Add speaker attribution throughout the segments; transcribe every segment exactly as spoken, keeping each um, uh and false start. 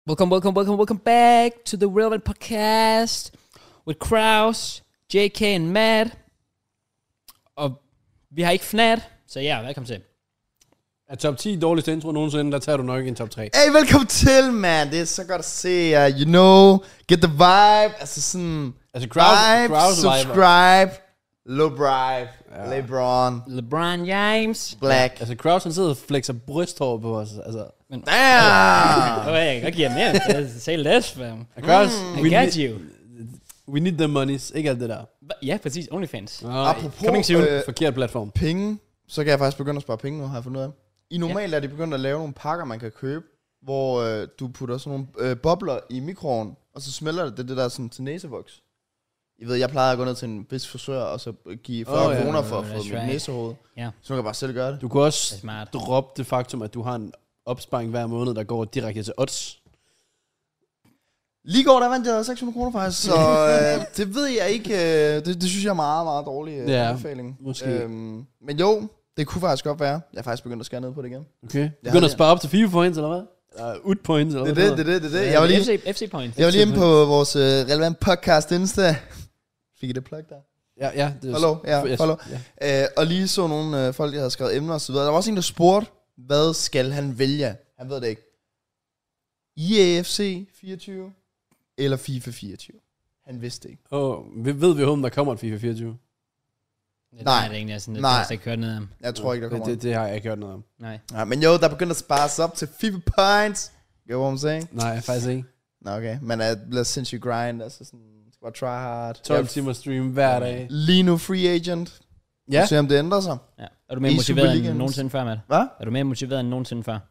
Speaker 1: Welcome, welcome, welcome, welcome back to the Relevant Podcast with Kraus, J K and Matt. Og vi har ikke Fnat, så ja, velkommen til.
Speaker 2: Er top ti dårligste intro nogensinde, der tager du nok en top tre.
Speaker 3: Hey, velkommen til, man. Det er så godt at se jer. You know, get the vibe. Altså sådan,
Speaker 2: altså, Kraus,
Speaker 3: vibe,
Speaker 2: Kraus
Speaker 3: subscribe, low bribe, ja. LeBron,
Speaker 1: LeBron James.
Speaker 3: Black.
Speaker 2: Altså, Kraus, han sidder og flexer brysthår på os. Altså.
Speaker 1: Men,
Speaker 3: Damn!
Speaker 1: oh, jeg kan godt give ham mere. Say less, fam.
Speaker 2: Kraus,
Speaker 1: Mm. I
Speaker 2: we
Speaker 1: got
Speaker 2: need,
Speaker 1: you.
Speaker 2: we need the monies. Ikke alt det der.
Speaker 1: Ja, præcis. OnlyFans.
Speaker 2: Oh,
Speaker 3: Apropos
Speaker 2: coming soon.
Speaker 3: øh,
Speaker 2: Forkert platform.
Speaker 3: penge, så kan jeg faktisk begynde at spare penge nu, har jeg fundet ud af. I normalt er de begyndt at lave nogle pakker, man kan købe, hvor øh, du putter sådan nogle øh, bobler i mikroen, og så smelter det det, det der sådan til næsevoks. I ved, jeg plejer at gå ned til en vis frisør, og så give fyrre
Speaker 2: Oh, ja,
Speaker 3: kroner
Speaker 2: ja,
Speaker 3: for at
Speaker 1: ja,
Speaker 3: få
Speaker 1: that's
Speaker 3: mit
Speaker 1: right.
Speaker 3: næsehoved.
Speaker 1: Ja.
Speaker 3: Så nu kan jeg bare selv gøre det.
Speaker 2: Du kan
Speaker 1: Det
Speaker 2: også
Speaker 1: er smart.
Speaker 2: droppe det faktum, at du har en opsparing hver måned, der går direkte til odds.
Speaker 3: Lige går der vandt jeg seks hundrede kroner faktisk, så øh, det ved jeg ikke. Øh, det, det synes jeg er meget, meget dårlig øh,
Speaker 2: Ja,
Speaker 3: anbefaling.
Speaker 2: måske.
Speaker 3: Øhm, men jo, det kunne faktisk godt være. Jeg er faktisk begyndt at skære ned på det igen.
Speaker 2: Okay. Du
Speaker 3: Ja,
Speaker 2: begynder at
Speaker 3: ja.
Speaker 2: spare op til fire points, eller hvad? Eller ud points, eller
Speaker 3: Det er
Speaker 2: hvad?
Speaker 3: det, det er det, det er det.
Speaker 1: Ja,
Speaker 3: Jeg var lige,
Speaker 1: F C, F C Point.
Speaker 3: jeg var lige inde på vores øh, relevant podcast Insta. Fik I det plug der?
Speaker 2: Ja, ja. Det er
Speaker 3: Follow, ja,
Speaker 2: yes,
Speaker 3: follow.
Speaker 2: Ja.
Speaker 3: Øh, og lige så nogle øh, folk, der havde skrevet emner og så videre. Der var også en, der spurgte, hvad skal han vælge? Han ved det ikke. E A F C fireogtyve eller FIFA fireogtyve? Han vidste det ikke.
Speaker 2: Oh, ved vi, om der kommer et FIFA fireogtyve?
Speaker 1: Det
Speaker 3: Nej.
Speaker 1: er det egentlig sådan, at
Speaker 3: Nej.
Speaker 1: jeg har ikke hørt noget om.
Speaker 3: Jeg tror ikke, der kommer.
Speaker 2: Det, det, det har jeg ikke hørt noget om.
Speaker 1: Nej.
Speaker 3: Ja, men jo, der begynder at spare sig op til FIFA points. You know what I'm saying?
Speaker 2: Nej, faktisk ikke.
Speaker 3: Nå, okay. Man er blevet sindssygt grind, altså sådan, skal bare try hard.
Speaker 2: tolv
Speaker 3: Jeg er
Speaker 2: timer stream hver dag.
Speaker 3: lige nu free agent.
Speaker 2: Ja.
Speaker 3: Ja. Se om det ændrer sig.
Speaker 1: Ja. Er du mere
Speaker 3: I
Speaker 1: motiveret end
Speaker 3: Superligaen.
Speaker 1: nogensinde før, Matt?
Speaker 3: Hvad?
Speaker 1: Er du mere motiveret end nogensinde før?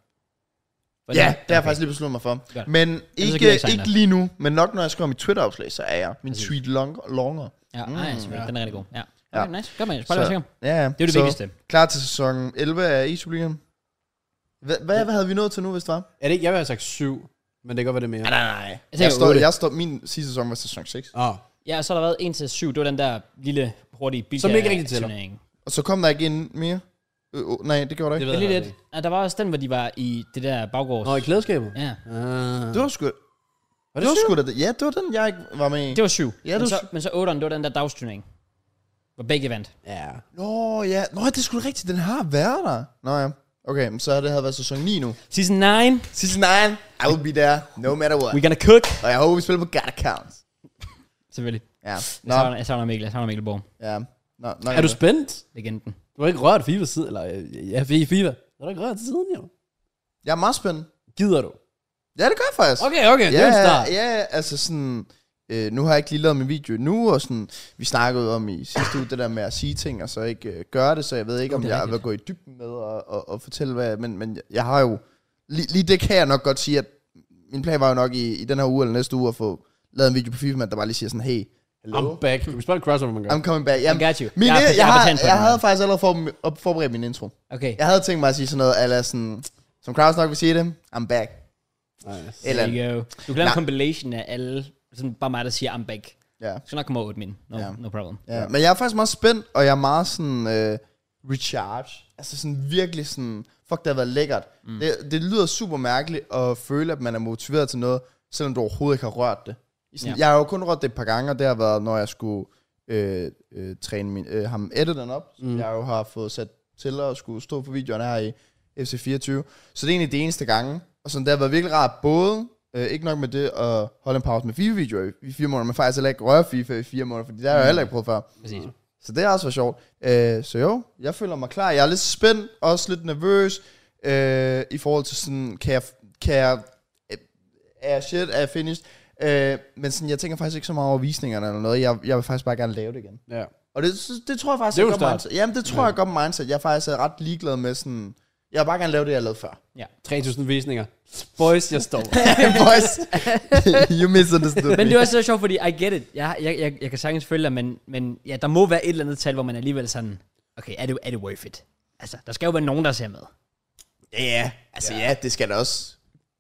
Speaker 1: For
Speaker 3: Ja,
Speaker 1: det-
Speaker 3: det har jeg
Speaker 1: okay.
Speaker 3: faktisk lige besluttet mig for.
Speaker 1: Godt.
Speaker 3: Men
Speaker 1: gider
Speaker 3: ikke,
Speaker 1: jeg ikke signe
Speaker 3: ikke
Speaker 1: op.
Speaker 3: lige nu, men nok når jeg skriver mit Twitter-opslag, så er jeg min
Speaker 1: Præcis.
Speaker 3: tweet long, longer.
Speaker 1: Ja,
Speaker 3: Mm,
Speaker 1: nej, mm,
Speaker 2: ja.
Speaker 1: den er rigtig god. Ja.
Speaker 3: Ja.
Speaker 1: Okay, nice. Godt med. Bare lad os
Speaker 3: Så-
Speaker 1: høre.
Speaker 3: Ja, ja.
Speaker 1: Det er jo det
Speaker 3: så,
Speaker 1: vigtigste.
Speaker 3: klar til sæson elleve af E Superligaen. Hvad, hvad, hvad havde vi nået til nu, hvis det var?
Speaker 2: Er det ikke? Jeg vil have sagt syv, men det kan godt være det mere.
Speaker 3: nej, nej.
Speaker 1: Jeg
Speaker 3: Jeg
Speaker 1: tænker
Speaker 3: står,
Speaker 1: otte.
Speaker 3: jeg står, min sidste sæson var sæson seks.
Speaker 2: Ah,
Speaker 1: Ja, så har der været en til syv. Det var den der lille, hurtige bil.
Speaker 2: Som ikke rigtig tæller.
Speaker 1: turnering.
Speaker 3: Og så kom der ikke ind mere. Øh, øh, nej, det gjorde der
Speaker 2: det
Speaker 3: ikke.
Speaker 2: ved
Speaker 1: Det er
Speaker 2: jeg
Speaker 1: lige
Speaker 2: faktisk
Speaker 1: lidt. Ja, der var også den, hvor de var i det der baggårds.
Speaker 2: Nå, i klædeskabet?
Speaker 1: Ja,
Speaker 2: Ah.
Speaker 3: Det var sgu...
Speaker 2: Var
Speaker 3: Det
Speaker 2: det
Speaker 3: var
Speaker 2: syv?
Speaker 3: sgu da det. Ja, det var den, jeg ikke var med i.
Speaker 1: det var syv.
Speaker 3: Ja, det
Speaker 1: men,
Speaker 3: var
Speaker 1: så, men så otteren, det var den der dagsturnering. Hvor begge vandt.
Speaker 2: Ja.
Speaker 3: Nå, ja. Nå, det er sgu da rigtigt. Den har været der. Nå ja. Okay, men så har det havde været sæson ni nu.
Speaker 1: Season nine,
Speaker 3: Season nine, I will be there, no matter what.
Speaker 1: we gonna cook.
Speaker 3: Og jeg håber, vi spiller på God accounts.
Speaker 1: Selvfølgelig.
Speaker 3: Ja.
Speaker 1: Jeg
Speaker 3: Nå,
Speaker 1: savner, jeg savner Mikkel, jeg savner Mikkel Borg.
Speaker 3: ja. Nå, nok
Speaker 2: Er du spændt?
Speaker 1: Legenden.
Speaker 2: Du har ikke rørt FIFA siden, eller ja, FIFA. Du har ikke rørt siden, jo.
Speaker 3: Jeg er meget spændt.
Speaker 2: Gider du?
Speaker 3: Ja, det gør jeg faktisk.
Speaker 2: Okay, okay, det er
Speaker 3: Ja,
Speaker 2: en start.
Speaker 3: ja, ja, altså sådan... Øh, nu har jeg ikke lige lavet min video nu, og sådan... Vi snakkede om i sidste uge, det der med at sige ting, og så ikke øh, gøre det, så jeg ved ikke, om
Speaker 1: Det er
Speaker 3: jeg
Speaker 1: rigtigt.
Speaker 3: vil gå i dybden med og, og, og fortælle, hvad... Men, men jeg har jo... Lige, lige det kan jeg nok godt sige, at min plan var jo nok i, i den her uge eller næste uge at få lavet en video på FIFA, der bare lige siger sådan, hey, hello,
Speaker 2: I'm back. Du kan spørge crossover, man gør.
Speaker 3: I'm coming back.
Speaker 1: I
Speaker 3: Jamen,
Speaker 1: got you.
Speaker 3: min,
Speaker 1: jeg,
Speaker 3: jeg,
Speaker 1: har-
Speaker 3: jeg,
Speaker 1: jeg, har
Speaker 3: har,
Speaker 1: betalt for
Speaker 3: jeg
Speaker 1: den.
Speaker 3: havde faktisk allerede for, op, forberedt min intro.
Speaker 1: Okay.
Speaker 3: Jeg havde tænkt mig at sige sådan noget, eller sådan... Som Kraus nok vil sige det, I'm back.
Speaker 2: Nice.
Speaker 3: Eller,
Speaker 1: There you go. Du kan lave en
Speaker 3: Nej.
Speaker 1: compilation af alle, sådan bare mig, der siger, I'm back.
Speaker 3: ja.
Speaker 1: Så nok kommer otte min. No,
Speaker 3: Ja.
Speaker 1: no problem.
Speaker 3: Ja, men jeg er faktisk meget spændt, og jeg er meget sådan øh, recharge. Altså sådan virkelig sådan, fuck, det har været lækkert. Mm. Det, det lyder super mærkeligt at føle, at man er motiveret til noget, selvom du overhovedet ikke har rørt det. I sådan,
Speaker 1: Ja.
Speaker 3: Jeg har jo kun rørt det et par gange, og det har været, når jeg skulle øh, øh, træne min, øh, ham editen op. Mm. Jeg jo har fået sat til at skulle stå på videoen her i F C fireogtyve. Så det er egentlig det eneste gange. Og sådan, det har været virkelig rart, både øh, ikke nok med det at holde en pause med FIFA-videoer i, i fire måneder, men faktisk heller ikke røre FIFA i fire måneder, fordi det har jeg jo heller ikke prøvet før.
Speaker 1: Præcis.
Speaker 3: Så det er også været sjovt. Øh, så jo, jeg føler mig klar. Jeg er lidt spændt, også lidt nervøs, øh, i forhold til sådan, kan jeg, kan jeg, øh, er jeg shit, er jeg finished? Øh, men sådan, jeg tænker faktisk ikke så meget over visningerne eller noget. Jeg, jeg vil faktisk bare gerne lave det igen.
Speaker 2: Ja.
Speaker 3: Og det, det tror jeg faktisk
Speaker 2: Det er jo
Speaker 3: godt
Speaker 2: start.
Speaker 3: mindset. Jamen, det tror
Speaker 2: Ja.
Speaker 3: jeg godt mindset. Jeg er faktisk ret ligeglad med sådan, jeg vil bare gerne lave det, jeg lavede før.
Speaker 2: tre tusind visninger. Boys, jeg står.
Speaker 3: Boys, you misunderstood
Speaker 1: Men
Speaker 3: me.
Speaker 1: det er også så sjovt, fordi I get it. Jeg, jeg, jeg, jeg kan sagtens følge dig, men, men ja, der må være et eller andet tal, hvor man alligevel sådan, okay, er det, er det worth it? Altså, der skal jo være nogen, der ser med.
Speaker 3: Ja, ja. Altså ja, det skal da også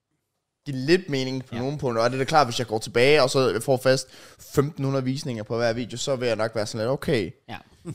Speaker 3: give lidt mening på
Speaker 1: Ja.
Speaker 3: nogle punkter. Og det er da klart, hvis jeg går tilbage, og så får fast femten hundrede visninger på hver video, så vil jeg nok være sådan lidt, okay,
Speaker 1: Ja.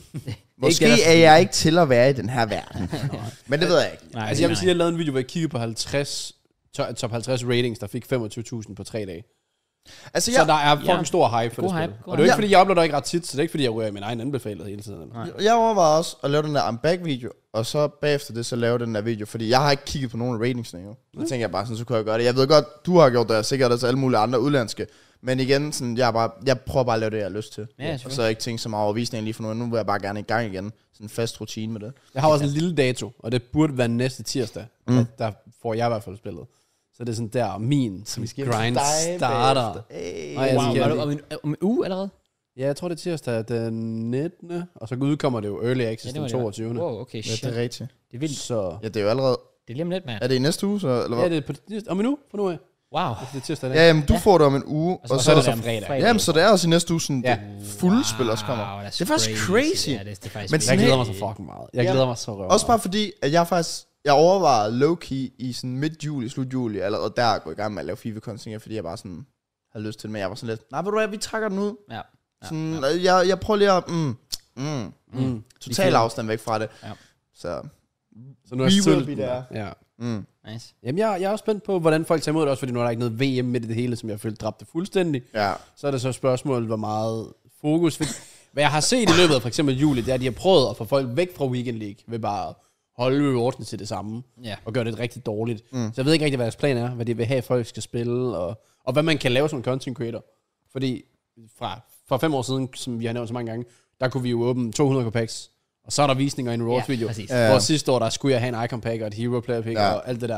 Speaker 3: måske
Speaker 1: det, der
Speaker 3: er jeg ikke til at være i den her verden. Men det ved jeg ikke.
Speaker 1: Nej,
Speaker 2: Altså, jeg vil
Speaker 1: nej.
Speaker 2: sige, at jeg lavede en video, hvor jeg kiggede på halvtreds to- top halvtreds ratings, der fik femogtyve tusind på tre dage.
Speaker 3: Altså,
Speaker 2: Så
Speaker 3: jeg,
Speaker 2: der er fucking
Speaker 1: Ja.
Speaker 2: stor hype for
Speaker 1: God
Speaker 2: det
Speaker 1: hype,
Speaker 2: spil.
Speaker 1: god
Speaker 2: Og det er jo ikke,
Speaker 3: hype.
Speaker 2: fordi jeg uploader ikke ret tit, så det er ikke, fordi jeg ryger min egen anbefalet hele tiden. Eller?
Speaker 3: jeg overvejer også at lave den der I'm back-video, og så bagefter det, så lave den der video, fordi jeg har ikke kigget på nogen af ratingsene endnu. Så tænker jeg bare sådan, så kunne jeg gøre det. Jeg ved godt, du har gjort det, og sikkert også alle mulige andre udlandske. Men igen, sådan, jeg, er bare, jeg prøver bare at lave det, jeg har lyst til.
Speaker 1: Ja,
Speaker 3: og så har jeg ikke tænkt så meget over visningen lige for nu. Nu vil jeg bare gerne i gang igen. Sådan en fast rutine med det.
Speaker 2: Jeg har også en lille dato, og det burde være næste tirsdag. Mm. Der, der får jeg i hvert fald spillet. Så det er sådan der, min som grind starter.
Speaker 3: Hey.
Speaker 2: Og jeg
Speaker 1: Wow,
Speaker 2: skal-
Speaker 1: var du om en, om en uge allerede?
Speaker 2: Ja, jeg tror det er tirsdag den nittende Og så udkommer det jo Early Access
Speaker 1: det var
Speaker 2: den
Speaker 1: det.
Speaker 2: toogtyvende
Speaker 1: Wow, okay,
Speaker 3: Ja,
Speaker 1: shit.
Speaker 3: det er rigtigt.
Speaker 1: Det er vildt.
Speaker 2: Så
Speaker 3: Ja, det er jo allerede...
Speaker 1: Det er lige om lidt, mand.
Speaker 3: Er det i næste uge, så? Eller hvad?
Speaker 2: ja, det er på, om en uge fra nu af.
Speaker 1: Wow.
Speaker 2: Det er tirsdag i dag.
Speaker 3: Ja, jamen, du
Speaker 1: Ja.
Speaker 3: får det om en uge, og
Speaker 1: så
Speaker 3: så,
Speaker 1: er det
Speaker 2: så
Speaker 1: om
Speaker 2: fredag.
Speaker 3: Jamen, så det er også i næste uge, sådan
Speaker 2: Ja.
Speaker 3: det fulde spil også kommer.
Speaker 1: Wow,
Speaker 3: Det er faktisk crazy.
Speaker 1: Ja, det, det er faktisk
Speaker 3: Men
Speaker 1: Men
Speaker 3: sådan
Speaker 2: Jeg glæder
Speaker 3: helt-
Speaker 2: mig så fucking meget. Jeg
Speaker 3: Ja.
Speaker 2: glæder mig så røv.
Speaker 3: Også bare fordi, at jeg faktisk... Jeg overvejer low-key i sådan midt-juli, slut-juli, allerede der at gå i gang med at lave FIFA-content, fordi jeg bare sådan havde lyst til det, men jeg var sådan lidt, nej, ved du hvad, vi trækker den ud.
Speaker 1: Ja.
Speaker 3: Sådan, jeg, jeg prøver lige at, mm, mm,
Speaker 2: Mm.
Speaker 3: total afstand væk fra det.
Speaker 1: Ja.
Speaker 3: Så,
Speaker 2: Så nu er
Speaker 3: We
Speaker 2: jeg
Speaker 3: will
Speaker 2: sulten.
Speaker 3: be there.
Speaker 2: Ja.
Speaker 3: mm.
Speaker 1: Nice.
Speaker 2: Jamen, jeg, jeg er også spændt på, hvordan folk tager imod det, også fordi nu er der ikke noget V M midt i det hele, som jeg følte dræbte fuldstændig.
Speaker 3: Ja.
Speaker 2: Så er det så et spørgsmål, hvor meget fokus... Hvad jeg har set i løbet af for eksempel juli, det er, at de har prøvet at få folk væk fra Weekend League, ved bare at holde rewardsene til det samme,
Speaker 1: Ja.
Speaker 2: og gøre det rigtig dårligt.
Speaker 3: Mm.
Speaker 2: Så jeg ved ikke rigtig, hvad deres plan er, hvad de vil have, at folk skal spille, og, og hvad man kan lave som content creator. Fordi fra, for fem år siden, som vi har nævnt så mange gange, der kunne vi jo åbne to hundrede packs, og så er der visninger i en rewards video.
Speaker 1: præcis.
Speaker 3: Ja.
Speaker 2: Hvor sidste år, der skulle jeg have en icon pack og et hero player pick
Speaker 3: Ja.
Speaker 2: og alt det der.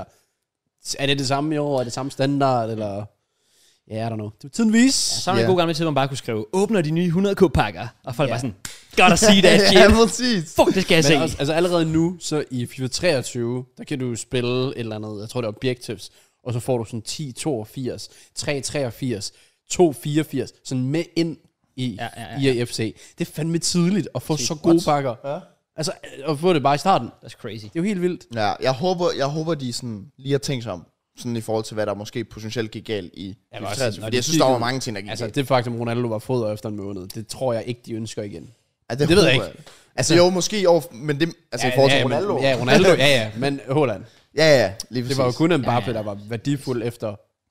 Speaker 2: Er det det samme i år? Er det samme standard? Eller... Ja, yeah, I don't know. Det var tiden vis.
Speaker 1: Ja, så er der
Speaker 3: Ja.
Speaker 1: en god gammel tid, hvor man bare kunne skrive, åbner de nye hundrede K-pakker, og folk
Speaker 2: Ja.
Speaker 1: bare sådan, godt at sige det,
Speaker 3: Ja,
Speaker 1: shit.
Speaker 3: præcis.
Speaker 1: Fuck, det skal jeg se.
Speaker 2: Men også, altså allerede nu, så i FIFA treogtyve, der kan du spille et eller andet, jeg tror det er objectives, og så får du sådan ti toogfirs, tre treogfirs, to fireogfirs, sådan med ind i
Speaker 1: Ja, ja, ja.
Speaker 2: I A F C. Det er fandme tidligt at få
Speaker 1: Shit,
Speaker 2: så gode
Speaker 3: what?
Speaker 2: pakker.
Speaker 3: Ja.
Speaker 2: Altså, at få det bare i starten.
Speaker 1: That's crazy.
Speaker 2: Det er jo helt vildt.
Speaker 3: Ja, jeg håber, jeg håber, de sådan lige har tænkt sig om, sådan i forhold til, hvad der måske potentielt gik galt i
Speaker 2: Ja,
Speaker 3: ja,
Speaker 2: men også,
Speaker 3: treogtyve,
Speaker 2: når
Speaker 3: fordi
Speaker 2: de
Speaker 3: jeg synes, der var
Speaker 2: kiggede-
Speaker 3: mange ting, der gik
Speaker 2: Altså,
Speaker 3: galt.
Speaker 2: det faktum, Ronaldo var fodret efter en måned, det tror jeg ikke, de ønsker igen.
Speaker 3: Ja,
Speaker 2: det ved jeg
Speaker 3: håber
Speaker 2: ikke.
Speaker 3: Altså jo, måske i år, men det, altså
Speaker 2: ja,
Speaker 3: i forhold til
Speaker 2: ja,
Speaker 3: Ronaldo.
Speaker 2: Men, ja, Ronaldo, ja, ja, men Haaland.
Speaker 3: ja, ja, lige præcis.
Speaker 2: Det var jo kun Mbappé,
Speaker 1: Ja, ja.
Speaker 2: der var værdifuld efter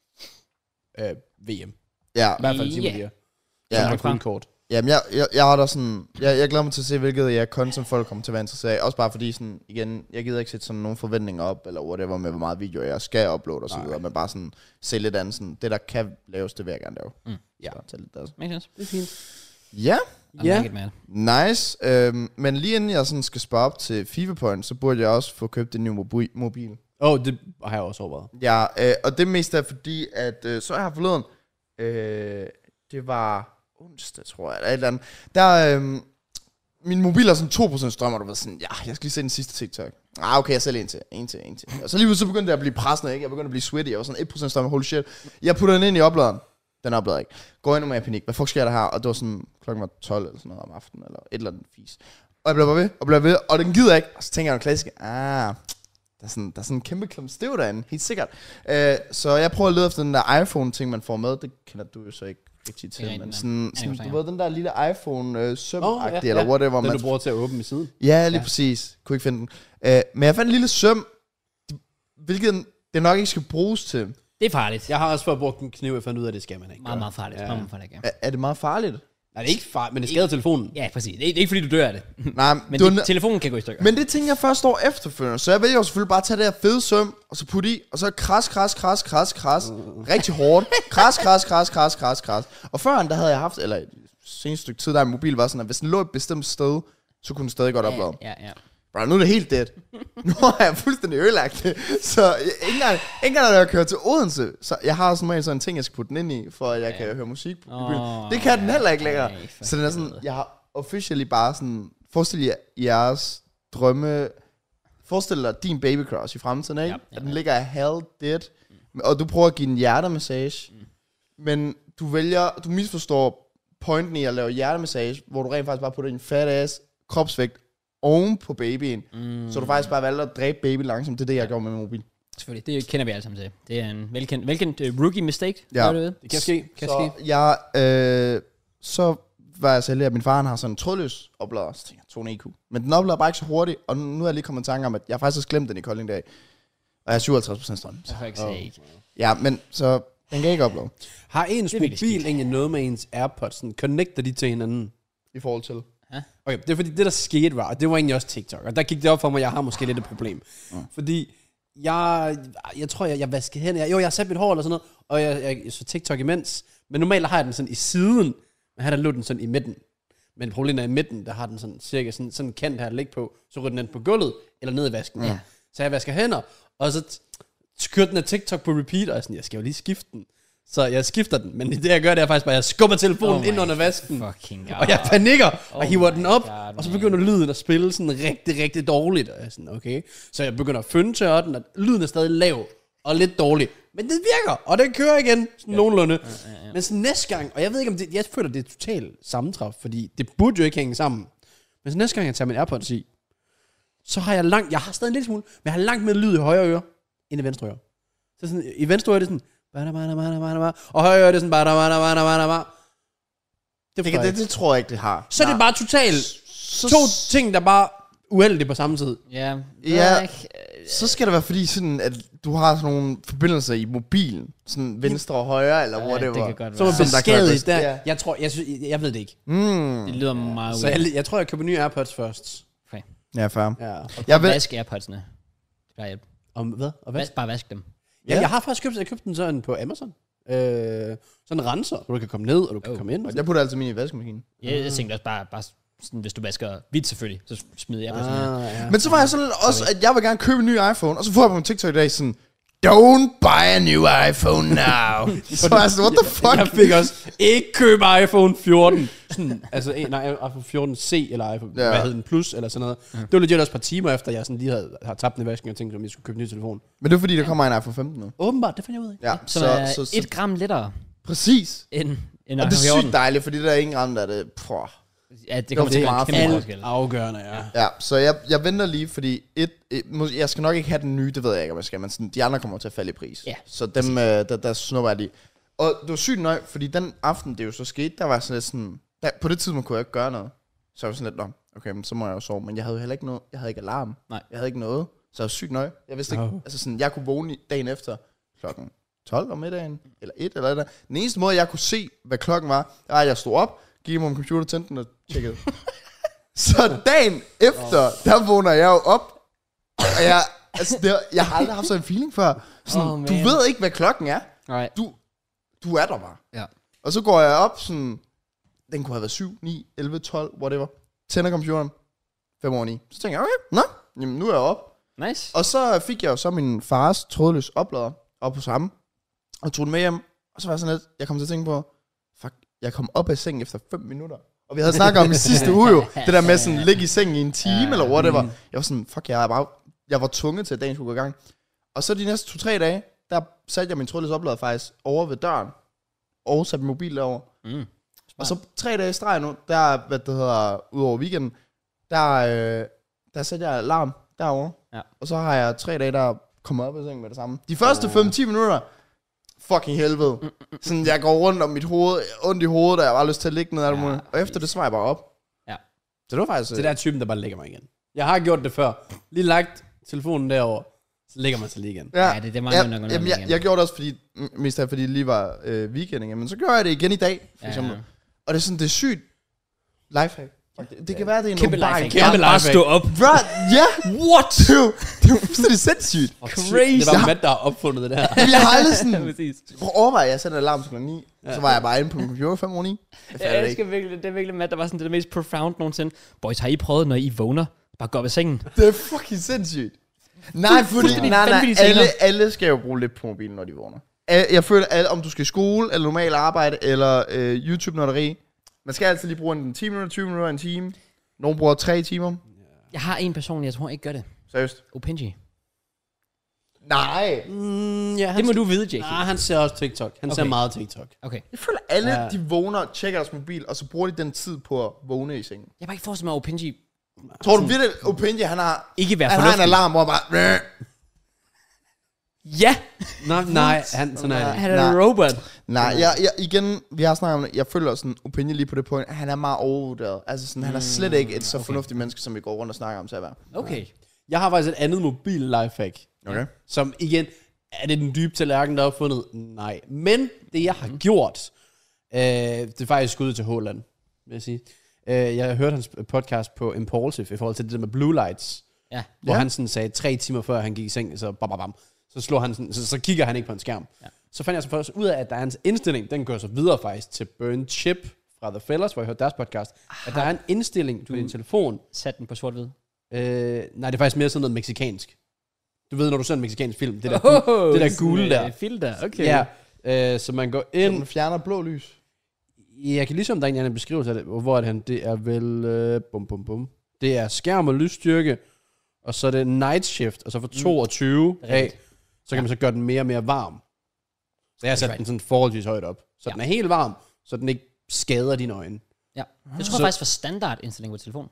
Speaker 2: øh, V M.
Speaker 3: Ja,
Speaker 2: I hvert fald
Speaker 1: Ja.
Speaker 2: Timo Werner.
Speaker 3: ja.
Speaker 2: Som
Speaker 1: Ja.
Speaker 2: er kun kort.
Speaker 3: Jamen, jeg, jeg, jeg har da sådan, jeg, jeg glæder mig til at se, hvilket ja, content folk kommer til at være interesseret af. Også bare fordi sådan, igen, jeg gider ikke sætte sådan nogle forventninger op, eller whatever med, hvor meget video jeg skal uploade og så
Speaker 2: Nej.
Speaker 3: videre, men bare sådan, se lidt andet sådan, det der kan laves, det vil jeg gerne lave.
Speaker 1: Mm.
Speaker 2: Ja.
Speaker 3: Så, tag lidt der.
Speaker 1: Makes sense.
Speaker 2: Det er fint.
Speaker 3: Ja,
Speaker 1: I
Speaker 2: Ja.
Speaker 1: like it, man.
Speaker 3: nice. Øhm, men lige inden jeg sådan skal spare op til FIFA Point, så burde jeg også få købt en ny mobi- mobil.
Speaker 2: Åh, oh, det har jeg også overvejet.
Speaker 3: Ja, øh, og det mest er fordi, at øh, så her forleden, øh, det var onsdag, tror jeg, eller et eller andet, der, øh, min mobil er sådan to procent strøm, og du ved sådan, ja, jeg skal lige se den sidste TikTok. Ah, okay, jeg sælger en til, en til, en til. Og så lige så begyndte jeg at blive presset, ikke? Jeg begyndte at blive sweaty, jeg var sådan et procent strøm, holy shit. Jeg putter den ind i opladeren. Den oplader ikke. Går endnu mere i panik. Hvad fuck sker der her? Og det var sådan, klokken var tolv eller sådan noget om aftenen, eller et eller andet fis. Og jeg blev bare ved, og blev ved, og den gider ikke. Og så tænker jeg jo klassisk, ah, der er sådan, der er sådan en kæmpe klump støv derinde, helt sikkert. Uh, så jeg prøver at lede efter den der iPhone-ting, man får med. Det kender du jo så ikke rigtig til,
Speaker 1: Det er
Speaker 3: men
Speaker 1: rigtigt,
Speaker 3: sådan,
Speaker 1: ja.
Speaker 3: sådan
Speaker 1: Ja,
Speaker 3: du ved, den der lille iPhone uh, søm
Speaker 2: Åh, ja,
Speaker 3: eller
Speaker 2: ja.
Speaker 3: whatever.
Speaker 2: Den
Speaker 3: man
Speaker 2: du bruger til at åbne i siden.
Speaker 3: Ja, lige
Speaker 2: Ja.
Speaker 3: præcis. Kunne ikke finde den. Uh, men jeg fandt en lille søm, hvilket det nok ikke skal bruges til.
Speaker 1: Det er farligt.
Speaker 2: Jeg har også fået brugt en kniv, jeg fandt ud af, det skal man ikke
Speaker 1: Meget,
Speaker 2: gøre.
Speaker 1: meget farligt.
Speaker 2: Ja.
Speaker 1: Meget, meget farligt, ja.
Speaker 3: Er, er det meget farligt?
Speaker 2: Nej, det er ikke far, men det skader telefonen.
Speaker 1: Ja, præcis. Det er, det er ikke fordi, du dør af det.
Speaker 3: Nej,
Speaker 1: Men
Speaker 3: det var
Speaker 1: det,
Speaker 3: ne-
Speaker 1: telefonen kan gå i stykker.
Speaker 3: men det tænker jeg først over efterfølgende. Så jeg vælger jo selvfølgelig bare at tage det her fede søm, og så putte i, og så kras, kras, kras, kras, kras. Rigtig hårdt. Kras, kras, kras, kras, kras, kras. Og førhen, der havde jeg haft, eller et seneste stykke tid, der i mobil var sådan, at hvis den lå et bestemt sted, så kunne den stadig godt oplade.
Speaker 1: Ja, ja.
Speaker 3: Bro, nu er det helt dead. Nu har jeg fuldstændig ødelagt det. Så jeg, ikke engang, ikke engang, når jeg kører til Odense, så jeg har sådan sådan en ting, jeg skal putte den ind i, for at jeg ja. kan høre musik på mobilen.
Speaker 1: Åh,
Speaker 3: Det kan den heller ikke længere.
Speaker 1: nej, for
Speaker 3: Så den er sådan,
Speaker 1: helvede.
Speaker 3: jeg har officially bare sådan, forestil jer jeres drømme, forestil dig din baby crush i fremtiden, ikke?
Speaker 1: Ja, ja,
Speaker 3: At den
Speaker 1: ja.
Speaker 3: ligger hell dead, og du prøver at give den hjertemassage,
Speaker 1: Mm.
Speaker 3: men du vælger, du misforstår pointen i at lave hjertemassage, hvor du rent faktisk bare putter din fat ass kropsvægt oven på babyen,
Speaker 1: Mm.
Speaker 3: så du faktisk bare valgte at dræbe baby langsomt. Det er det, jeg gjorde med min mobil.
Speaker 1: Selvfølgelig, det kender vi alle sammen til. Det er en velkendt, velkendt uh, rookie mistake.
Speaker 3: Ja.
Speaker 1: Gør det ved.
Speaker 2: Det kan ske. Kan
Speaker 3: Så
Speaker 2: ske.
Speaker 3: jeg, øh, så var jeg så heldig, at min far han har sådan en trådløs oplader, så tænkte jeg, to hundrede I Q. Men den oplader bare ikke så hurtigt, og nu er jeg lige kommet i tanke om, at jeg faktisk har glemt den i Kolding dag. jeg har syvoghalvtreds procent strøm.
Speaker 1: For fuck's sake.
Speaker 3: Ja, men så den kan ikke uploade.
Speaker 2: Har ens
Speaker 1: Det er virkelig
Speaker 2: mobil
Speaker 1: skidt.
Speaker 2: egentlig noget med ens AirPods? Sådan, connecter de til hinanden?
Speaker 3: I forhold til.
Speaker 2: Okay, det er fordi, det der skete var, og det var egentlig også TikTok, og der gik det op for mig, at jeg har måske lidt et problem. Mm. Fordi jeg, jeg tror, jeg, jeg vaskede hænder. Jeg, jo, jeg har sat mit hår eller sådan noget, og jeg, jeg, jeg så TikTok imens. Men normalt har jeg den sådan i siden, men her der lå den sådan i midten. Men problemet er i midten, der har den sådan cirka sådan, sådan en kant her, der ligger på, så ryger den enten på gulvet, eller ned i vasken.
Speaker 1: Ja.
Speaker 2: Så jeg vasker hænder, og så t- kørte den af TikTok på repeat, og jeg, sådan, jeg skal jo lige skifte den. Så jeg skifter den, men det jeg gør, det er faktisk bare, at jeg skubber telefonen
Speaker 1: Oh
Speaker 2: ind
Speaker 1: my
Speaker 2: under vasken.
Speaker 1: Fucking god.
Speaker 2: Og jeg panikker, og
Speaker 1: Oh
Speaker 2: hiver
Speaker 1: my
Speaker 2: den op,
Speaker 1: God,
Speaker 2: og så
Speaker 1: man.
Speaker 2: begynder lyden at spille sådan rigtig, rigtig dårligt. Og jeg er sådan, okay. Så jeg begynder at fyndtørre den, og lyden er stadig lav og lidt dårlig. Men det virker, og det kører igen, sådan ja. nogenlunde. Ja, ja, ja. Men så næste gang, og jeg ved ikke om det, jeg føler, det er totalt sammentræf, fordi det burde jo ikke hænge sammen. Men så næste gang, jeg tager min AirPods i, så har jeg langt, jeg har stadig en lille smule, men jeg har langt mere lyd i højre øre, end i venstre øre. Så sådan, i venstre øre er det sådan, og højre øre er det sådan, det,
Speaker 3: Det, det, det tror jeg ikke, det har.
Speaker 2: så er det bare totalt
Speaker 3: så,
Speaker 2: to ting, der bare uheldige på samme tid.
Speaker 1: Ja.
Speaker 3: Ja.
Speaker 1: Ikke,
Speaker 3: så skal det være fordi, sådan, at du har sådan nogle forbindelser i mobilen. Sådan venstre og højre, eller
Speaker 1: ja,
Speaker 3: whatever.
Speaker 1: det kan godt
Speaker 2: Så er
Speaker 1: være.
Speaker 2: man
Speaker 3: Som der kan være
Speaker 2: beskadiget
Speaker 3: bedst.
Speaker 2: der.
Speaker 3: Ja.
Speaker 2: Jeg tror, jeg, synes, jeg, jeg ved det ikke.
Speaker 3: Mm.
Speaker 1: Det lyder meget
Speaker 2: Så
Speaker 1: weird.
Speaker 2: jeg, jeg tror, jeg køber nye AirPods først.
Speaker 3: Ja, fair.
Speaker 2: Ja.
Speaker 3: Jeg ved,
Speaker 1: Vask AirPods'ene. Det plejer hjælp.
Speaker 2: Om hvad? Og hvad?
Speaker 1: Vask, bare vask dem.
Speaker 2: Ja,
Speaker 3: Ja.
Speaker 2: jeg har faktisk købt, jeg købte den sådan på Amazon. Øh, sådan en renser, hvor du kan komme ned, og du kan
Speaker 1: Oh.
Speaker 2: komme ind.
Speaker 3: jeg putter altid min i vaskemaskinen.
Speaker 1: Ja, jeg tænkte også bare, bare sådan, hvis du vasker hvidt selvfølgelig, så smider jeg på sådan her.
Speaker 2: Ah, ja.
Speaker 3: Men så var jeg sådan også, at jeg vil gerne købe en ny iPhone, og så får jeg på min TikTok i dag sådan, don't buy a new iPhone now. Så var jeg sådan, what the fuck?
Speaker 2: Jeg fik også ikke købe iPhone fjorten. Sådan, altså, en, nej, iPhone fjorten C, eller iPhone,
Speaker 3: Ja.
Speaker 2: hvad hed den, Plus, eller sådan noget. Ja. Det var legit også et par timer efter, jeg sådan lige havde, havde tabt den i vasken, og tænkte, om jeg skulle købe en ny telefon.
Speaker 3: Men det er fordi, der kommer en iPhone femten nu.
Speaker 2: Åbenbart, det fandt jeg ud af.
Speaker 3: Ja,
Speaker 1: Som er et gram lettere
Speaker 3: Præcis.
Speaker 1: end, end
Speaker 3: Og det er
Speaker 1: fjorten.
Speaker 3: sygt dejligt, fordi det der ingen gram, der er det, pff.
Speaker 1: Ja, det kommer
Speaker 3: Det
Speaker 1: til
Speaker 3: var
Speaker 1: at være en
Speaker 3: meget
Speaker 1: kæmpe
Speaker 2: Alt
Speaker 1: forskel.
Speaker 2: afgørende, ja.
Speaker 3: Ja, så jeg, jeg venter lige, fordi et, et, mås- jeg skal nok ikke have den nye, det ved jeg ikke, om jeg skal, men sådan, de andre kommer til at falde i pris.
Speaker 1: Ja,
Speaker 3: så dem, øh, der, der snupper jeg lige. Og det var sygt nøj, fordi den aften, det jo så skete, der var sådan lidt sådan, der, på det tidspunkt kunne jeg ikke gøre noget. Så jeg var sådan lidt, nå, okay, men så må jeg jo sove. Men jeg havde jo heller ikke noget, jeg havde ikke alarm.
Speaker 1: Nej.
Speaker 3: Jeg havde ikke noget, så jeg var sygt nøj. Jeg vidste ikke,
Speaker 2: Oh.
Speaker 3: altså sådan, jeg kunne vågne i- dagen efter klokken tolv om middagen, eller et eller andet. Den eneste måde, jeg kunne se, hvad klokken var, der var, at jeg stod op, gik i min computer, tændte den og tjekkede. Så dagen efter, der vågner jeg jo op, og jeg, altså, det, jeg har aldrig haft sådan en feeling før. Sådan,
Speaker 1: Oh,
Speaker 3: oh,
Speaker 1: man.
Speaker 3: du ved ikke, hvad klokken er.
Speaker 1: Nej.
Speaker 3: Du, du er der bare.
Speaker 1: Ja.
Speaker 3: Og så går jeg op sådan, den kunne have været syv, ni, elleve, tolv, whatever. Tænder computeren, fem over ni. Så tænker jeg, okay, nå, jamen nu er jeg op.
Speaker 1: Nice.
Speaker 3: Og så fik jeg jo så min fars trådløs oplader op på samme, og tog den med hjem. Og så var jeg sådan lidt, jeg kom til at tænke på, fuck, jeg kom op af sengen efter fem minutter. Og vi havde snakket om i sidste uge jo, det der med sådan, ligge i sengen i en time,
Speaker 1: Ja,
Speaker 3: eller whatever. Jeg var sådan, fuck, jeg er bare, jeg var tvunget til, at dagen skulle gå i gang. Og så de næste to-tre dage, der satte jeg min trådløs oplader faktisk over ved døren, og satte min mobil derover.
Speaker 1: Mm.
Speaker 3: Og så tre dage i streg nu, der, hvad det hedder, ud over weekenden, der, øh, der sætter jeg alarm derovre.
Speaker 1: Ja.
Speaker 3: Og så har jeg tre dage, der kommer op i sengen med det samme. De første fem til ti minutter, fucking helvede. Sådan, jeg går rundt om mit hoved, ondt i hovedet, og jeg har bare lyst til at ligge ned. Ja. Og efter det, så var jeg bare op.
Speaker 1: Ja.
Speaker 3: Så det var faktisk...
Speaker 2: Det der er typen, der bare lægger mig igen. Jeg har gjort det før. Lige lagt telefonen derover, så lægger man sig lige igen.
Speaker 1: Ja, det- det mangler nok noget
Speaker 3: jamen,
Speaker 1: igen.
Speaker 3: jeg, jeg gjorde det også, fordi, m- mest af fordi det lige var øh, weekending, men så gjorde jeg det igen i dag, for
Speaker 1: Ja,
Speaker 3: eksempel.
Speaker 1: ja.
Speaker 3: Og det er sådan, det er sygt lifehack. Det, det kan være, det er en
Speaker 1: Kæmpe
Speaker 3: åbenbaring.
Speaker 1: lifehack.
Speaker 2: Kæmpe
Speaker 1: Bare, bare
Speaker 2: lifehack.
Speaker 1: stå op.
Speaker 3: Bro, ja! What? Det er jo, det er jo fuldstændig sindssygt.
Speaker 1: Crazy.
Speaker 2: Det var Matt, der har opfundet det der.
Speaker 3: Jeg har aldrig sådan...
Speaker 1: Præcis.
Speaker 3: Prøv at overveje, at jeg sætter alarm til klokken ni, og så var jeg bare inde på min computer fem over ni. Jeg
Speaker 1: Jeg
Speaker 3: fatter det
Speaker 1: elsker
Speaker 3: ikke.
Speaker 1: virkelig, det er virkelig Matt, der var sådan det, det mest profound nogensinde. Boys, har I prøvet, når I vågner, bare gå op i sengen?
Speaker 3: Det er fucking sindssygt. Nej, fordi
Speaker 1: fuldstændig
Speaker 3: nej, nej,
Speaker 1: vanvittige scener.
Speaker 3: alle, alle skal jo bruge lidt på mobilen, når de vågner. Al- Jeg føler, at om du skal i skole, eller normal arbejde, eller øh, YouTube-nørderi, man skal altid lige bruge en ti minutter, tyve minutter, en time. Nogle bruger tre timer.
Speaker 1: Jeg har en person, jeg tror ikke gør det.
Speaker 3: Seriøst.
Speaker 1: Opinji.
Speaker 3: Nej.
Speaker 2: Mm, ja, han
Speaker 1: Det må du vide, Jake.
Speaker 2: Nej, han ser også TikTok. Han okay. ser
Speaker 1: Okay.
Speaker 2: meget TikTok.
Speaker 1: Okay.
Speaker 3: Jeg føler, alle
Speaker 2: Ja.
Speaker 3: de vågner, tjekker deres mobil, og så bruger de den tid på at vågne i sengen.
Speaker 1: Jeg kan bare ikke forestille mig, at Opinji
Speaker 3: Tror du virkelig, Opinji, han har,
Speaker 1: ikke være
Speaker 3: han har en
Speaker 1: fornuftig?
Speaker 3: alarm, hvor bare...
Speaker 1: Ja,
Speaker 2: Nej, nej, han, sådan er det.
Speaker 1: han er en
Speaker 3: Nej.
Speaker 1: robot.
Speaker 3: Nej, jeg, jeg, igen, vi har snakket om det, jeg føler sådan, Opinji lige på det point, han er meget overvurderet. Altså sådan, han er slet ikke et så
Speaker 1: okay.
Speaker 3: fornuftigt menneske, som vi går rundt og snakker om til at være.
Speaker 1: Okay.
Speaker 2: Jeg har faktisk et andet mobil lifehack.
Speaker 3: Okay.
Speaker 2: Som igen, er det den dybe tallerken, der er opfundet? Nej. Men det, jeg har mm. gjort, øh, det er faktisk skud til Haaland, vil jeg sige. Øh, jeg har hørt hans podcast på Impulsive i forhold til det der med blue lights.
Speaker 1: Ja.
Speaker 2: Hvor
Speaker 3: Ja.
Speaker 2: han sådan sagde, tre timer før han gik i seng, så bam, bam, bam. Så slår han sådan, så, så kigger han ikke på en skærm.
Speaker 1: Ja.
Speaker 2: Så fandt jeg så først ud af, at der er en indstilling, den går så videre faktisk til Burn Chip fra The Fellas, hvor jeg hørte deres podcast, at der er en indstilling, du i din telefon.
Speaker 1: Sat den på sort-hvid.
Speaker 2: Øh, nej, det er faktisk mere sådan noget meksikansk. Du ved, når du ser en meksikansk film, det der,
Speaker 1: Oh,
Speaker 2: det der gule der.
Speaker 1: Filter, okay.
Speaker 2: Ja, øh, så man går
Speaker 3: Så
Speaker 2: ind.
Speaker 3: den fjerner blå lys.
Speaker 2: Jeg kan ligesom, der er en anden beskrivelse af det, hvor er det han, det er vel, øh, bum, bum, bum. Det er skærm og lysstyrke, og så er det night shift, og så fra toogtyve
Speaker 1: Mm.
Speaker 2: af, så kan man så gøre den mere og mere varm. Så jeg har sat
Speaker 1: right.
Speaker 2: den sådan forholdsvis højt op. Så
Speaker 1: Ja.
Speaker 2: den er helt varm, så den ikke skader dine øjne.
Speaker 1: Ja. Jeg tror
Speaker 2: Så-
Speaker 1: faktisk var standard indstilling på telefonen.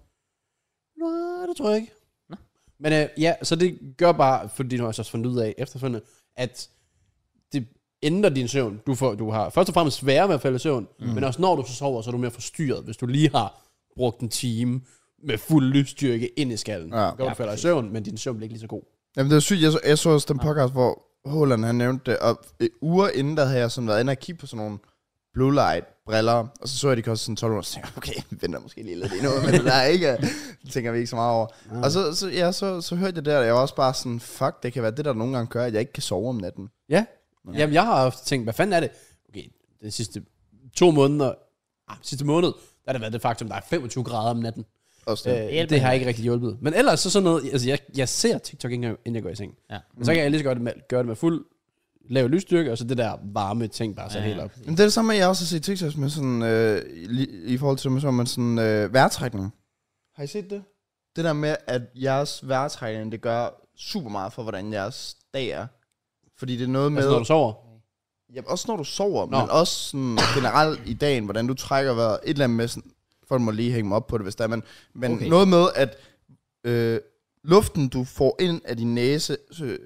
Speaker 2: Nej, det tror jeg ikke.
Speaker 1: Nå.
Speaker 2: Men øh, ja, så det gør bare, fordi nu har jeg så fundet ud af efterfølgende, at det ændrer din søvn. Du, får, du har først og fremmest sværere med at falde i søvn, mm. men også når du så sover, så er du mere forstyrret, hvis du lige har brugt en time med fuld lysstyrke ind i skallen.
Speaker 3: Ja.
Speaker 2: Ja, du
Speaker 1: Ja,
Speaker 2: falder i
Speaker 1: præcis.
Speaker 2: søvn, men din søvn bliver ikke lige så god.
Speaker 3: Jamen det er sygt, jeg så, jeg så også den podcast, hvor Haaland han nævnte det, og øh, uger inden, der havde jeg sådan været inde og kigge på sådan nogle blue light briller, og så så jeg, de kostede sådan tolv hundrede, så tænkte jeg, okay, vi venter måske lige lidt endnu, men det der er ikke, det tænker vi ikke så meget over.
Speaker 2: Ja.
Speaker 3: Og så, så, ja, så, så hørte jeg det der, og jeg var også bare sådan, fuck, det kan være det, der nogle gange gør, at jeg ikke kan sove om natten.
Speaker 2: Ja. ja. Jamen, jeg har ofte tænkt, hvad fanden er det? Okay, de sidste to måneder, ah, sidste måned, der har det været det faktum, der er femogtyve grader om natten.
Speaker 3: Også
Speaker 2: Øh,
Speaker 3: det.
Speaker 1: hjælper
Speaker 2: det har
Speaker 1: heller
Speaker 2: ikke rigtig hjulpet. Men ellers så sådan noget, altså jeg, jeg ser TikTok, inden jeg går i seng.
Speaker 1: Ja.
Speaker 2: Men så kan jeg lige så godt med, gøre det med fuld lav lysstyrke, og så det der varme ting bare så
Speaker 1: Ja,
Speaker 2: helt
Speaker 1: ja.
Speaker 2: op.
Speaker 3: Men det er det samme, jeg også har set TikToks med sådan, øh, i, i forhold til det med sådan øh, vejrtrækning. Har I set det? Det der med, at jeres vejrtrækning, det gør super meget for, hvordan jeres dag er. Fordi det er noget med...
Speaker 2: Altså når du sover.
Speaker 3: Ja, også når du sover,
Speaker 2: Nå.
Speaker 3: men også sådan generelt i dagen, hvordan du trækker vejret. Et eller andet med sådan, folk må lige hænge mig op på det, hvis der er, men, men
Speaker 1: Okay.
Speaker 3: noget med, at øh, luften, du får ind af din næse, så,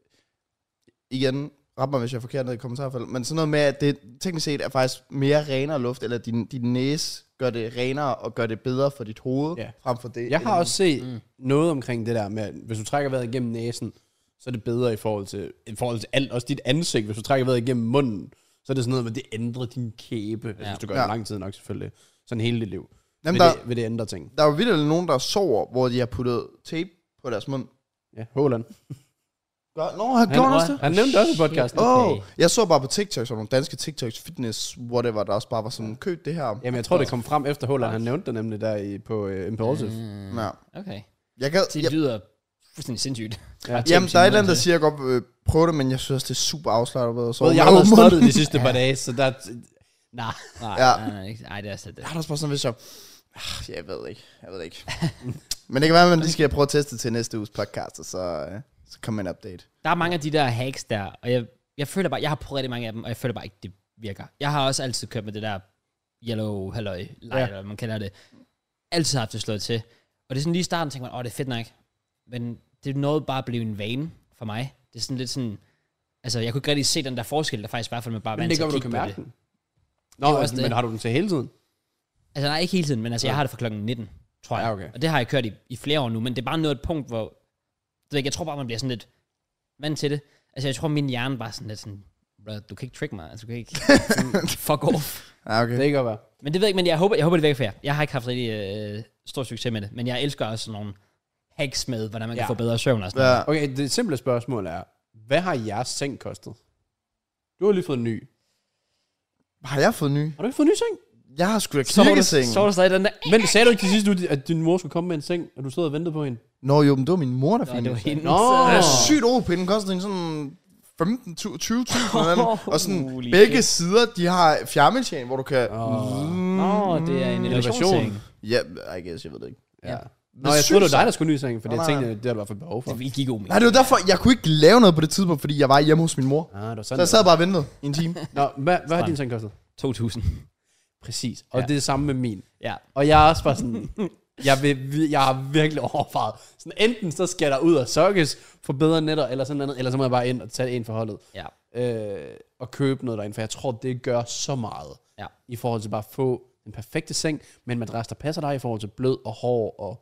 Speaker 3: igen, ret mig, hvis jeg er forkert ned i kommentarfeltet, men sådan noget med, at det teknisk set er faktisk mere renere luft, eller din, din næse gør det renere og gør det bedre for dit hoved,
Speaker 2: Ja.
Speaker 3: frem for det.
Speaker 2: Jeg har også set
Speaker 1: Mm.
Speaker 2: mm. noget omkring det der med, at hvis du trækker vejret igennem næsen, så er det bedre i forhold til, i forhold til alt, også dit ansigt. Hvis du trækker vejret igennem munden, så er det sådan noget med, at det ændrer din kæbe. Ja. Altså, hvis du gør det
Speaker 3: Ja.
Speaker 2: lang tid nok selvfølgelig. Sådan hele dit liv.
Speaker 3: Jamen,
Speaker 2: vil,
Speaker 3: der,
Speaker 2: det, vil det ændre ting.
Speaker 3: der er jo virkelig nogen, der sover, hvor de har puttet tape på deres mund.
Speaker 2: Ja, Haaland.
Speaker 3: Gør, Nå, har
Speaker 2: Han,
Speaker 3: gjort også det?
Speaker 2: han nævnte det også i podcasten.
Speaker 1: Okay.
Speaker 3: Åh, oh, jeg så bare på TikTok, så nogle danske TikToks, fitness, whatever, der også bare var sådan, køb det her.
Speaker 2: Jamen, jeg tror, det kom frem efter Haaland. Han nævnte det nemlig der i, på uh, Impulsive. Mm.
Speaker 3: Ja.
Speaker 1: Okay.
Speaker 3: Jeg kan,
Speaker 1: Det
Speaker 3: jeg,
Speaker 1: lyder fuldstændig sindssygt.
Speaker 2: Ja.
Speaker 1: Bare
Speaker 3: jamen,
Speaker 1: tænk
Speaker 3: der er et
Speaker 1: sin
Speaker 3: eller andet, der
Speaker 1: mund
Speaker 3: siger, at jeg godt vil prøve det, men jeg synes også, det er super afslappet. Så
Speaker 2: Well, jeg har været spottet de sidste par dage, så der...
Speaker 1: til. Nej, nej,
Speaker 3: Ja.
Speaker 1: nej, nej, ikke. Ej, det er så det.
Speaker 3: Jeg har da også bare sådan, hvis jeg... Ah, jeg ved ikke, jeg ved ikke. Men det kan være, at de skal prøve at teste til næste uges podcast, og så, øh, så kommer en update.
Speaker 1: Der er mange af de der hacks der, og jeg, jeg føler bare, jeg har prøvet rigtig mange af dem, og jeg føler bare ikke, det virker. Jeg har også altid kørt med det der yellow halløj light,
Speaker 2: Ja.
Speaker 1: eller man kalder det. Altid haft det slået til. Og det er sådan lige i starten, tænker man, åh, det er fedt nok. Men det er noget bare at blive en vane for mig. Det er sådan lidt sådan, altså jeg kunne ikke rigtig se den der forskel, der faktisk var, for man bare
Speaker 2: Men
Speaker 1: vant
Speaker 2: det
Speaker 1: til
Speaker 2: gør,
Speaker 1: at
Speaker 2: du
Speaker 1: kigge
Speaker 2: kan
Speaker 1: på
Speaker 2: mærke
Speaker 1: det.
Speaker 2: den.
Speaker 1: Det er
Speaker 2: Nå,
Speaker 1: også
Speaker 2: altså,
Speaker 1: det.
Speaker 2: men har du den til hele tiden?
Speaker 1: Altså nej, ikke hele tiden, men altså jeg har det fra klokken nitten, tror jeg.
Speaker 2: Ja, okay.
Speaker 1: Og det har jeg kørt i, i flere år nu, men det er bare nået et punkt, hvor, det ved jeg, ikke, jeg tror bare, man bliver sådan lidt vant til det. Altså jeg tror, min hjerne bare sådan lidt sådan, bro, du kan ikke trick mig, altså du kan ikke, sådan, fuck off.
Speaker 3: Ja, okay.
Speaker 2: Det kan godt være.
Speaker 1: Men det ved jeg ikke, men jeg håber, jeg håber det virker fair. Jeg har ikke haft rigtig øh, stor succes med det, men jeg elsker også sådan nogle hacks med, hvordan man kan
Speaker 2: Ja.
Speaker 1: få bedre søvn og sådan
Speaker 3: Ja.
Speaker 1: noget.
Speaker 2: Okay, det simple spørgsmål er, hvad har jeres seng kostet? Du har lige fået en ny.
Speaker 3: Har jeg fået ny?
Speaker 2: Har du ikke fået en ny seng?
Speaker 3: Jeg har sgu da
Speaker 1: Så var du,
Speaker 3: kirkeseng.
Speaker 1: så var du stadig den der.
Speaker 2: Men sagde du ikke til sidste uge, at din mor skulle komme med en seng, og du stod og ventede på hende?
Speaker 3: Nå jo, men det var min mor, der
Speaker 1: Nå,
Speaker 3: fik
Speaker 1: det var
Speaker 3: den.
Speaker 1: hende.
Speaker 2: Nå.
Speaker 3: Det er
Speaker 1: Så-
Speaker 3: sygt O P, den koster en sådan femten til tyve tusind eller noget. Og sådan
Speaker 1: Holy
Speaker 3: begge
Speaker 1: shit.
Speaker 3: sider, de har fjernbetjening, hvor du kan...
Speaker 2: Åh.
Speaker 1: Nå, det er en innovationsting.
Speaker 3: Ja, I guess, jeg ved det ikke.
Speaker 2: Ja.
Speaker 3: Men
Speaker 2: Nå, jeg
Speaker 3: sygt
Speaker 2: troede, det var
Speaker 3: så-
Speaker 2: dig, der skulle ny seng, fordi
Speaker 3: Nå,
Speaker 2: jeg
Speaker 3: nej.
Speaker 2: tænkte, det har du i hvert fald behov for.
Speaker 1: Det vil give god mening.
Speaker 3: Nej, det var derfor, jeg kunne ikke lave noget på det tidspunkt, fordi jeg var hjemme hos min mor.
Speaker 2: Ah, det var
Speaker 3: Så
Speaker 2: sådan.
Speaker 3: jeg sad bare og ventede i en time.
Speaker 2: Nå, hvad, hvad har din seng kostet?
Speaker 1: to tusind.
Speaker 2: Præcis. Og
Speaker 1: Ja.
Speaker 2: ja. det er det samme med min.
Speaker 1: Ja.
Speaker 2: Og jeg er også bare sådan, jeg, vil, jeg har virkelig overvejet. Sådan, enten så skal der ud og sokkes for bedre netter, eller sådan noget, eller så må jeg bare ind og tage en for holdet.
Speaker 1: Ja.
Speaker 2: Øh, og købe noget derinde, for jeg tror, det gør så meget.
Speaker 1: Ja.
Speaker 2: I forhold til bare at få den perfekte seng, med en madras, der passer dig i forhold til blød og hård, og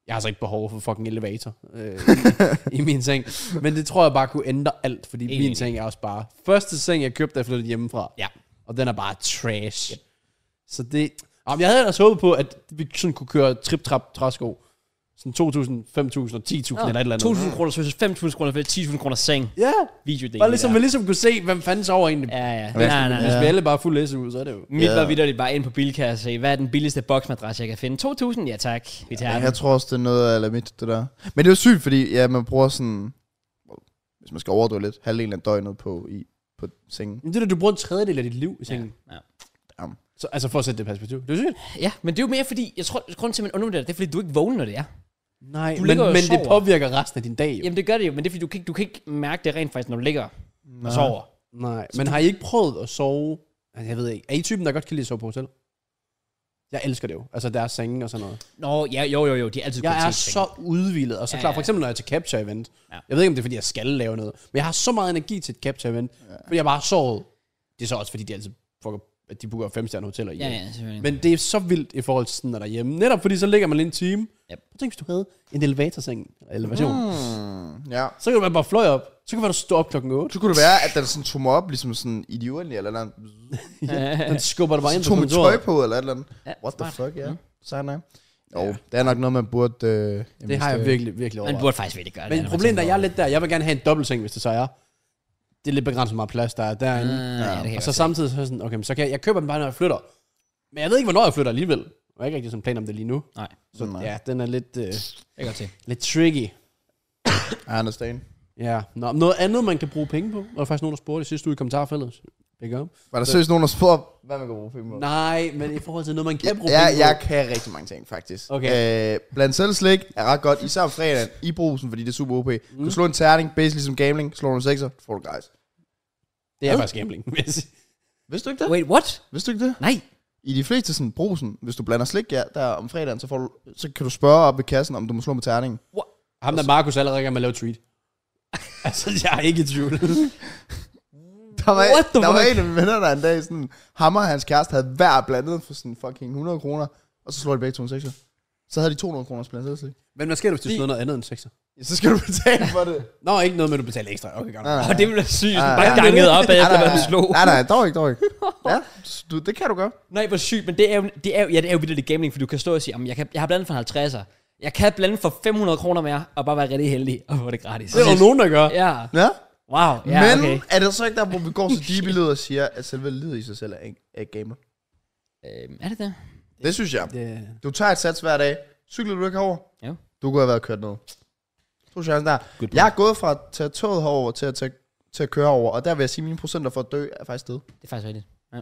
Speaker 2: Jeg har så ikke behov for fucking elevator øh, i, i min seng. Men det tror jeg bare kunne ændre alt, fordi
Speaker 1: Enig.
Speaker 2: min seng er også bare... Første seng, jeg købte, da jeg flyttede hjemmefra.
Speaker 1: Ja.
Speaker 2: Og den er bare trash. Yep. Så det... Jamen, jeg havde ellers håbet på, at vi sådan kunne køre trip-trap træsko. Sådan to tusind, fem tusind og ti tusind eller et eller andet.
Speaker 1: to tusind kroner service, fem tusind kroner for ti tusind kroner seng.
Speaker 2: Ja.
Speaker 1: Videodel.
Speaker 2: Bare ligesom, vi ligesom kunne se, hvem fanden sover egentlig.
Speaker 1: Ja, ja.
Speaker 3: Ja.
Speaker 1: Nej, nej, nej.
Speaker 2: Hvis vi alle bare fuld S U, så er det jo...
Speaker 1: Mit
Speaker 3: Ja.
Speaker 1: var vidderligt bare ind på Bilka og se, hvad er den billigste boksmadras, jeg kan finde? to tusind? Ja tak, vi tager
Speaker 3: Ja,
Speaker 1: den.
Speaker 3: jeg tror også, det er noget af mit, det der. Men det er jo sygt, fordi ja, man bruger sådan, hvis man skal overdrive lidt, halvdelen af døgnet på, i, på sengen.
Speaker 2: Men det er da, du bruger en tredjedel af dit liv i sengen.
Speaker 1: Ja, ja.
Speaker 3: Jamen.
Speaker 2: Så, altså for at sætte det i perspektiv. Det er sygt.
Speaker 1: Ja, men det er jo mere fordi, jeg tror, grunden til, at man undervurderer det, det er fordi, du ikke vågner, når det er.
Speaker 2: Nej,
Speaker 1: Du
Speaker 2: men,
Speaker 1: ligger jo og
Speaker 2: men det
Speaker 1: sover.
Speaker 2: påvirker resten af din dag jo.
Speaker 1: Jamen det gør det jo, men det er fordi, du kan, ikke- du kan ikke mærke det rent faktisk, når du ligger og sover.
Speaker 2: Nej, men har I ikke prøvet at sove? Altså, jeg ved ikke. Er I typen, der godt kan lide at sove på hotel? Jeg elsker det jo. Altså deres senge og sådan noget.
Speaker 1: Nå, ja, jo, jo, jo, de er altid
Speaker 2: Jeg er
Speaker 1: kvalitetssenge.
Speaker 2: så udvildet. Og så
Speaker 1: Ja,
Speaker 2: klar,
Speaker 1: ja.
Speaker 2: for eksempel når jeg er til capture event.
Speaker 1: Ja.
Speaker 2: Jeg ved ikke, om det er, fordi jeg skal lave noget. Men jeg har så meget energi til et capture event. Ja. Fordi jeg bare har sovet. Det er så også, fordi de altid fucker, at de booker femstjerne hoteller i.
Speaker 1: Ja, ja, selvfølgelig.
Speaker 2: Men det er så vildt i forhold til sådan, når der er hjemme. Netop fordi så ligger man lige en time.
Speaker 1: Yep.
Speaker 2: Prøv tænk, hvis du havde en elevatorseng. Elevation. Mm.
Speaker 3: Mm, ja.
Speaker 2: Så kan du bare fløje op. Så kan du stå op klokken otte.
Speaker 3: Så kunne det være, at den sådan tog mig op, ligesom sådan i de uendelige, eller noget.
Speaker 2: Den skubber dig bare ind
Speaker 3: Så
Speaker 2: på
Speaker 3: tog mit
Speaker 2: kontoret.
Speaker 3: tøj på, eller et eller andet.
Speaker 1: Ja,
Speaker 3: What the
Speaker 1: smart.
Speaker 3: fuck, ja.
Speaker 1: Mm.
Speaker 3: Så nej. Jo,
Speaker 2: Ja.
Speaker 3: det er nok noget, man burde øh,
Speaker 2: Det har jeg
Speaker 3: investere i.
Speaker 2: virkelig, virkelig
Speaker 1: Man
Speaker 2: overvejet.
Speaker 1: burde faktisk virkelig gøre det.
Speaker 2: Men
Speaker 1: når man
Speaker 2: problemet er,
Speaker 1: tænker
Speaker 2: jeg er
Speaker 1: over
Speaker 2: lidt der. Jeg vil gerne have en dobbeltseng, hvis det så er. Det er lidt begrænset meget plads, der er
Speaker 1: det.
Speaker 2: derinde.
Speaker 1: Ah, ja, det kan
Speaker 2: Og
Speaker 1: jeg
Speaker 2: så
Speaker 1: godt se.
Speaker 2: samtidig så er jeg sådan, okay, men så kan jeg, jeg køber den bare, når jeg flytter. Men jeg ved ikke, hvornår jeg flytter alligevel. Jeg har ikke rigtig sådan plan om det lige nu.
Speaker 1: Nej,
Speaker 2: Så
Speaker 3: Nej.
Speaker 2: ja, den er lidt, øh,
Speaker 1: det kan jeg godt se.
Speaker 2: lidt tricky.
Speaker 3: I understand.
Speaker 2: Ja. Nå, noget andet, man kan bruge penge på. Der var faktisk nogen, der spurgte i sidste uge i kommentarfeltet. Big up.
Speaker 3: Var der seriøst nogen, der spurgte, hvad man kan bruge penge på?
Speaker 2: Nej, men i forhold til noget, man kan bruge
Speaker 3: Ja,
Speaker 2: penge
Speaker 3: jeg
Speaker 2: på.
Speaker 3: kan rigtig mange ting, faktisk.
Speaker 2: Okay.
Speaker 3: Øh, blandt selv slik er ret godt, især om fredagen i brusen, fordi det er super O P. Mm. Du kan slå en terning, basically som gambling, slå nogle sekser, får du guys.
Speaker 2: Det er
Speaker 3: Hvad?
Speaker 2: faktisk gambling, vil jeg sige.
Speaker 3: Vidste du ikke det?
Speaker 1: Wait, what?
Speaker 3: Vidste du ikke det?
Speaker 1: Nej.
Speaker 3: I de fleste sådan brusen, hvis du blander slik ja, der om fredagen, så, får du, så kan du spørge op ved kassen, om du må slå med terningen.
Speaker 2: Ham der Markus allerede gang med at lave tweet. Altså, jeg er ikke i tvivl.
Speaker 3: Der var,
Speaker 1: What the
Speaker 3: der var
Speaker 1: fuck?
Speaker 3: en af mine venner, der en dag sådan, ham og hans kæreste havde hver blandet for sådan fucking hundrede kroner, og så slår de begge to en sekser. Så havde de to hundrede kroner blandet slik.
Speaker 2: Men hvad sker der, hvis du
Speaker 1: De-
Speaker 2: slår noget andet end sekser?
Speaker 3: Ja, så skal du betale for det.
Speaker 2: Nå, ikke noget med, at du betaler ekstra. Okay, godt.
Speaker 3: Nej, nej,
Speaker 1: Åh, det ville være sygt.
Speaker 3: Ah,
Speaker 1: Bare
Speaker 3: ja.
Speaker 1: ganget op
Speaker 3: nej,
Speaker 1: efter,
Speaker 3: nej,
Speaker 1: hvad du slog.
Speaker 3: nej, nej, dog ikke, dog ikke. Ja, du, det kan du gøre.
Speaker 1: Nej, hvor sygt, men det er jo, det er jo, ja, det er jo vildt gambling, for du kan stå og sige, "Jamen, jeg, kan, jeg har blandet for en halvtredser. Jeg kan blande for fem hundrede kroner mere, og bare være rigtig heldig, og få det gratis.
Speaker 2: Det er der nogen, der gør.
Speaker 1: Ja,
Speaker 3: Ja,
Speaker 1: wow, ja,
Speaker 3: men
Speaker 1: okay.
Speaker 3: er det så ikke der, hvor vi går så deep i livet og siger, at selve livet i sig selv er ikke er ikke gamer?
Speaker 1: Øhm, er det det?
Speaker 3: Det synes jeg.
Speaker 2: Det,
Speaker 3: Du tager et sats hver dag. Cykler du ikke herover?
Speaker 1: Jo.
Speaker 3: Du kunne have været kørt ned. To chancer der.
Speaker 1: Good
Speaker 3: Jeg er gået fra at tage toget herover til at, tage, til at køre over, og der vil jeg sige, at mine procenter for at dø er faktisk sted.
Speaker 1: Det er faktisk rigtigt. Ja.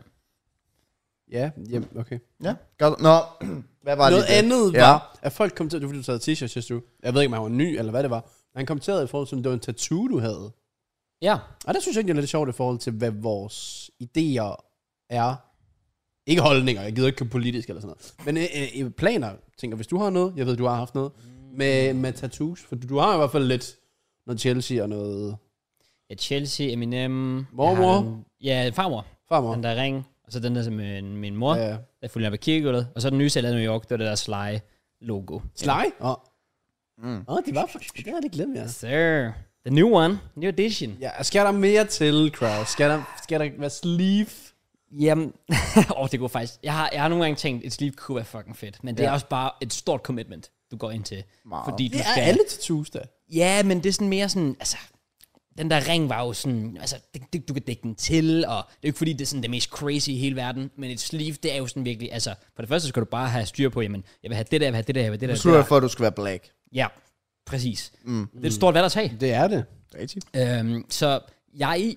Speaker 2: ja, jamen, okay.
Speaker 3: Ja. Godt. Nå, hvad var
Speaker 2: Noget
Speaker 3: det?
Speaker 2: andet
Speaker 3: Ja.
Speaker 2: var, at folk kommenterede, det var fordi, du taget t-shirt sidste uge. Jeg ved ikke, om han var ny, eller hvad det var. Men han kommenterede i forhold til, om det var en tattoo, du havde.
Speaker 1: Ja.
Speaker 2: Og der synes jeg ikke, det er lidt sjovt i forhold til, hvad vores idéer er. Ikke holdninger, jeg gider ikke købe politisk eller sådan noget. Men øh, øh, planer, tænker, hvis du har noget, jeg ved, du har haft noget, med, med tattoos. For du, du har i hvert fald lidt noget Chelsea og noget
Speaker 1: Ja, Chelsea, Eminem.
Speaker 2: Mormor?
Speaker 1: jeg har den- Ja, farmor.
Speaker 2: farmor.
Speaker 1: Den der ring. Og så den der som min, min mor.
Speaker 2: Ja.
Speaker 1: Der fulgte jeg på kirkegulvet. Og så den nye sælger i New York, det var det der Sly-logo.
Speaker 2: Sly? Åh,
Speaker 3: Mm.
Speaker 2: oh, det var faktisk, det havde jeg glemt, ja.
Speaker 1: Sir. The new one. New edition.
Speaker 2: Ja, skal der mere til, Kraus? Skal der, skal der være sleeve?
Speaker 1: Jamen, åh, oh, det går faktisk. Jeg har, jeg har nogle gange tænkt, et sleeve kunne være fucking fedt. Men det
Speaker 2: Ja.
Speaker 1: er også bare et stort commitment, du går ind til.
Speaker 3: Meget.
Speaker 1: Fordi du
Speaker 2: Det er
Speaker 1: skal...
Speaker 2: alle tattoos, der.
Speaker 1: Ja, men det er sådan mere sådan, altså, den der ring var jo sådan, altså, det, det, du kan dække den til, og det er jo ikke fordi, det er sådan det mest crazy i hele verden, men et sleeve, det er jo sådan virkelig, altså, for det første skal du bare have styr på, jamen, jeg vil have det der, jeg vil have det der, jeg vil have det der.
Speaker 3: Du slutter for, at du skal være black.
Speaker 1: Ja, præcis.
Speaker 3: Mm.
Speaker 1: Det er et stort valg at tage.
Speaker 2: Det er det.
Speaker 3: Rigtigt.
Speaker 1: Øhm, så jeg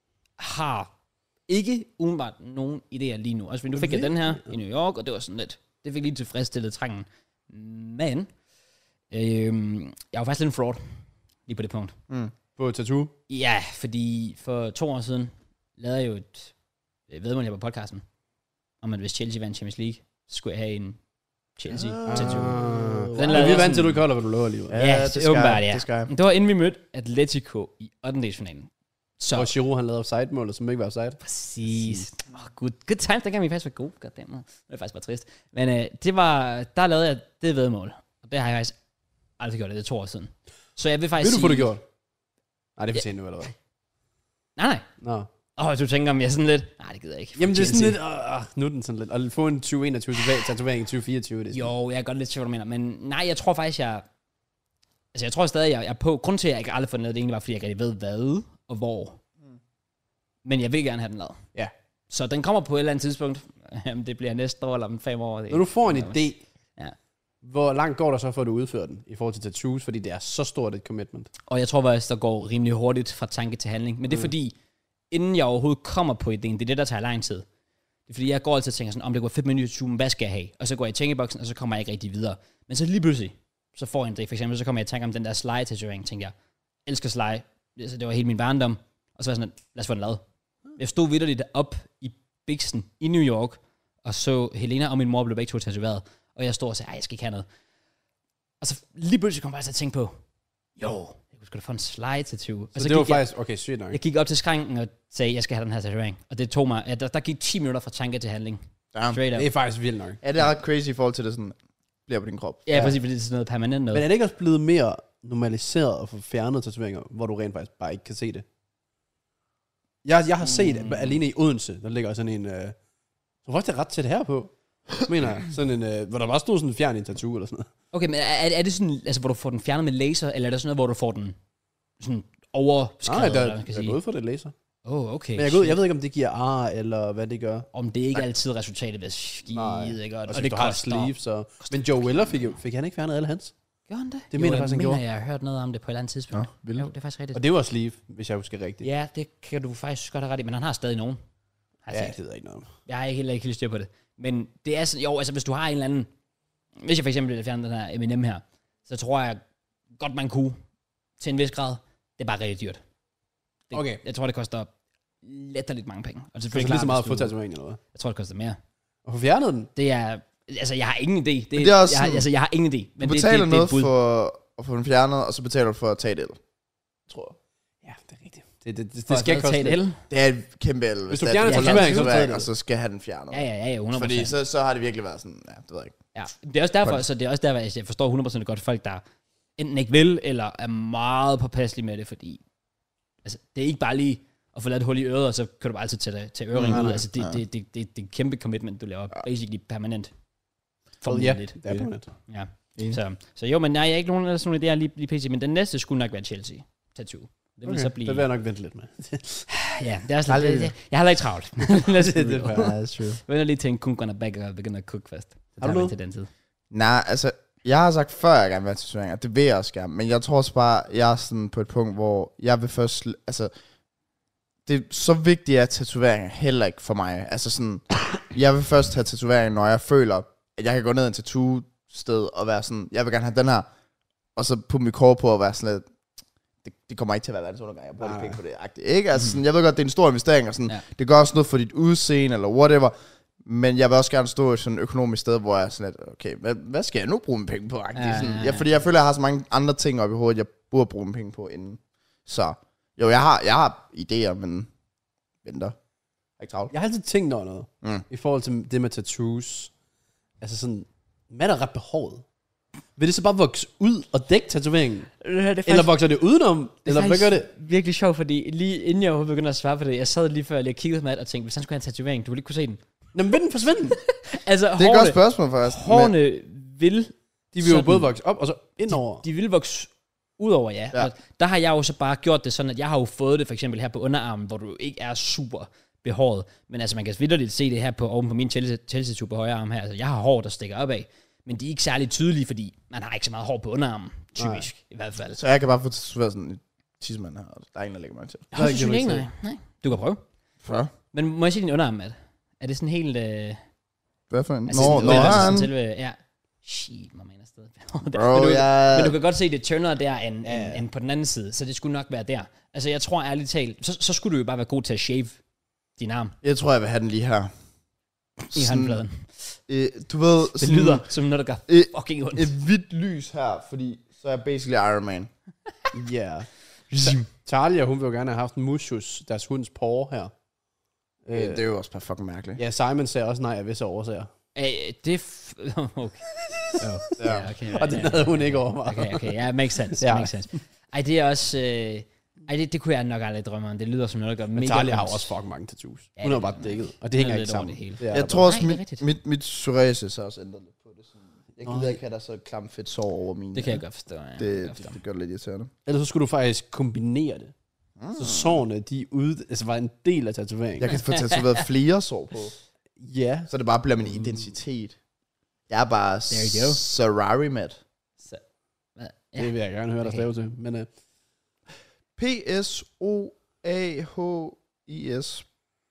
Speaker 1: har ikke umiddelbart nogen idéer lige nu. Altså, nu fik jeg den her i New York, og det var sådan lidt, det fik lige tilfredsstillet trangen. Men, øhm, jeg var faktisk lidt en fraud, lige på det punkt.
Speaker 3: Mm.
Speaker 2: På tattoo.
Speaker 1: Ja, fordi for to år siden lavede jeg jo et øh, vedmål her på podcasten, om at hvis Chelsea vandt Champions League, så skulle jeg have en Chelsea-tattoo.
Speaker 2: Ah.
Speaker 1: Den
Speaker 2: Den
Speaker 1: lavede
Speaker 2: vi
Speaker 1: jeg
Speaker 2: vant
Speaker 1: sådan-
Speaker 2: til, at du ikke holder, hvad du lover alligevel.
Speaker 1: Ja, ja, det
Speaker 3: skal
Speaker 1: åbenbart,
Speaker 3: jeg.
Speaker 1: ja.
Speaker 3: Det skal jeg.
Speaker 1: Det var inden vi mødte Atletico i ottendedelsfinalen. Så
Speaker 2: Og Giroud, han lavede offside-målet, som ikke var offside.
Speaker 1: præcis. Åh, oh, good, good times, der kan vi faktisk være gode. Goddammit. Det er faktisk bare trist. Men øh, det var, der lavede jeg det vedmål. Og det har jeg faktisk aldrig gjort det, det er to år siden. Så jeg vil faktisk
Speaker 2: Vil du
Speaker 1: sige...
Speaker 2: få det gjort? Nej, det er for sent nu, eller hvad?
Speaker 1: Nej, nej.
Speaker 2: Nå.
Speaker 1: Åh, oh, du tænker, om jeg er sådan lidt... Nej, det gider jeg ikke.
Speaker 2: Jamen, det er sådan
Speaker 1: Chelsea.
Speaker 2: lidt... Øh, nu er den sådan lidt... Og få en tyve enogtyve tatovering i tyve fireogtyve, det er sådan.
Speaker 1: Jo, jeg er godt lidt til, hvad du mener. Men nej, jeg tror faktisk, jeg... Altså, jeg tror stadig, jeg, jeg er på... Grunden til, at jeg ikke aldrig får den ned, det egentlig var, fordi jeg ikke rigtig ved, hvad og hvor. Mm. Men jeg vil gerne have den lavet.
Speaker 2: Ja.
Speaker 1: Så den kommer på et eller andet tidspunkt. Jamen, det bliver næste år eller om fem år. Det
Speaker 2: Når du får en idé,
Speaker 1: ja.
Speaker 2: hvor langt går der så, for at du udfører den, i forhold til tattoos, fordi det er så stort et commitment?
Speaker 1: Og jeg tror faktisk, der går rimelig hurtigt fra tanke til handling. Men det er mm. fordi, inden jeg overhovedet kommer på ideen, det er det, der tager lang tid. Det er fordi, jeg går altid og tænker sådan, om det går fedt med YouTube, hvad skal jeg have? Og så går jeg i tænkeboksen, og så kommer jeg ikke rigtig videre. Men så lige pludselig, så får jeg en idé. For eksempel, så kommer jeg i tanke om den der slide-tatovering, tænker jeg, elsker slide. Altså, det var helt min barndom. Og så var jeg sådan, lad os få den lavet. Jeg stod vitterligt op i Bixen i New York, og så Helena og min mor blev begge to tatoveret. Og jeg stod og sagde, ej, jeg skal ikke have noget. Og så lige pludselig kom jeg faktisk til at tænke på, jo, jeg kunne sgu da få en slide-tattoo.
Speaker 2: Så, så det var faktisk, okay, sygt nok.
Speaker 1: Jeg gik op til skranken og sagde, jeg skal have den her tatovering. Og det tog mig, ja, der, der gik ti minutter fra tanke til handling.
Speaker 3: Ja.
Speaker 1: Straight up.
Speaker 2: Det er faktisk vildt nok.
Speaker 3: Ja, det er ret crazy i forhold til det sådan, bliver på din krop.
Speaker 1: Ja, ja. Præcis, fordi det er sådan noget permanent noget.
Speaker 2: Men er det ikke også blevet mere normaliseret at få fjernet tatoveringer, hvor du rent faktisk bare ikke kan se det? Jeg, jeg har set, mm. alene i Odense, der ligger sådan en... Øh, så faktisk er ret til det her på. Mener jeg. Sådan en, øh, hvor der bare stod sådan en fjern i en tattoo eller sådan noget.
Speaker 1: Okay, men er, er det sådan, altså hvor du får den fjernet med laser, eller er det sådan noget, hvor du får den sådan overskrevet?
Speaker 2: Nej, der,
Speaker 1: eller, man kan
Speaker 2: der
Speaker 1: sige?
Speaker 2: er gået for det laser.
Speaker 1: Oh, okay.
Speaker 2: Men jeg, går, jeg ved ikke, om det giver ar, eller hvad det gør.
Speaker 1: Om det ikke altid resultatet ved skide godt.
Speaker 2: Og,
Speaker 1: Og det
Speaker 2: du har
Speaker 1: koster.
Speaker 2: sleeve, så... Men Joe Weller fik, jo, fik han ikke fjernet alle hans?
Speaker 1: Gør han det?
Speaker 2: Det
Speaker 1: jo,
Speaker 2: mener jeg faktisk, han
Speaker 1: mener,
Speaker 2: gjorde.
Speaker 1: jeg har hørt noget om det på et eller andet tidspunkt.
Speaker 3: Ja, vildt.
Speaker 1: Jo, det er faktisk rigtigt.
Speaker 2: Og det var sleeve, hvis jeg husker rigtigt.
Speaker 1: Ja, det kan du faktisk godt have ret i, men han har stadig nogen. Har jeg
Speaker 2: Ja,
Speaker 1: set.
Speaker 2: det ved jeg ikke noget om.
Speaker 1: Jeg har ikke heller ikke helt styr på det. Men det er sådan, jo, altså hvis du har en eller anden... Hvis jeg for eksempel vil fjerne den her Eminem her, så tror jeg godt, man kunne til en vis grad. Det er bare rigtig dyrt. Det,
Speaker 2: Okay.
Speaker 1: Jeg tror, det koster letterligt mange penge. Og
Speaker 2: Det er
Speaker 1: selvfølgelig
Speaker 2: lige så
Speaker 1: klart,
Speaker 2: meget at
Speaker 1: hvis
Speaker 2: få
Speaker 1: du-
Speaker 2: tatoveringen eller hvad?
Speaker 1: Jeg tror, det koster mere.
Speaker 2: Og få fjernet den?
Speaker 1: Det er... Altså, jeg har ingen idé. Det,
Speaker 3: det er også
Speaker 1: jeg, har,
Speaker 3: sådan-
Speaker 1: altså, jeg har ingen idé.
Speaker 3: Du
Speaker 1: Men
Speaker 3: betaler
Speaker 1: det, det, det,
Speaker 3: noget
Speaker 1: det er et bud.
Speaker 3: for at få den fjernet, og så betaler du for at tage det, tror jeg.
Speaker 2: Ja, det er rigtigt. Det, det, det,
Speaker 1: For
Speaker 2: det skal
Speaker 1: at
Speaker 2: ikke koste
Speaker 1: tage et
Speaker 2: lidt.
Speaker 1: el.
Speaker 3: Det er et kæmpe el.
Speaker 2: Hvis du
Speaker 3: det er-
Speaker 2: fjerner
Speaker 3: det er
Speaker 1: tatovering,
Speaker 3: en
Speaker 2: så tager det.
Speaker 3: og så skal have den fjernet.
Speaker 1: Ja, ja, ja, ja, hundrede procent.
Speaker 3: Fordi så, så har det virkelig været sådan, ja, det ved jeg ikke.
Speaker 1: Ja, det er også derfor, så det er også derfor, jeg forstår hundrede procent godt folk, der enten ikke vil, eller er meget påpasselige med det, fordi altså, det er ikke bare lige at få lavet et hul i øret, og så kan du bare altid tage, tage øringen
Speaker 2: Nej,
Speaker 1: ud.
Speaker 2: nej,
Speaker 1: Altså, det,
Speaker 3: nej.
Speaker 1: det, det, det, det er et kæmpe commitment, du laver
Speaker 3: Ja.
Speaker 1: basically permanent.
Speaker 2: Ja,
Speaker 1: Formidligt.
Speaker 2: det er permanent.
Speaker 1: Ja. Så, så jo, men nej, jeg har ikke nogen af sådan nogle idéer lige, lige P C, men den næste skulle nok være Chelsea Tattoo. Det vil
Speaker 2: Okay,
Speaker 1: så blive...
Speaker 2: det vil jeg nok vente lidt med.
Speaker 1: Ja, det er også
Speaker 3: Aldrig.
Speaker 1: lidt... Det, jeg har heller ikke travlt. Lad os
Speaker 2: Det er
Speaker 1: det.
Speaker 2: fair.
Speaker 3: Ja, that's true.
Speaker 1: Jeg venter lige til en kunkerne back og begynder at cook først. Så
Speaker 2: Har
Speaker 1: tager
Speaker 2: du
Speaker 1: vi
Speaker 2: noget?
Speaker 1: til den tid.
Speaker 3: Nej, altså, jeg har sagt før, jeg gerne vil have tatoveringer. Det vil jeg også gerne. Men jeg tror også bare, jeg er sådan på et punkt, hvor jeg vil først... Altså, det er så vigtigt, at tatoveringer heller ikke for mig. Altså sådan, jeg vil først have tatoveringer, når jeg føler, at jeg kan gå ned i en tattoo-sted og være sådan, jeg vil gerne have den her, og så putte mit kort på og være sådan lidt, det, det kommer ikke til at være verdensundergang, jeg bruger lidt penge på det. Agtigt, ikke? Altså sådan, jeg ved godt, det er en stor investering, og sådan,
Speaker 1: Ja.
Speaker 3: det gør også noget for dit udseende, eller whatever, men jeg vil også gerne stå i sådan et økonomisk sted, hvor jeg er sådan lidt, okay, hvad, hvad skal jeg nu bruge mine penge på? Agtigt,
Speaker 1: Ja,
Speaker 3: sådan,
Speaker 1: ja, ja.
Speaker 3: jeg, fordi jeg føler, jeg har så mange andre ting oppe i hovedet, jeg burde bruge mine penge på inden. Så, jo, jeg har, jeg har idéer, men venter. Jeg er ikke travlt.
Speaker 2: Jeg har altid tænkt over noget,
Speaker 3: Mm.
Speaker 2: i forhold til det med tattoos. Altså sådan, hvad er ret behovet? Vil det så bare vokse ud og dække tatoveringen?
Speaker 1: Det er
Speaker 2: Eller vokser det udenom? Eller hvad gør det?
Speaker 1: Virkelig sjovt, fordi lige inden jeg overhovedet begyndte at svare på det, jeg sad lige før, og jeg kiggede med og tænkte, hvis han skulle have en tatovering, du ville ikke kunne se den.
Speaker 2: Nå, men vil den forsvinde?
Speaker 1: Altså,
Speaker 3: Det er et godt
Speaker 1: hårene,
Speaker 3: spørgsmål, faktisk.
Speaker 1: hårene vil...
Speaker 2: De vil jo
Speaker 1: sådan-
Speaker 2: både vokse op og så indover.
Speaker 1: De vil vokse ud over, ja.
Speaker 3: Ja.
Speaker 1: Og der har jeg jo så bare gjort det sådan, at jeg har jo fået det for eksempel her på underarmen, hvor du ikke er super behåret. Men altså, man kan vitterligt se det her på, oven på min Chelsea på højre arm her. Altså, jeg har hår, der stikker opad. Men de er ikke særlig tydelige, fordi man har ikke så meget hår på underarmen. Typisk, nej. I hvert fald.
Speaker 3: Så jeg kan bare få tatoveret sådan en tissemand her, og der er ingen, der lægger mig til.
Speaker 1: Jeg synes ikke, nej. nej. Du kan prøve.
Speaker 3: For?
Speaker 1: Men må jeg sige din underarm, Matt? Er det sådan helt... Øh,
Speaker 3: Hvad for en?
Speaker 1: altså,
Speaker 3: Nå,
Speaker 1: sådan,
Speaker 3: nå,
Speaker 1: altså,
Speaker 3: har
Speaker 1: sådan
Speaker 3: han?
Speaker 1: selve, ja. Shit, man mener sted. men,
Speaker 3: Bro,
Speaker 1: du,
Speaker 3: jeg...
Speaker 1: men du kan godt se, det turner der end,
Speaker 2: Ja.
Speaker 1: end, end på den anden side. Så det skulle nok være der. Altså, jeg tror ærligt talt, så, så skulle du jo bare være god til at shave din arm
Speaker 3: Jeg tror, jeg vil have den lige her.
Speaker 1: i håndfladen.
Speaker 3: Øh, du ved...
Speaker 1: Det lyder som noget, der gør
Speaker 3: øh,
Speaker 1: fucking ondt.
Speaker 3: et hvidt lys her, fordi så er jeg basically Iron Man.
Speaker 2: Ja. Yeah. Talia, hun vil jo gerne have haft en mushus, deres hunds paw her.
Speaker 3: Øh, det er jo også bare fucking mærkeligt.
Speaker 2: Ja, Simon sagde også nej af visse årsager.
Speaker 1: Øh, det er... F- okay. Oh, ja, okay.
Speaker 2: Og den havde hun ikke overvejet.
Speaker 1: Okay, okay. Ja, makes sense.
Speaker 2: Ja.
Speaker 1: Makes sense. Ej, det er også... Øh, ej, det, det kunne jeg nok aldrig drømme om. Det lyder som noget, der gør
Speaker 2: Men
Speaker 1: mega
Speaker 2: Talia har
Speaker 1: ondt.
Speaker 2: også fucking mange tattoos.
Speaker 1: Ja,
Speaker 2: Hun er
Speaker 1: det-
Speaker 2: bare dækket, og det hænger
Speaker 1: lidt
Speaker 2: ikke
Speaker 1: over
Speaker 2: sammen.
Speaker 1: det hele.
Speaker 2: Det er
Speaker 3: Jeg
Speaker 2: der
Speaker 3: tror også,
Speaker 1: Nej, det er
Speaker 3: mit,
Speaker 1: rigtigt.
Speaker 3: mit, mit psoriasis har også ændret lidt på det. Sådan. Jeg
Speaker 2: Nå,
Speaker 3: gider
Speaker 2: ja.
Speaker 3: ikke have der så klam fedt sår over mine.
Speaker 1: Det kan jeg godt forstå. Ja. Det,
Speaker 3: Det,
Speaker 1: godt forstå.
Speaker 3: det, det gør det lidt irriterende.
Speaker 2: Ellers så skulle du faktisk kombinere det. Mm. Så sårene, de ud, altså var en del af tatoveringen.
Speaker 3: Jeg kan få tatoveret flere sår på.
Speaker 2: Ja.
Speaker 3: Så det bare bliver min identitet. Jeg er bare
Speaker 1: There you go.
Speaker 3: Ferrari Matt.
Speaker 1: Så, hvad? Ja.
Speaker 2: Det vil jeg gerne høre dig
Speaker 1: Okay.
Speaker 2: stave til. Men uh,
Speaker 3: P S O A H I S.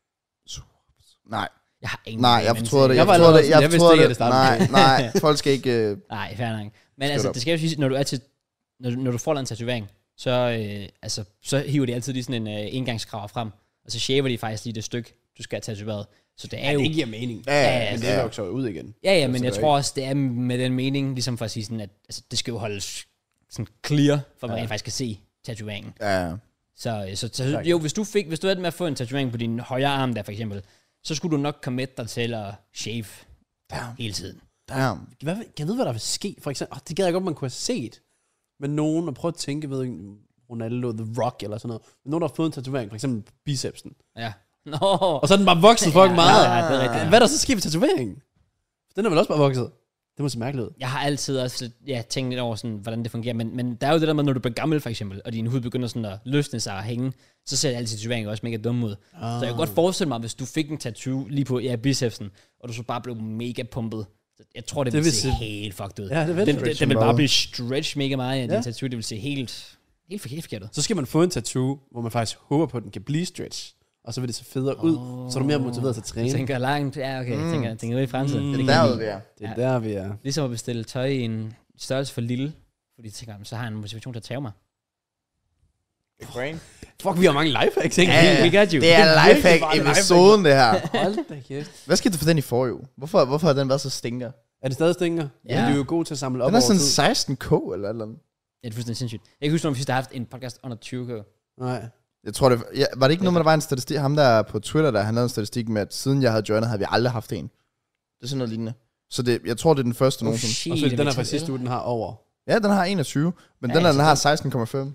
Speaker 3: Nej,
Speaker 1: Jeg har ingen
Speaker 3: nej,
Speaker 1: idé,
Speaker 3: jeg
Speaker 1: men
Speaker 3: fortrød det.
Speaker 2: Jeg
Speaker 3: Jeg
Speaker 2: var
Speaker 3: fortrød
Speaker 2: allerede
Speaker 3: det.
Speaker 2: sådan,
Speaker 3: Jeg
Speaker 2: jeg vidste
Speaker 3: fortrød
Speaker 2: ikke, at
Speaker 3: det.
Speaker 2: det startede
Speaker 3: Nej,
Speaker 2: med
Speaker 3: nej, folk skal ikke... øh,
Speaker 1: Nej, fair nok. Men
Speaker 3: Skød
Speaker 1: altså,
Speaker 3: op.
Speaker 1: det skal jo sige, når du er til, når du, når du får lavet en tatovering, så, øh, altså, så hiver de altid lige sådan en øh, engangskrav frem, og så shaver de faktisk lige det stykke, du skal have tatoveret. Så det er
Speaker 2: ja,
Speaker 1: jo...
Speaker 2: det giver mening.
Speaker 3: Ja,
Speaker 1: Ja,
Speaker 3: ja,
Speaker 2: Men
Speaker 1: altså,
Speaker 2: det
Speaker 3: ja.
Speaker 2: vokser jo ud igen.
Speaker 1: Ja, ja,
Speaker 2: Så
Speaker 1: men
Speaker 2: det
Speaker 1: jeg
Speaker 2: er
Speaker 1: tror også, det er med den mening, ligesom for at sige sådan, at altså, det skal jo holdes sådan clear, for at man
Speaker 2: Ja.
Speaker 1: rent faktisk kan se tatoveringen.
Speaker 3: Ja,
Speaker 1: Så, øh, så, så
Speaker 2: Tak.
Speaker 1: jo, hvis du fik, hvis du havde med at få en tatovering på din højre arm der, for eksempel, så skulle du nok komme dig til at shave
Speaker 3: damn,
Speaker 1: hele tiden.
Speaker 3: damn.
Speaker 2: Hvad, kan jeg vide, hvad der vil ske? For eksempel, oh, det gad jeg godt, man kunne have set. Men nogen, og prøve at tænke, ved ikke, Ronaldo, The Rock eller sådan noget. Men nogen, der har fået en tatovering, for eksempel bicepsen.
Speaker 1: Ja. Nå.
Speaker 2: Og så er den bare vokset fucking meget.
Speaker 1: Ja, det er rigtigt. Ja.
Speaker 2: Hvad er der så sket ved tatoveringen? Den er vel også bare vokset. Det må se mærkeligt ud.
Speaker 1: Jeg har altid også lidt, ja, tænkt lidt over, sådan, hvordan det fungerer, men, men der er jo det der med, når du bliver gammel for eksempel, og din hud begynder sådan at løsne sig og hænge, så ser alle tatoveringer også mega dumme ud.
Speaker 2: Ah.
Speaker 1: Så jeg kan godt forestille mig, hvis du fik en tattoo lige på ja, bicepsen, og du så bare blev mega pumpet, så jeg tror, det,
Speaker 2: Det
Speaker 1: vil
Speaker 2: vil
Speaker 1: se
Speaker 2: se-
Speaker 1: helt fucked ud.
Speaker 2: Ja, det vil
Speaker 1: den,
Speaker 2: det.
Speaker 1: den, den vil bare blive stretch mega meget, ja,
Speaker 2: Ja.
Speaker 1: din tattoo, det vil se helt, helt forkert, forkert ud.
Speaker 2: Så skal man få en tattoo, hvor man faktisk håber på, at den kan blive stretch. Og så vil det se federe ud. Så er du mere motiveret til at træne.
Speaker 1: Jeg tænker langt, ja okay, jeg tænker, jeg tænker ud i fremtiden.
Speaker 2: Mm.
Speaker 1: Det er det,
Speaker 3: Derude
Speaker 1: kan
Speaker 3: vil
Speaker 1: jeg
Speaker 3: jeg.
Speaker 2: Det er der, vi er.
Speaker 1: Ligesom at bestille tøj i en størrelse for lille, fordi jeg tænker, så har jeg en motivation til at tage mig.
Speaker 2: Fuck, vi har mange lifehacks, ikke?
Speaker 3: Ja, ja.
Speaker 1: We got you.
Speaker 3: Det er
Speaker 2: Det er virkelig bare
Speaker 3: lifehack-episoden, det her.
Speaker 2: Hold da kæft.
Speaker 3: Hvad skete der for den i forrige uge? Hvorfor, hvorfor har den været så stinker?
Speaker 2: Er det stadig stinker?
Speaker 1: Ja.
Speaker 2: Ja. Men du er jo god til at samle op
Speaker 3: Den er
Speaker 2: over
Speaker 3: sådan
Speaker 2: tid.
Speaker 3: seksten K eller et eller andet.
Speaker 1: Ja, det er fuldstændig sindssygt. Jeg kan huske, når vi sidst har haft en podcast under tyve K.
Speaker 2: Nej.
Speaker 3: Jeg tror det, ja, var det ikke noget med, der var en statistik, ham der på Twitter, der han lavede en statistik med, at siden jeg havde joinet, havde vi aldrig haft en. Det er sådan noget lignende. Så det, jeg tror, det er den første
Speaker 1: Oh,
Speaker 3: nogensinde.
Speaker 1: shit,
Speaker 2: Og så
Speaker 1: det
Speaker 2: den
Speaker 1: er
Speaker 2: er fra
Speaker 1: til-
Speaker 2: sidste uge, den har over.
Speaker 3: Ja, den har enogtyve, men
Speaker 1: Ja,
Speaker 3: den her, den
Speaker 1: så
Speaker 3: har
Speaker 1: det-
Speaker 3: seksten komma fem.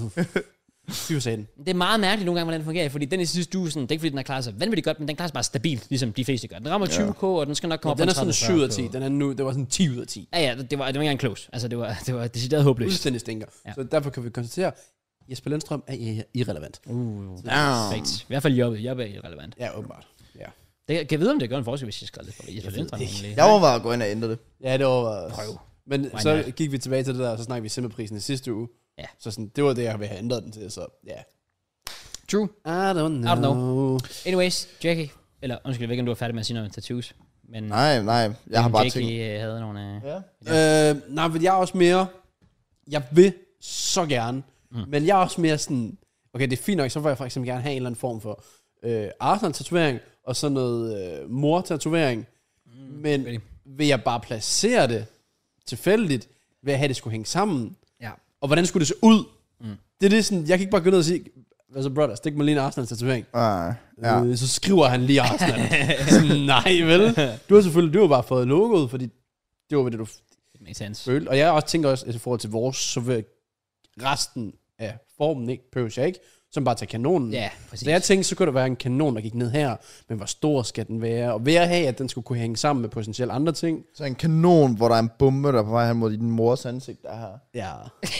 Speaker 2: syv sagde den.
Speaker 1: Det er meget mærkeligt nogle gange, hvordan det fungerer, fordi den i sidste uge, sådan, det er ikke fordi, den har klaret sig vanvittigt godt, men den klarer sig bare stabilt, ligesom de fleste gør. Den rammer tyve K, og den skal nok komme
Speaker 2: Ja,
Speaker 1: op
Speaker 2: den er
Speaker 1: på
Speaker 2: sådan
Speaker 1: tredive
Speaker 2: syv ud af
Speaker 1: K.
Speaker 2: ti. Den er nu, det var sådan ti ud af ti.
Speaker 1: Ja, ja, det var, det var ikke engang close. Altså, det var, det var decideret håbløst.
Speaker 2: Fuldstændig stinker.
Speaker 1: Ja.
Speaker 2: Så derfor kan vi konstatere, at Jesper Lindstrøm er i- irrelevant.
Speaker 1: Uh,
Speaker 3: Damn.
Speaker 1: perfekt. I hvert fald jobbet. Jobbet er irrelevant.
Speaker 2: Ja, åbenbart. Ja.
Speaker 1: Det, kan jeg vide, om det gør en forskel, hvis jeg skrev lidt for Jesper
Speaker 2: ved
Speaker 1: Lindstrøm
Speaker 2: det ikke.
Speaker 1: egentlig?
Speaker 3: Jeg overvejede at gå ind og ændre det.
Speaker 2: Ja, det var...
Speaker 1: Prøv.
Speaker 2: Men
Speaker 1: Why
Speaker 2: så
Speaker 1: not?
Speaker 2: gik vi tilbage til det der, og så snakkede vi simmeprisen i sidste uge.
Speaker 1: Ja.
Speaker 2: Så sådan, det var det, jeg ville have ændret den til, så ja.
Speaker 1: True.
Speaker 2: I don't know.
Speaker 1: I don't know. Anyways, Jackie. Eller, undskyld, jeg ved ikke, om du er færdig med at sige noget om tattoos. Men
Speaker 3: Nej, nej, jeg har bare
Speaker 1: Jackie
Speaker 3: tænkt.
Speaker 1: øh, havde nogle... Øh,
Speaker 3: Ja.
Speaker 2: Øh, nej, men jeg er også mere... Jeg vil så gerne, mm. men jeg er også mere sådan... Okay, det er fint nok, så vil jeg for eksempel gerne have en eller anden form for øh, Arsenal-tatovering, og sådan noget øh, mor-tatovering. Mm, men
Speaker 1: ready.
Speaker 2: vil jeg bare placere det tilfældigt, vil jeg have, det skulle hænge sammen?
Speaker 1: ja.
Speaker 2: Og hvordan skulle det se ud?
Speaker 1: Mm.
Speaker 2: Det er det sådan, jeg kan ikke bare gå ned og sige, hvad så brother, stik mig lige en Arsenal-tatovering.
Speaker 3: Ah, ja.
Speaker 2: Øh, så skriver han lige Arsenal. Sådan, nej, vel? Du har selvfølgelig, du har bare fået logoet, fordi det var det, du
Speaker 1: It makes sense.
Speaker 2: følte. Og jeg også tænker også, at i forhold til vores, så vil resten af formen ikke, behøver jeg ikke, som bare tager kanonen.
Speaker 1: Ja, præcis.
Speaker 2: Så jeg tænkte, så kunne der være en kanon, der gik ned her, men hvor stor skal den være? Og vil jeg have, at den skulle kunne hænge sammen med potentielt andre ting?
Speaker 3: Så en kanon, hvor der er en bombe, der er på vej hen mod din mors ansigt, der er her.
Speaker 2: Ja.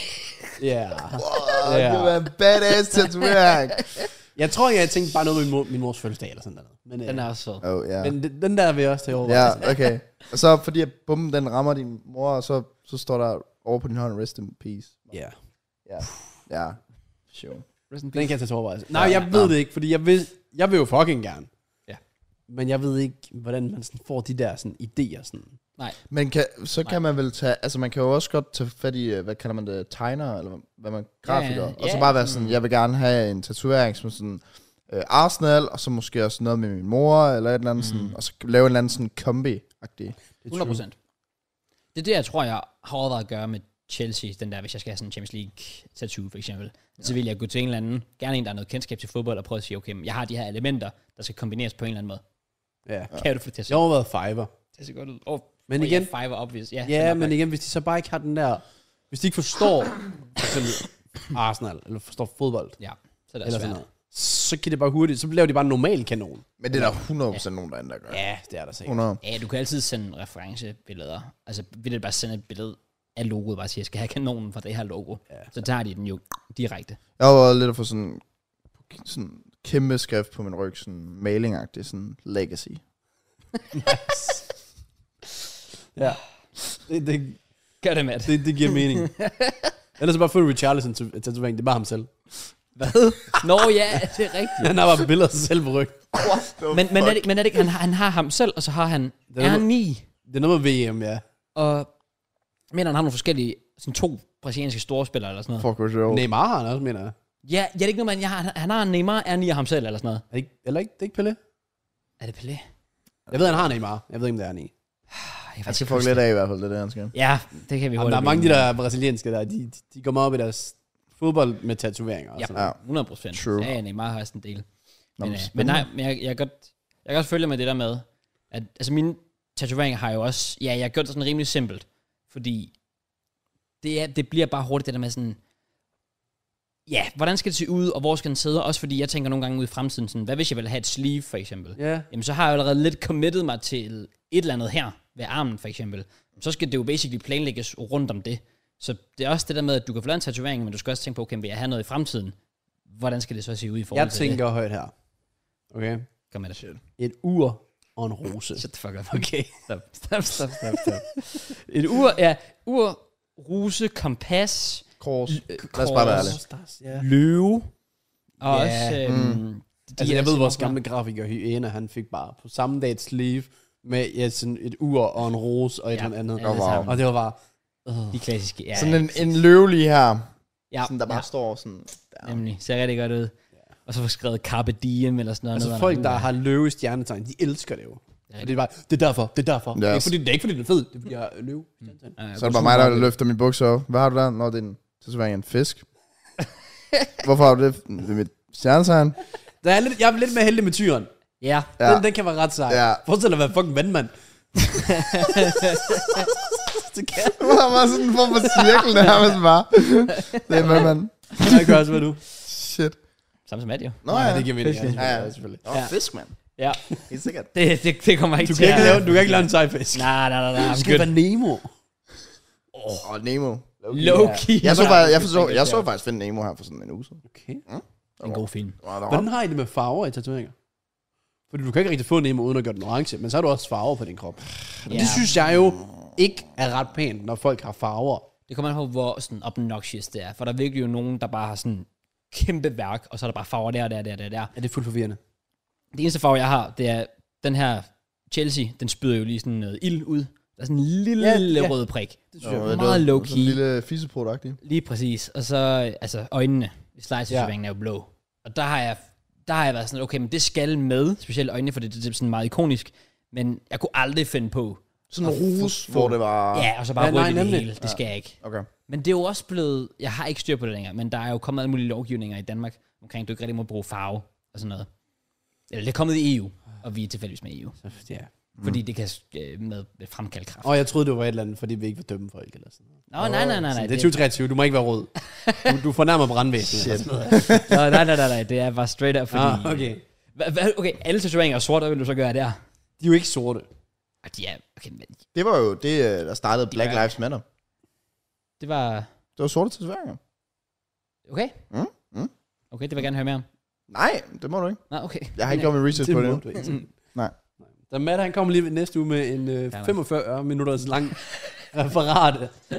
Speaker 2: Ja.
Speaker 3: Wow,
Speaker 2: Ja.
Speaker 3: det var en badass tatovering.
Speaker 2: Jeg tror, jeg tænkte bare noget med min, mor, min mors fødselsdag eller sådan noget. Men,
Speaker 1: Den er
Speaker 2: øh,
Speaker 1: også sød.
Speaker 3: Oh, ja.
Speaker 2: men den, den der vil jeg også tage over.
Speaker 3: Ja, okay. Og så fordi at bomben den rammer din mor, og så, så står der over på din hånd, rest in peace.
Speaker 2: Ja.
Speaker 3: Ja. Ja. Sure.
Speaker 2: Den kan jeg tage til overvejelse. Nej, jeg ved det ikke, fordi jeg vil, jeg vil jo fucking gerne.
Speaker 1: Ja.
Speaker 2: Men jeg ved ikke, hvordan man sådan får de der sådan idéer. Sådan.
Speaker 1: Nej.
Speaker 3: Men kan, så kan
Speaker 1: Nej.
Speaker 3: man vel tage, altså man kan jo også godt tage fat i, hvad kalder man det, tegner, eller hvad man, grafiker,
Speaker 1: ja,
Speaker 3: og så
Speaker 1: ja.
Speaker 3: bare være sådan, jeg vil gerne have en tatovering som sådan, øh, Arsenal, og så måske også noget med min mor, eller et eller andet
Speaker 1: Mm.
Speaker 3: sådan, og så lave en eller anden sådan kombi-agtig.
Speaker 1: hundrede procent. Det er det, jeg tror, jeg har overvejet at gøre med Chelsea, den der, hvis jeg skal have sådan en Champions League-tattoo, for eksempel. Ja. Så vil jeg gå til en eller anden, gerne en, der har noget kendskab til fodbold, og prøve at sige, okay, men jeg har de her elementer, der skal kombineres på en eller anden måde.
Speaker 2: Ja.
Speaker 1: Kan du få det til at se,
Speaker 2: Jeg har været fiver.
Speaker 1: det ser godt ud? Oh,
Speaker 2: Men
Speaker 1: oh,
Speaker 2: igen,
Speaker 1: ja, five er obvious. Ja,
Speaker 2: ja, men igen, hvis de så bare ikke har den der, hvis de ikke forstår for eksempel Arsenal, eller forstår fodbold,
Speaker 1: Ja, så er det
Speaker 2: eller
Speaker 1: svært.
Speaker 2: sådan noget, så kan det bare hurtigt, så laver de bare en normal kanon.
Speaker 3: Men det er der hundrede procent nogen derinde, der gør.
Speaker 2: Ja, det er der sikkert.
Speaker 3: hundrede.
Speaker 1: Ja, du kan altid sende referencebilleder. Altså, vil det bare sende et billede af logoet, bare sige, jeg skal have kanonen fra det her logo.
Speaker 2: Ja.
Speaker 1: Så tager de den jo direkte.
Speaker 3: Jeg har været lidt at få sådan, sådan kæmpe skrift på min ryg, sådan malingagtigt, sådan legacy.
Speaker 2: Ja. Det, det,
Speaker 1: Gør det, Matt.
Speaker 2: det, det giver mening. Ellers så bare få Richarlison til tatovering, det er bare ham selv.
Speaker 1: Hvad? Nå ja, det er rigtigt.
Speaker 2: Han har bare billeder af sig selv på ryg.
Speaker 1: men, men, er det, men er det ikke, han, har- han har ham selv, og så har han
Speaker 2: Det er
Speaker 1: R ni,
Speaker 2: Det er noget med V M, ja.
Speaker 1: og jeg mener, han har nogle forskellige, sådan to brasilianske storspillere eller sådan noget.
Speaker 3: Fuck, hvor sjovt.
Speaker 2: Neymar har han også, mener jeg.
Speaker 1: Ja, ja, det er ikke noget, man, jeg har, han har Neymar, R ni og ham selv eller sådan noget.
Speaker 2: Er det ikke, eller ikke, det er ikke Pelé?
Speaker 1: Er det Pelé?
Speaker 2: Jeg ved, han har Neymar. Jeg ved ikke, om det er ni.
Speaker 1: Jeg
Speaker 3: Han skal fuck lidt af i hvert fald, det er det, han skal.
Speaker 1: Ja, det kan vi
Speaker 2: Jamen,
Speaker 1: hurtigt.
Speaker 2: der er mange af de
Speaker 1: blive
Speaker 2: der brasilianske der, de, de går meget op i deres fodbold med tatoveringer. Og
Speaker 1: Ja,
Speaker 2: sådan.
Speaker 3: Ja.
Speaker 1: hundrede procent.
Speaker 3: True.
Speaker 1: Ja, ja, Neymar har også en del.
Speaker 3: Nå,
Speaker 1: Men, øh,
Speaker 3: spændende.
Speaker 1: men nej, men jeg, jeg, kan godt, jeg kan godt følge med det der med, at altså mine tatoveringer har jo også, ja, jeg har gjort det sådan rimelig simpelt, fordi det, er, det bliver bare hurtigt det der med sådan, ja, hvordan skal det se ud, og hvor skal den sidde, også fordi jeg tænker nogle gange ud i fremtiden, sådan, hvad hvis jeg vil have et sleeve for eksempel,
Speaker 2: Ja.
Speaker 1: jamen så har jeg jo allerede lidt committed mig til et eller andet her, ved armen for eksempel, så skal det jo basically planlægges rundt om det, så det er også det der med, at du kan få lavet en tatovering, men du skal også tænke på, okay, vil jeg have noget i fremtiden, hvordan skal det så se ud i forhold
Speaker 2: Jeg
Speaker 1: til
Speaker 2: tænker højt her. Okay.
Speaker 1: det? Kom med det. Shit.
Speaker 2: Et ur og en rose.
Speaker 1: Shut the fuck up.
Speaker 2: Okay.
Speaker 1: Stop, stop, stop, stop, stop. Et ur, ja, ur, ruse, kompas,
Speaker 3: Kors.
Speaker 1: l-
Speaker 3: Lad os bare være ærlige.
Speaker 2: Stars, ja.
Speaker 1: løve, og
Speaker 2: Ja,
Speaker 1: også... Øhm,
Speaker 3: mm.
Speaker 1: de
Speaker 2: Altså,
Speaker 1: er
Speaker 2: jeg ved, vores
Speaker 1: simpelthen-
Speaker 2: gamle grafiker Hyena, han fik bare på samme dag et sleeve med ja, sådan et ur og en rose og et
Speaker 1: Ja,
Speaker 2: eller andet.
Speaker 1: ja,
Speaker 3: Oh, wow.
Speaker 2: Og det var bare... Uh.
Speaker 1: De klassiske, ja.
Speaker 3: Sådan en, en løvelig her,
Speaker 1: ja,
Speaker 3: sådan, der bare
Speaker 1: ja,
Speaker 3: står sådan der.
Speaker 1: nemlig, ser rigtig godt ud. Og så får skrevet Carpe Diem eller sådan noget.
Speaker 2: Altså
Speaker 1: ned
Speaker 2: folk,
Speaker 1: under.
Speaker 2: der har løve i stjernetegn, de elsker det jo.
Speaker 1: Ja,
Speaker 2: Og det er bare, det er derfor, det er derfor. Det er,
Speaker 3: Ja.
Speaker 2: ikke, fordi, det er ikke fordi, den er fed, det er fordi, jeg har løve i stjernetegn.
Speaker 1: Ja,
Speaker 3: Så er det bare mig, der løfter min bukser op. Hvad har du der? Nå, det er en tatovering af en fisk. Hvorfor har du det? Det er mit stjernetegn.
Speaker 2: Der er lidt, jeg er lidt mere heldig med tyren.
Speaker 1: Ja,
Speaker 3: Ja.
Speaker 2: Den, den kan være ret sej.
Speaker 3: Ja.
Speaker 2: Forestil dig at være fucking vandmand. det kan
Speaker 3: Det var bare sådan en form for cirkel, der nærmest bare. Det er hvad man...
Speaker 2: jeg kan også være du.
Speaker 3: Shit.
Speaker 1: samme som Matt jo.
Speaker 3: Nå
Speaker 2: Nej,
Speaker 3: ja,
Speaker 2: det giver mening.
Speaker 3: fisk,
Speaker 2: Ja,
Speaker 3: ja, ja.
Speaker 2: selvfølgelig.
Speaker 3: Nå,
Speaker 1: Ja.
Speaker 3: fisk, mand.
Speaker 1: Ja,
Speaker 3: Helt sikkert.
Speaker 1: det, det, det kommer ikke
Speaker 2: Du
Speaker 1: til
Speaker 2: kan, ikke
Speaker 1: at...
Speaker 2: lave, du kan ikke lave en sej fisk.
Speaker 1: Nej, nej, nej, nej.
Speaker 2: Du skal være Nemo.
Speaker 3: Åh, oh, Nemo.
Speaker 1: Low-key.
Speaker 3: Jeg så, faktisk, jeg, forstår, jeg så faktisk Find Nemo her for sådan en uge siden.
Speaker 2: Okay.
Speaker 1: En god film.
Speaker 3: Wow, der var-
Speaker 2: Hvordan har I det med farver i tatoveringer? Fordi du kan ikke rigtig få Nemo uden at gøre den orange, men så har du også farver på din krop. Og det synes jeg jo ikke er ret pænt, når folk har farver.
Speaker 1: Det kommer an på, hvor sådan obnoxious det er. For der er virkelig jo nogen, der bare har sådan kæmpe værk, og så er der bare farver der, der, der, der, der.
Speaker 2: Er det fuldt forvirrende?
Speaker 1: Det eneste farve, jeg har, det er den her Chelsea, den spyder jo lige sådan noget ild ud. Der er sådan en lille
Speaker 2: Ja,
Speaker 1: ja,
Speaker 2: ja.
Speaker 1: ja. rød prik.
Speaker 2: Det
Speaker 3: Nå,
Speaker 1: jeg.
Speaker 3: det
Speaker 1: Meget
Speaker 3: var
Speaker 1: low-key.
Speaker 3: Sådan en lille fisseprodukt.
Speaker 1: Lige præcis. Og så, altså, øjnene. Slidetatoveringen ja. er jo blå. Og der har jeg, der har jeg været sådan, okay, men det skal med, specielt øjnene, for det, det er sådan meget ikonisk. Men jeg kunne aldrig finde på.
Speaker 3: Sådan en rus, hvor det var...
Speaker 1: Ja, og så bare
Speaker 2: Ja, nej,
Speaker 1: rødt i det
Speaker 2: nemlig.
Speaker 1: hele. Det skal jeg ikke.
Speaker 3: Okay.
Speaker 1: Men det er jo også blevet, jeg har ikke styr på det længere, men der er jo kommet alle mulige lovgivninger i Danmark, omkring, du ikke rigtig må bruge farve og sådan noget. Eller det er kommet i E U, og vi er tilfældigvis med i E U.
Speaker 2: Ja.
Speaker 1: Mm. Fordi det kan øh, med fremkalde kraft.
Speaker 2: Og jeg troede, det var et eller andet, fordi vi ikke vil dømme folk eller sådan noget.
Speaker 1: Nå, nej, nej, nej, nej.
Speaker 2: Det er tyve treogtyve, du må ikke være rød. Du, du fornærmer brandvæsenet.
Speaker 3: Shit.
Speaker 1: Nå, nej, nej, nej, nej, det er bare straight up, fordi...
Speaker 2: Ah, okay.
Speaker 1: Hva, hva, okay, alle tatoveringer er sorte, hvad vil du så gøre der?
Speaker 2: De er jo ikke sorte.
Speaker 1: Ah, de er, okay, men
Speaker 3: Det var jo det, øh, der startede Black
Speaker 1: Ja.
Speaker 3: Lives Matter.
Speaker 1: det var...
Speaker 3: Det var sorte tatoveringer.
Speaker 1: Okay?
Speaker 3: Mm, mm.
Speaker 1: Okay, det vil jeg gerne høre mere om.
Speaker 3: Nej, det må du ikke.
Speaker 1: Nå, okay.
Speaker 3: Jeg har ikke gjort min research på det
Speaker 2: må
Speaker 3: endnu.
Speaker 2: du ikke.
Speaker 1: Mm.
Speaker 3: Nej.
Speaker 2: Da Matt, han kommer lige næste uge med en øh,
Speaker 1: Ja,
Speaker 2: femogfyrre minutters lang referat.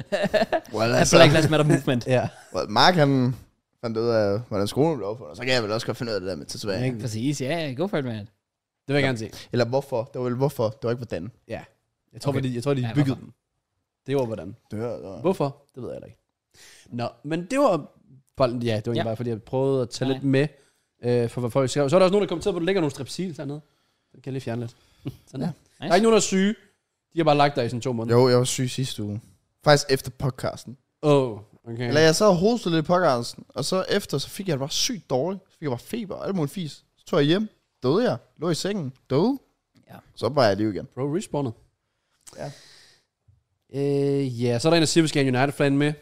Speaker 3: Well,
Speaker 1: Af
Speaker 3: altså,
Speaker 1: Black Lives Matter Movement.
Speaker 2: Ja.
Speaker 3: well, Mark han fandt ud af, hvordan skolen blev opfundet. Så kan jeg vel også godt finde ud af det der med tatovering.
Speaker 1: Præcis, ja, go for it, man.
Speaker 2: Det vil jeg gerne se.
Speaker 3: Eller hvorfor. Det var vel hvorfor. Det var ikke hvordan.
Speaker 2: Ja. Jeg tror,
Speaker 1: Okay.
Speaker 2: okay. de, jeg tror, de
Speaker 1: Ja,
Speaker 2: byggede
Speaker 1: hvorfor?
Speaker 2: den. Det var hvordan.
Speaker 3: Det var, det var.
Speaker 2: Hvorfor? Det ved jeg heller ikke. Nå, men det var... Bare, ja, det var
Speaker 1: Ja.
Speaker 2: ja. bare, fordi jeg prøvede at tage
Speaker 1: Nej.
Speaker 2: lidt med, øh, for hvad folk skrev. Så er der også nogen, der kommenterede på, at der ligger nogle strepsil hernede. Den kan jeg lige fjerne lidt. Sådan
Speaker 3: Ja.
Speaker 2: der.
Speaker 1: Nice.
Speaker 2: Der er ikke nogen, der er syge. De har bare lagt der i sådan to måneder.
Speaker 3: Jo, jeg var syg sidste uge. Faktisk efter podcasten.
Speaker 2: Oh, okay.
Speaker 3: Eller jeg sad og hostede lidt i podcasten, og så efter, så fik jeg det bare sygt dårligt. Så fik jeg bare feber og alt muligt fis. Så tog jeg hjem. Døde jeg. Lå i sengen. Døde.
Speaker 1: Ja.
Speaker 3: Så var jeg liv igen.
Speaker 2: Bro, respawnet.
Speaker 3: Ja.
Speaker 2: Øh, ja, så er der en, der siger, at vi skal have en United-fan med.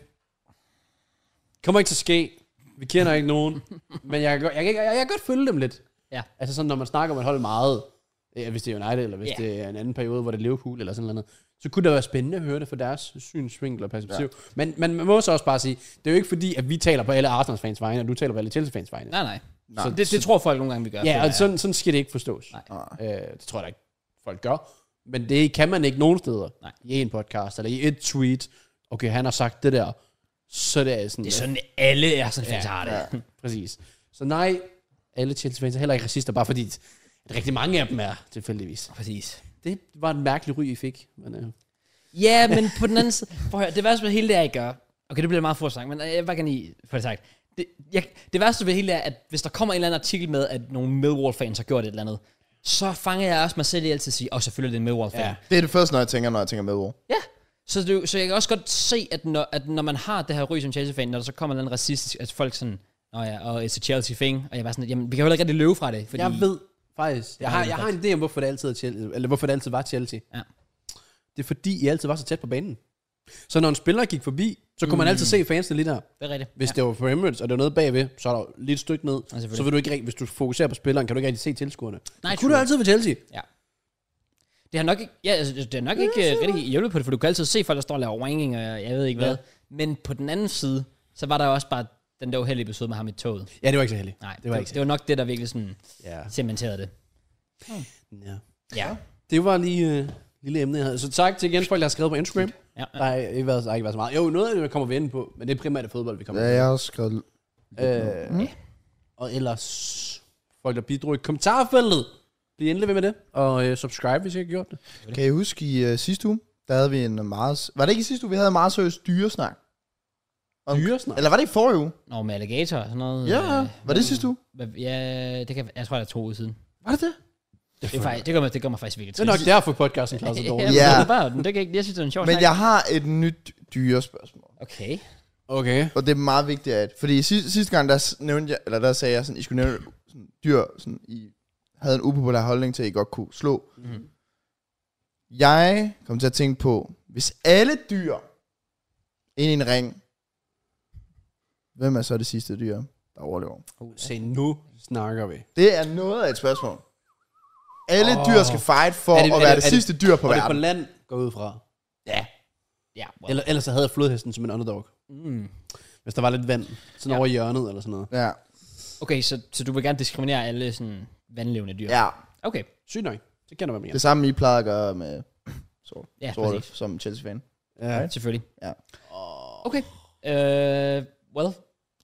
Speaker 2: Kommer ikke til at ske. Vi kender ikke nogen. Men jeg kan, godt- jeg, kan, jeg, jeg kan godt følge dem lidt.
Speaker 1: Ja.
Speaker 2: Altså sådan, når man snakker om et hold meget, øh, hvis det er United, eller hvis
Speaker 1: Ja.
Speaker 2: det er en anden periode, hvor det er Liverpool, eller sådan noget, så kunne det være spændende at høre det fra deres synsvinkel og perspektiv. Ja. Men, men man må så også bare sige, det er jo ikke fordi, at vi taler på alle Arsenal-fans vegne, og du taler på alle Chelsea-fans vegne.
Speaker 1: Nej, nej.
Speaker 3: Nej.
Speaker 1: Så det, det tror folk nogle gange, vi gør.
Speaker 2: Ja, og sådan, sådan skal det ikke forstås.
Speaker 1: Nej.
Speaker 2: Øh, det tror jeg da ikke, folk gør. Men det kan man ikke nogen steder.
Speaker 1: Nej.
Speaker 2: I en podcast, eller i et tweet. Okay, han har sagt det der. Så det er sådan...
Speaker 1: Det er sådan, alle er sådan fans
Speaker 2: Ja.
Speaker 1: har det.
Speaker 3: Ja.
Speaker 2: Præcis. Så nej, alle Chelsea-fans er heller ikke racister, bare fordi at rigtig mange af dem er, tilfældigvis.
Speaker 1: Præcis.
Speaker 2: Det var en mærkelig ry, I fik. Men, øh.
Speaker 1: Ja, men på den anden side, prøv at høre, det værste ved hele det, jeg gør, okay, det bliver meget forsagt, men jeg vil bare gerne lige få det sagt. Det, jeg, det værste ved hele det er, at hvis der kommer en eller anden artikel med, at nogle Millwall-fans har gjort et eller andet, så fanger jeg også mig selv i altid at sige, åh, oh, selvfølgelig er det en Millwall-fan.
Speaker 2: Ja.
Speaker 1: Ja.
Speaker 3: Det er det første, når jeg tænker, når jeg tænker Millwall.
Speaker 1: ja. Så, det, så jeg kan også godt se, at når, at når man har det her ry som Chelsea-fan, når der så kommer en eller anden racistisk, altså folk sådan, nå ja, og it's a Chelsea thing, og jeg var sådan, jamen, vi kan jo heller ikke rigtig løbe fra det, fordi...
Speaker 2: Jeg ved faktisk, jeg
Speaker 1: Ja,
Speaker 2: har,
Speaker 1: det er
Speaker 2: jeg har en idé om, hvorfor det altid, er Chelsea, eller hvorfor det altid var Chelsea.
Speaker 1: Ja.
Speaker 2: Det er fordi, I altid var så tæt på banen. Så når en spiller gik forbi, så kunne mm. man altid se fansene lige der.
Speaker 1: Det er rigtigt.
Speaker 2: Hvis
Speaker 1: ja.
Speaker 2: det var på Emirates, og det var noget bagved, så er der lige et stykke ned.
Speaker 1: Ja,
Speaker 2: Så vil du ikke, hvis du fokuserer på spilleren, kan du ikke rigtig se tilskuerne.
Speaker 1: Nej,
Speaker 2: Så kunne du altid ved Chelsea.
Speaker 1: Ja. Det har nok ikke, ja, altså, det har nok ikke uh, rigtig hjulpet på det, for du kan altid se folk, der står og laver wanking, og jeg ved ikke
Speaker 2: Ja.
Speaker 1: hvad. Men på den anden side, så var der jo også bare den der uheldige episode med ham i toget.
Speaker 2: Ja, det var ikke så heldigt.
Speaker 1: Nej,
Speaker 2: det var
Speaker 1: det,
Speaker 2: ikke
Speaker 1: det var nok det, der virkelig sådan
Speaker 2: Ja.
Speaker 1: cementerede det.
Speaker 2: ja.
Speaker 1: Ja.
Speaker 2: Det var lige uh, lille emne, jeg havde. Så tak til igen folk, der har skrevet på Instagram.
Speaker 1: Ja.
Speaker 2: Der har ikke været, der har ikke været så meget. Jo, noget af det kommer vi ind på, men det er primært det fodbold, vi kommer
Speaker 3: Ja,
Speaker 2: ind
Speaker 3: jeg har også skrevet...
Speaker 2: Øh,
Speaker 3: Mm.
Speaker 2: Og ellers, folk der bidrog i kommentarfeltet, bliv endelig ved med det, og øh, subscribe, hvis I ikke har gjort det.
Speaker 3: Kan I huske i uh, sidste uge, der havde vi en meget... Var det ikke i sidste uge, vi havde en meget seriøs dyresnak? Om-
Speaker 2: Dyresnak?
Speaker 3: Eller var det i forrige uge?
Speaker 1: Nå, med alligator og sådan noget.
Speaker 3: Ja,
Speaker 1: øh,
Speaker 3: var det sidste uge?
Speaker 1: hvad- Ja, det kan, jeg tror, det er to uger siden.
Speaker 3: Var det det?
Speaker 1: Det, er faktisk, det, gør mig, det gør mig faktisk virkelig
Speaker 2: Det er nok derfor, podcasten klarer sig
Speaker 1: Ja,
Speaker 2: dårligt.
Speaker 3: Ja.
Speaker 1: det er bare, det kan ikke, jeg synes, det er en sjov
Speaker 3: Men
Speaker 1: snak.
Speaker 3: jeg har et nyt dyrespørgsmål.
Speaker 1: Okay.
Speaker 2: Okay.
Speaker 3: Og det er meget vigtigt, at... Fordi sidste, sidste gang, der, s- nævnte jeg, eller der sagde jeg, sådan, I skulle nævne sådan, dyr, sådan, I havde en upopulær holdning til, at I godt kunne slå.
Speaker 1: Mm.
Speaker 3: Jeg kom til at tænke på, hvis alle dyr ind i en ring, hvem er så det sidste dyr, der overlever?
Speaker 2: Se, nu snakker vi.
Speaker 3: Det er noget af et spørgsmål. Alle
Speaker 2: Åh.
Speaker 3: dyr skal fight for
Speaker 2: Er det-
Speaker 3: at
Speaker 2: er
Speaker 3: være
Speaker 2: det-
Speaker 3: det,
Speaker 2: er det-
Speaker 3: sidste dyr på
Speaker 2: Og det er på
Speaker 3: verden.
Speaker 2: land, går ud fra.
Speaker 1: Ja. Ja, well.
Speaker 2: Eller, ellers så havde jeg flodhesten som en underdog.
Speaker 1: Mm.
Speaker 2: Hvis der var lidt vand, sådan
Speaker 1: Ja.
Speaker 2: over i hjørnet eller sådan noget.
Speaker 3: Ja.
Speaker 1: Okay, så, så du vil gerne diskriminere alle sådan vandlevende dyr?
Speaker 3: ja,
Speaker 1: Okay.
Speaker 2: Sygt nok. Det kender man mere.
Speaker 3: det samme I plejede at gøre med sort,
Speaker 1: Ja,
Speaker 3: sorte,
Speaker 1: præcis.
Speaker 3: som Chelsea-fan.
Speaker 2: Ja.
Speaker 1: Selvfølgelig.
Speaker 3: Ja.
Speaker 1: Okay. Øh, well.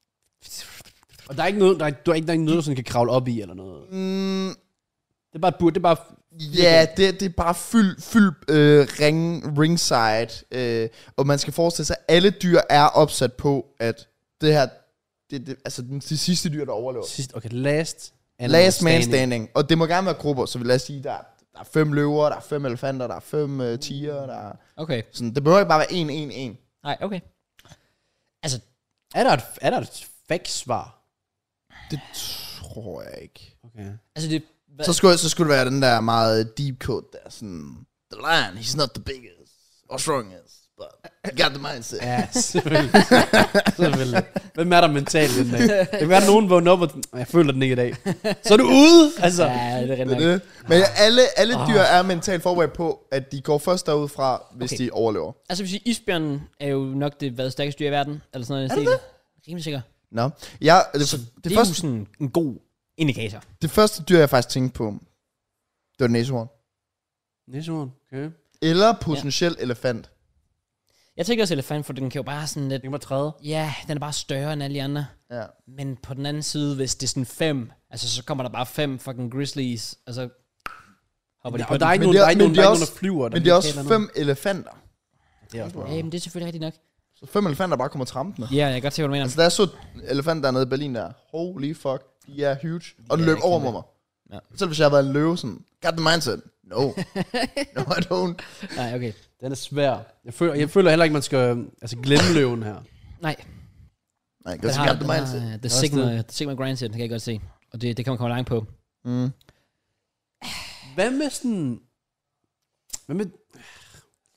Speaker 2: Og der er ikke noget, der er, der er ikke, der er ikke noget, du sådan kan kravle op i eller noget.
Speaker 3: Mm,
Speaker 2: Det er bare, bur- det er bare
Speaker 3: ja, det, det er bare fyld, fyld øh, ring, ringside. Øh, og man skal forestille sig, at alle dyr er opsat på, at det her, det, det, altså den, de sidste dyr, der overlever.
Speaker 2: sidst. Okay, last. animal
Speaker 3: Last man standing. Og det må gerne være grupper, så vi lad os sige, der er, der er fem løver, der er fem elefanter, der er fem øh, tiger, der er...
Speaker 1: Okay.
Speaker 3: Sådan, det behøver ikke bare være en, en, en.
Speaker 1: Nej, okay. Altså,
Speaker 2: Er der et, er der et fact-svar?
Speaker 3: Det tror jeg ikke.
Speaker 2: Okay.
Speaker 1: altså det... Hvad?
Speaker 3: Så skulle, så skulle det være den der meget deep code der, sådan... The lion, he's not the biggest or strongest, but he got the mindset.
Speaker 2: Ja, selvfølgelig. selvfølgelig. Hvem er der mentalt den dag? Det kan være, at nogen vågner op og... Jeg føler den ikke i dag. Så er du ude! Altså.
Speaker 1: Ja, det er rigtig
Speaker 3: Det
Speaker 1: nok.
Speaker 3: er det. Men alle, alle dyr er mentalt forberedt på, at de går først derudfra, hvis
Speaker 1: Okay.
Speaker 3: de overlever.
Speaker 1: Altså, hvis isbjørnen er jo nok det hvad, stærkeste dyr i verden, eller sådan noget. Er det det? Rimelig sikker.
Speaker 3: Nå. Ja, det,
Speaker 1: Så
Speaker 3: det,
Speaker 1: det,
Speaker 3: det,
Speaker 1: er
Speaker 3: første,
Speaker 1: jo sådan en god indikator.
Speaker 3: det første dyr, jeg faktisk tænkte på, det var næsehorn.
Speaker 2: Næsehorn, okay.
Speaker 3: Eller potentielt ja. elefant.
Speaker 1: Jeg tænker også elefant, for den kan jo bare sådan lidt...
Speaker 2: Det var træde.
Speaker 1: Ja, den er bare større end alle de andre.
Speaker 3: Ja.
Speaker 1: Men på den anden side, hvis det er sådan fem, altså så kommer der bare fem fucking grizzlies, og så hopper de
Speaker 2: Ja,
Speaker 1: på
Speaker 2: og der er
Speaker 1: den.
Speaker 2: ikke
Speaker 3: Men
Speaker 2: nogen,
Speaker 3: det er-
Speaker 2: der er ikke
Speaker 3: men
Speaker 2: nogen,
Speaker 3: det er
Speaker 2: der er ikke
Speaker 3: også-
Speaker 2: nogen, der flyver.
Speaker 3: Men det er også fem elefanter.
Speaker 2: Det er også
Speaker 1: Ja, men det er selvfølgelig rigtigt nok.
Speaker 3: Så fem elefanter bare kommer trampende.
Speaker 1: Ja, jeg kan godt se, hvad du mener.
Speaker 3: Altså, der er så elefant dernede i Berlin der. Holy fuck. De er huge. Og den
Speaker 1: Ja,
Speaker 3: løb
Speaker 1: det
Speaker 3: over
Speaker 1: kan
Speaker 3: mod mig.
Speaker 1: Ja.
Speaker 3: Selv hvis jeg havde været en løve, sådan, got the mindset. No. No, I don't.
Speaker 1: Nej, okay.
Speaker 2: Den er svær. Jeg føler, jeg føler heller ikke, man skal altså, glemme løven her.
Speaker 1: Nej.
Speaker 3: Nej,
Speaker 1: Den
Speaker 3: because
Speaker 1: har,
Speaker 3: you got
Speaker 1: den
Speaker 3: the
Speaker 1: har,
Speaker 3: mindset.
Speaker 1: uh, the,
Speaker 2: Også
Speaker 1: Sigma,
Speaker 2: det.
Speaker 1: the Sigma grindset, det kan jeg godt se. Og det, det kan man komme langt på.
Speaker 3: Mm.
Speaker 2: Hvad med sådan... Hvad med...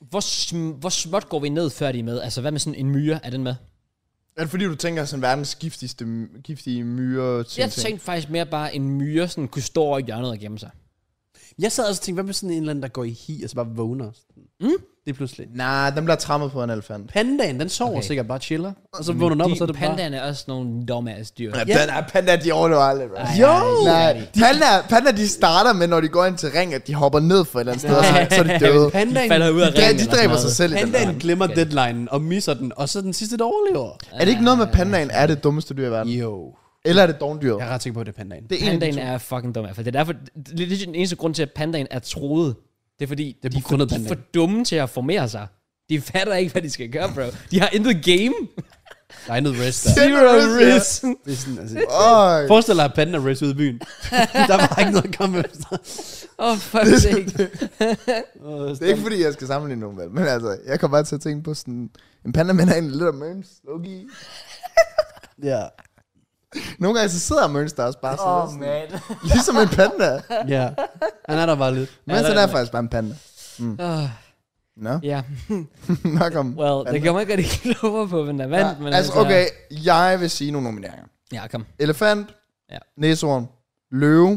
Speaker 1: Hvor, sm- hvor småt går vi ned, før de er med? Altså, hvad med sådan en myre? Er den med?
Speaker 3: Er det fordi, du tænker sådan verdens giftigste, giftige myre?
Speaker 1: Jeg tænkte faktisk mere bare, en myre sådan, kunne stå over i hjørnet og gemme sig.
Speaker 2: Jeg sad også og tænkte, hvad med sådan en eller anden, der går i hi, og så bare vågner?
Speaker 1: Mm?
Speaker 2: Det er pludselig.
Speaker 3: Nej, den bliver trammet på en elefant.
Speaker 2: Pandaen, den sover
Speaker 1: Okay.
Speaker 2: sikkert bare chiller. Og så vågner den op,
Speaker 1: de,
Speaker 2: og så er det bare...
Speaker 1: Pandaerne er også nogle dumbass dyr.
Speaker 3: Ja, den er panda, de overlever aldrig, bro.
Speaker 1: Ej,
Speaker 2: Jo!
Speaker 1: ej,
Speaker 3: Nej, panda, panda, de starter med, når de går ind til ring, at de hopper ned for et eller andet sted, og så, så er de døde.
Speaker 2: Pandaen,
Speaker 1: De falder ud af
Speaker 3: Ja,
Speaker 1: ringen.
Speaker 3: de
Speaker 1: eller
Speaker 3: dræber
Speaker 1: sådan
Speaker 3: sig selv i den
Speaker 2: pandaen
Speaker 3: der.
Speaker 2: glemmer deadline og misser den, og så den sidste, der overlever.
Speaker 3: Er det ikke noget med pandaen er det dummeste dyr i verden?
Speaker 2: Jo.
Speaker 3: Eller er det dogndyret?
Speaker 2: Jeg er ret sikker på, at det er pandaen.
Speaker 3: Det er en af de
Speaker 1: Pandaen
Speaker 3: to.
Speaker 1: er fucking dum. For det er derfor, det er lidt den eneste grund til, at pandaen er troet. Det er fordi,
Speaker 2: Det er
Speaker 1: de, er
Speaker 2: på
Speaker 1: for,
Speaker 2: grund af
Speaker 1: de er
Speaker 2: pandaen.
Speaker 1: for dumme til at formere sig. De fatter ikke, hvad de skal gøre, bro. De har intet game.
Speaker 2: Der er noget rest der.
Speaker 3: Zero
Speaker 1: risk.
Speaker 2: Det er sådan, altså,
Speaker 3: Øj.
Speaker 2: forestil dig, at panda rest ude i byen. Der var ikke noget at komme efter.
Speaker 1: Åh, oh, fuck sake.
Speaker 3: Det er ikke fordi, jeg skal sammenligne nogen, vel. Men altså, jeg kommer bare til at tænke på sådan... En panda minder egentlig lidt om Mørns, low-key.
Speaker 2: Ja.
Speaker 3: Nogle gange så sidder Mørns der også bare
Speaker 1: Åh,
Speaker 3: sådan,
Speaker 1: man.
Speaker 3: ligesom en panda.
Speaker 2: Ja. Han er der bare lidt.
Speaker 3: Men
Speaker 1: Ja,
Speaker 3: så
Speaker 1: der
Speaker 3: er
Speaker 1: er
Speaker 3: det faktisk bare en panda.
Speaker 1: Oh,
Speaker 3: Nå,
Speaker 1: ja,
Speaker 3: nok om
Speaker 1: well,
Speaker 3: panda.
Speaker 1: det kan man ikke rigtig klogere på, hvem der vandt.
Speaker 3: Ja,
Speaker 1: men
Speaker 3: altså, okay, jeg vil sige nogle nomineringer.
Speaker 1: Ja, kom.
Speaker 3: Elefant,
Speaker 1: Ja.
Speaker 3: næsehorn, løve.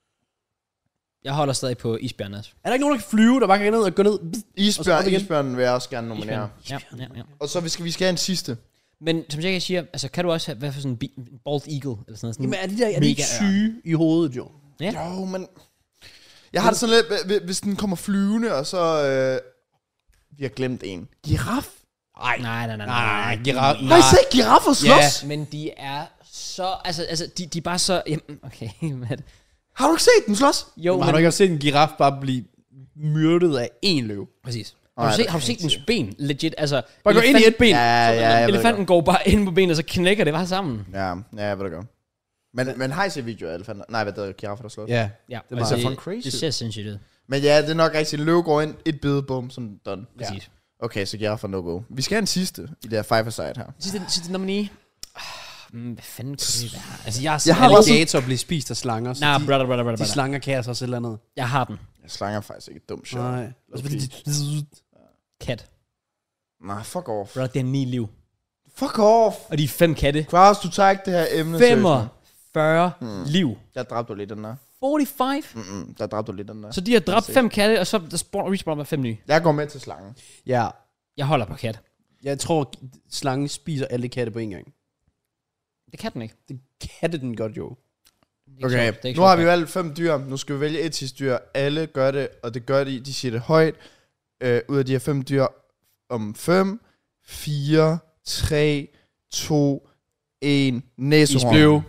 Speaker 1: Jeg holder stadig på isbjørn også.
Speaker 2: Er der ikke nogen, der kan flyve, der bare kan gå ned og gå ned? Og så
Speaker 3: Isbjørn,
Speaker 2: op igen.
Speaker 3: isbjørn vil jeg også gerne nominere.
Speaker 1: Ja, ja, ja.
Speaker 3: Og så vi skal vi skal have en sidste.
Speaker 1: Men som jeg siger, altså kan du også have, hvad for sådan en bi- en bald eagle, eller sådan noget? Sådan
Speaker 2: Jamen, er de, der, er de
Speaker 1: mega
Speaker 2: ikke syge i hovedet, jo?
Speaker 1: Ja.
Speaker 3: Jo, men... Jeg har det sådan lidt, hvi- hvis den kommer flyvende, og så... Øh, vi har glemt en. Giraf?
Speaker 1: Nej, nej, nej, nej.
Speaker 2: Nej, giraf.
Speaker 3: Har I set giraffer slås?
Speaker 1: Men de er så, altså, altså de, de er bare så, jamen, okay, men,
Speaker 3: Har du ikke set den slås?
Speaker 1: jo,
Speaker 2: Men
Speaker 1: men,
Speaker 2: har du ikke også set en giraf bare blive myrdet af én løve?
Speaker 1: præcis.
Speaker 3: Nej,
Speaker 1: Har du,
Speaker 3: det
Speaker 1: set, har du set
Speaker 3: kan
Speaker 1: dens ben, legit, altså.
Speaker 2: Bare gå ind i et ben.
Speaker 3: Ja, ja, jeg ved det
Speaker 1: Elefanten går bare ind på benet, og så knækker det bare sammen.
Speaker 3: godt. Ja, ja, jeg ved det godt. Men, men har I set videoer af elefanter? Nej, hvad der er giraffer, der slås?
Speaker 2: Ja.
Speaker 1: Ja,
Speaker 2: Det var-
Speaker 1: og
Speaker 3: Det ser fucking crazy
Speaker 1: Det
Speaker 3: ud.
Speaker 1: ser sindssygt ud.
Speaker 3: Men ja, det er nok rigtigt. En løve går ind, et bid, bum, sådan done.
Speaker 1: Præcis.
Speaker 3: Okay, så giraffer no go. Vi skal have en sidste i det her five-a-side her.
Speaker 1: Sidste, sidste nummer ni. Ah, mm, hvad fanden kunne det være? Altså, jeg har,
Speaker 3: Jeg har
Speaker 1: jeg
Speaker 3: også-
Speaker 2: Alligator bliver spist af slanger, så
Speaker 1: Nej,
Speaker 2: de,
Speaker 1: brother, brother, brother,
Speaker 2: de
Speaker 1: brother.
Speaker 2: slanger kan altså også et eller andet.
Speaker 1: Jeg har den.
Speaker 3: Jeg slanger faktisk ikke et dumt shot.
Speaker 2: Nej. Også fordi de...
Speaker 1: Kat.
Speaker 3: Nej, fuck off.
Speaker 1: Brother, det er ni liv.
Speaker 3: Fuck off.
Speaker 1: Og de er fem katte.
Speaker 3: Kraus, du tager ikke det her emne seriøst nu.
Speaker 1: femogfyrre
Speaker 3: Hmm.
Speaker 1: liv.
Speaker 3: Der dræbte du lidt den der.
Speaker 1: femogfyrre?
Speaker 3: Mm-mm, der dræbte du lidt den der.
Speaker 1: Så de har dræbt
Speaker 3: se.
Speaker 1: fem katte, og så der spawn, respawner fem nye.
Speaker 3: Jeg går med til slangen.
Speaker 2: Ja.
Speaker 1: Jeg holder på kat.
Speaker 2: Jeg tror, slangen spiser alle katte på en gang.
Speaker 1: Det kan den ikke.
Speaker 2: Det katte den godt, jo.
Speaker 1: Det er ikke
Speaker 3: Okay,
Speaker 1: sjovt. Det er ikke
Speaker 3: nu har
Speaker 1: sjovt.
Speaker 3: vi valgt fem dyr. Nu skal vi vælge et sidste dyr. Alle gør det, og det gør de. De siger det højt. Øh, ud af de her fem dyr. Om fem, fire, tre, to, en. Næsehorn.
Speaker 2: Isbjørn.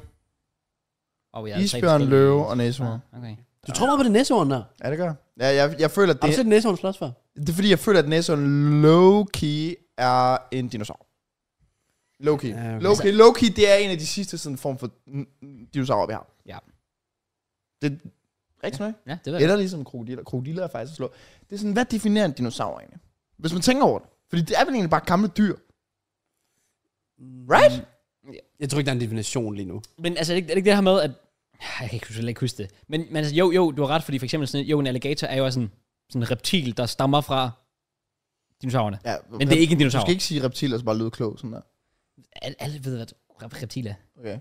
Speaker 1: Og vi har tre
Speaker 3: Isbjørn,
Speaker 1: forskellige-
Speaker 3: løve og næsehorn.
Speaker 1: Ah, okay.
Speaker 2: Du tror meget på det næsehorn der.
Speaker 3: Ja, det gør jeg. Ja, jeg, jeg føler, at
Speaker 2: Har du
Speaker 3: det,
Speaker 2: set næsehorn slås før?
Speaker 3: det er fordi, jeg føler, at næsehorn low-key er en dinosaur. Low-key.
Speaker 2: Ja, okay.
Speaker 3: Low-key, low-key, det er en af de sidste sådan form for mm, mm, dinosaurer, vi har.
Speaker 1: Ja.
Speaker 3: Det er rigtig nok.
Speaker 1: Ja, det ved jeg.
Speaker 3: Eller ligesom krokodiller. Krokodiller er faktisk slå. Det er sådan, hvad definerer en dinosaur egentlig? Hvis man tænker over det. Fordi det er vel egentlig bare gamle dyr. Right?
Speaker 2: Jeg tror ikke, der er en definition lige nu.
Speaker 1: Men altså, er det, ikke- er det ikke det her med, at... Jeg kan ikke, slet ikke huske det. Men, men altså, jo, jo, du har ret, fordi for eksempel sådan, jo, en alligator er jo også sådan, sådan en reptil, der stammer fra dinosaurerne.
Speaker 3: Ja,
Speaker 1: Men det er ikke en
Speaker 3: Du
Speaker 1: dinosaur.
Speaker 3: skal ikke sige reptil, og så bare lyde klog sådan der.
Speaker 1: Alle, alle ved, hvad rep- reptil er.
Speaker 3: Okay.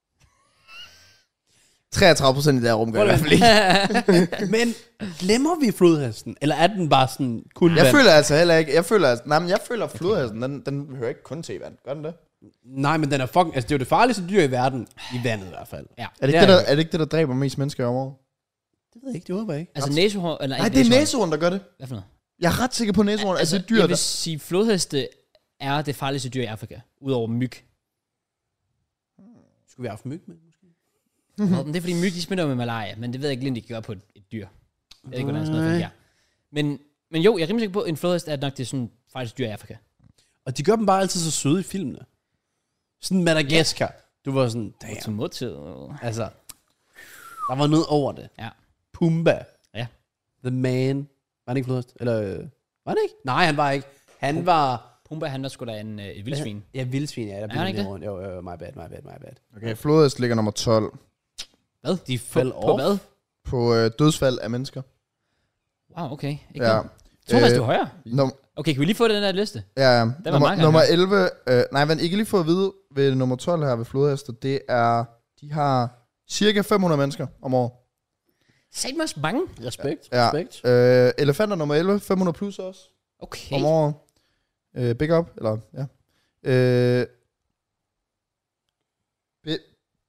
Speaker 3: treogtredive procent i det her rum gør i hvert fald ikke.
Speaker 2: Men glemmer vi flodhesten? Eller er den bare sådan kun
Speaker 3: Jeg
Speaker 2: vand?
Speaker 3: føler altså heller ikke, jeg føler, altså, nej, men jeg føler, at flodhesten, den, den hører ikke kun til i vand. Gør den det?
Speaker 2: Nej, men den er fucking... Altså, det er jo det farligste dyr i verden. I vandet i hvert fald.
Speaker 1: Ja.
Speaker 3: Er det, ikke
Speaker 2: Ja,
Speaker 3: det, der,
Speaker 2: ja.
Speaker 3: er det ikke det, der dræber mest mennesker i området?
Speaker 2: Det ved jeg ikke, det håber jeg ikke.
Speaker 1: Altså næsehorn... Eller,
Speaker 3: Nej,
Speaker 1: ikke
Speaker 3: det er
Speaker 1: næsehorn.
Speaker 3: næsehorn, der gør det.
Speaker 1: Hvad for noget?
Speaker 3: Jeg er ret sikker på næsehorn. Altså, det er dyr,
Speaker 1: jeg
Speaker 3: der...
Speaker 1: vil sige, flodheste er det farligste dyr i Afrika. Udover myg.
Speaker 2: Skulle vi have haft myg med, måske?
Speaker 1: Men det er fordi myg, de smitter jo med malaria. Men det ved jeg ikke, om de kan gøre på et, et dyr. Jeg ved ikke, hvordan sådan noget
Speaker 2: Nej.
Speaker 1: fungerer. Men, men jo, jeg er rimelig sikker på, at en flodhest er nok det sådan farligste dyr i Afrika.
Speaker 2: Og de gør dem bare altid så søde i filmene. Sådan Madagaskar. Du var sådan, damn.
Speaker 1: Automotive.
Speaker 2: Altså, der var noget over det.
Speaker 1: Ja.
Speaker 2: Pumba.
Speaker 1: Ja.
Speaker 2: The Man. Var han ikke flodhest? Eller, øh, var han ikke? Nej, han var ikke. Han var...
Speaker 1: Pumba, han var sgu da en, øh, et vildsvin.
Speaker 2: Ja, vildsvin, ja. Der
Speaker 1: han ikke det?
Speaker 2: rundt. Jo, jo, my bad, my bad, my bad.
Speaker 3: Okay, flodhest ligger nummer tolv
Speaker 1: Hvad?
Speaker 2: De faldt
Speaker 1: På, på
Speaker 2: off.
Speaker 1: hvad?
Speaker 3: på øh, dødsfald af mennesker.
Speaker 1: Wow, okay. Ikke
Speaker 3: Ja.
Speaker 1: noget. Thomas, øh, du er højere.
Speaker 3: Num-
Speaker 1: Okay, kan vi lige få den der liste?
Speaker 3: ja, ja.
Speaker 1: var
Speaker 3: Nummer,
Speaker 1: meget
Speaker 3: nummer
Speaker 1: godt.
Speaker 3: elleve, øh, nej, men ikke lige fået at vide ved nummer tolv her ved flodhester, det er, de har cirka fem hundrede mennesker om året.
Speaker 1: Sæt mig også mange.
Speaker 2: Respekt,
Speaker 3: Ja.
Speaker 2: respekt.
Speaker 3: Øh, elefanter nummer elleve, fem hundrede plus også
Speaker 1: Okay.
Speaker 3: om året. Øh, big up, eller ja. Øh, be-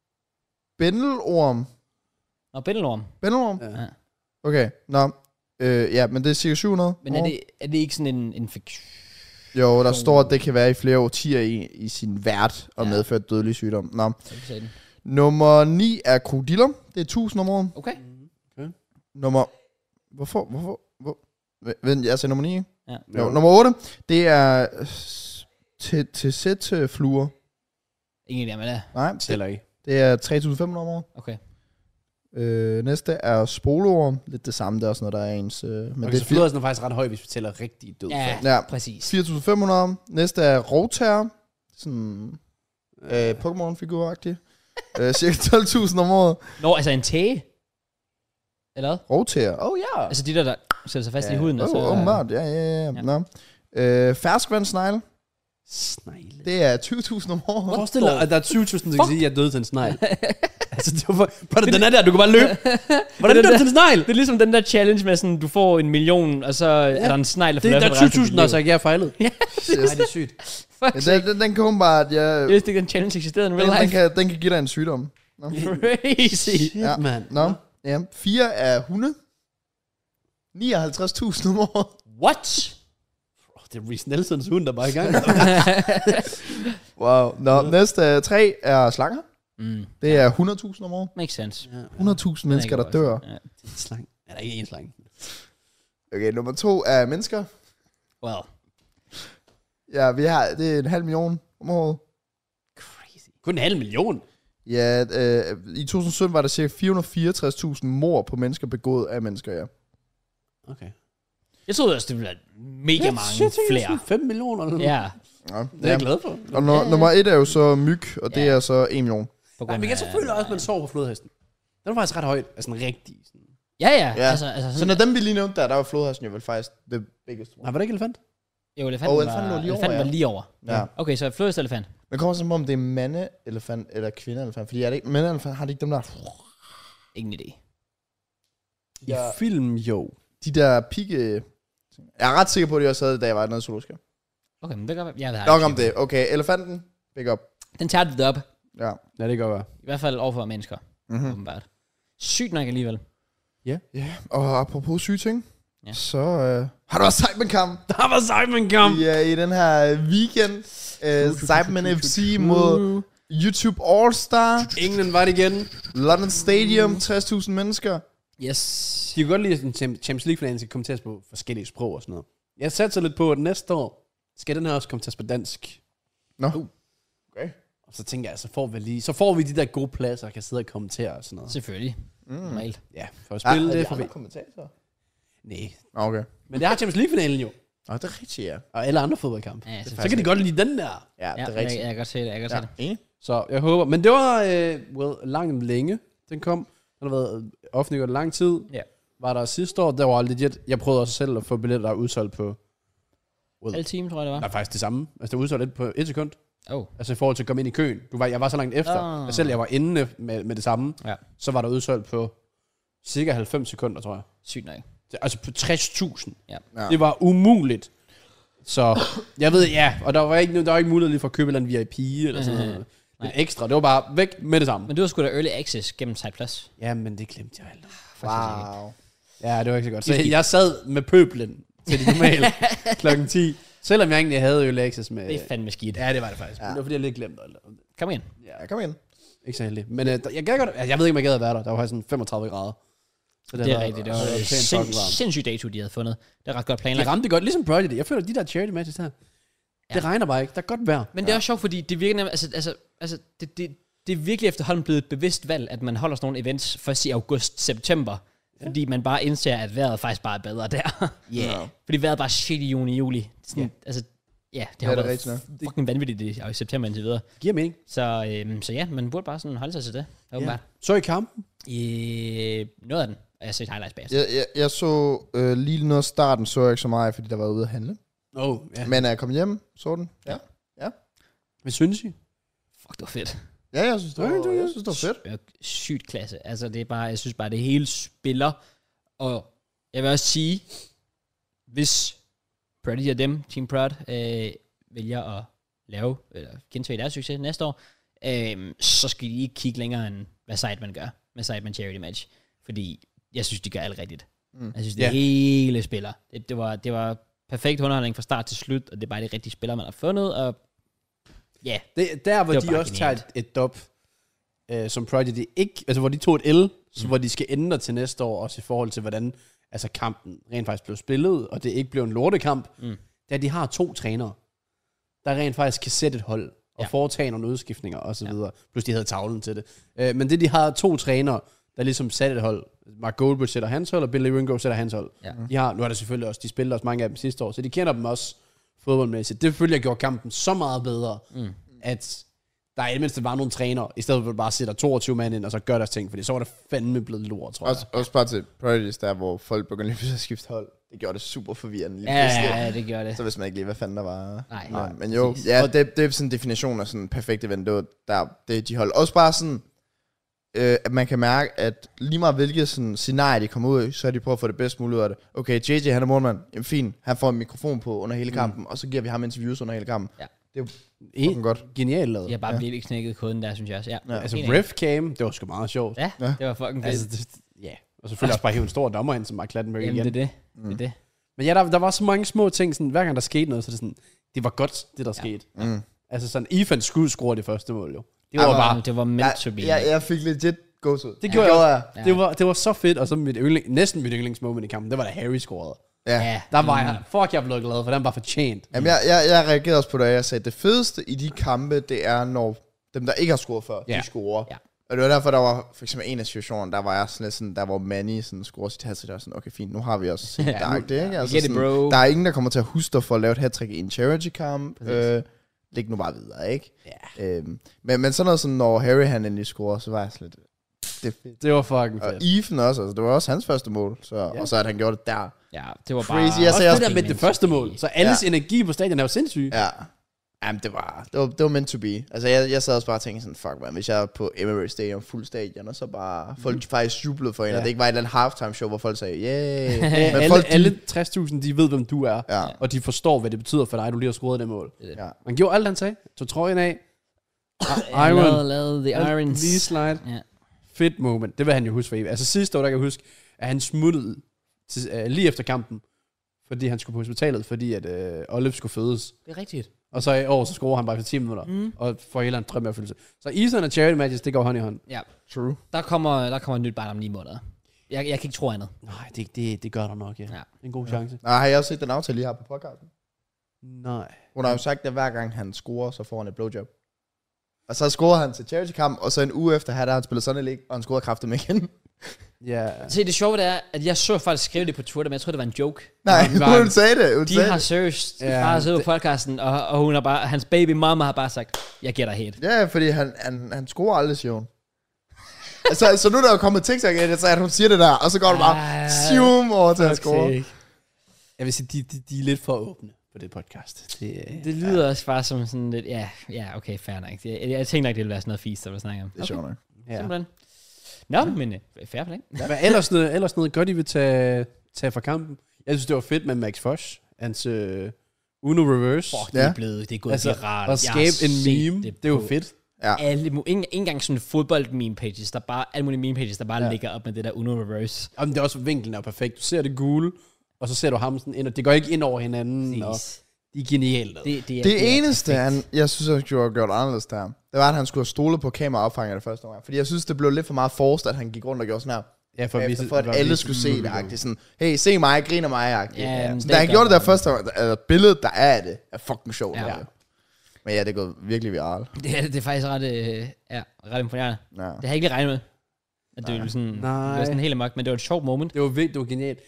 Speaker 3: Bændelorm.
Speaker 1: Nå, bændelorm.
Speaker 3: Bændelorm?
Speaker 2: Ja.
Speaker 1: Ja.
Speaker 3: Okay, nå. Øh, ja, men det er cirka syv hundrede.
Speaker 1: Men er det, er det ikke sådan en infektion?
Speaker 3: Jo, der står, at det kan være i flere årtier i, i sin vært og
Speaker 1: Ja.
Speaker 3: medføre dødelig sygdom. Nå.
Speaker 1: Den.
Speaker 3: Nummer ni er krokodiller. Det er tusind om året.
Speaker 1: Okay.
Speaker 3: Nummer... Hvorfor? Hvorfor? Hvor? Vent, jeg sagde nummer ni, ikke?
Speaker 1: Ja.
Speaker 3: Jo, nummer otte, det er til til sæt fluer.
Speaker 1: Ingen idé, hvad det er.
Speaker 3: Nej,
Speaker 2: Tæller ikke.
Speaker 3: det er tre tusind fem hundrede om året.
Speaker 1: Okay.
Speaker 3: Øh, næste er spoloer. Lidt det samme, det er også noget, der er ens... Øh, men
Speaker 2: Men
Speaker 3: det
Speaker 2: så
Speaker 3: er
Speaker 2: flyder sådan faktisk ret højt, hvis vi tæller rigtig død.
Speaker 1: Ja,
Speaker 3: Ja.
Speaker 1: præcis.
Speaker 3: fire tusind fem hundrede. Næste er rovtær. Sådan... Øh, Pokémon-figur-agtig. øh, cirka tolv tusind om året.
Speaker 1: Nå, altså en tæge? Eller hvad?
Speaker 3: Rovtær. Oh ja.
Speaker 1: Altså de der, der sætter sig fast
Speaker 3: ja.
Speaker 1: i huden.
Speaker 3: Oh,
Speaker 1: Altså,
Speaker 3: åbenbart. Ja, ja, ja.
Speaker 1: Ja.
Speaker 3: ja. Nå. Øh, ferskvandssnegle.
Speaker 2: Snegle.
Speaker 3: Det er tyve tusind om året.
Speaker 2: Forestil dig, at der er tyve tusind, der kan sige, at jeg er død til en snegl. altså, det var for, den er der, du kan bare løbe. Hvordan er
Speaker 1: det
Speaker 2: du
Speaker 1: der-
Speaker 2: til en snegl?
Speaker 1: Det er ligesom den der challenge med sådan, du får en million, og så ja. er der en snegl, der
Speaker 2: Det,
Speaker 1: får
Speaker 2: der er tyve tusind, der har sagt, at jeg er fejlet.
Speaker 1: Ja,
Speaker 2: Nej, det er sygt.
Speaker 1: fuck.
Speaker 3: Ja, den, den, den kan åbenbart... Ja,
Speaker 1: Jeg vidste ikke, den challenge eksisterede i
Speaker 3: den,
Speaker 1: real
Speaker 3: den,
Speaker 1: life.
Speaker 3: kan, den kan give dig en sygdom. Nå.
Speaker 1: Crazy.
Speaker 2: Shit,
Speaker 3: Ja.
Speaker 2: mand.
Speaker 3: Nå. Ja. Fire er hunde. nioghalvtreds tusind om året.
Speaker 1: What?
Speaker 2: Oh, det er Reece Nelsons hund, der bare er i gang.
Speaker 3: Wow. Nå, næste er tre er slanger.
Speaker 1: Mm.
Speaker 3: Det er hundrede tusind om året.
Speaker 1: Makes sense.
Speaker 3: hundrede tusind mennesker, der dør.
Speaker 1: Ja.
Speaker 2: Slang. Er der ikke en slang?
Speaker 3: Okay, nummer to er mennesker.
Speaker 1: Well,
Speaker 3: Ja, vi har, det er en halv million om året.
Speaker 1: crazy.
Speaker 2: Kun en halv million.
Speaker 3: Ja, øh, i to tusind og sytten var der cirka fire hundrede og fireogtres tusind mord på mennesker begået af mennesker, ja.
Speaker 2: Okay.
Speaker 1: Jeg troede også, det ville være mega mange flere.
Speaker 2: fem millioner eller noget.
Speaker 1: Ja.
Speaker 3: ja.
Speaker 2: Det er jeg glad for.
Speaker 3: Og no, nummer et er jo så myg, og det
Speaker 1: Ja.
Speaker 3: er så en million.
Speaker 1: På
Speaker 2: Nej,
Speaker 1: grund
Speaker 2: men jeg så
Speaker 1: af-
Speaker 2: føler også, at man sover på flodhesten. Den er faktisk ret højt. Altså en rigtig. Sådan.
Speaker 1: Ja, ja.
Speaker 3: Ja.
Speaker 1: Altså, altså
Speaker 3: Så
Speaker 1: sådan,
Speaker 3: når dem vi lige nævnte der, der var flodhesten jo vel faktisk det biggest.
Speaker 2: Nej, var det ikke elefant?
Speaker 1: jo, elefanten,
Speaker 3: Åh,
Speaker 1: var,
Speaker 3: elefanten lå lige over,
Speaker 1: elefanten
Speaker 3: ja.
Speaker 1: var lige over.
Speaker 3: Ja.
Speaker 1: Okay, så flodhest elefant.
Speaker 3: Men kommer sådan på, om det er mande-elefant eller kvinde-elefant. Fordi er det ikke, mande-elefant har de ikke dem der...
Speaker 1: Ingen idé.
Speaker 2: I
Speaker 3: Ja.
Speaker 2: film, jo.
Speaker 3: De der pigge... Jeg er ret sikker på, at de også havde, da jeg var nede i zoologisk.
Speaker 1: Okay, men det kan være. Ja, det har
Speaker 3: Nok
Speaker 1: jeg
Speaker 3: om
Speaker 1: ikke.
Speaker 3: det. Okay, elefanten. Big up.
Speaker 1: Den tager det op.
Speaker 3: Ja.
Speaker 2: Ja, det kan godt være.
Speaker 1: I hvert fald overfor mennesker,
Speaker 3: Mm-hmm.
Speaker 1: åbenbart. Sygt nok alligevel.
Speaker 3: Ja, og apropos syge ting,
Speaker 1: Ja.
Speaker 3: ja. så øh, har du også Cyberkamp
Speaker 2: Der var Simon Kamp.
Speaker 3: i, uh, i den her weekend. Uh, Cyberman F C mod YouTube All-Star.
Speaker 2: England var det igen.
Speaker 3: London Stadium, tres tusind mennesker.
Speaker 1: Yes.
Speaker 2: De kan godt lide, at sådan Champions League-finalen skal kommenteres på forskellige sprog og sådan noget. Jeg satte lidt på, at næste år skal den her også kommenteres på dansk.
Speaker 3: Nå.
Speaker 1: Uh.
Speaker 3: Okay.
Speaker 2: Og så tænker jeg, så får vi lige, så får vi de der gode pladser, og kan sidde og kommentere og sådan noget.
Speaker 1: Selvfølgelig.
Speaker 3: Mm.
Speaker 1: Normalt.
Speaker 2: Ja, for at spille
Speaker 3: Ah,
Speaker 2: det får vi.
Speaker 3: kommentatorer?
Speaker 2: Nej.
Speaker 3: Okay.
Speaker 2: Men det har Champions League-finalen jo.
Speaker 3: Nå, det er rigtigt, ja.
Speaker 2: Og alle andre fodboldkampe.
Speaker 1: Ja,
Speaker 2: Så kan de godt lide den der.
Speaker 3: Ja,
Speaker 1: Ja,
Speaker 3: det er
Speaker 1: jeg,
Speaker 3: rigtigt.
Speaker 1: jeg kan godt se det. Jeg kan godt se
Speaker 3: Ja,
Speaker 1: det.
Speaker 3: enig.
Speaker 2: Så jeg håber. Men det var, øh, well, langt længe, den kom. Den har været offentliggjort i lang tid.
Speaker 1: Ja.
Speaker 2: Var der sidste år, der var legit. Jeg prøvede også selv at få billetter, der er udsolgt på.
Speaker 1: Alle team, tror jeg, det var.
Speaker 2: Der er faktisk det samme. Altså, det var udsolgt lidt på et sekund.
Speaker 1: Oh.
Speaker 2: Altså i forhold til at komme ind i køen. Du var, jeg var så langt efter.
Speaker 1: Ah.
Speaker 2: Oh. Selv jeg var inde med, med det samme.
Speaker 1: Ja.
Speaker 2: Så var der udsolgt på cirka halvfems sekunder, tror jeg.
Speaker 1: Sygt nok.
Speaker 2: Det, altså på tres tusind.
Speaker 1: Ja.
Speaker 3: Ja.
Speaker 2: Det var umuligt. Så jeg ved, ja. Og der var ikke, der var ikke mulighed lige for at købe en V I P eller sådan noget.
Speaker 1: Nej.
Speaker 2: Lidt ekstra. Det var bare væk med det samme.
Speaker 1: Men det var sgu da early access gennem Side Plus.
Speaker 2: Ja, men det glemte jeg aldrig.
Speaker 3: Wow.
Speaker 2: Ja, det var ikke så godt. Så jeg sad med pøblen til det normale klokken ti. Selvom jeg egentlig havde early access med...
Speaker 1: Det er fandme skidt.
Speaker 2: Ja, det var det faktisk. Ja.
Speaker 3: Ja.
Speaker 2: Men det var fordi, jeg lidt glemte det.
Speaker 1: Kom igen.
Speaker 3: Ja, kom ind.
Speaker 2: Ikke så heldig. Men øh, der- jeg gad godt... Altså, jeg ved ikke, om jeg gad at være der. Der var faktisk sådan femogtredive grader. Så
Speaker 1: Det
Speaker 2: har
Speaker 1: er
Speaker 2: været-
Speaker 1: rigtigt. Det var
Speaker 2: så har
Speaker 1: en
Speaker 2: været pænt
Speaker 1: sind,
Speaker 2: fucking varmt.
Speaker 1: sindssyg dato, de havde fundet. Det er ret godt
Speaker 2: De
Speaker 1: planlagt.
Speaker 2: ramte det godt, ligesom Prodigy. Jeg føler, at de der charity matches her,
Speaker 1: Ja.
Speaker 2: det regner bare ikke. Der er godt vejr.
Speaker 1: Men det er også sjovt, fordi det virker nemlig, altså, altså, altså det, det, det er virkelig efterhånden blevet et bevidst valg, at man holder sådan nogle events først i august, september.
Speaker 2: Ja.
Speaker 1: Fordi man bare indser, at vejret faktisk bare er bedre der.
Speaker 3: Yeah.
Speaker 1: Fordi vejret er bare shit i juni, juli. Sådan,
Speaker 2: Ja.
Speaker 1: altså, ja, det
Speaker 3: Ja,
Speaker 1: har
Speaker 3: det er
Speaker 1: været
Speaker 3: rigtigt nok.
Speaker 1: fucking vanvittigt i, i september indtil videre.
Speaker 2: Giver mening.
Speaker 1: Så, øhm, så ja, man burde bare sådan holde sig til det, åbenbart.
Speaker 2: Så i kampen.
Speaker 1: I noget af den. jeg har set highlights bagefter.
Speaker 3: Jeg, jeg, jeg så øh, lige noget af starten, så jeg ikke så meget, fordi der var ude at handle.
Speaker 2: Oh, ja.
Speaker 3: Men er jeg kommet hjem, så den. Ja. Ja.
Speaker 2: Hvad synes I?
Speaker 1: Fuck, det var fedt.
Speaker 3: Ja, jeg synes, det var, jeg synes, det var fedt.
Speaker 1: Det var sygt klasse. Altså, det er bare, jeg synes bare, det hele spiller. Og jeg vil også sige, hvis Prodigy og dem, Team Prod, øh, vælger at lave, eller gentage deres succes næste år, øh, så skal de ikke kigge længere end, hvad Sidemen gør med Sidemen Charity Match. Fordi jeg synes, de gør alt rigtigt. Mm. Jeg synes, det
Speaker 2: Ja.
Speaker 1: hele spiller. Det, det, var, det var perfekt underholdning fra start til slut, og det er bare de rigtige spillere, man har fundet, og ja. Yeah.
Speaker 2: Det, der, hvor
Speaker 1: Det var
Speaker 2: de
Speaker 1: bare
Speaker 2: også
Speaker 1: genialt.
Speaker 2: tager et, et dub, øh, som Prodigy ikke, altså hvor de tog et L, så hvor de skal ændre til næste år, også i forhold til, hvordan altså kampen rent faktisk blev spillet, og det ikke blev en lortekamp,
Speaker 1: Mm.
Speaker 2: da de har to trænere, der rent faktisk kan sætte et hold, og
Speaker 1: Ja.
Speaker 2: foretage nogle udskiftninger og så
Speaker 1: Ja.
Speaker 2: videre. Plus de havde tavlen til det. Øh, men det, de har to trænere, der ligesom satte et hold. Mark Goldberg sætter hans hold, og Billy Ringo sætter hans hold.
Speaker 1: Ja.
Speaker 2: De har, nu er der selvfølgelig også, de spillede også mange af dem sidste år, så de kender dem også fodboldmæssigt. Det selvfølgelig har gjort kampen så meget bedre,
Speaker 1: Mm.
Speaker 2: at der i det mindste var nogle trænere, i stedet for at bare sætter toogtyve mand ind, og så gør deres ting, fordi så var det fandme blevet lort, tror jeg.
Speaker 3: Også, også bare til Prodigy, der hvor folk begyndte lige pludselig at skifte hold. Det gjorde det super forvirrende lige
Speaker 1: Ja,
Speaker 3: pludselig.
Speaker 1: ja, ja, det gør det.
Speaker 3: Så hvis man ikke lige, hvad fanden der var.
Speaker 1: Nej.
Speaker 3: Nej, men jo,
Speaker 1: Præcis.
Speaker 3: ja, det, det er sådan en definition af sådan en perfekt event. Det var der, det de holdt. Også bare sådan, øh, at man kan mærke, at lige meget hvilket sådan scenarie de kommer ud i, så har de prøvet at få det bedst muligt ud af det. Okay, J J, han er målmand. Jamen fint, han får en mikrofon på under hele kampen, mm. og så giver vi ham interviews under hele kampen.
Speaker 1: Ja.
Speaker 3: Det er jo
Speaker 2: Helt
Speaker 3: fucking godt.
Speaker 2: genialt lavet.
Speaker 1: De har bare
Speaker 3: Ja.
Speaker 1: virkelig knækket koden der, synes jeg også. Ja.
Speaker 3: Ja.
Speaker 2: Altså
Speaker 1: Enig.
Speaker 2: ref cam, det var sgu meget sjovt.
Speaker 1: Ja,
Speaker 3: Ja.
Speaker 1: det var fucking fedt.
Speaker 2: Altså, det, ja. Og selvfølgelig også bare hive en stor dommer ind, som Mark Clattenburg
Speaker 1: Jamen,
Speaker 2: igen.
Speaker 1: det er det. Det er det.
Speaker 2: Men ja, der, der var så mange små ting, sådan, hver gang der skete noget, så det sådan, det var godt, det der ja. skete.
Speaker 3: Mm.
Speaker 2: Altså sådan, Ethan skulle score det første mål, jo. Det
Speaker 1: Det
Speaker 2: var
Speaker 1: var,
Speaker 2: bare,
Speaker 1: det var meant to be.
Speaker 3: Jeg, jeg, jeg fik legit gåsehud.
Speaker 2: det gjorde jeg.
Speaker 1: Ja.
Speaker 2: Det var, det var så fedt, og så mit yndling, næsten mit yndlingsmoment i kampen, det var da Harry scorede.
Speaker 3: Ja.
Speaker 1: Ja.
Speaker 2: Der var jeg, fuck, jeg blev glad, for den var fortjent.
Speaker 3: Jamen, jeg, jeg, jeg reagerede også på det, jeg sagde, det fedeste i de kampe, det er, når dem, der ikke har scoret før,
Speaker 2: Ja.
Speaker 3: de scorer.
Speaker 1: Ja.
Speaker 3: Og det var derfor, der var for eksempel en af situationerne, der var jeg sådan lidt sådan, der var Manny sådan scorer sit hat-trick, der var sådan, okay, fint, nu har vi også set
Speaker 1: Ja,
Speaker 3: ja, det, ikke? Altså,
Speaker 1: get it,
Speaker 3: sådan,
Speaker 1: bro.
Speaker 3: der er ingen, der kommer til at huske dig for at lave et hat-trick i en charity-kamp. Øh, læg nu bare videre, ikke?
Speaker 2: Ja.
Speaker 3: Øhm, men, men sådan noget, sådan, når Harry han endelig scorer, så var jeg sådan lidt, det er fedt.
Speaker 2: Det var fucking
Speaker 3: Og
Speaker 2: fedt.
Speaker 3: Ethan også, altså, det var også hans første mål, så, ja. og så at han gjorde det der.
Speaker 1: Ja, det var
Speaker 3: Crazy.
Speaker 1: bare...
Speaker 3: Jeg
Speaker 2: Også
Speaker 3: sagde
Speaker 2: det
Speaker 3: også,
Speaker 2: der med det første mål, så alles
Speaker 3: Ja.
Speaker 2: energi på stadion er jo sindssyg.
Speaker 3: Ja. Jamen, det var, det var, det var meant to be. Altså, jeg, jeg sad også bare og tænkte sådan, fuck man, hvis jeg er på Emirates Stadium, fuld stadion, og så bare, folk mm. faktisk jublede for en,
Speaker 2: Ja.
Speaker 3: og det ikke var et eller andet halftime show, hvor folk sagde, yeah.
Speaker 2: Ja,
Speaker 3: Men
Speaker 2: alle,
Speaker 3: folk, de,
Speaker 2: alle tres tusind, de ved, hvem du er,
Speaker 3: Ja.
Speaker 2: og de forstår, hvad det betyder for dig, du lige har scoret det mål.
Speaker 3: Ja.
Speaker 2: Man gjorde alt, han sagde. Tog trøjen af.
Speaker 1: Ja,
Speaker 2: Iron.
Speaker 1: lavede, lavede The
Speaker 2: Alt
Speaker 1: Irons.
Speaker 2: Lige slide.
Speaker 1: Ja.
Speaker 2: Fedt moment. Det vil han jo huske for evigt. Altså sidste år, der kan jeg huske, at han smuttede til, uh, lige efter kampen, fordi han skulle på hospitalet, fordi at uh, Olive skulle fødes.
Speaker 1: Det er rigtigt.
Speaker 2: Og så i år, så scorer han bare for ti minutter, mm. og får hele en drøm opfyldelse. Så Ethan og charity matches, det går hånd i hånd.
Speaker 1: Ja.
Speaker 3: True.
Speaker 1: Der kommer, der kommer et nyt barn om ni måneder. Jeg, jeg kan ikke tro andet.
Speaker 2: Nej, det, det, det gør der nok, ja.
Speaker 1: Ja.
Speaker 2: Det er en god chance.
Speaker 3: Nej, har jeg også set den aftale, I har på podcasten?
Speaker 2: Nej.
Speaker 3: Hun har jo sagt, at hver gang han scorer, så får han et blowjob. Og så scorer han til charity-kamp, og så en uge efter, her, der har han spillet Sunday League, og han scorer kraftigt med igen.
Speaker 2: Ja.
Speaker 1: Se, det sjove det er, at jeg så faktisk skrive det på Twitter, men jeg tror det var en joke.
Speaker 3: Nej,
Speaker 2: det var-
Speaker 3: hun sagde det. Hun
Speaker 1: De
Speaker 3: sagde
Speaker 1: har
Speaker 3: det.
Speaker 1: seriøst
Speaker 2: Ja,
Speaker 1: bare siddet
Speaker 2: det-
Speaker 1: på podcasten, og, og hun har bare, hans baby mama har bare sagt, jeg giver dig hate.
Speaker 3: Ja, fordi han, han, han scorer aldrig, siger hun. altså, så nu er der jo kommet TikTok ind, så at hun siger det der, og så går det bare
Speaker 1: Ah,
Speaker 3: zoom over til at score.
Speaker 2: Jeg vil sige, de, de, de er lidt for åbne på det podcast. Det, øh,
Speaker 1: Det lyder ja. også bare som sådan lidt, ja, ja okay, fair nok. Jeg, jeg, jeg tænker ikke, det ville være sådan noget fisk, der vil snakke om.
Speaker 3: Det er sjovt nok.
Speaker 2: ja.
Speaker 1: Simpelthen. Nå, men uh, fair play.
Speaker 2: Hvad ellers noget, ellers noget godt, I vil tage, tage fra kampen? Jeg synes, det var fedt med Max Fosh. Hans øh, Uno Reverse.
Speaker 1: Fuck, det er
Speaker 3: Ja.
Speaker 1: blevet, det er gået
Speaker 2: altså,
Speaker 1: viralt.
Speaker 2: at
Speaker 1: Jeg har
Speaker 2: skabe en
Speaker 1: set
Speaker 2: meme, det, det er jo
Speaker 1: på
Speaker 2: fedt.
Speaker 3: Ja.
Speaker 1: Alle, ikke, ikke engang sådan fodbold meme pages, der bare, alle mulige meme pages, der bare
Speaker 2: Ja.
Speaker 1: ja. ligger op med det der Uno Reverse.
Speaker 2: Jamen, det er også, vinklen er perfekt. Du ser det gule, og så ser du ham sådan ind, og det går ikke ind over hinanden, og
Speaker 1: Præcis.
Speaker 2: de er genialt. Det,
Speaker 1: Det, det, er,
Speaker 3: Det
Speaker 1: er
Speaker 3: eneste,
Speaker 1: perfekt.
Speaker 3: han, jeg synes, han skulle have gjort anderledes der, det var, at han skulle have stolet på kameraopfanger det første gang. Fordi jeg synes, det blev lidt for meget forced, at han gik rundt og gjorde sådan her.
Speaker 2: ja, for,
Speaker 3: For,
Speaker 2: at,
Speaker 3: efter,
Speaker 2: vise,
Speaker 3: for at alle skulle se det, agtigt. Sådan, hey, se mig, griner mig, agtigt.
Speaker 1: Ja,
Speaker 3: Ja,
Speaker 1: men
Speaker 3: så
Speaker 1: det
Speaker 3: da han
Speaker 1: gør
Speaker 3: gjorde det der
Speaker 1: han.
Speaker 3: første gang, altså, billedet, der er af det, er fucking sjovt.
Speaker 1: Ja.
Speaker 3: Ja. Men ja, det er gået virkelig viralt.
Speaker 1: Det er, det er faktisk ret, øh, ja, ret imponerende.
Speaker 3: Ja.
Speaker 1: Det har jeg ikke lige regnet med. At det
Speaker 3: Nej.
Speaker 1: var sådan,
Speaker 2: Nej.
Speaker 1: det var sådan helt amok, men det var et sjovt moment.
Speaker 2: det var vildt, det var genialt.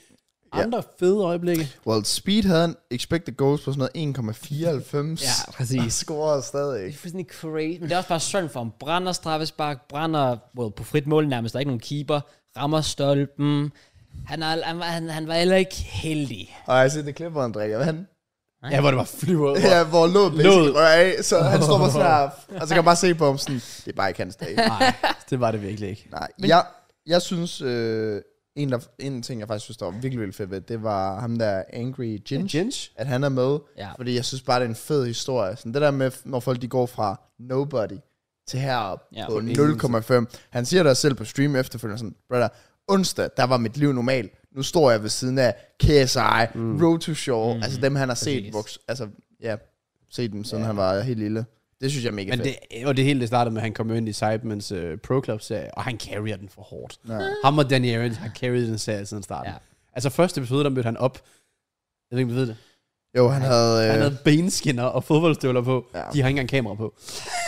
Speaker 2: Andre fede øjeblikke.
Speaker 3: Well, Speed havde en expected goals på sådan noget en komma fireoghalvfems.
Speaker 1: Ja, præcis.
Speaker 3: Og scorede stadig.
Speaker 1: Det er fuldstændig crazy. Men det er også bare synd for ham. Brænder straffespark, brænder well, på frit mål nærmest. Der er ikke nogen keeper. Rammer stolpen. Han, er, han, var, han, han var heller ikke heldig.
Speaker 3: Og jeg har set det klip, hvor han drikker vand.
Speaker 2: Ja, hvor det var flyver.
Speaker 3: Ja, hvor låd basically rører af, så han står bare sådan her, og så kan jeg bare se på ham sådan, det er bare ikke hans dag.
Speaker 2: Nej, det var det virkelig ikke.
Speaker 3: Nej, jeg, jeg synes, øh, en, der, en ting, jeg faktisk synes, der var virkelig, virkelig fedt ved, det var ham der Angry Ginge,
Speaker 2: Ginge?
Speaker 3: at han er med,
Speaker 1: Ja.
Speaker 3: fordi jeg synes bare, det er en fed historie. Sådan det der med, når folk de går fra nobody til herop
Speaker 1: Ja,
Speaker 3: på
Speaker 1: på
Speaker 3: nul komma fem. Han siger der selv på stream efterfølgende sådan, brother, onsdag, der var mit liv normalt. Nu står jeg ved siden af K S I, mm. Road to Shore, mm. altså dem han har set,
Speaker 1: Præcis.
Speaker 3: voks, altså ja, set dem, siden
Speaker 2: Ja.
Speaker 3: han var helt lille. Det synes jeg er mega
Speaker 2: Men
Speaker 3: fedt.
Speaker 2: det, og det hele det startede med, at han kom ind i Cybermans uh, Pro Club-serie, og han carrier den for hårdt.
Speaker 3: Ja.
Speaker 2: Ham og Danny Aaron har carried den serie siden starten.
Speaker 1: Ja.
Speaker 2: Altså første episode, der mødte han op. Jeg ved ikke, om du ved det.
Speaker 3: Jo, han havde... Øh,
Speaker 2: Han havde benskinner og fodboldstøvler på.
Speaker 3: Ja.
Speaker 2: De har ikke engang kamera på.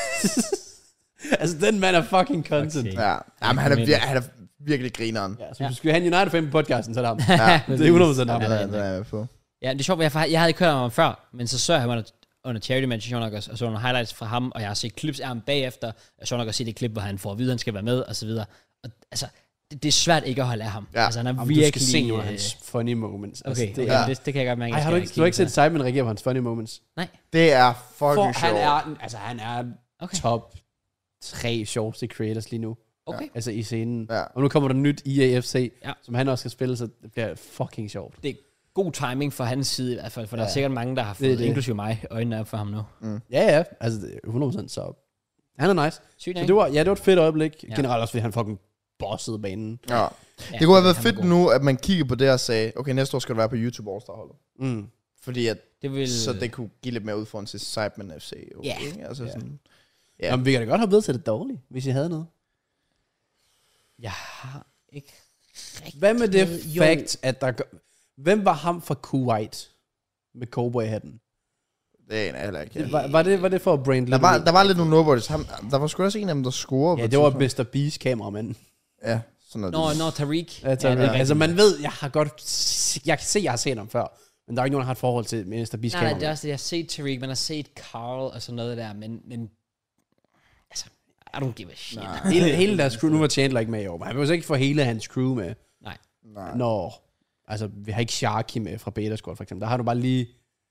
Speaker 2: Altså, den mand er fucking content.
Speaker 1: Okay.
Speaker 3: ja, jamen, han, er vir- han er virkelig grineren.
Speaker 2: Ja, så hvis du skal have en United-fan på podcasten, så er det ham.
Speaker 3: Ja,
Speaker 2: Det er hundrede procent ham.
Speaker 3: den er, den er jeg med på.
Speaker 1: Ja, det er sjovt, jeg, jeg havde ikke hørt om ham før, men så så jeg ham under, under charity match, nok også, og så nogle highlights fra ham, og jeg har set clips af ham bagefter, og så nok også set det klip, hvor han får at vide, at han skal være med, og så videre. Og altså, det, det er svært ikke at holde af ham.
Speaker 3: Ja.
Speaker 1: Altså, han er
Speaker 2: Jamen,
Speaker 1: virkelig...
Speaker 2: du skal se nogle af
Speaker 1: øh,
Speaker 2: hans funny moments.
Speaker 1: Okay,
Speaker 2: Altså,
Speaker 1: det,
Speaker 2: det,
Speaker 1: ja.
Speaker 2: er,
Speaker 1: det, det kan jeg godt mærke.
Speaker 2: ej,
Speaker 1: jeg
Speaker 2: har du
Speaker 1: skal
Speaker 2: ikke, du har ikke
Speaker 1: kigge
Speaker 2: set Simon reagere på hans funny moments?
Speaker 1: Nej.
Speaker 3: Det er fucking
Speaker 2: For
Speaker 3: sjovt.
Speaker 2: han er, altså, han er
Speaker 1: Okay.
Speaker 2: top tre sjoveste creators lige nu.
Speaker 1: Okay.
Speaker 2: Altså i scenen.
Speaker 3: Ja.
Speaker 2: Og nu kommer der nyt I A F C,
Speaker 1: Ja.
Speaker 2: som han også skal spille, så det bliver fucking sjovt.
Speaker 1: Det er god timing fra hans side i hvert fald, for ja. der er
Speaker 2: Ja.
Speaker 1: sikkert mange, der har
Speaker 2: Det er
Speaker 1: fået,
Speaker 2: det.
Speaker 1: inklusive mig, øjnene op for ham nu.
Speaker 2: Ja, ja. Altså, det er hundrede procent så. Han er nice.
Speaker 1: Sygt,
Speaker 2: Så
Speaker 1: ikke?
Speaker 2: det var, ja, det var et fedt øjeblik.
Speaker 1: Ja.
Speaker 2: Generelt også, fordi han fucking bossede banen.
Speaker 3: Ja.
Speaker 1: Ja,
Speaker 3: Det kunne have været
Speaker 1: han var
Speaker 3: fedt
Speaker 1: god.
Speaker 3: nu, at man kiggede på det og sagde, okay, næste år skal du være på YouTube All-Star-holdet.
Speaker 2: Mm.
Speaker 3: Fordi at,
Speaker 1: Det vil...
Speaker 3: så det kunne give lidt mere udfordring til Cyberman F C. Jo,
Speaker 1: Ja.
Speaker 3: ikke? Altså
Speaker 2: Ja.
Speaker 3: sådan,
Speaker 2: Ja.
Speaker 3: Ja.
Speaker 2: Jamen, vi kan da godt have vedtaget det dårligt, hvis I havde noget.
Speaker 1: Jeg har ikke rigtig...
Speaker 2: Hvad med det
Speaker 1: noget- jo.
Speaker 2: fact, at der... Hvem var ham fra Kuwait med cowboy-hatten?
Speaker 3: det er jeg heller ikke.
Speaker 2: Det var, var, det, var det for at brand
Speaker 3: Der
Speaker 2: lidt
Speaker 3: var,
Speaker 2: ud?
Speaker 3: der var lidt nogle nobodies. Ham, der var sgu også en af dem, der scorede.
Speaker 2: Ja,
Speaker 3: på
Speaker 2: det var
Speaker 3: et
Speaker 2: mister Beast kameramanden.
Speaker 3: tidspunkt. Ja, sådan noget.
Speaker 1: Nå, nå, Tariq.
Speaker 2: Ja, ja, altså, man ved, jeg har godt... Jeg kan se, jeg har set ham før. Men der er ikke nogen, der har et forhold til mister Beast
Speaker 1: Nej, nej, det er
Speaker 2: kameramanden.
Speaker 1: også det, jeg har set Tariq, man har set Carl og sådan noget der, men, men altså, I don't give a shit.
Speaker 3: Nej.
Speaker 2: Hele, hele deres crew, nu var Chandler ikke med i år, men han vil så ikke få hele hans crew med.
Speaker 1: Nej.
Speaker 3: Nej.
Speaker 2: Nå, altså, vi har ikke Sharky med fra Beta Squad, for eksempel. Der har du bare lige...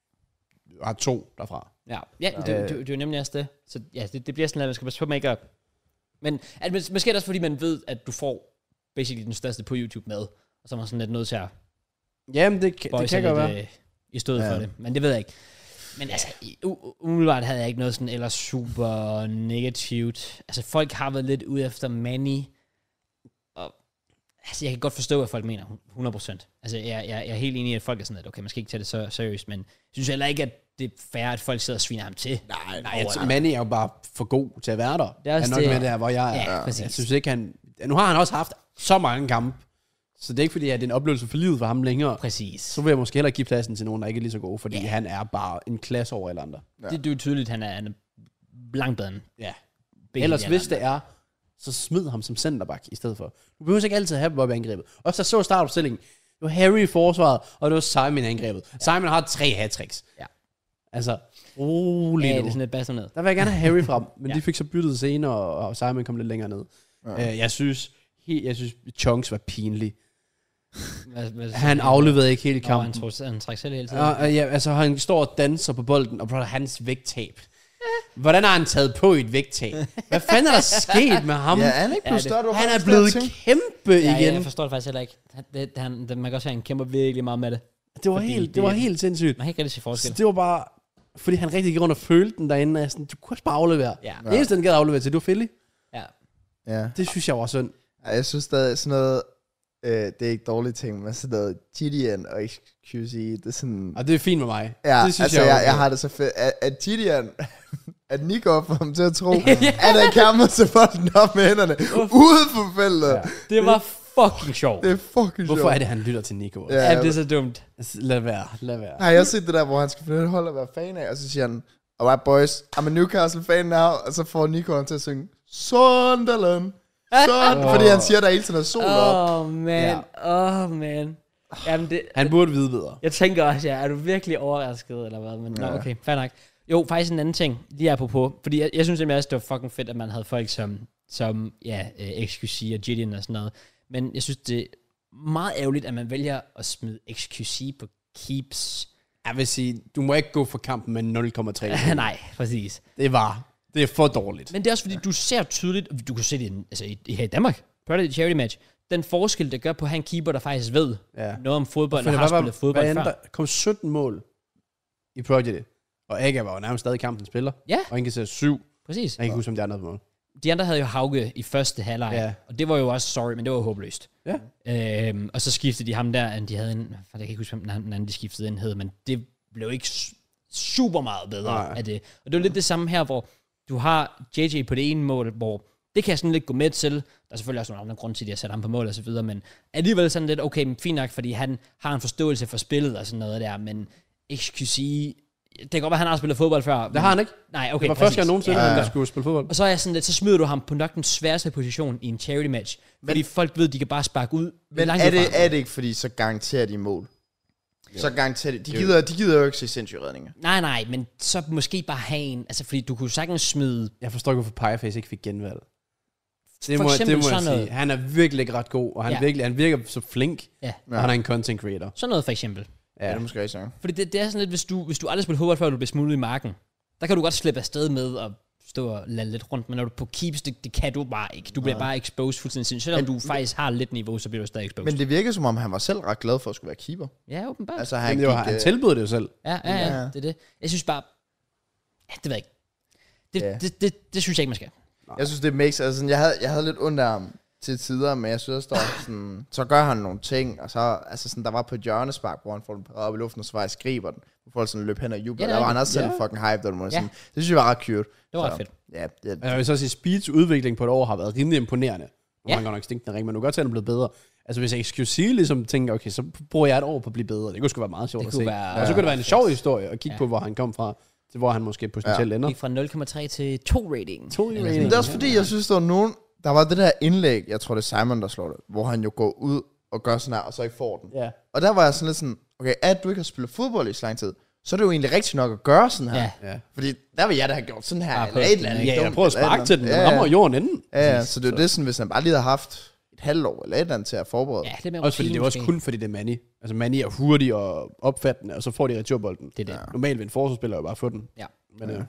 Speaker 2: Du har to derfra.
Speaker 1: Ja, ja det, det, det, det er jo nemlig også det. Så ja, det, det bliver sådan, at man skal passe på, at man ikke gør... Men at, mås- måske er det også, fordi man ved, at du får basically den største på YouTube med, og så er man sådan lidt nødt til at
Speaker 2: Jamen, det, kan-
Speaker 1: bøje
Speaker 2: det
Speaker 1: sig
Speaker 2: kan godt
Speaker 1: lidt
Speaker 2: være.
Speaker 1: øh, i stedet
Speaker 3: Ja.
Speaker 1: for det. Men det ved jeg ikke. Men altså, i- u- umiddelbart havde jeg ikke noget sådan ellers super negativt. Altså, folk har været lidt ude efter Manny, og altså, jeg kan godt forstå, hvad folk mener, hundrede procent. Altså, jeg, jeg, jeg er helt enig i, at folk er sådan, at okay, man skal ikke tage det så seriøst, men jeg synes heller ikke, at det er fair, at folk sidder og sviner ham til.
Speaker 2: Nej, nej,
Speaker 1: Over
Speaker 2: jeg,
Speaker 1: det.
Speaker 2: Manny er jo bare for god til at være der.
Speaker 1: Det er også
Speaker 2: han er nok
Speaker 1: det.
Speaker 2: med der, hvor jeg er.
Speaker 1: Ja, præcis.
Speaker 2: Jeg synes ikke, han... Nu har han også haft så mange kampe, så det er ikke fordi, at det er en oplevelse for livet for ham længere.
Speaker 1: Præcis.
Speaker 2: Så vil jeg måske heller give pladsen til nogen, der ikke er lige så gode, fordi
Speaker 1: Ja.
Speaker 2: han er bare en klasse over alle andre.
Speaker 3: Ja.
Speaker 1: Det, det er jo tydeligt, at han er, han er langt bedre end
Speaker 2: Ja.
Speaker 1: begge
Speaker 2: Ellers
Speaker 1: de
Speaker 2: hvis
Speaker 1: andre.
Speaker 2: det er, så smid ham som centerback i stedet for. Du behøver ikke altid have dem op i angrebet. Også der så startopstillingen. Det var Harry i forsvaret, og det var Simon i angrebet. Ja. Simon har tre hat-tricks.
Speaker 1: Ja.
Speaker 2: Altså, rolig
Speaker 1: Ja,
Speaker 2: nu.
Speaker 1: det er sådan lidt bedre ned.
Speaker 2: Der vil jeg gerne have Harry frem, men
Speaker 1: Ja.
Speaker 2: ja. de fik så byttet senere, og Simon kom lidt længere ned.
Speaker 3: Ja.
Speaker 2: Uh, jeg synes, he, jeg synes, Chunks var pinlig.
Speaker 1: Hvad, hvad,
Speaker 2: Han afleverede ikke hele
Speaker 1: Nå, han,
Speaker 2: kampen.
Speaker 1: tog, han trækker selv hele tiden.
Speaker 2: Ja, uh, ja, altså han står og danser på bolden, og brother, hans vægttab. Hvordan har han taget på et vægttab? Hvad fanden er der sket med ham?
Speaker 3: Ja, han er ikke
Speaker 1: Ja,
Speaker 3: blevet
Speaker 1: det-
Speaker 3: større. du har
Speaker 2: Han er
Speaker 3: faktisk
Speaker 2: blevet
Speaker 3: der ting.
Speaker 2: kæmpe
Speaker 1: ja,
Speaker 2: igen.
Speaker 1: ja, jeg forstår det faktisk heller ikke. Han, det, han, det, man kan også se, at han kæmper virkelig meget med det.
Speaker 2: Det var,
Speaker 1: Fordi
Speaker 2: helt,
Speaker 1: det-
Speaker 2: det var helt sindssygt.
Speaker 1: Man kan ikke rigtig se
Speaker 2: Så
Speaker 1: forskel.
Speaker 2: det var bare, fordi han rigtig gik rundt og følte den derinde, og jeg sådan, du kunne også bare aflevere.
Speaker 1: Ja.
Speaker 2: Det eneste, den gad aflevere til, det var Philly.
Speaker 1: Ja.
Speaker 3: Ja.
Speaker 2: Det synes jeg var synd.
Speaker 3: Ja, jeg synes stadig sådan noget, øh, det er ikke dårlige ting, men sådan noget Gideon og Q C, det er sådan...
Speaker 2: Og det er fint med mig.
Speaker 3: Ja,
Speaker 2: det synes
Speaker 3: altså
Speaker 2: jeg,
Speaker 3: jeg,
Speaker 2: var
Speaker 3: jeg,
Speaker 2: okay.
Speaker 3: har det så fedt, at, at Gideon, at Nico får ham til at tro, at han kammer sig bolden op med hænderne, ude for feltet.
Speaker 2: Ja.
Speaker 1: Det var fucking sjovt.
Speaker 3: Det er fucking sjovt.
Speaker 2: Hvorfor er det, han lytter til Nico?
Speaker 3: Ja.
Speaker 2: Ja.
Speaker 1: Ja, det er så dumt.
Speaker 2: Lad være, lad være.
Speaker 3: Har jeg også set det der, hvor han skal finde et hold at være fan af, og så siger han, alright boys, I'm a Newcastle fan now, og så får Nico ham til at synge, Sunderland, Sunderland,
Speaker 2: Oh.
Speaker 3: fordi han siger, der hele tiden er sol op.
Speaker 1: Åh, oh, man. Åh,
Speaker 2: Ja.
Speaker 1: oh, man. Jamen, det,
Speaker 2: Han burde vide bedre.
Speaker 1: jeg tænker også, ja, er du virkelig overrasket, eller hvad? Men ja. Nå, okay, fair nok. Jo, faktisk en anden ting, lige apropos, fordi jeg, jeg synes simpelthen også, det var fucking fedt, at man havde folk som, som ja, uh, X Q C og Gideon og sådan noget. Men jeg synes, det er meget ærgerligt, at man vælger at smide X Q C på keeps.
Speaker 2: Jeg vil sige, du må ikke gå for kampen med nul komma tre.
Speaker 1: Nej, præcis.
Speaker 2: Det var, det er for dårligt.
Speaker 1: Men det er også fordi, du ser tydeligt, du kan se det i, altså i, her i Danmark, Predator Charity Match, den forskel, der gør på at have en keeper, der faktisk ved
Speaker 2: Ja.
Speaker 1: noget om fodbold, og
Speaker 2: Hvad
Speaker 1: har
Speaker 2: var-
Speaker 1: spillet fodbold
Speaker 2: hvad
Speaker 1: før.
Speaker 2: endte der? kom sytten mål i Project, og Aga var jo nærmest stadig kampen spiller.
Speaker 1: Ja.
Speaker 2: Og han kan se syv.
Speaker 1: Præcis.
Speaker 2: Jeg kan ikke huske, om det er noget på mål.
Speaker 1: De andre havde jo Hauge i første halvleg,
Speaker 2: Ja.
Speaker 1: og det var jo også sorry, men det var jo håbløst.
Speaker 2: Ja.
Speaker 1: Øhm, og så skiftede de ham der, and de havde en, jeg kan ikke huske, hvem den anden de skiftede ind hed, men det blev ikke s- super meget bedre
Speaker 2: Nej.
Speaker 1: af det. Og det var lidt det samme her, hvor du har J J på det ene mål, hvor det kan jeg sådan lidt gå med til. Der er selvfølgelig også nogle andre grunde til, at de har sat ham på mål og så videre, men alligevel sådan lidt, okay, men fint nok, fordi han har en forståelse for spillet og sådan noget der, men X Q C, det kan godt være, han har spillet fodbold før.
Speaker 2: Det har han ikke.
Speaker 1: Nej, okay,
Speaker 2: Det var
Speaker 1: præcis.
Speaker 2: første gang nogensinde,
Speaker 3: Ja.
Speaker 2: ja. der skulle spille fodbold.
Speaker 1: Og så er jeg sådan lidt, så smider du ham på nok den sværeste position i en charity match, fordi folk ved, de kan bare sparke ud.
Speaker 3: Men
Speaker 1: langt
Speaker 3: er
Speaker 1: ud fra
Speaker 3: det,
Speaker 1: ham.
Speaker 3: er det ikke, fordi så garanterer de mål? Så garanterer de. De gider, de gider jo ikke se sindssyge redninger.
Speaker 1: Nej, nej, men så måske bare have en, altså fordi du kunne sagtens smide,
Speaker 2: Jeg forstår ikke, hvorfor Pieface ikke fik genvalg. Det
Speaker 1: for
Speaker 2: må,
Speaker 1: eksempel
Speaker 2: det må jeg
Speaker 1: sådan
Speaker 2: sige.
Speaker 1: noget.
Speaker 2: Han er virkelig ikke ret god, og han,
Speaker 1: Ja.
Speaker 2: ja. virkelig, han virker så flink,
Speaker 1: Ja.
Speaker 2: og han er en content creator.
Speaker 1: sådan noget for eksempel.
Speaker 3: Ja,
Speaker 2: Ja.
Speaker 3: det er måske rigtig sagt.
Speaker 1: Fordi det, det er sådan lidt, hvis du, hvis du aldrig spiller fodbold, før du bliver smuttet i marken, der kan du godt slippe afsted med at stå og lade lidt rundt, men når du er på keeps, det, det kan du bare ikke. Du bliver bare exposed fuldstændig sindssygt. Selvom
Speaker 3: Men-
Speaker 1: du faktisk har lidt niveau, så bliver du stadig exposed.
Speaker 3: Men det virker som om, han var selv ret glad for at skulle være keeper.
Speaker 1: ja, åbenbart.
Speaker 3: Altså,
Speaker 2: Han,
Speaker 3: han
Speaker 2: det var,
Speaker 3: gik,
Speaker 2: han
Speaker 3: øh,
Speaker 2: tilbød det jo selv.
Speaker 1: Ja, ja, ja,
Speaker 3: Ja.
Speaker 1: det er det. Jeg synes bare, ja, det ved jeg ikke. Det,
Speaker 3: Ja.
Speaker 1: det, det, det, det synes jeg ikke, man skal.
Speaker 3: Jeg synes, det makes, altså sådan, jeg havde, jeg havde lidt ondt af ham til tider, men jeg synes også, der var sådan, så gør han nogle ting, og så, altså sådan, der var på et hjørnespark, hvor han får den pareret op i luften, og så var jeg skriber den, hvor folk sådan løb hen og jubler.
Speaker 1: Ja,
Speaker 3: Ja,
Speaker 1: det
Speaker 3: der
Speaker 1: er
Speaker 3: var han også selv
Speaker 2: rigtigt.
Speaker 3: fucking hype, der må
Speaker 1: Ja.
Speaker 3: sådan. Det synes jeg var ret cute.
Speaker 1: Det var
Speaker 3: Så,
Speaker 1: ret fedt.
Speaker 3: Ja, det,
Speaker 2: Men jeg vil så sige, Speeds udvikling på et år har været rimelig imponerende. Nu
Speaker 1: Ja.
Speaker 2: har han godt nok stinkende ring, men du kan godt se, at han er blevet bedre. Altså hvis X Q C ligesom tænker, okay, så bruger jeg et år på at blive bedre. Det kunne sgu være meget sjovt
Speaker 1: Det
Speaker 2: at
Speaker 1: kunne
Speaker 2: se.
Speaker 1: være-
Speaker 2: og så kunne det være en sjov historie at kigge
Speaker 1: Ja.
Speaker 2: på, hvor han kom fra, til hvor han måske potentielt ender.
Speaker 1: Gik fra nul komma tre til to rating.
Speaker 2: To i
Speaker 1: Eller
Speaker 2: rating.
Speaker 1: sådan
Speaker 3: Men det er også fordi, jeg synes, der var nogen, der var det der indlæg, jeg tror det er Simon, der slår det, hvor han jo går ud og gør sådan her, og så ikke får den.
Speaker 2: Ja.
Speaker 3: Og der var jeg sådan lidt sådan, okay, at du ikke har spillet fodbold i så lang tid, så er det jo egentlig rigtigt nok at gøre sådan her.
Speaker 1: Ja.
Speaker 2: Ja.
Speaker 3: Fordi der vil jeg da have gjort sådan her,
Speaker 1: Bare
Speaker 3: eller
Speaker 1: på-
Speaker 3: et eller andet.
Speaker 2: Ja, jeg
Speaker 3: dumt,
Speaker 2: prøver at
Speaker 3: eller et
Speaker 2: sparke til den,
Speaker 3: eller
Speaker 2: men
Speaker 3: andet.
Speaker 2: rammer jorden inden.
Speaker 3: Ja, ja, så det er jo det sådan, hvis han bare lige havde haft et halvt år eller et eller andet til at forberede.
Speaker 1: Ja, det er mere
Speaker 2: Også fordi det er også
Speaker 1: rutine,
Speaker 2: kun fordi det er Manny. Altså Manny er hurtig og opfattende, og så får de returbolden.
Speaker 1: Det er det.
Speaker 3: Ja.
Speaker 2: Normalt vil en forsvarsspiller jo bare få den.
Speaker 1: Ja.
Speaker 2: Men
Speaker 3: Ja.
Speaker 2: øh,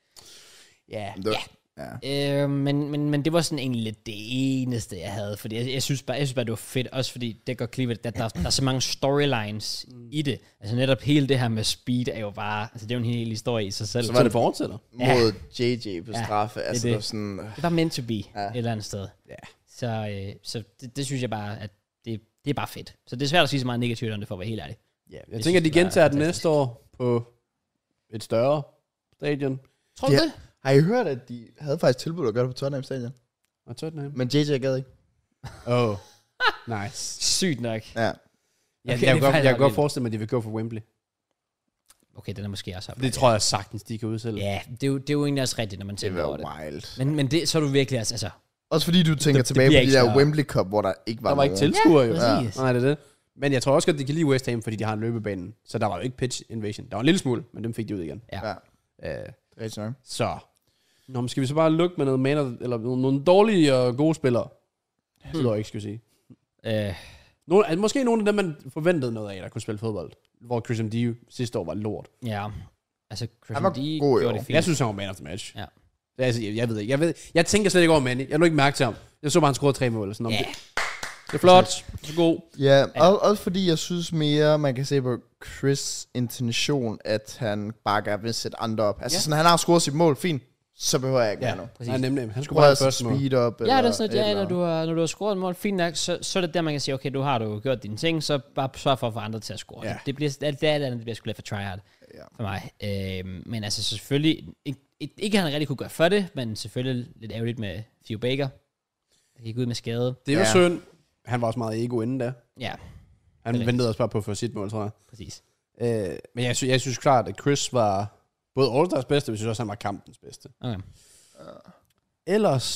Speaker 2: ja.
Speaker 3: Det, ja.
Speaker 1: Øh, men, men, men det var sådan egentlig lidt det eneste, jeg havde. Fordi jeg, jeg, synes bare, jeg synes bare, det var fedt. Også fordi det gør klippet, at der, der er så mange storylines mm. i det. Altså netop hele det her med speed er jo bare... Altså det er jo en hel historie i sig selv.
Speaker 2: Så var det fortsætter.
Speaker 3: Mod J J på
Speaker 1: Ja,
Speaker 3: straffe.
Speaker 1: det er
Speaker 3: Altså,
Speaker 1: det.
Speaker 3: det var sådan...
Speaker 1: Det var meant to be
Speaker 3: Ja.
Speaker 1: ja. et eller andet sted.
Speaker 2: Ja.
Speaker 1: Så, øh, så det, det synes jeg bare, at det, det er bare fedt. Så det er svært at sige så meget negativt om det, for at være helt ærlig.
Speaker 2: Ja, jeg
Speaker 1: Det
Speaker 2: tænker, at de
Speaker 1: synes jeg er
Speaker 2: gentager den
Speaker 1: fantastisk.
Speaker 2: næste år på et større stadion.
Speaker 1: Tror du
Speaker 3: Ja.
Speaker 1: det?
Speaker 3: Har I hørt, at de havde faktisk tilbudt at gøre det på Tottenham Stadion?
Speaker 2: Og Tottenham.
Speaker 3: Men J J gad ikke.
Speaker 2: Oh, nice.
Speaker 1: Sygt nok.
Speaker 3: Ja.
Speaker 2: Ja,
Speaker 1: Okay,
Speaker 2: jeg,
Speaker 1: det
Speaker 2: jeg,
Speaker 1: er
Speaker 2: kan godt,
Speaker 1: faktisk
Speaker 2: jeg kan godt
Speaker 1: vildt.
Speaker 2: forestille mig, at de vil gå for Wembley.
Speaker 1: Okay, den er måske også
Speaker 2: Det tror jeg sagtens, de kan udsælge.
Speaker 1: Ja, det er, jo, det er jo egentlig også rigtigt, når man
Speaker 3: Det
Speaker 1: tænker over
Speaker 3: var
Speaker 1: det.
Speaker 3: wild.
Speaker 1: Men, men det, så er du virkelig altså... altså
Speaker 3: Også fordi du tænker
Speaker 1: det
Speaker 3: tilbage
Speaker 1: bliver
Speaker 3: på de
Speaker 1: ikke
Speaker 3: der
Speaker 1: større.
Speaker 3: Wembley Cup, hvor der ikke var
Speaker 2: Der var ikke
Speaker 3: nogen.
Speaker 2: tilskuere jo.
Speaker 1: præcis.
Speaker 2: Nej, det er det. Men jeg tror også godt, de kan lide West Ham, fordi de har en løbebane. Så der var jo ikke pitch invasion. Der var en lille smule, men dem fik de ud igen.
Speaker 1: Ja.
Speaker 3: Ja,
Speaker 2: Uh,
Speaker 3: det er rigtig nok.
Speaker 2: så. Nå, men skal vi så bare lukke med noget man, eller nogle, nogle dårlige og gode spillere? Det tror jeg ikke, skal sige.
Speaker 1: Øh,
Speaker 2: Nogle, altså, måske nogle af dem, man forventede noget af, der kunne spille fodbold. Hvor Chris M D sidste år var lort.
Speaker 1: ja. Altså, Chris
Speaker 3: Han var
Speaker 1: D
Speaker 3: god i
Speaker 1: gjorde
Speaker 3: år.
Speaker 1: det fint.
Speaker 2: Jeg synes, han var man of the match.
Speaker 1: Ja.
Speaker 2: Det er, altså, jeg, jeg ved ikke. Jeg, ved, jeg tænker slet ikke over Manny. Jeg lå ikke mærke til ham. Jeg så bare, han scorede tre mål. Eller sådan noget.
Speaker 1: Ja.
Speaker 2: Det, det er flot. Det er god.
Speaker 3: Ja, og, også fordi jeg synes mere, man kan se på Chris' intention, at han bare gerne vil sætte andre op. Altså
Speaker 2: Ja.
Speaker 3: ja. sådan, han har scoret sit mål, fint, så behøver jeg ikke
Speaker 2: Ja,
Speaker 3: mere nu.
Speaker 1: præcis.
Speaker 2: Nej, nemlig. Han skulle
Speaker 3: Prøv
Speaker 2: bare
Speaker 3: at
Speaker 2: have første mål.
Speaker 3: speed op.
Speaker 1: Ja, det er
Speaker 3: eller
Speaker 1: sådan,
Speaker 3: et
Speaker 1: at ja,
Speaker 3: eller
Speaker 1: når du har, når du har scoret et mål, fint nok, så, så er det der, man kan sige, okay, du har du gjort dine ting, så bare sørg for at få andre til at score.
Speaker 2: Ja.
Speaker 1: Det bliver, det, det er det, det bliver sgu lidt for tryhard
Speaker 3: Ja.
Speaker 1: for mig. Øhm, men altså selvfølgelig, ikke, ikke at han rigtig kunne gøre for det, men selvfølgelig lidt ærgerligt med Theo Baker. Han gik ud med skade.
Speaker 2: Det er jo
Speaker 3: Ja.
Speaker 2: synd. Han var også meget ego inden da.
Speaker 1: Ja,
Speaker 2: Han
Speaker 1: Det er
Speaker 2: ventede også bare på at få sit mål, tror jeg.
Speaker 1: præcis.
Speaker 2: Øh, men jeg, sy- jeg synes klart, at Chris var både All-Stars bedste, men jeg synes også, han var kampens bedste.
Speaker 1: Okay.
Speaker 2: Ellers...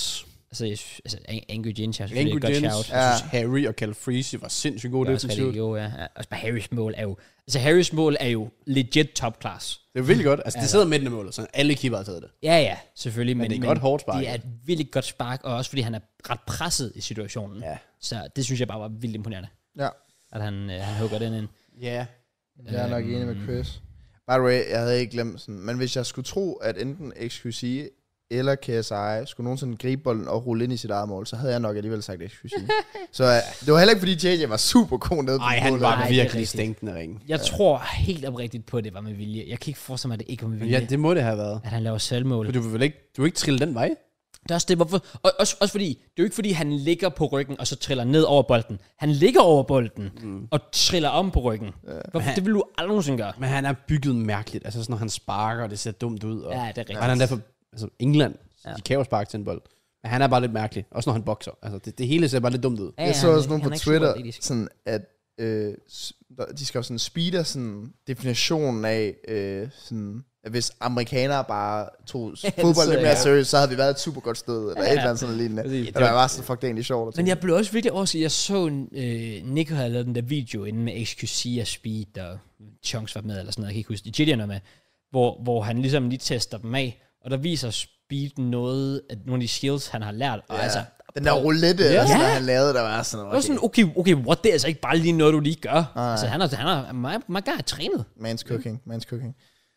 Speaker 1: Altså, jeg synes, altså Angry Ginger er
Speaker 2: Angry
Speaker 1: selvfølgelig et godt
Speaker 2: Jens,
Speaker 1: shout.
Speaker 2: jeg synes, Harry og Calfreezy var sindssygt gode
Speaker 1: Det er også
Speaker 2: defensivt.
Speaker 1: rigtig jo, ja. Også bare Harrys mål er jo... Altså, Harrys mål er jo legit top class.
Speaker 2: Det er virkelig godt. Altså, det
Speaker 1: Altså.
Speaker 2: sidder midten af målet, så alle keeper har taget det.
Speaker 1: Ja, ja, selvfølgelig.
Speaker 2: Men det er godt hårdt spark.
Speaker 1: Det er et virkelig godt spark, og også fordi han er ret presset i situationen.
Speaker 2: Ja.
Speaker 1: Så det synes jeg bare var vildt imponerende,
Speaker 3: Ja.
Speaker 1: at han, øh, han hugger den ind.
Speaker 2: Ja.
Speaker 3: Jeg er nok enig med Chris. By the way, jeg havde ikke glemt sådan, men hvis jeg skulle tro, at enten X Q C eller K S I skulle nogensinde gribe bolden og rulle ind i sit eget mål, så havde jeg nok alligevel sagt X Q C. Så uh, det var heller ikke, fordi J J var super god nede på
Speaker 2: Ej, han
Speaker 3: målet.
Speaker 2: var
Speaker 1: Nej, det er
Speaker 2: virkelig
Speaker 1: rigtigt.
Speaker 2: stinkende ring.
Speaker 1: Jeg ja. tror helt oprigtigt på, at det var med vilje. Jeg kan ikke forestille mig, at det ikke var med vilje.
Speaker 2: Ja, det må det have været.
Speaker 1: At han laver selvmål.
Speaker 2: For du vil vel ikke, du vil ikke trille den vej?
Speaker 1: Det er også det, hvorfor... Og også, også fordi, det er jo ikke fordi, han ligger på ryggen, og så triller ned over bolden. Han ligger over bolden, mm. og triller om på ryggen. Ja. Hvorfor,
Speaker 2: han,
Speaker 1: det vil du aldrig nogensinde gøre.
Speaker 2: Men han er bygget mærkeligt. Altså sådan, når han sparker, det ser dumt ud. Og
Speaker 1: Ja, det er rigtigt.
Speaker 2: og han er derfor, altså England,
Speaker 1: Ja.
Speaker 2: de kan jo sparke til en bold. Men han er bare lidt mærkelig. Også når han bokser. Altså, det, det hele ser bare lidt dumt ud.
Speaker 1: Ja,
Speaker 3: Jeg så
Speaker 1: han-
Speaker 3: også nogen
Speaker 1: han
Speaker 3: på
Speaker 1: er ikke
Speaker 3: Twitter,
Speaker 1: super atletisk.
Speaker 3: sådan at øh, s- der- de skal jo sådan speeder sådan definitionen af, øh, sådan, at hvis amerikanere bare tog
Speaker 1: Ja,
Speaker 3: fodbold
Speaker 1: så,
Speaker 3: lidt mere
Speaker 1: ja.
Speaker 3: seriøst, så havde vi været et super godt sted, eller
Speaker 1: Ja.
Speaker 3: et eller andet sådan lignende.
Speaker 1: Præcis.
Speaker 3: Det var bare sådan, fuck, det er egentlig sjovt. at
Speaker 1: Men
Speaker 3: tænke.
Speaker 1: jeg blev også virkelig overrasket. Jeg så, øh, Nico havde lavet den der video inden med X Q C og Speed, og Chunks var med, eller sådan noget, jeg kan ikke huske. Gideon var med, hvor, hvor han ligesom lige tester dem af, og der viser Speed noget, af nogle af de skills, han har lært. Og
Speaker 3: Ja.
Speaker 1: altså,
Speaker 3: Den der roulette,
Speaker 1: Ja.
Speaker 3: ja. altså,
Speaker 1: Ja.
Speaker 3: han lavede, der var sådan,
Speaker 1: det var sådan, okay, okay, what, det er altså ikke bare lige noget, du lige gør.
Speaker 3: Nej.
Speaker 1: Altså, han er, han er, my, my guy er trænet.
Speaker 3: man's cooking, man's cooking.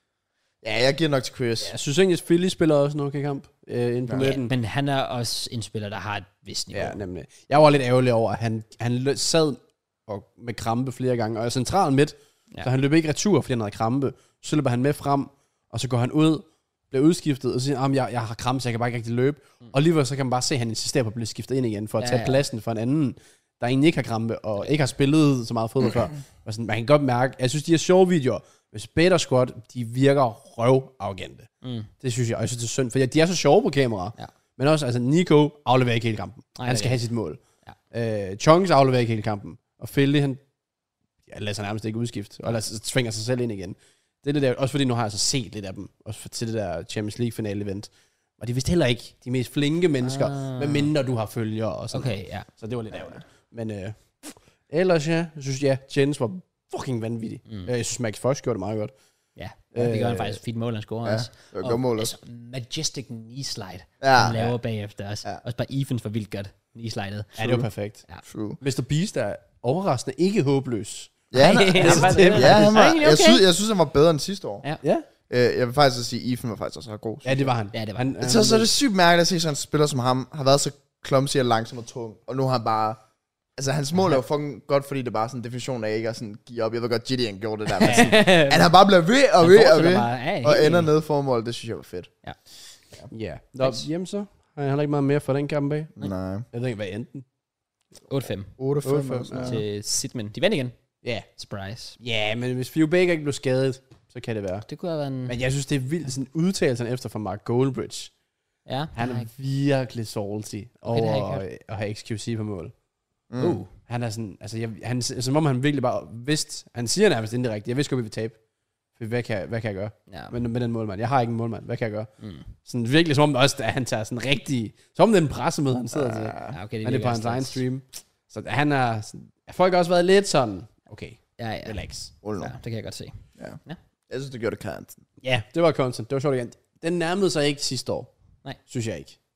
Speaker 3: Ja, jeg giver nok til Chris.
Speaker 2: Jeg synes egentlig, at Philly spiller også en okay kamp øh, inde på
Speaker 3: Ja,
Speaker 2: midten.
Speaker 1: Men han er også en spiller, der har et vist niveau.
Speaker 2: Ja, nemlig. Jeg var lidt ærgerlig over, at han, han lø- sad og med krampe flere gange, og er central midt,
Speaker 1: Ja.
Speaker 2: ja. så han løb ikke retur, fordi han havde krampe. Så løber han med frem, og så går han ud, bliver udskiftet, og så siger han, jeg, jeg har krampe, så jeg kan bare ikke rigtig løbe. Mm. Og alligevel så kan man bare se, at han insisterer på at blive skiftet ind igen, for at
Speaker 1: Ja,
Speaker 2: tage
Speaker 1: ja.
Speaker 2: pladsen for en anden, der egentlig ikke har krampe, og ikke har spillet så meget fodbold før. Og sådan, man kan godt mærke, jeg synes, de her sjove videoer, hvis Better Squad, de virker røv-arrogante.
Speaker 1: Mm.
Speaker 2: Det synes jeg, og jeg synes, det er synd, for de er så sjove på kamera.
Speaker 1: Ja.
Speaker 2: Men også, altså, Nico afleverer ikke hele kampen.
Speaker 1: Nej,
Speaker 2: Han
Speaker 1: det
Speaker 2: skal
Speaker 1: er
Speaker 2: have sit mål.
Speaker 1: Ja.
Speaker 2: Øh, Chunks afleverer ikke hele kampen. Og Philly, han ja, lader sig nærmest ikke udskift. Og lader, tvinger sig selv ind igen. Det er det der, også fordi nu har jeg så set lidt af dem. Også for, til det der Champions League finale event. Og de er vist heller ikke de mest flinke mennesker,
Speaker 1: Ah.
Speaker 2: med mindre du har følger og sådan
Speaker 1: Okay, ja.
Speaker 2: Så det var lidt ærgerligt. Men øh, ellers ja, jeg synes ja, Jens var fucking vanvittig.
Speaker 1: Mm.
Speaker 2: Mm. Jeg synes Max Fox gjorde det meget godt.
Speaker 1: Ja, det gør han
Speaker 2: Øh,
Speaker 1: faktisk fint mål, han scorer
Speaker 3: Ja,
Speaker 1: også.
Speaker 3: det var et godt mål også.
Speaker 1: Altså, majestic knee slide,
Speaker 3: Ja,
Speaker 1: han laver
Speaker 2: ja.
Speaker 1: bagefter også.
Speaker 3: Ja.
Speaker 1: Også bare Evans var vildt godt knee slidet.
Speaker 2: Ja, det var perfekt.
Speaker 1: Ja.
Speaker 3: true.
Speaker 2: mister Beast er overraskende ikke håbløs.
Speaker 3: Ja, han,
Speaker 1: Ej, det er
Speaker 3: altså,
Speaker 1: faktisk-
Speaker 3: ja, han
Speaker 1: det er
Speaker 3: var,
Speaker 1: egentlig
Speaker 3: jeg,
Speaker 1: okay.
Speaker 3: synes, jeg synes, han var bedre end sidste år.
Speaker 1: Ja.
Speaker 2: Ja,
Speaker 3: Øh, jeg vil faktisk også sige, at Ethan var faktisk også ret god.
Speaker 2: ja det var han.
Speaker 1: Ja, det var
Speaker 2: han.
Speaker 1: han.
Speaker 3: Så, så er det sygt mærkeligt at se sådan en spiller som ham, har været så clumsy og langsom og tung, og nu har han bare... Altså, hans mål er jo fucking godt, fordi det er bare sådan en definition af ikke at sådan give op. Jeg ved godt, Gideon gjorde det der, men sådan, han har bare blevet ved og
Speaker 1: Han
Speaker 3: ved og
Speaker 1: fortsætter
Speaker 3: ved,
Speaker 1: bare. Ja, helt
Speaker 3: og ender
Speaker 1: enig.
Speaker 3: nede for mål. Det synes jeg var fedt.
Speaker 2: Ja. Nå, jamen så har jeg heller ikke meget mere for den kamp af.
Speaker 3: Nej.
Speaker 2: Jeg ved ikke, hvad enten.
Speaker 1: otte fem
Speaker 3: otte fem.
Speaker 2: otte fem,
Speaker 3: altså.
Speaker 2: ja.
Speaker 1: til Sidman. De vandt igen.
Speaker 2: Ja.
Speaker 1: Surprise.
Speaker 2: Ja, men hvis Theo Baker ikke blev skadet, så kan det være.
Speaker 1: Det kunne have været en...
Speaker 2: Men jeg synes, det er vildt, sådan udtalelsen efter fra Mark Goldbridge.
Speaker 1: Ja,
Speaker 2: Han
Speaker 1: nej.
Speaker 2: er virkelig salty
Speaker 1: Okay, det har jeg
Speaker 2: over
Speaker 1: ikke
Speaker 2: at have X Q C på mål.
Speaker 3: Mm.
Speaker 1: Uh.
Speaker 2: Han er sådan, altså, jeg, han, som om han virkelig bare vidste, han siger nærmest indirekte, jeg vidste godt, vi vil tabe. For hvad kan, hvad kan jeg gøre
Speaker 1: Ja.
Speaker 2: med, med den målmand? Jeg har ikke en målmand, hvad kan jeg gøre?
Speaker 1: Mm.
Speaker 2: Sådan virkelig, som om også, at han tager sådan rigtig, som om det er en pressemøde, han sidder til.
Speaker 1: Ja, okay, det
Speaker 2: Han er
Speaker 1: virker
Speaker 2: på hans
Speaker 1: også
Speaker 2: egen
Speaker 1: lidt-
Speaker 2: stream. Så han er, sådan, folk har også været lidt sådan, okay,
Speaker 1: Ja, ja.
Speaker 2: relax.
Speaker 3: Hold nu.
Speaker 1: Ja, det kan jeg godt se.
Speaker 3: Jeg synes, det gjorde det klart.
Speaker 2: Ja, det var content, det var sjovt igen. Den nærmede sig ikke sidste år.
Speaker 1: Nej.
Speaker 2: Synes jeg ikke.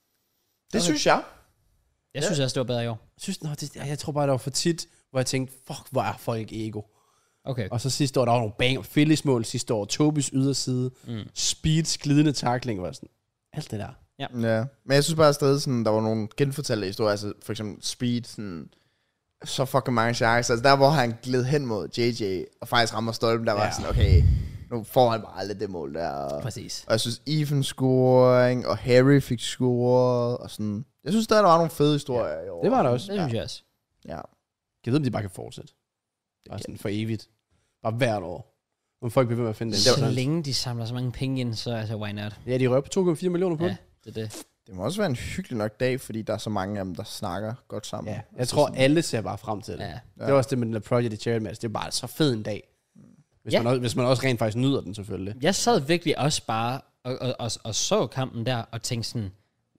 Speaker 3: Det synes jeg.
Speaker 1: Jeg synes også, det var bedre i år.
Speaker 2: Jeg synes, nå, det, jeg tror bare, det var for tit, hvor jeg tænkte, fuck, hvor er folk ego.
Speaker 1: Okay.
Speaker 2: Og så sidste år, der var nogle bang, Phillies mål sidste år, Tobis yderside,
Speaker 1: Mm.
Speaker 2: Speeds glidende tackling, var sådan, alt det der.
Speaker 3: Ja. Men jeg synes bare stadig, sådan, der var nogle genfortalte historier, altså for eksempel Speed, sådan, så fucking mange chancer. Altså der, hvor han gled hen mod J J, og faktisk rammer stolpen, der var
Speaker 2: Ja.
Speaker 3: sådan, okay, nu får han bare aldrig det mål der. Og,
Speaker 1: Præcis.
Speaker 3: og jeg synes, Ethan scoring, og Harry fik scoret, og sådan. Jeg synes, der, der var nogle fede historier ja. i år.
Speaker 2: Det var der også.
Speaker 1: Det synes jeg også.
Speaker 3: Ja.
Speaker 2: Jeg ved, om de bare kan fortsætte. Bare sådan for evigt. Bare hvert år. Om folk bliver ved med at finde den.
Speaker 1: Så længe de samler så mange penge ind, så altså, why not?
Speaker 2: Ja, de rører på to komma fire millioner på
Speaker 1: Ja,
Speaker 2: det.
Speaker 1: det er det.
Speaker 3: Det må også være en hyggelig nok dag, fordi der er så mange af dem, der snakker godt sammen.
Speaker 2: Ja, jeg
Speaker 3: Altså
Speaker 2: tror,
Speaker 3: sådan-
Speaker 2: alle ser bare frem til det.
Speaker 1: Ja.
Speaker 2: Ja. Det var også det med den der Project Charity Match. Det er bare så fed en dag. Hvis,
Speaker 1: Ja.
Speaker 2: man også, hvis man også rent faktisk nyder den, selvfølgelig.
Speaker 1: Jeg sad virkelig også bare og, og, og, og så kampen der, og tænkte sådan,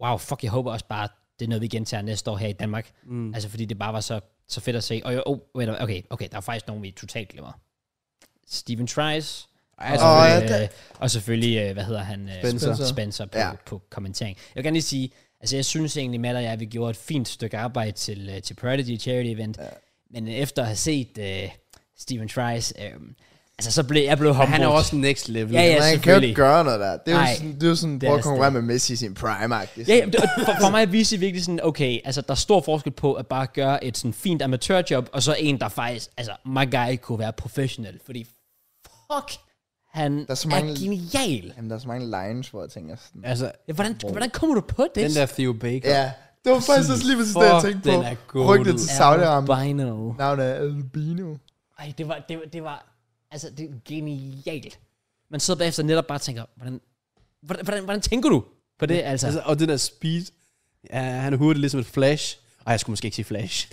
Speaker 1: wow, fuck, jeg håber også bare, det er noget, vi gentager næste år her i Danmark. Mm. Altså, fordi det bare var så, så fedt at se. Og jo, oh, okay, okay, der er faktisk nogen, vi totalt glemmer. Steven Trice, og,
Speaker 3: oh,
Speaker 1: selvfølgelig,
Speaker 3: ja,
Speaker 1: øh, og selvfølgelig, øh, hvad hedder han? Øh,
Speaker 2: Spencer.
Speaker 1: Spencer på,
Speaker 3: Ja.
Speaker 1: på kommentering. Jeg vil gerne lige sige, altså jeg synes egentlig, Matt og jeg, vi gjorde et fint stykke arbejde til, uh, til Prodigy Charity Event, ja. Men uh, efter at have set uh, Steven Trice, uh, altså så blev jeg blev humbled.
Speaker 2: Han er også next level.
Speaker 1: Ja, ja,
Speaker 3: Man kan jo
Speaker 1: selvfølgelig.
Speaker 3: ikke gøre noget der. Det er jo
Speaker 1: Nej,
Speaker 3: sådan, det er jo sådan
Speaker 1: det
Speaker 3: prøv
Speaker 1: er
Speaker 3: at konkurrere
Speaker 1: det.
Speaker 3: med Messi i sin prime.
Speaker 1: Ja, ja, det- for, for mig viser det virkelig sådan, okay, altså der er stor forskel på at bare gøre et sådan fint amatørjob, og så en, der faktisk, altså my guy kunne være professionel, fordi fuck, han
Speaker 3: Der er så
Speaker 1: er,
Speaker 3: mange-
Speaker 1: genial.
Speaker 3: Jamen, der er så mange lines, hvor jeg tænker sådan...
Speaker 1: Altså, ja, hvordan, hvordan kommer du på det?
Speaker 2: Den der Theo Baker.
Speaker 3: Ja, det var faktisk også lige præcis det, jeg
Speaker 2: Fuck,
Speaker 3: tænkte
Speaker 2: den
Speaker 3: på.
Speaker 2: er god.
Speaker 3: Rygtet til Saudi-Arabien.
Speaker 1: Albino.
Speaker 3: Navnet er Albino.
Speaker 1: Ej, det var, det, var, det var, altså, det er genialt. Man sidder bagefter netop bare og tænker, hvordan, hvordan, hvordan, hvordan tænker du på det, altså?
Speaker 2: Altså, og det der speed. Ja, han er hurtigt ligesom et Flash. Ej, jeg skulle måske ikke sige Flash.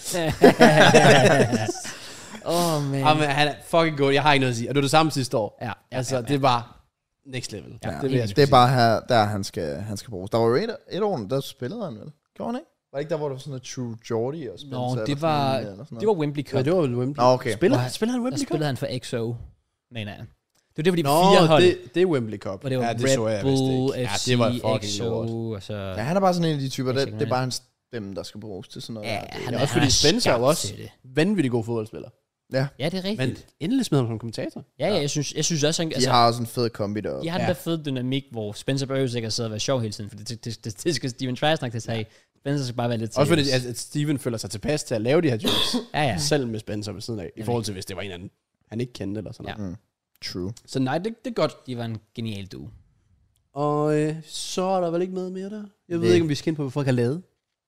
Speaker 1: Åh, oh, man.
Speaker 2: Jamen, han er fucking god. Jeg har ikke noget at sige. Og det var det samme sidste år.
Speaker 1: Ja, ja,
Speaker 2: Altså,
Speaker 1: ja, ja.
Speaker 2: det var next level.
Speaker 1: Ja,
Speaker 2: det vil jeg
Speaker 1: enig.
Speaker 2: sgu
Speaker 3: Det er
Speaker 2: sige.
Speaker 3: bare her, der han skal, han skal bruges. Der var jo et, et år, der spillede han vel? Gjorde han ikke? Var det ikke der, hvor der var sådan noget True Jordy og Spencer?
Speaker 1: Nå,
Speaker 3: eller
Speaker 1: det
Speaker 3: sådan
Speaker 1: var,
Speaker 3: noget, eller sådan noget?
Speaker 1: det var Wembley Cup.
Speaker 2: Ja, det var vel Wembley.
Speaker 3: Nå, okay.
Speaker 2: Spiller,
Speaker 1: Hvor-
Speaker 2: spiller han
Speaker 1: Der
Speaker 2: Wembley Cup?
Speaker 1: spillede han for X O, mener jeg. Det var det, hvor de
Speaker 2: Nå,
Speaker 1: fire hold.
Speaker 2: det, det er Wembley Cup.
Speaker 1: Hvor det var
Speaker 2: ja, det
Speaker 1: Red
Speaker 2: så jeg vist
Speaker 1: Bull,
Speaker 2: ikke.
Speaker 1: F C,
Speaker 2: Ja, det var fucking
Speaker 1: X
Speaker 2: lort.
Speaker 1: O, og så...
Speaker 3: Ja, han er bare sådan en af de typer, det,
Speaker 1: Basic
Speaker 3: det er bare hans stemme, der skal bruges til sådan noget.
Speaker 1: Ja,
Speaker 3: der. Det,
Speaker 1: han
Speaker 2: Ja,
Speaker 1: er-
Speaker 2: også
Speaker 1: han
Speaker 2: fordi
Speaker 1: er
Speaker 2: Spencer er jo
Speaker 1: skarp
Speaker 2: også
Speaker 1: til det.
Speaker 2: vanvittig god fodboldspiller.
Speaker 3: ja,
Speaker 1: Ja, det er rigtigt.
Speaker 2: Men endelig smed ham som kommentator.
Speaker 1: ja, ja, jeg synes, jeg synes også, han,
Speaker 3: de
Speaker 1: altså,
Speaker 3: har også en fed kombi deroppe.
Speaker 1: de har den
Speaker 2: Ja.
Speaker 1: der fede dynamik, hvor Spencer behøver sikkert sidde og være sjov hele tiden, for det, det, det, det, det skal Steven Trice nok til at sige. Spencer skal bare være lidt
Speaker 2: Også fordi,
Speaker 1: seriøs.
Speaker 2: at, at Steven føler sig tilpas til at lave de her jokes.
Speaker 1: Ja, ja.
Speaker 2: Selv med Spencer ved siden af. I forhold til, hvis det var en anden, han ikke kendte eller sådan
Speaker 1: Ja.
Speaker 2: noget.
Speaker 3: True.
Speaker 2: Så nej, det, det er godt.
Speaker 1: De var en genial duo.
Speaker 2: Og øh, så er der vel ikke noget mere der? Jeg ved
Speaker 3: Nej.
Speaker 2: ikke, om vi skal ind på, hvad folk har lavet.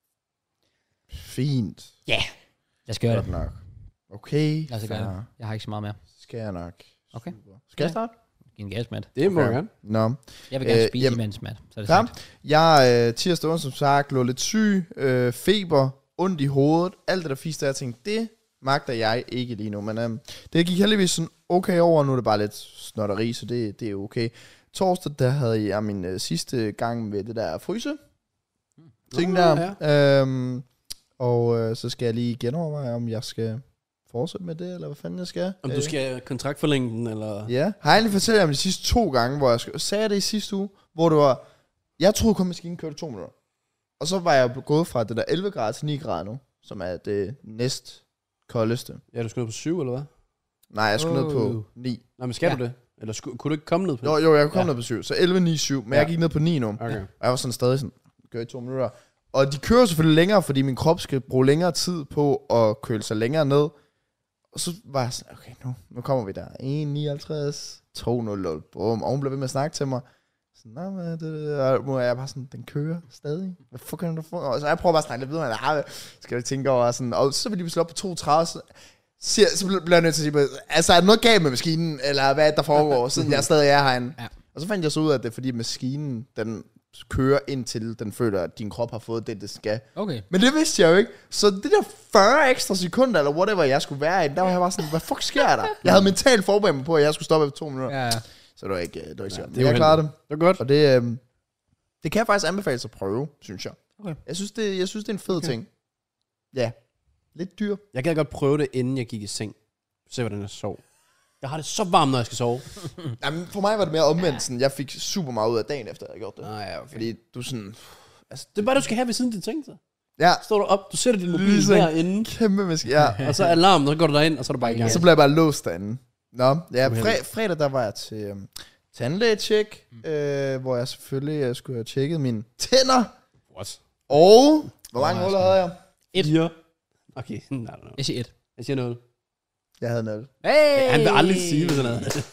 Speaker 3: Fint.
Speaker 1: Ja, yeah. lad os gøre
Speaker 3: Godt
Speaker 1: det.
Speaker 3: nok. Okay.
Speaker 1: Lad os gøre
Speaker 3: fair.
Speaker 1: det. Jeg har ikke så meget mere.
Speaker 3: Skal jeg nok.
Speaker 1: Okay.
Speaker 3: Super. Skal jeg starte?
Speaker 1: Giv en gas, Matt.
Speaker 2: Det må
Speaker 3: Okay.
Speaker 2: jeg gerne.
Speaker 3: Nå.
Speaker 1: Jeg vil gerne
Speaker 3: Øh,
Speaker 1: spise
Speaker 3: jamen-
Speaker 1: imens, Matt. Så er det
Speaker 3: Klar?
Speaker 1: sagt.
Speaker 3: Jeg øh, tirsdag onsdag, som sagt, lå lidt syg, øh, feber, ondt i hovedet, alt det der fisk der, jeg tænkte, det magter jeg ikke lige nu, men øh, det gik heldigvis sådan okay over, nu er det bare lidt snotteri, så det, det er okay. Torsdag, der havde jeg min øh, sidste gang med det der fryse, ting
Speaker 2: Nå,
Speaker 3: der, ja. øhm, og øh, så skal jeg lige genoverveje, om jeg skal fortsætte med det, eller hvad fanden jeg skal.
Speaker 2: Om
Speaker 3: Øh,
Speaker 2: du skal kontraktforlænge den, eller...
Speaker 3: Ja, har jeg egentlig fortalt jer om de sidste to gange, hvor jeg sk- sagde jeg det i sidste uge, hvor det var, jeg troede kun maskinen kørte to minutter. Og så var jeg gået fra det der elleve grader til ni grader nu, som er det næst koldeste.
Speaker 2: Ja, du skal ned på syv, eller hvad?
Speaker 3: Nej, jeg skulle oh. ned på
Speaker 1: Oh.
Speaker 3: ni.
Speaker 2: Nej, men skal
Speaker 1: Ja.
Speaker 2: du det? Eller skulle, kunne du ikke komme ned på
Speaker 3: Jo,
Speaker 2: det?
Speaker 3: jo, jeg kunne komme
Speaker 2: Ja.
Speaker 3: ned på syv. Så elleve, ni, syv, men
Speaker 2: Ja.
Speaker 3: jeg gik ned på ni nu.
Speaker 2: Okay.
Speaker 3: Og jeg var sådan stadig sådan, gør i to minutter. Og de kører selvfølgelig længere, fordi min krop skal bruge længere tid på at køle sig længere ned. Og så var jeg sådan, okay, nu, nu kommer vi der. en nioghalvtreds, to nul nul, bum. Og hun blev ved med at snakke til mig. Sådan, nej, men det, og nu er jeg bare sådan, den kører stadig. Hvad fuck kan du få? Og så jeg prøver bare at snakke lidt videre, men skal jeg tænke over sådan. Og så vil de pludselig op på to tredive, så, siger, så bliver jeg nødt til at sige, altså er der noget galt med maskinen, eller hvad er det, der foregår, siden jeg stadig er herinde.
Speaker 1: Ja.
Speaker 3: Og så fandt jeg så ud af, at det er fordi maskinen, den kører indtil den føler, at din krop har fået det, det skal.
Speaker 1: Okay.
Speaker 3: Men det vidste jeg jo ikke. Så det der fyrre ekstra sekunder, eller whatever jeg skulle være i, der var jeg bare sådan, hvad fuck sker der? Jeg havde mentalt forberedt mig på, at jeg skulle stoppe efter to minutter.
Speaker 1: Ja, ja.
Speaker 3: Så det var ikke, det var ikke svært.
Speaker 2: det
Speaker 3: Men
Speaker 2: var
Speaker 3: jeg klarede det.
Speaker 2: Det var godt.
Speaker 3: Og det, øhm, det kan jeg faktisk anbefale sig at prøve, synes jeg.
Speaker 1: Okay.
Speaker 3: Jeg synes, det, jeg synes, det er en fed okay. ting. Ja. Lidt dyr.
Speaker 2: Jeg gad godt prøve det, inden jeg gik i seng. Se, hvordan jeg sov. Jeg har det så varmt, når jeg skal sove.
Speaker 3: Jamen, for mig var det mere omvendt. Sådan, jeg fik super meget ud af dagen, efter jeg havde gjort det.
Speaker 2: Nej, ja, okay.
Speaker 3: Fordi du sådan...
Speaker 2: Altså, det er bare, du skal have ved siden af din seng, så.
Speaker 3: Ja,
Speaker 2: Står du op, du sætter din mobil
Speaker 3: Lige sådan.
Speaker 2: herinde,
Speaker 3: kæmpe maskine. Ja.
Speaker 2: og så er alarmen, så går du derind, og så er du bare i gang.
Speaker 3: Og så blev jeg bare låst derinde. Nå, ja,
Speaker 2: Uheldigt.
Speaker 3: fre- fredag der var jeg til øhm, tandlægetjek, mm. øh, hvor jeg selvfølgelig øh, skulle have tjekket mine tænder.
Speaker 2: What?
Speaker 3: Og, hvor mange
Speaker 1: Åh,
Speaker 3: huller havde jeg?
Speaker 1: Et.
Speaker 2: Fire. Okay, nej, nej, nej.
Speaker 1: Jeg siger et.
Speaker 2: Jeg siger noget.
Speaker 3: Jeg havde nul.
Speaker 1: Hey!
Speaker 2: Han vil aldrig sige, hvis han havde.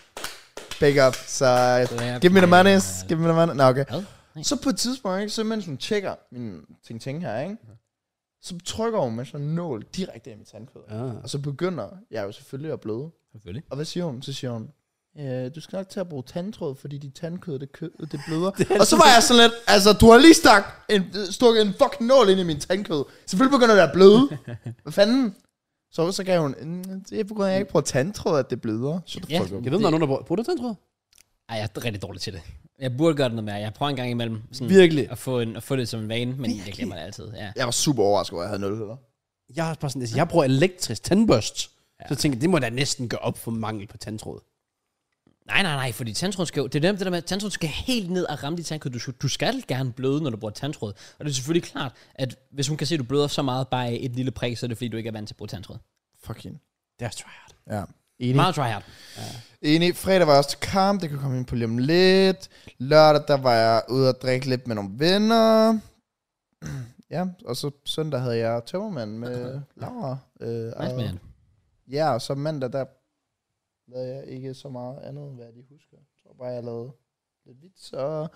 Speaker 3: Big up, så
Speaker 1: er
Speaker 3: give me the
Speaker 1: okay.
Speaker 3: money, give me the money. Nå, okay.
Speaker 1: Hvad?
Speaker 3: Så på et tidspunkt, ikke, så mens hun tjekker min ting ting her, ikke, så trykker hun med sådan en nål direkte i mit tandkød.
Speaker 2: Ja.
Speaker 3: Og så begynder jeg jo selvfølgelig at bløde.
Speaker 1: Selvfølgelig.
Speaker 3: Og hvad siger hun? Så siger hun, øh, du skal nok til at bruge tandtråd, fordi dit tandkød, det, kød, det bløder. Og så var jeg sådan lidt, altså du har lige stak en, stukket en fucking nål ind i min tandkød. Selvfølgelig begynder det at bløde. Hvad fanden? Så, så gav hun, "Mm, det er på grund af, at jeg ikke bruger tandtråd, at det bløder. Så
Speaker 1: Ja.
Speaker 3: fuck up.
Speaker 2: Jeg ved, om der er nogen, der bruger... Bruger du tandtråd?
Speaker 1: Ej, jeg er rigtig dårlig til det. Jeg burde gøre det noget mere. Jeg prøver en gang imellem sådan
Speaker 2: Virkelig.
Speaker 1: At, få en, at få det som en vane, men Virkelig? jeg glemmer det altid. Ja.
Speaker 3: Jeg var super overrasket over, at jeg havde nul, eller?
Speaker 2: Jeg er bare sådan, altså, jeg bruger elektrisk tandbørst. Ja. Så tænker jeg, det må da næsten gå op for mangel på tandtråd. Nej,
Speaker 1: nej, nej, fordi tandtråd skal det er nemt det der med, at tandtråd skal helt ned og ramme dit tandkød. Du, du skal gerne bløde, når du bruger tandtråd. Og det er selvfølgelig klart, at hvis hun kan se, at du bløder så meget bare et lille prik, så er det fordi, du ikke er vant til at bruge tandtråd.
Speaker 3: Fucking.
Speaker 2: Det er tryhard.
Speaker 3: Ja. Enig.
Speaker 1: Meget tryhard.
Speaker 3: Ja. Enig. Fredag var jeg også til kamp, det kan komme ind på lige om lidt. Lørdag, der var jeg ude og drikke lidt med nogle venner. Ja, og så søndag havde jeg tømmermand med Laura. Øh,
Speaker 1: nice
Speaker 3: og,
Speaker 1: man.
Speaker 3: Ja, og så mandag, der lavede jeg ikke så meget andet, hvad jeg lige husker. Jeg tror bare, jeg lavede lidt vits. Og,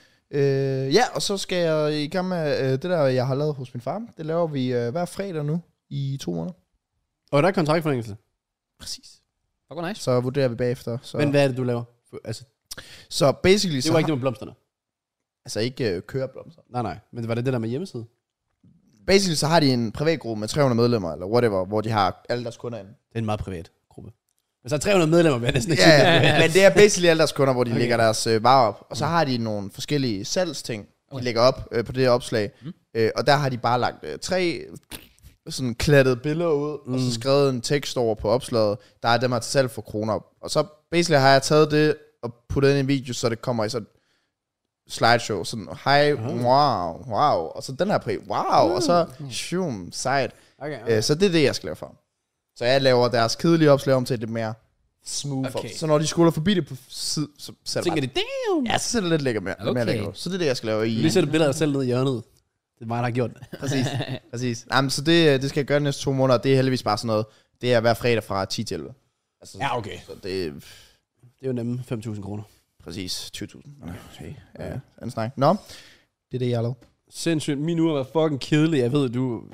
Speaker 3: øh, ja, og så skal jeg i gang med øh, det der, jeg har lavet hos min far. Det laver vi øh, hver fredag nu i to måneder.
Speaker 2: Og der er kontraktforlængelse.
Speaker 3: Præcis.
Speaker 1: Det var nice.
Speaker 3: Så vurderer vi bagefter. Så.
Speaker 2: Men hvad er det, du laver? Altså,
Speaker 3: så basically...
Speaker 2: det var ikke det med blomsterne?
Speaker 3: Altså ikke øh, køreblomster.
Speaker 2: Nej, nej. Men var det det der med hjemmeside?
Speaker 3: Basically så har de en privatgruppe med tre hundrede medlemmer, eller whatever, hvor de har alle deres kunder inde.
Speaker 2: Det er en meget privat gruppe. Hvis der er tre hundrede medlemmer, vil jeg næsten ikke
Speaker 3: ja,
Speaker 2: sige
Speaker 3: ja, men det er basically alle deres kunder, hvor de okay. lægger deres øh, varer op. Og så har de nogle forskellige salgsting, de okay. lægger op øh, på det opslag. Mm. Øh, og der har de bare lagt øh, tre sådan klattede billeder ud, mm. og så skrevet en tekst over på opslaget. Der er dem her til salg for kroner. Og så basically har jeg taget det og puttet ind i en video, så det kommer i sådan slideshow, sådan, hej, uh-huh. wow, wow, og så den her på, wow, uh. og så, shum, sejt. Okay, okay. Øh, så det er det, jeg skal lave for. Så jeg laver deres kedelige opslag om til lidt mere smooth. Okay. Så når de skuller forbi det på side, så sætter
Speaker 2: tænker det, damn!
Speaker 3: Ja, så sætter det lidt lækker mere. Okay. mere lækker. Så det er det, jeg skal lave i.
Speaker 2: Du lige sætter billeder af dig selv ned i hjørnet. Det er mig, der har gjort det.
Speaker 3: Præcis, præcis. Jamen, så det, det skal jeg gøre de næste to måneder, det er heldigvis bare sådan noget, det er hver fredag fra ti til elleve. Altså,
Speaker 2: ja, okay.
Speaker 3: Så det,
Speaker 2: det er jo nemme fem tusind kroner.
Speaker 3: Præcis, tyve tusind. Okay. Ja, ja. Anden snak. Nå, det er det, jeg har lavet.
Speaker 2: Sindssygt. Min uge har været fucking kedelig. Jeg ved, du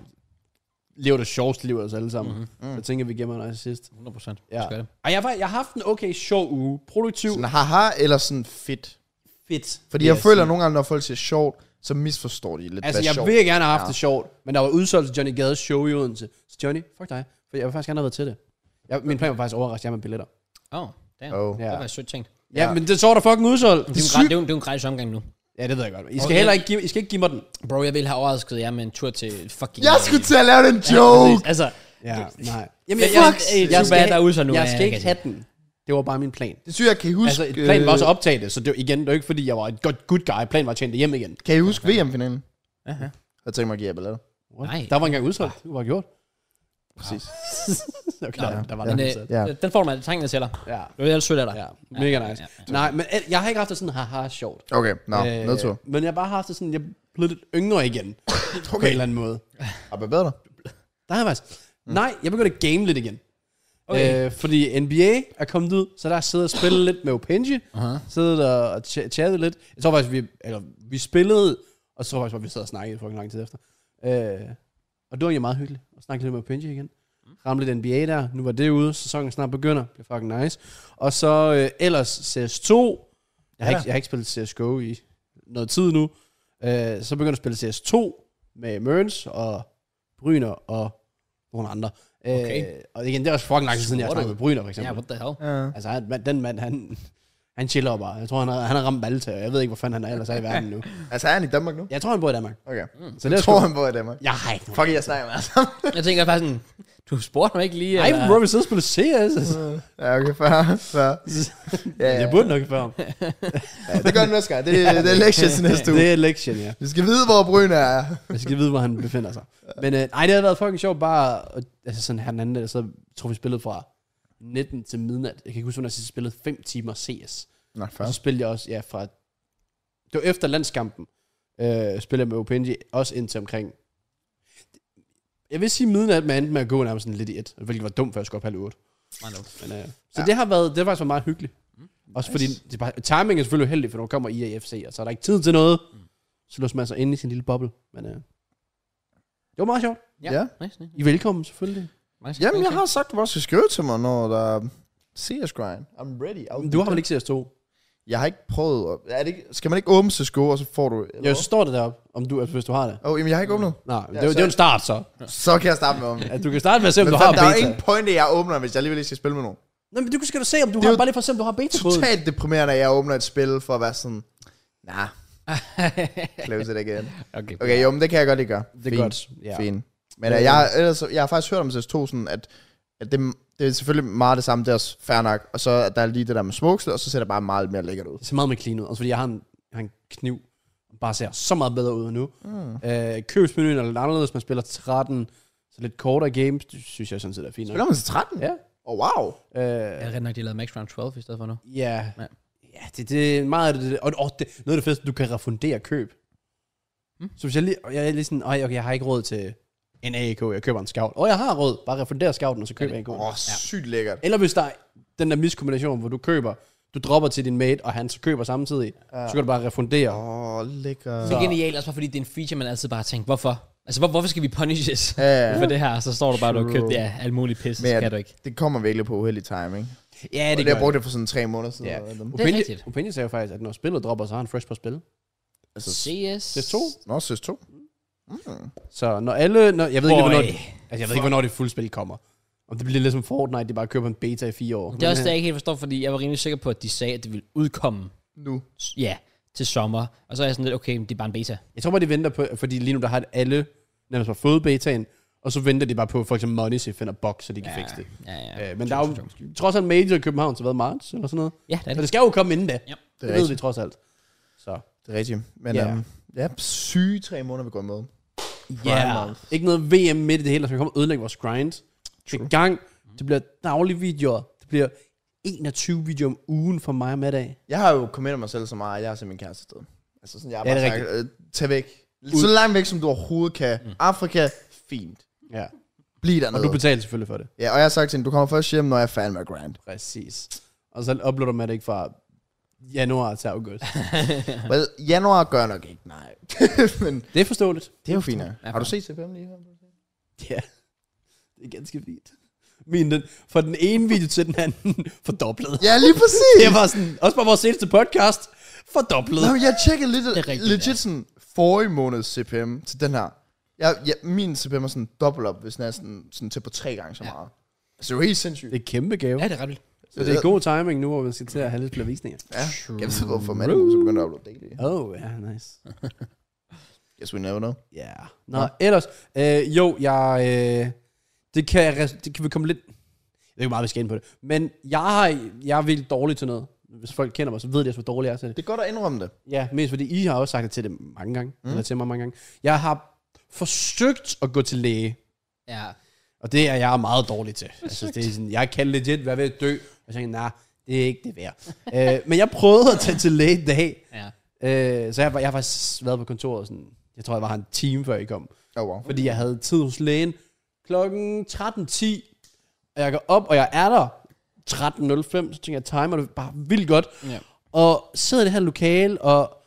Speaker 2: lever det sjoveste liv af os alle sammen. Mm-hmm. Jeg tænker, vi gemmer dig til sidst.
Speaker 1: hundrede procent.
Speaker 2: Ja. Og jeg, jeg har haft en okay sjov uge. Produktiv.
Speaker 3: Sådan haha, eller sådan fedt?
Speaker 2: Fedt.
Speaker 3: Fordi jeg føler nogle gange, når folk siger sjovt, så misforstår de lidt,
Speaker 2: altså,
Speaker 3: hvad
Speaker 2: jeg
Speaker 3: sjovt.
Speaker 2: ville gerne have haft
Speaker 3: ja.
Speaker 2: det sjovt, men der var udsolgt til Johnny Gades show i Odense. Så Johnny, fuck dig. For jeg vil faktisk gerne have været til det. Jeg, min plan var faktisk overrasket jer med billetter.
Speaker 1: Åh, oh, damn.
Speaker 3: Oh.
Speaker 1: Ja. Det var sødt tænkt.
Speaker 2: Ja, ja, men det så der fucking udsolgt.
Speaker 1: Det er jo en, det er en gratis omgang nu.
Speaker 2: Ja, det ved jeg godt. I skal okay. heller ikke give, I skal ikke give mig den.
Speaker 1: Bro, jeg ville have overrasket jer med en tur til fucking...
Speaker 3: Jeg skulle til at lave den joke!
Speaker 1: Ja, altså...
Speaker 2: Ja, nej.
Speaker 1: Jamen, jeg, jeg, jeg, jeg, skal, der udsolgt nu.
Speaker 2: Jeg skal ikke have den. Det var bare min plan.
Speaker 3: Det synes jeg, kan I huske...
Speaker 2: Altså, planen var også at optage det, så det var, igen, det var ikke fordi, jeg var et godt good guy. Planen var at tjene det hjem igen.
Speaker 3: Kan I huske V M-finalen?
Speaker 1: Aha.
Speaker 3: Jeg tænker mig at give jer billetter.
Speaker 2: Nej. Der var engang udsolgt. Det var gjort.
Speaker 3: Præcis.
Speaker 2: Okay, ja, der var
Speaker 1: men,
Speaker 2: den,
Speaker 1: øh, ja. Den får du med trængende til dig.
Speaker 2: Ja.
Speaker 1: Det var helt sødt af dig.
Speaker 2: Ja. Mega nice. Ja, ja. Nej, men jeg har ikke haft det sådan haha sjovt.
Speaker 3: Okay, nå, no,
Speaker 2: øh,
Speaker 3: nedtur.
Speaker 2: Men jeg har bare haft det sådan, jeg er blevet lidt yngre igen. Okay. På en eller anden måde.
Speaker 3: Og hvad bedre?
Speaker 2: Der har jeg faktisk. Mm. Nej, jeg begyndte at game lidt igen. Okay. Øh, fordi N B A er kommet ud, så der er siddet og spillet lidt med Openji. Uh-huh. Siddet der og ch- chattet lidt. Jeg tror faktisk, vi, eller, vi spillede, og så tror jeg faktisk, vi sad og snakkede for en lang tid efter. Øh, og det var jo meget hyggeligt at snakke lidt med Openji igen. Ramte lidt N B A der. Nu var det ude. Sæsonen snart begynder. Det er fucking nice. Og så øh, ellers C S to. Jeg har, ja. ikke, jeg har ikke spillet C S G O i noget tid nu. Øh, så begynder jeg at spille C S to med Mørns og Bryner og nogle andre.
Speaker 1: Okay.
Speaker 2: Øh, og igen, det er også fucking lang tid siden, jeg snakkede med Bryner, for eksempel.
Speaker 1: Ja, what the hell?
Speaker 3: Uh.
Speaker 2: Altså, han, den mand, han, han chiller bare. Jeg tror, han har, han har ramt Malta, og jeg ved ikke, hvor fanden han er ellers er i verden nu.
Speaker 3: Altså, er han i Danmark nu?
Speaker 2: Jeg tror, han bor i Danmark.
Speaker 3: Okay.
Speaker 2: Mm. Så
Speaker 3: jeg tror, han bor i Danmark.
Speaker 2: Jeg har ikke
Speaker 3: fuck, jeg snakker med altså.
Speaker 1: Jeg tænker bare sådan, du spurgte mig ikke lige.
Speaker 2: Nej, men bro, vi sidder og spiller C S.
Speaker 3: Ja, okay, fair. fair.
Speaker 2: Ja, ja. Jeg burde nok spørge ham.
Speaker 3: Ja, det gør den næste gang. Det, det er lektion til næste uge.
Speaker 2: Det er lektion, ja.
Speaker 3: Vi skal vide, hvor Bryne er.
Speaker 2: Vi skal vide, hvor han befinder sig. Men øh, nej, det har været fucking sjovt bare, altså sådan her den anden, der så tror vi spillede fra nitten til midnat. Jeg kan ikke huske, hvornår jeg sidst spillede fem timer C S.
Speaker 3: Nå,
Speaker 2: og så spillede jeg også, ja, fra, det var efter landskampen, øh, spillede jeg med Openji, også indtil omkring, jeg vil sige midnat, men endte med at gå nærmest sådan lidt i et, hvilket var dumt, for jeg skulle op halv otte. Men, øh, så ja. det har været, det har faktisk været meget hyggeligt. Mm. Også fordi, det er bare, timing er selvfølgelig uheldig, for når du kommer i A F C, og så er der ikke tid til noget, mm. så låser man sig inde i sin lille boble. Men øh, det var meget sjovt.
Speaker 3: Ja. ja.
Speaker 1: Nice, nice.
Speaker 2: I er velkommen, selvfølgelig.
Speaker 3: Nice. Jamen, jeg har sagt, du også skal skrive til mig, når der C S grind. I'm ready. I'll
Speaker 2: du har vel ikke C S to?
Speaker 3: Jeg har ikke prøvet. At, er det ikke, skal man ikke åbne C S G O, og så får du...
Speaker 2: Jo, så står det deroppe, om du, hvis du har det.
Speaker 3: Åh, oh, jamen jeg har ikke åbnet.
Speaker 2: Nej, ja, det, det er jo en start så.
Speaker 3: Så kan jeg starte med om.
Speaker 2: Ja, du kan starte med at se, om men du har beta.
Speaker 3: Der er jo ingen point, at jeg åbner, hvis jeg alligevel ikke skal spille med nogen.
Speaker 2: Nå, men du skal du se, om du har, bare lige for at se, om du har beta-koden.
Speaker 3: Det er totalt deprimerende, at jeg åbner et spil for at være sådan... Nah. Close it again.
Speaker 1: Okay,
Speaker 3: Okay, jo, men det kan jeg godt ikke gøre.
Speaker 2: Det er
Speaker 3: Fint.
Speaker 2: godt. Ja.
Speaker 3: Fint. Men uh, jeg, har, ellers, jeg har faktisk hørt om C S to sådan, at, at det, det er selvfølgelig meget det samme, det er også fair nok. Og så er der lige det der med smoksel, og så ser det bare meget mere lækkert ud.
Speaker 2: Det ser meget mere clean ud. Også fordi jeg har en, jeg har en kniv, der bare ser så meget bedre ud nu. Mm. Øh, købsmenuen er lidt anderledes. Man spiller tretten, så lidt kortere games. Det synes jeg sådan set er fint.
Speaker 3: Spiller man til tretten?
Speaker 2: Ja.
Speaker 3: Oh, wow.
Speaker 2: Øh,
Speaker 1: Er det ret nok, de har lavet Max Round tolv i stedet for nu?
Speaker 2: ja.
Speaker 1: Ja.
Speaker 2: Ja, det, det er meget af det. det og, og det, noget af det fedeste, du kan refundere køb. Mm. Så hvis jeg lige, og jeg er lige sådan, okay, jeg har ikke råd til en A K, jeg køber en scout. Og jeg har råd, bare refundere scouten, og så køber jeg en god.
Speaker 3: Åh, oh, sygt lækkert.
Speaker 2: Eller hvis der er den der miskombination, hvor du køber, du dropper til din mate, og han så køber samtidig, ja. Så kan du bare refundere.
Speaker 3: Åh, oh, lækkert.
Speaker 1: Det er genialt, også bare fordi det er en feature, man altid bare tænker, hvorfor? Altså, hvor, hvorfor skal vi punishes
Speaker 3: Ja, ja.
Speaker 1: for det her? Så står du bare, du har købt ja, alt muligt pis,
Speaker 3: Men
Speaker 1: så kan du ikke.
Speaker 3: det kommer virkelig på uheldig timing.
Speaker 2: Ja,
Speaker 3: Og
Speaker 2: det
Speaker 3: det har
Speaker 2: gør
Speaker 3: brugt det for sådan tre måneder siden.
Speaker 2: Ja.
Speaker 3: eller noget.
Speaker 1: Det er
Speaker 2: Opinion,
Speaker 1: rigtigt.
Speaker 2: Opinion sagde jo faktisk, at når spillet dropper, så har han fresh på spil.
Speaker 3: Altså,
Speaker 1: C S?
Speaker 2: C S to.
Speaker 3: Nå, C S to. Mm.
Speaker 2: Så når alle, når, jeg ved ikke,
Speaker 1: Boy.
Speaker 2: hvornår, altså jeg ved ikke, hvornår det fulde spil kommer. Om det bliver ligesom Fortnite, de bare køber en beta i fire år.
Speaker 1: Det er også det, jeg ikke helt forstår, fordi jeg var rimelig sikker på, at de sagde, at det ville udkomme,
Speaker 3: Nu.
Speaker 1: ja, til sommer. Og så er jeg sådan lidt, okay, det er bare en beta.
Speaker 2: Jeg tror bare, de venter på, fordi lige nu der har alle nærmest bare fået betaen, og så venter de bare på for eksempel Money, så de finder box, så de kan
Speaker 1: Ja,
Speaker 2: fikse det.
Speaker 1: ja, ja.
Speaker 2: Øh, men der er jo trods alt major i København, så hvad, marts eller sådan noget.
Speaker 1: Ja, det er
Speaker 2: Så
Speaker 1: det.
Speaker 2: det skal jo komme inden da.
Speaker 1: Ja.
Speaker 2: Det,
Speaker 3: Det er
Speaker 2: det ved
Speaker 3: rigtigt.
Speaker 2: vi trods alt. Så.
Speaker 3: Det er rigtigt. Men
Speaker 2: Ja.
Speaker 3: yeah. um, ja, syge tre måneder, vi går imod.
Speaker 2: Ja.
Speaker 3: month.
Speaker 2: Ikke noget V M midt i det hele, der skal komme og ødelægge vores grind. Det er i gang. Det bliver daglige videoer. Det bliver enogtyve videoer om ugen for mig med dag.
Speaker 3: Jeg har jo kommet mig selv så meget, at jeg har simpelthen kæreste sted. Altså sådan, jeg har
Speaker 2: Ja,
Speaker 3: bare
Speaker 2: det er
Speaker 3: sagt, øh, tag væk. Så langt væk, som du overhovedet kan. Mm. Afrika, fint.
Speaker 2: Ja.
Speaker 3: Bliv
Speaker 2: Og
Speaker 3: dernede.
Speaker 2: du betaler selvfølgelig for det.
Speaker 3: Ja, og jeg har sagt til hende, du kommer først hjem, når jeg er færdig med grind.
Speaker 2: Præcis. Og så uploader man det ikke fra januar til august.
Speaker 3: Well, januar gør jeg nok ikke, nej. Men
Speaker 2: Det er forståeligt.
Speaker 3: det er jo fint. Ja. Har du set C P M lige her?
Speaker 2: Ja. Det er ganske fint. Min, den, fra den ene video til den anden, fordoblet.
Speaker 3: Ja, lige præcis.
Speaker 2: Det var sådan, også bare vores seneste podcast, fordoblet.
Speaker 3: Nå, jeg tjekkede lidt,
Speaker 1: Det er rigtigt,
Speaker 3: legit
Speaker 1: ja.
Speaker 3: sådan forrige måneds C P M til den her. Jeg, ja, min C P M er sådan dobbelt op, hvis den er sådan, sådan til på tre gange så
Speaker 1: Ja.
Speaker 3: meget. Altså, det er jo helt sindssygt.
Speaker 2: Det er kempe gave.
Speaker 1: Ja, det er ret vildt.
Speaker 2: Så det er god timing nu, hvor vi skal til at have lidt flere visninger.
Speaker 3: Ja, jeg ved hvorfor manden så begynder at uploade daily.
Speaker 2: Oh, ja, yeah, nice.
Speaker 3: Guess we never know.
Speaker 2: Ja. Yeah. Nå, ja. ellers, øh, jo, jeg, øh, det, kan, jeg res- det kan vi komme lidt, jeg ved ikke meget, vi skal ind på det, men jeg, har, jeg er virkelig dårlig til noget. Hvis folk kender mig, så ved de også, hvor dårlig jeg er til det.
Speaker 3: Det er godt at indrømme det.
Speaker 2: Ja, mest fordi I har også sagt det til det mange gange, mm. eller til mig mange gange. Jeg har forsøgt at gå til læge,
Speaker 1: Ja.
Speaker 2: og det er jeg meget dårlig til. Altså, det er sådan, jeg kan legit være ved at dø, og jeg tænker, nej, nah, det er ikke det værd. øh, men jeg prøvede at tage til læge i dag,
Speaker 1: Ja.
Speaker 2: øh, så jeg, jeg har faktisk været på kontoret, sådan, jeg tror, jeg var her en time før I kom.
Speaker 3: Oh, wow.
Speaker 2: Fordi jeg havde tid hos lægen klokken tretten ti, og jeg går op, og jeg er der tretten nul fem, så tænker jeg, timer det bare vildt godt.
Speaker 1: Ja.
Speaker 2: Og sidder i det her lokale, og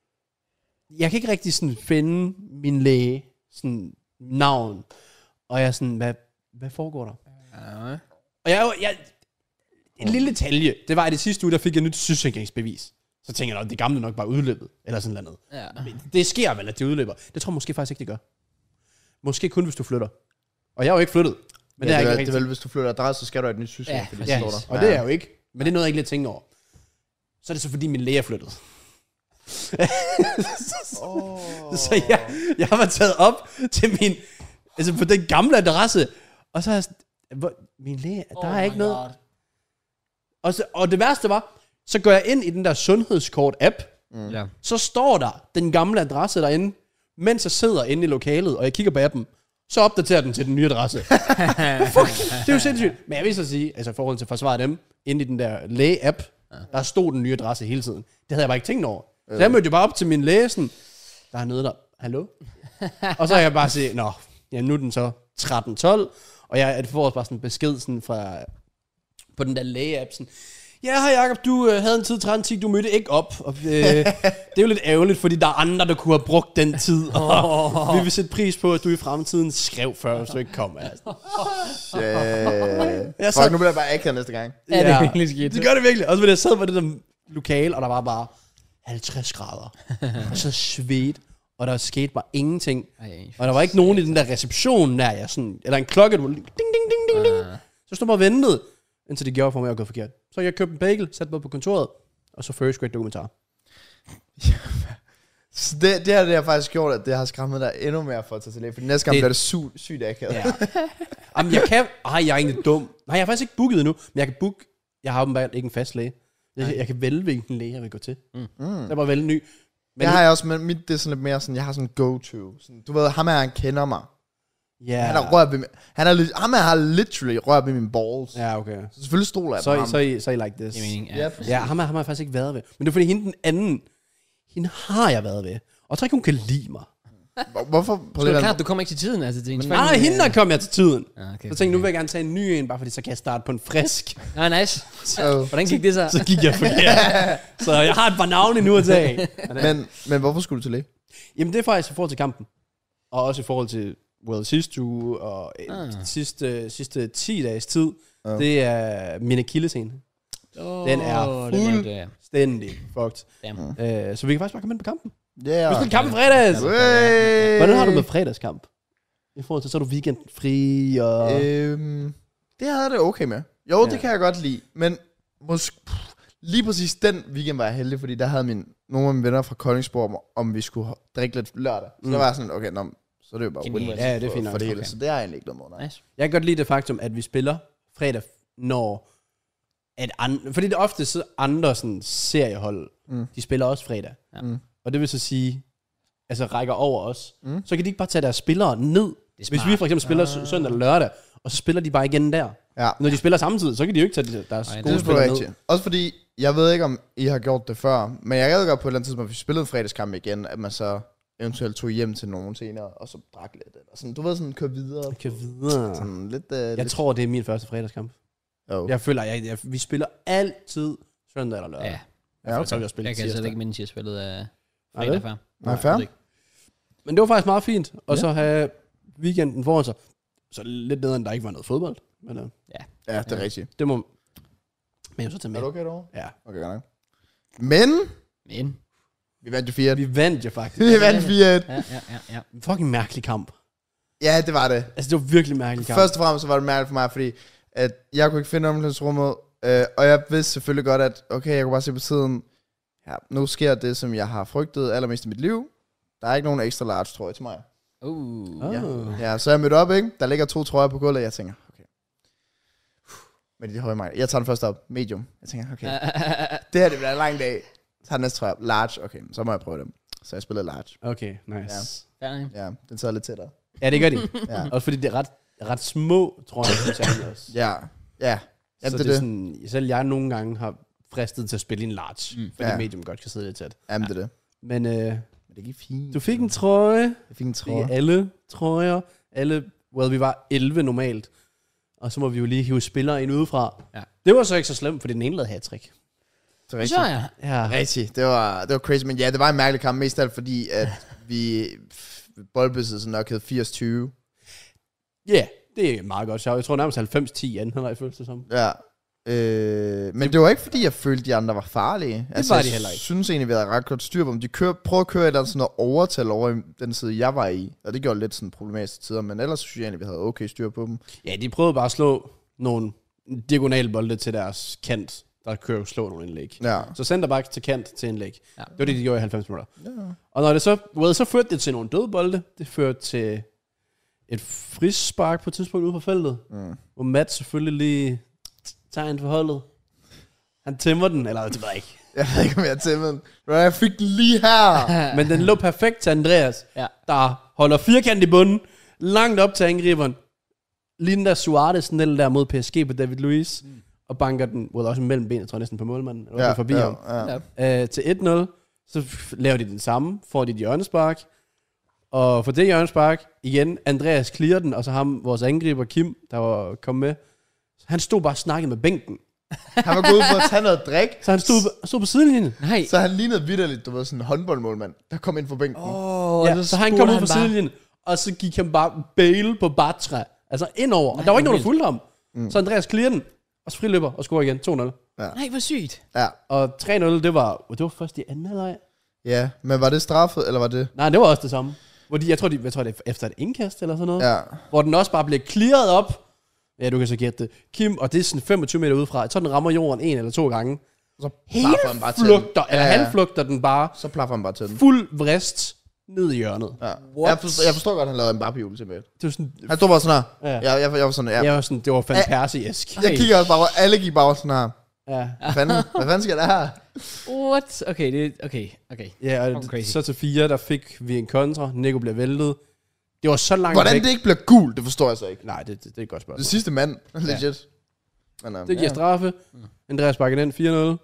Speaker 2: jeg kan ikke rigtig sådan finde min læge, sådan navn. Og jeg er sådan, hvad, hvad foregår der?
Speaker 1: Ja.
Speaker 2: Og jeg, jeg en lille detalje, det var i det sidste uge, der fik jeg et nyt sygesikringsbevis. Så tænker jeg, at det gamle nok bare udløbet, eller sådan noget.
Speaker 1: Ja.
Speaker 2: Men det sker vel, at det udløber. Det tror jeg måske faktisk ikke, det gør. Måske kun, hvis du flytter. Og jeg er jo ikke flyttet. Men
Speaker 3: Ja,
Speaker 2: det er
Speaker 3: det,
Speaker 2: ikke
Speaker 3: er,
Speaker 2: rigtig.
Speaker 3: det er vel, hvis du flytter adresse, så skal du have et nyt system,
Speaker 1: Ja,
Speaker 3: fordi det
Speaker 2: Ja,
Speaker 3: står der.
Speaker 2: og det er jeg jo ikke. Men det er noget, jeg ikke lige tænkt over. Så er det så, fordi min læge er flyttet.
Speaker 3: Oh.
Speaker 2: Så jeg, jeg var taget op til min, altså på den gamle adresse, og så er jeg sådan, hvor, min læge, der
Speaker 1: Oh
Speaker 2: er ikke
Speaker 1: my
Speaker 2: noget.
Speaker 1: God.
Speaker 2: Og, så, og det værste var, så går jeg ind i den der sundhedskort-app,
Speaker 3: Mm.
Speaker 1: Ja.
Speaker 2: så står der den gamle adresse derinde, mens jeg sidder inde i lokalet, og jeg kigger på appen, så opdaterer den til den nye adresse. Fuck, det er jo sindssygt. Men jeg vil så sige, altså i forhold til at forsvare dem, inde i den der læge-app, der stod den nye adresse hele tiden. Det havde jeg bare ikke tænkt over. Så jeg mødte jo bare op til min læge, sådan, der er noget der, hallo? Og så kan jeg bare sige, nå, ja, nu er den så tretten tolv, og jeg får også bare sådan en besked sådan fra, på den der læge-app, sådan, ja, hej Jacob, du øh, havde en tid tretten ti, du mødte ikke op, og øh, det er jo lidt ærgerligt, fordi der er andre, der kunne have brugt den tid, og oh. vi vil sætte pris på, at du i fremtiden skrev før, hvis du ikke kom. Altså.
Speaker 3: Shit.
Speaker 2: Jeg
Speaker 3: Fuck,
Speaker 2: sad-
Speaker 3: nu bliver jeg bare akavet næste gang.
Speaker 1: Ja, det er virkelig skidt.
Speaker 2: Det gør det virkelig. Også fordi jeg sad på det der lokale, og der var bare halvtreds grader, og så svedt, og der skete bare ingenting.
Speaker 1: Ej,
Speaker 2: Og der var ikke nogen i den der reception der, jeg sådan, eller en klokke, du var ding, ding, ding, ding, ding.
Speaker 1: Uh.
Speaker 2: Så stod jeg bare og ventede, indtil det gjorde for mig at gå forkert. Så jeg købte en bagel, satte mig på kontoret, og så first grade dokumentar.
Speaker 3: Så det, det her det har faktisk gjort, at det har skræmmet dig endnu mere for at tage til læge. For næste gang
Speaker 2: Det-
Speaker 3: bliver det sygt, sygt akavet.
Speaker 2: Ja. Jamen, jeg kan... Ej, jeg er egentlig dum. Nej, jeg har faktisk ikke booket endnu, men jeg kan booke... Jeg har åbenbart ikke en fast læge. Jeg, jeg kan vælge, hvilken læge jeg vil gå til. Mm.
Speaker 3: Mm.
Speaker 2: Jeg bare vælge en ny. Men
Speaker 3: Det har jeg også, men mit det er sådan lidt mere sådan, jeg har sådan en go-to. Sådan, du ved, ham her, han kender mig.
Speaker 2: ja.
Speaker 3: Han har rørt ved mig. Han er, li- ham her har literally rørt ved mine balls.
Speaker 2: Ja, okay.
Speaker 3: Så selvfølgelig stoler jeg
Speaker 2: Så,
Speaker 3: på
Speaker 2: I,
Speaker 3: ham.
Speaker 2: så, I, så I like this.
Speaker 1: Det er meningen,
Speaker 3: Ja,
Speaker 1: ja.
Speaker 3: præcis.
Speaker 2: Ja, ham har, ham har jeg faktisk ikke været ved. Men det er fordi, hende den anden, hende har jeg været ved. Og jeg tror ikke, hun kan lide mig.
Speaker 3: Hvor- Hvorfor? Prøv
Speaker 1: Så
Speaker 3: lige
Speaker 1: er
Speaker 3: at-
Speaker 1: klart, du kommer ikke til tiden, altså til en
Speaker 2: Nej, hende der kom jeg til tiden.
Speaker 1: Ah, okay,
Speaker 2: Så tænkte jeg, nu vil jeg gerne tage en ny en, bare fordi så kan jeg starte på en frisk.
Speaker 1: Ah, nice.
Speaker 3: Så-
Speaker 1: Hvordan gik det så?
Speaker 2: Så gik jeg forkert. Så jeg har et par navne nu at tage.
Speaker 3: Men, men hvorfor skulle du til læge?
Speaker 2: Jamen det er faktisk i forhold til kampen. Og også i forhold til well, sidste uge og
Speaker 1: Ah.
Speaker 2: ah. sidste, sidste ti dages tid.
Speaker 3: Ja.
Speaker 2: Det er min akillescene.
Speaker 1: Oh,
Speaker 2: Den er fuldstændig fucked.
Speaker 1: Damn.
Speaker 2: Uh, så vi kan faktisk bare komme ind på kampen.
Speaker 3: Ja. Yeah.
Speaker 2: Vi spiller kamp i fredags.
Speaker 3: Hey.
Speaker 2: Hvordan har du med fredagskamp? I forhold til, så er du weekend fri og...
Speaker 3: Øhm, det havde jeg det okay med. Jo, ja.
Speaker 2: Ja.
Speaker 3: det kan jeg godt lide. Men måske, pff, lige præcis den weekend var jeg heldig, fordi der havde min, nogle af mine venner fra Kolding om, om vi skulle drikke lidt lørdag. Så mm. der var jeg sådan, okay, nå, så er det jo bare
Speaker 1: Genialt.
Speaker 3: win-win
Speaker 2: Ja, det er
Speaker 3: for,
Speaker 2: fint nok.
Speaker 3: for det hele.
Speaker 1: Okay.
Speaker 3: Så det er egentlig ikke noget måde.
Speaker 1: Nice.
Speaker 2: Jeg kan godt lide det faktum, at vi spiller fredag, når... At andre, fordi det er ofte så andre sådan, seriehold,
Speaker 3: Mm.
Speaker 2: de spiller også fredag.
Speaker 1: Ja.
Speaker 3: Mm.
Speaker 2: Og det vil så sige, altså rækker over os,
Speaker 3: Mm.
Speaker 2: så kan de ikke bare tage deres spillere ned. Hvis
Speaker 1: smart.
Speaker 2: vi for eksempel spiller
Speaker 3: Ah.
Speaker 2: ah. søndag eller lørdag, og så spiller de bare igen der.
Speaker 3: Ja,
Speaker 2: Når de spiller samtidig, så kan de jo ikke tage de- deres
Speaker 1: Nej, det
Speaker 3: det
Speaker 2: gode
Speaker 3: er
Speaker 2: spillere
Speaker 3: selvfølgelig
Speaker 2: ned.
Speaker 3: rigtigt. Også fordi, jeg ved ikke, om I har gjort det før, men jeg ved godt på et eller andet tidspunkt, hvis vi spillede en fredagskamp igen, at man så eventuelt tog hjem til nogen senere, og så drak lidt. Eller sådan, du ved, sådan køre videre.
Speaker 2: Jeg kan videre.
Speaker 3: Sådan lidt... Uh,
Speaker 2: Jeg
Speaker 3: lidt,
Speaker 2: tror, det er min første fredagskamp.
Speaker 3: oh.
Speaker 2: Jeg føler, jeg, jeg, vi spiller altid søndag eller lørdag.
Speaker 1: Ja,
Speaker 3: Ja,
Speaker 2: okay. Så har vi også
Speaker 1: jeg
Speaker 2: spillet
Speaker 1: kan
Speaker 2: tirsdag.
Speaker 1: slet ikke minde, at jeg spillede af
Speaker 2: Nej,
Speaker 1: fredag
Speaker 2: vel?
Speaker 1: før.
Speaker 3: Nej, fair.
Speaker 2: det ikke. Men det var faktisk meget fint, og
Speaker 3: Ja.
Speaker 2: så have weekenden foran sig. Så lidt nederen, der ikke var noget fodbold. Men uh,
Speaker 3: Ja, det er rigtigt.
Speaker 2: det må men jeg så tage
Speaker 3: Er
Speaker 2: med.
Speaker 3: du okay derovre?
Speaker 2: Ja.
Speaker 3: Okay, godt nok. Men,
Speaker 1: Men,
Speaker 3: vi vandt jo fire et.
Speaker 2: Vi vandt jo faktisk.
Speaker 3: Vi vandt fire et.
Speaker 1: ja, ja, ja, ja.
Speaker 2: En fucking mærkelig kamp.
Speaker 3: Ja, det var det.
Speaker 2: Altså, det var virkelig mærkelig kamp.
Speaker 3: Først og fremmest så var det mærkeligt for mig, fordi at jeg kunne ikke finde omklædningsrummet, øh, og jeg vidste selvfølgelig godt, at okay, jeg kunne bare se på tiden, ja, nu sker det, som jeg har frygtet allermest i mit liv. Der er ikke nogen ekstra large trøje til mig.
Speaker 1: Uh.
Speaker 2: Ah.
Speaker 3: Ja. Ja, så jeg mødte op, ikke? Der ligger to trøjer på gulvet, og jeg tænker, okay. Men de høje mig. Jeg tager den først op, medium. Jeg tænker, okay, det her det bliver en lang dag. Jeg tager den næste trøje op, large, okay, så må jeg prøve dem. Så jeg spillede large.
Speaker 2: Okay, nice.
Speaker 1: Færdig.
Speaker 3: Ja, den sad lidt tættere.
Speaker 2: Ja, det gør de.
Speaker 3: Ja,
Speaker 2: Også fordi det er ret, ret små, tror jeg, synes jeg også.
Speaker 3: ja, ja. Ja,
Speaker 2: så
Speaker 3: det,
Speaker 2: det,
Speaker 3: det,
Speaker 2: er sådan, selv jeg nogle gange har fristet til at spille i en large,
Speaker 1: Mm.
Speaker 2: mm. fordi
Speaker 3: Ja.
Speaker 2: ja. medium godt kan sidde lidt tæt.
Speaker 3: Jamen, det er det.
Speaker 2: Men øh,
Speaker 3: Men det gik fint.
Speaker 2: du fik en trøje,
Speaker 3: Jeg fik en
Speaker 2: fik
Speaker 3: trøje.
Speaker 2: alle trøjer, alle, well, vi var elleve normalt, og så må vi jo lige hive spillere ind udefra.
Speaker 1: Ja.
Speaker 2: Det var så ikke så slemt, fordi den ene lavede hat-trick.
Speaker 3: Det er
Speaker 1: Så
Speaker 3: rigtigt.
Speaker 1: ja.
Speaker 2: Ja.
Speaker 3: Rigtigt. Det var, det var crazy. Men ja, det var en mærkelig kamp. Mest af alt fordi, at vi boldbesiddelsen nok hed firs tyve.
Speaker 2: Ja, yeah, det er meget godt sjovt. Jeg tror nærmest halvfems ti anden halvleg følte det som.
Speaker 3: Ja. Øh, men det var ikke fordi, jeg følte, de andre var farlige. Det
Speaker 2: var
Speaker 3: jeg
Speaker 2: de heller ikke.
Speaker 3: synes egentlig, vi havde ret godt styr på dem. De kører, prøver at køre et eller andet sådan noget overtal over i den side, jeg var i. Og det gjorde lidt sådan problematisk tider. Men ellers synes jeg egentlig, vi havde okay styr på dem.
Speaker 2: Ja, de prøvede bare at slå nogle diagonalbolde til deres kant, der kører jo slå nogle indlæg.
Speaker 3: Ja.
Speaker 2: Så centerback til kant til indlæg.
Speaker 1: Ja.
Speaker 2: Det var det, de gjorde i halvfems minutter.
Speaker 3: Ja.
Speaker 2: Og når det så, well, så førte det til nogle døde bolde. Det førte til et frispark på et tidspunkt ude på feltet,
Speaker 3: Mm.
Speaker 2: hvor Matt selvfølgelig lige tager en for holdet. Han tæmmer den, eller det ved jeg ikke.
Speaker 3: Jeg ved ikke, om jeg tæmmede den. Bro, jeg fik den lige her.
Speaker 2: Men den lå perfekt til Andreas,
Speaker 1: Ja.
Speaker 2: der holder firkant i bunden, langt op til angriberen. Lige den der Suarez-snelle der mod P S G på David Luiz, mm. og banker den, well, også mellem benet, tror jeg næsten på målmanden, eller
Speaker 3: Ja,
Speaker 2: forbi
Speaker 3: ja,
Speaker 2: ham.
Speaker 3: ja.
Speaker 1: Ja.
Speaker 2: Øh, til et nul, så f- laver de den samme, får de et hjørnespark, og for det hjørnespark, igen, Andreas clear den, og så ham, vores angriber Kim, der var kommet med, han stod bare og snakkede med bænken.
Speaker 3: Han var gået ud for at tage noget drik.
Speaker 2: Så han stod, stod på sidelinjen.
Speaker 1: Nej.
Speaker 3: Så han lignede vitterligt, du ved, sådan en håndboldmålmand, der kom ind for bænken.
Speaker 1: Oh,
Speaker 2: Ja, så han kom ud på sidelinjen, og så gik han bare bale på Batra. Altså indover, og
Speaker 1: Nej,
Speaker 2: der var ikke
Speaker 1: hvor
Speaker 2: nogen, der fulgte ham.
Speaker 3: Mm.
Speaker 2: Så Andreas clear den, og så friløber og scorer igen, to nul.
Speaker 1: Nej, hvor sygt.
Speaker 3: Ja.
Speaker 2: Og tre nul, det var, det var først i anden halvleg.
Speaker 3: Ja, men var det straffet, eller var det?
Speaker 2: Nej, det var også det samme. Hvor de, jeg tror, de, jeg tror, det er efter et indkast eller sådan noget.
Speaker 3: Ja.
Speaker 2: Hvor den også bare bliver clearet op. Ja, du kan så gætte det. Kim, og det er sådan femogtyve meter udefra. Jeg tror, den rammer jorden en eller to gange.
Speaker 3: Så
Speaker 2: Hele
Speaker 3: plaffer han bare til den.
Speaker 2: flugter, eller
Speaker 3: Ja, ja.
Speaker 2: han flugter den bare
Speaker 3: Så plaffer han bare til den.
Speaker 2: fuld vrist ned i hjørnet.
Speaker 3: Ja. Jeg, forstår, jeg forstår godt, at han lavede en Mbappé ultimate.
Speaker 2: Det var sådan,
Speaker 3: Han stod bare sådan her.
Speaker 2: ja.
Speaker 3: Jeg, jeg, jeg var sådan, jeg,
Speaker 2: Jeg var sådan, det var Van
Speaker 3: Ja.
Speaker 2: Persie-esk.
Speaker 3: jeg kigger også bare over, alle gik bare over sådan her.
Speaker 2: Ja.
Speaker 3: Hvad fanden, hvad fanden sker der her?
Speaker 1: What? Okay, det okay, okay.
Speaker 2: Ja, og
Speaker 1: Fucking crazy.
Speaker 2: så til fire, der fik vi en kontra. Nico blev væltet. Det var så langt
Speaker 3: Hvordan
Speaker 2: væk.
Speaker 3: det ikke bliver gul, det forstår jeg så ikke.
Speaker 2: Nej, det, det, det er et godt spørgsmål.
Speaker 3: Det sidste mand, legit. Men, um,
Speaker 2: Det giver straffe. Andreas bakker ind fire nul.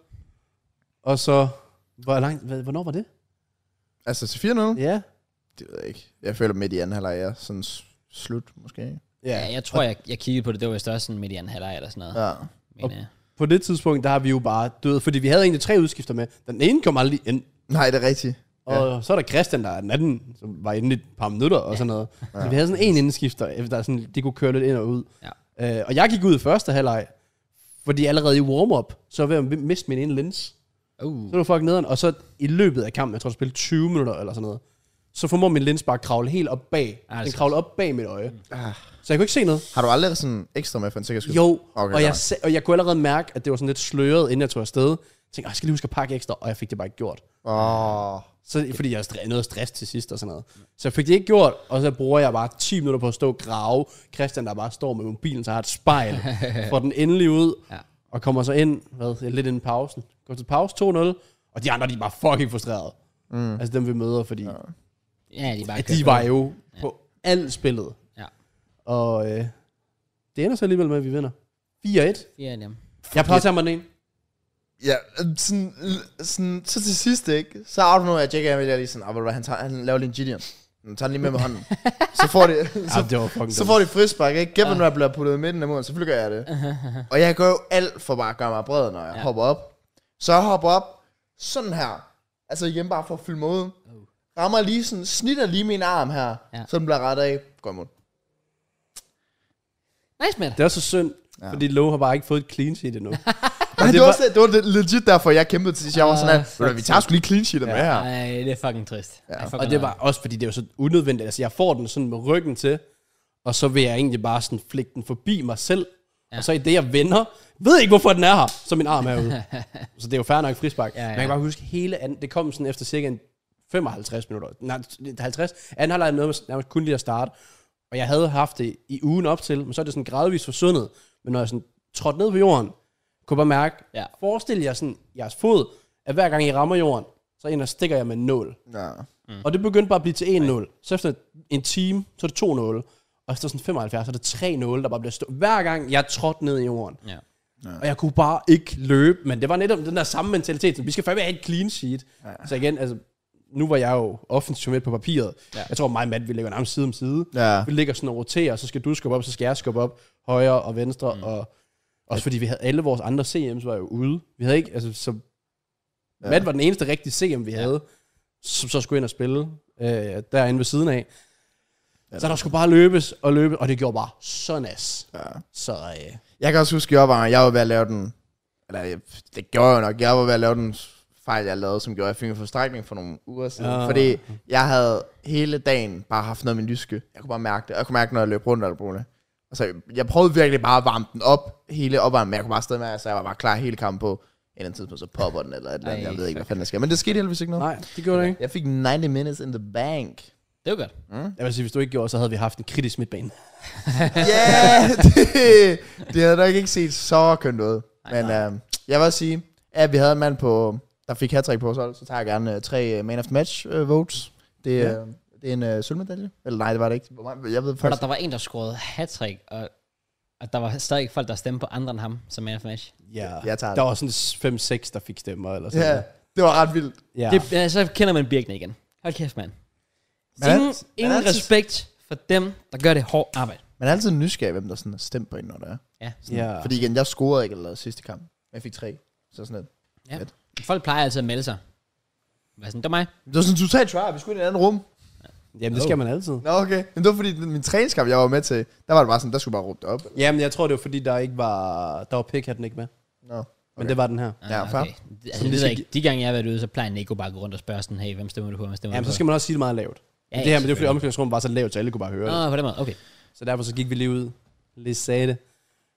Speaker 2: Og så... Hvor langt, hvad, hvornår var det?
Speaker 3: Altså til fire nul?
Speaker 2: Ja.
Speaker 3: Det ved jeg ikke. Jeg føler midt i anden halvleg er sådan s- slut, måske.
Speaker 1: Ja, jeg tror, jeg, jeg kiggede på det. Det var vist også sådan midt i anden halvleg eller sådan noget.
Speaker 3: Ja.
Speaker 1: Men, øh,
Speaker 2: På det tidspunkt, der har vi jo bare død. Fordi vi havde egentlig tre udskifter med. Den ene kom aldrig ind.
Speaker 3: Nej, det er rigtigt.
Speaker 2: Og ja. så er der Christian, der er den anden, som var inde i et par minutter og sådan noget. Ja. Så vi havde sådan en indskifter, der sådan, de kunne køre lidt ind og ud. Ja. Øh, og jeg gik ud i første halvleg, fordi allerede i warm-up, så var jeg ved at miste min ene lens.
Speaker 1: uh.
Speaker 2: Så var det fucking nederen. Og så i løbet af kampen, jeg tror, jeg spillede tyve minutter eller sådan noget, så formår min lens bare at kravle helt op bag.
Speaker 1: Ah,
Speaker 2: Den
Speaker 1: det er
Speaker 2: kravler op bag mit øje.
Speaker 3: Ah.
Speaker 2: Så jeg kunne ikke se noget.
Speaker 3: Har du aldrig sådan ekstra med for en sikkerheds skyld?
Speaker 2: Jo,
Speaker 3: Okay,
Speaker 2: og, jeg,
Speaker 3: nej.
Speaker 2: se, og jeg kunne allerede mærke, at det var sådan lidt sløret, inden jeg tog afsted. Jeg tænkte, jeg skal lige huske at pakke ekstra, og jeg fik det bare ikke gjort.
Speaker 3: Åh. Oh.
Speaker 2: Så, fordi jeg havde noget stress til sidst og sådan noget. Så jeg fik det ikke gjort, og så bruger jeg bare ti minutter på at stå og grave. Christian, der bare står med mobilen, så har et spejl, får den endelig ud,
Speaker 1: Ja.
Speaker 2: og kommer så ind, hvad, lidt inden pausen. Går til pause to nul, og de andre, de er bare fucking frustrerede. Mm. Altså dem, vi møder, fordi ja.
Speaker 1: Ja, de bare
Speaker 2: at
Speaker 1: kørte
Speaker 2: de
Speaker 1: på.
Speaker 2: var jo ja. på alt spillet.
Speaker 1: Ja.
Speaker 2: Og øh, det ender så alligevel med, at vi vinder. fire et.
Speaker 1: Fire af dem.
Speaker 2: Jeg plejer at tage mig den ene.
Speaker 3: Ja, sådan, sådan, så til sidst, ikke? Så er du nu, at Jack er lige sådan, ah, ved du hvad, han, tager, han laver lige en Gideon. Han tager den lige med med hånden. Så får de, så,
Speaker 2: Ja, det var fucking
Speaker 3: så får de frispark, ikke? Gæt, når jeg bliver puttet i midten af muren, selvfølgelig gør jeg det. Og jeg gør jo alt for bare at gøre mig bred, når jeg ja. hopper op. Så jeg hopper op, sådan her. Altså igen bare for at fylde måde. Rammer lige sådan, snitter lige min arm her,
Speaker 1: Ja.
Speaker 3: så den bliver rettet af. Går imod.
Speaker 1: Nice, man.
Speaker 2: Det er så synd, ja. fordi Lowe har bare ikke fået et clean sheet endnu.
Speaker 3: Nej, det, det, var, også, det var legit derfor, jeg kæmpede til sidst. Jeg var sådan,
Speaker 1: Ah,
Speaker 3: at "Ved du, vi tager sgu lige clean sheetet
Speaker 2: Ja.
Speaker 3: med her.
Speaker 1: Nej, det er fucking trist.
Speaker 3: Ja.
Speaker 1: Ej, fucking
Speaker 2: Og det var også, fordi det var så unødvendigt. Altså, jeg får den sådan med ryggen til, og så vil jeg egentlig bare sådan flikke den forbi mig selv. Ja. Og så i det, jeg vender, ved ikke, hvorfor den er her, så min arm er ude. Så det er jo fair nok frispark.
Speaker 1: Ja, ja.
Speaker 2: Men jeg kan bare huske, hele anden, det kom sådan efter cirka en femoghalvtreds minutter. Nej, halvtreds. Anden halvleg noget med nærmest kun lige at starte. Og jeg havde haft det i ugen op til, men så er det sådan gradvist forsvundet. Men når jeg sådan trådte ned på jorden, kunne jeg bare mærke,
Speaker 1: Ja.
Speaker 2: forestil jer sådan jeres fod, at hver gang I rammer jorden, så ind og stikker jeg med en nål.
Speaker 3: Ja.
Speaker 2: Mm. Og det begyndte bare at blive til en nul. Så efter en time, så er det to nul. Og efter sådan femoghalvfjerds, så er det tre nul, der bare bliver stå. Hver gang jeg trådte ned i jorden.
Speaker 1: Ja.
Speaker 2: Ja. Og jeg kunne bare ikke løbe. Men det var netop den der samme mentalitet. Så vi skal fandme have et clean sheet. Ja. Så igen, altså, nu var jeg jo offensivt med på papiret. Ja. Jeg tror mig og Matt, vi ligger nærmest side om side.
Speaker 3: Ja.
Speaker 2: Vi ligger sådan og roterer, så skal du skubbe op, så skal jeg skubbe op. Højre og venstre. Mm. Og også fordi vi havde alle vores andre C M's var jo ude. Vi havde ikke, altså, så ja. Matt var den eneste rigtige C M, vi ja. havde. Som så skulle ind og spille øh, derinde ved siden af. Ja, så der skulle bare løbes og løbes, og det gjorde bare så nas.
Speaker 3: Ja.
Speaker 2: Så øh,
Speaker 3: Jeg kan også huske, at jeg var ved at lave den, eller jeg- det gjorde jeg nok, jeg var ved at lave den fejl, jeg lavede, som gjorde, at jeg fik en forstrækning for nogle uger siden.
Speaker 2: Ja.
Speaker 3: Fordi jeg havde hele dagen bare haft noget med lyske. Jeg kunne bare mærke det. Jeg kunne mærke, når jeg løb rundt eller brugende. Altså, jeg prøvede virkelig bare at varme den op, hele opvarmen, men jeg kunne bare stadig mærke, så jeg var bare klar hele kampen på. En eller anden tidspunkt, så popper den, eller et eller andet. Jeg ved ikke, hvad fanden der sker. Men det skete heldigvis ikke noget.
Speaker 2: nej, det gjorde det ikke.
Speaker 3: Jeg fik halvtreds minutes in the bank.
Speaker 1: Det var godt.
Speaker 3: Mm.
Speaker 2: Jeg vil sige, hvis du ikke gjorde, så havde vi haft en kritisk midtbane.
Speaker 3: Ja, det, det havde nok ikke set så kønt ud. Men øh, jeg vil også sige, at vi havde en mand på, der fik hat-trick på os hold, så tager jeg gerne uh, tre uh, man of the match uh, votes. Det,
Speaker 2: Ja.
Speaker 3: uh, det er en uh, sølvmedalje. Eller nej, det var det ikke. Hvor meget- Jeg ved
Speaker 1: For der,
Speaker 3: faktisk.
Speaker 1: der var en, der scorede hat-trick, og, og der var stadig folk, der stemte på andre end ham, som man of match.
Speaker 2: Ja,
Speaker 3: Jeg tager
Speaker 2: der
Speaker 3: det.
Speaker 2: var sådan fem seks, der fik stemmer, eller sådan
Speaker 3: Ja,
Speaker 2: noget.
Speaker 3: det var ret vildt.
Speaker 2: Ja.
Speaker 1: Det, ja, så kender man Birkene igen. Hold kæft, mand.
Speaker 3: Men
Speaker 1: Ingen,
Speaker 3: alt-
Speaker 1: ingen
Speaker 3: men altid-
Speaker 1: respekt for dem, der gør det hårdt arbejde.
Speaker 3: Man er altid nysgerrig, hvem der sådan har stemt på en, når der er.
Speaker 1: Ja.
Speaker 3: Sådan,
Speaker 2: Ja.
Speaker 3: Fordi igen, jeg scorede ikke eller sidste kamp. Men jeg fik tre. Så sådan lidt.
Speaker 1: Ja.
Speaker 3: Fedt.
Speaker 1: Folk plejer altid at melde sig. Hvad sådan, det var mig.
Speaker 3: Det var sådan en total try. Vi skulle ind i et andet rum.
Speaker 2: Jamen, det skal man altid.
Speaker 3: Nå, okay. Men det var fordi, min træningskamp, jeg var med til, der var det bare sådan, der skulle bare råbe det op.
Speaker 2: Jamen, jeg tror, det var fordi, der ikke var... Der var pick, den ikke med.
Speaker 3: Nå.
Speaker 2: Men
Speaker 3: Okay.
Speaker 2: det var den her.
Speaker 3: Ja, fair.
Speaker 1: okay. Altså, det ved jeg ikke. De gange jeg har været ude, så plejer Nico bare at gå rundt og spørge sådan, hey, hvem stemmer du på, hvem stemmer
Speaker 2: Jamen,
Speaker 1: du på?
Speaker 2: så skal man også sige det meget lavt.
Speaker 1: Ja,
Speaker 2: det her, men det er fordi
Speaker 1: selvfølgelig.
Speaker 2: omklædningsrummet var så lavt, så alle kunne bare høre det.
Speaker 1: Nå, på den måde, okay.
Speaker 2: Så derfor så gik vi lige ud. Lige sagde det.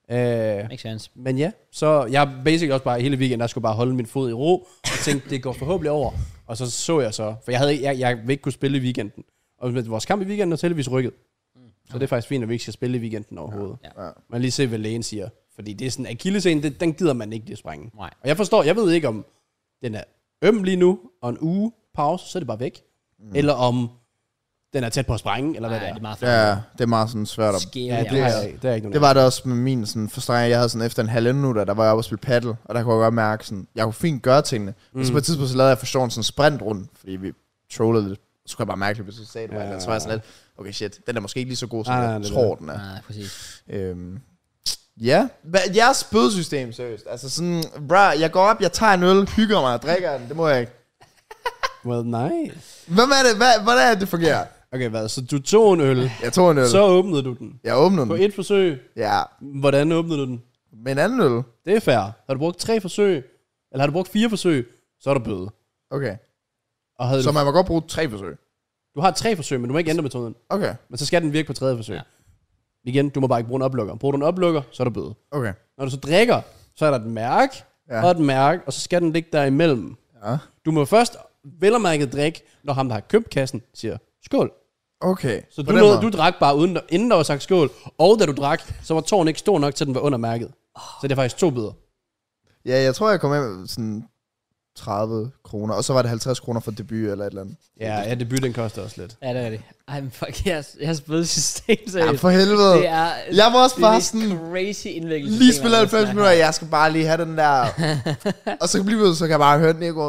Speaker 2: Øh,
Speaker 1: Makes sense.
Speaker 2: men ja, så jeg basically også bare hele weekenden, der skulle bare holde min fod i ro, og tænkte, det går forhåbentlig over. Og så så jeg så, for jeg havde jeg, jeg ville ikke kunne spille i weekenden. Og med vores kamp i weekenden er heldigvis rykket. Mm. Så det er faktisk fint, at vi ikke skal spille i weekenden overhovedet.
Speaker 1: Ja.
Speaker 3: Ja.
Speaker 2: Man lige se, hvad lægen siger. Fordi det er sådan, akillescenen, det, den gider man ikke lige at sprænge.
Speaker 1: Nej.
Speaker 2: Og jeg forstår, jeg ved ikke, om den er øm lige nu, og en uge pause, så er det bare væk. Mm. Eller om den er tæt på at sprænge, eller hvad
Speaker 1: Nej,
Speaker 2: det er.
Speaker 1: det er meget
Speaker 3: Ja, det er meget sådan svært at...
Speaker 1: Skæve,
Speaker 2: Ja, det
Speaker 1: ja.
Speaker 2: er, det er ikke nogen.
Speaker 3: Det var det også med min sådan forstræng. Jeg havde sådan efter en halv minutter, der var jeg oppe og spille paddle, og der kunne jeg godt mærke sådan, jeg kunne fint gøre tingene. Mm. Og så på et tidspunkt, så lavede jeg for sjovt sådan en sprint rundt, fordi vi trollede lidt. Så kunne jeg bare mærke lidt, hvis jeg sagde det, ja. Så var jeg sådan lidt, okay shit, den er måske ikke lige så god, som
Speaker 2: Nej,
Speaker 3: jeg
Speaker 2: nej, det
Speaker 3: tror,
Speaker 2: der.
Speaker 3: den er.
Speaker 1: Nej, præcis.
Speaker 3: Øhm, ja, Hva- jeres bødesystem, seriøst. Altså sådan, bra, jeg går op, jeg tager en øl, hygger mig og drikker den. Det må jeg ikke.
Speaker 2: Well, nej.
Speaker 3: Hvem er det? Hvad, hvordan er det, det fungerer?
Speaker 2: Okay, hvad? Så du tog en øl,
Speaker 3: Jeg tog en øl.
Speaker 2: så åbnede du den.
Speaker 3: Jeg åbnede
Speaker 2: På
Speaker 3: den.
Speaker 2: et forsøg.
Speaker 3: Ja,
Speaker 2: Hvordan åbnede du den?
Speaker 3: med en anden øl.
Speaker 2: Det er fair. Har du brugt tre forsøg, eller har du brugt fire forsøg, så er der bøde.
Speaker 3: Okay.
Speaker 2: Og havde
Speaker 3: Så
Speaker 2: du,
Speaker 3: man må godt bruge tre forsøg.
Speaker 2: du har tre forsøg, men du må ikke ændre metoden.
Speaker 3: Okay.
Speaker 2: Men så skal den virke på tredje forsøg.
Speaker 1: Ja.
Speaker 2: Ja. Igen, du må bare ikke bruge en oplukker. Bruger du en oplukker, så er der bøde.
Speaker 3: Okay.
Speaker 2: Når du så drikker, så er der et mærke,
Speaker 3: Ja.
Speaker 2: ja. og et mærke, og så skal den ligge der imellem.
Speaker 3: Ja.
Speaker 2: Du må først vel og mærket drikke, når ham, der har købt kassen, siger skål.
Speaker 3: Okay.
Speaker 2: Så
Speaker 3: På
Speaker 2: du,
Speaker 3: den
Speaker 2: nåede,
Speaker 3: måde.
Speaker 2: du drak bare, uden der, inden der var sagt skål, og da du drak, så var tårn ikke stor nok til, at den var under mærket. Så det er faktisk to bøder.
Speaker 3: Ja, jeg tror, jeg kom med med sådan tredive kroner, og så var det halvtreds kroner for debut eller et eller andet.
Speaker 2: Ja, ja, debut, den koster også lidt.
Speaker 1: Ja, det er det. Ej, men fuck, jeres, jeres bødesystem,
Speaker 3: Ja,
Speaker 1: seriøst.
Speaker 3: for helvede.
Speaker 1: Det er,
Speaker 3: Jeg var også
Speaker 1: det er
Speaker 3: bare
Speaker 1: det
Speaker 3: sådan,
Speaker 1: crazy indviklet.
Speaker 3: lige spille halvfems minutter, jeg skal bare lige have den der. Og så bliver så kan jeg bare høre den ikke gå.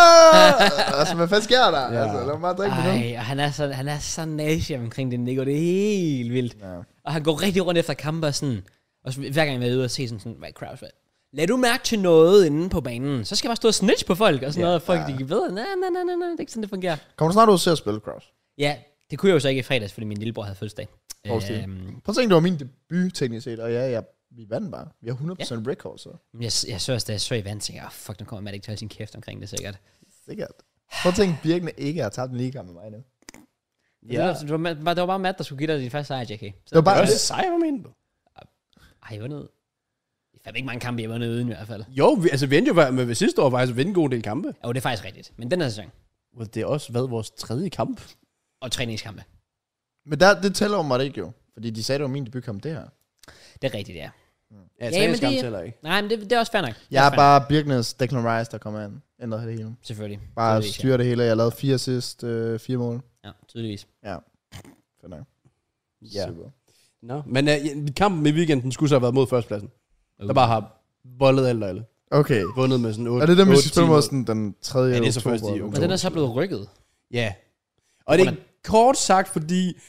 Speaker 3: "Åh!" Altså, hvad fanden sker der?
Speaker 2: Ja.
Speaker 3: Altså, lad mig bare drikke med dem.
Speaker 1: Ej, og han er så, han er så nazi omkring det, Nico. Det er helt vildt.
Speaker 3: Ja.
Speaker 1: Og han går rigtig rundt efter kampe og sådan. Og så, hver gang jeg er ude og se sådan, sådan hvad Kraus, hvad? Lad du mærke til noget inde på banen. Så skal jeg bare stå og snitch på folk og sådan
Speaker 2: Ja.
Speaker 1: noget. Og folk,
Speaker 3: Ja.
Speaker 1: de ved, nej, nej, nej, nej, nej, det er ikke sådan, det fungerer.
Speaker 3: Kommer du snart ud og se at spille, Kraus?
Speaker 1: Ja, det kunne jeg jo så ikke i fredags, fordi min lillebror havde fødselsdag.
Speaker 3: Hvor stil.
Speaker 1: Øhm,
Speaker 3: Prøv at tænke, det var min debut, teknisk set, og ja, ja, vi vandt bare. Vi har hundrede procent ja. record, så.
Speaker 1: jeg, jeg så også, da jeg så i vand, tænkte jeg, oh, fuck, nu kommer Matt ikke til at holde sin kæft omkring det sikkert.
Speaker 3: Sikkert. Prøv at tænke, Birkene ikke har tabt en ligekamp med mig nu.
Speaker 1: Ja. Det, var, det, var, det var bare Matt, der skulle give dig din første sejr, Jackie. Så
Speaker 3: Det var bare-
Speaker 2: Det er også sej, hvad mener du?
Speaker 1: Har I vundet? Jeg fandt ikke mange kampe, jeg har vundet uden i hvert fald.
Speaker 2: Jo, vi, altså vi endte jo med, med sidste år faktisk at vinde en god del kampe.
Speaker 1: Jo, det er faktisk rigtigt. Men den her sæson.
Speaker 2: Well, det er også været vores tredje kamp.
Speaker 1: Og træningskampe.
Speaker 3: Men der, det tæller mig det ikke jo. Fordi de sagde, det var min debutkamp, det her.
Speaker 1: Det er rigtigt, ja.
Speaker 2: Ja,
Speaker 1: Ja,
Speaker 2: træningskamp
Speaker 1: men det-
Speaker 2: tæller ikke.
Speaker 1: Nej, men det, det er også fair nok. Det
Speaker 3: Jeg
Speaker 1: er
Speaker 3: er
Speaker 1: fair
Speaker 3: bare Birknes Declan Rice, der kommer ind. Ændrer det hele.
Speaker 1: nok. Selvfølgelig.
Speaker 3: Bare
Speaker 1: Tydeligvis,
Speaker 3: styrer det hele. Jeg lavede fire assist, øh, fire mål.
Speaker 1: Ja, ja tydeligvis.
Speaker 3: Fedt nok.
Speaker 2: Ja.
Speaker 3: Super.
Speaker 2: Nå, men uh, kampen i weekenden skulle så have været mod førstepladsen. Der bare har bollet alt og alle.
Speaker 3: Okay.
Speaker 2: Vundet med sådan otte.
Speaker 3: Er det dem, vi
Speaker 2: otte
Speaker 3: skal spille mod
Speaker 2: timer.
Speaker 3: sådan den tredje
Speaker 2: Ja, det er så først i
Speaker 3: oktober?
Speaker 2: oktober.
Speaker 1: Men den er så blevet rykket.
Speaker 2: Ja. Og det er kort sagt, fordi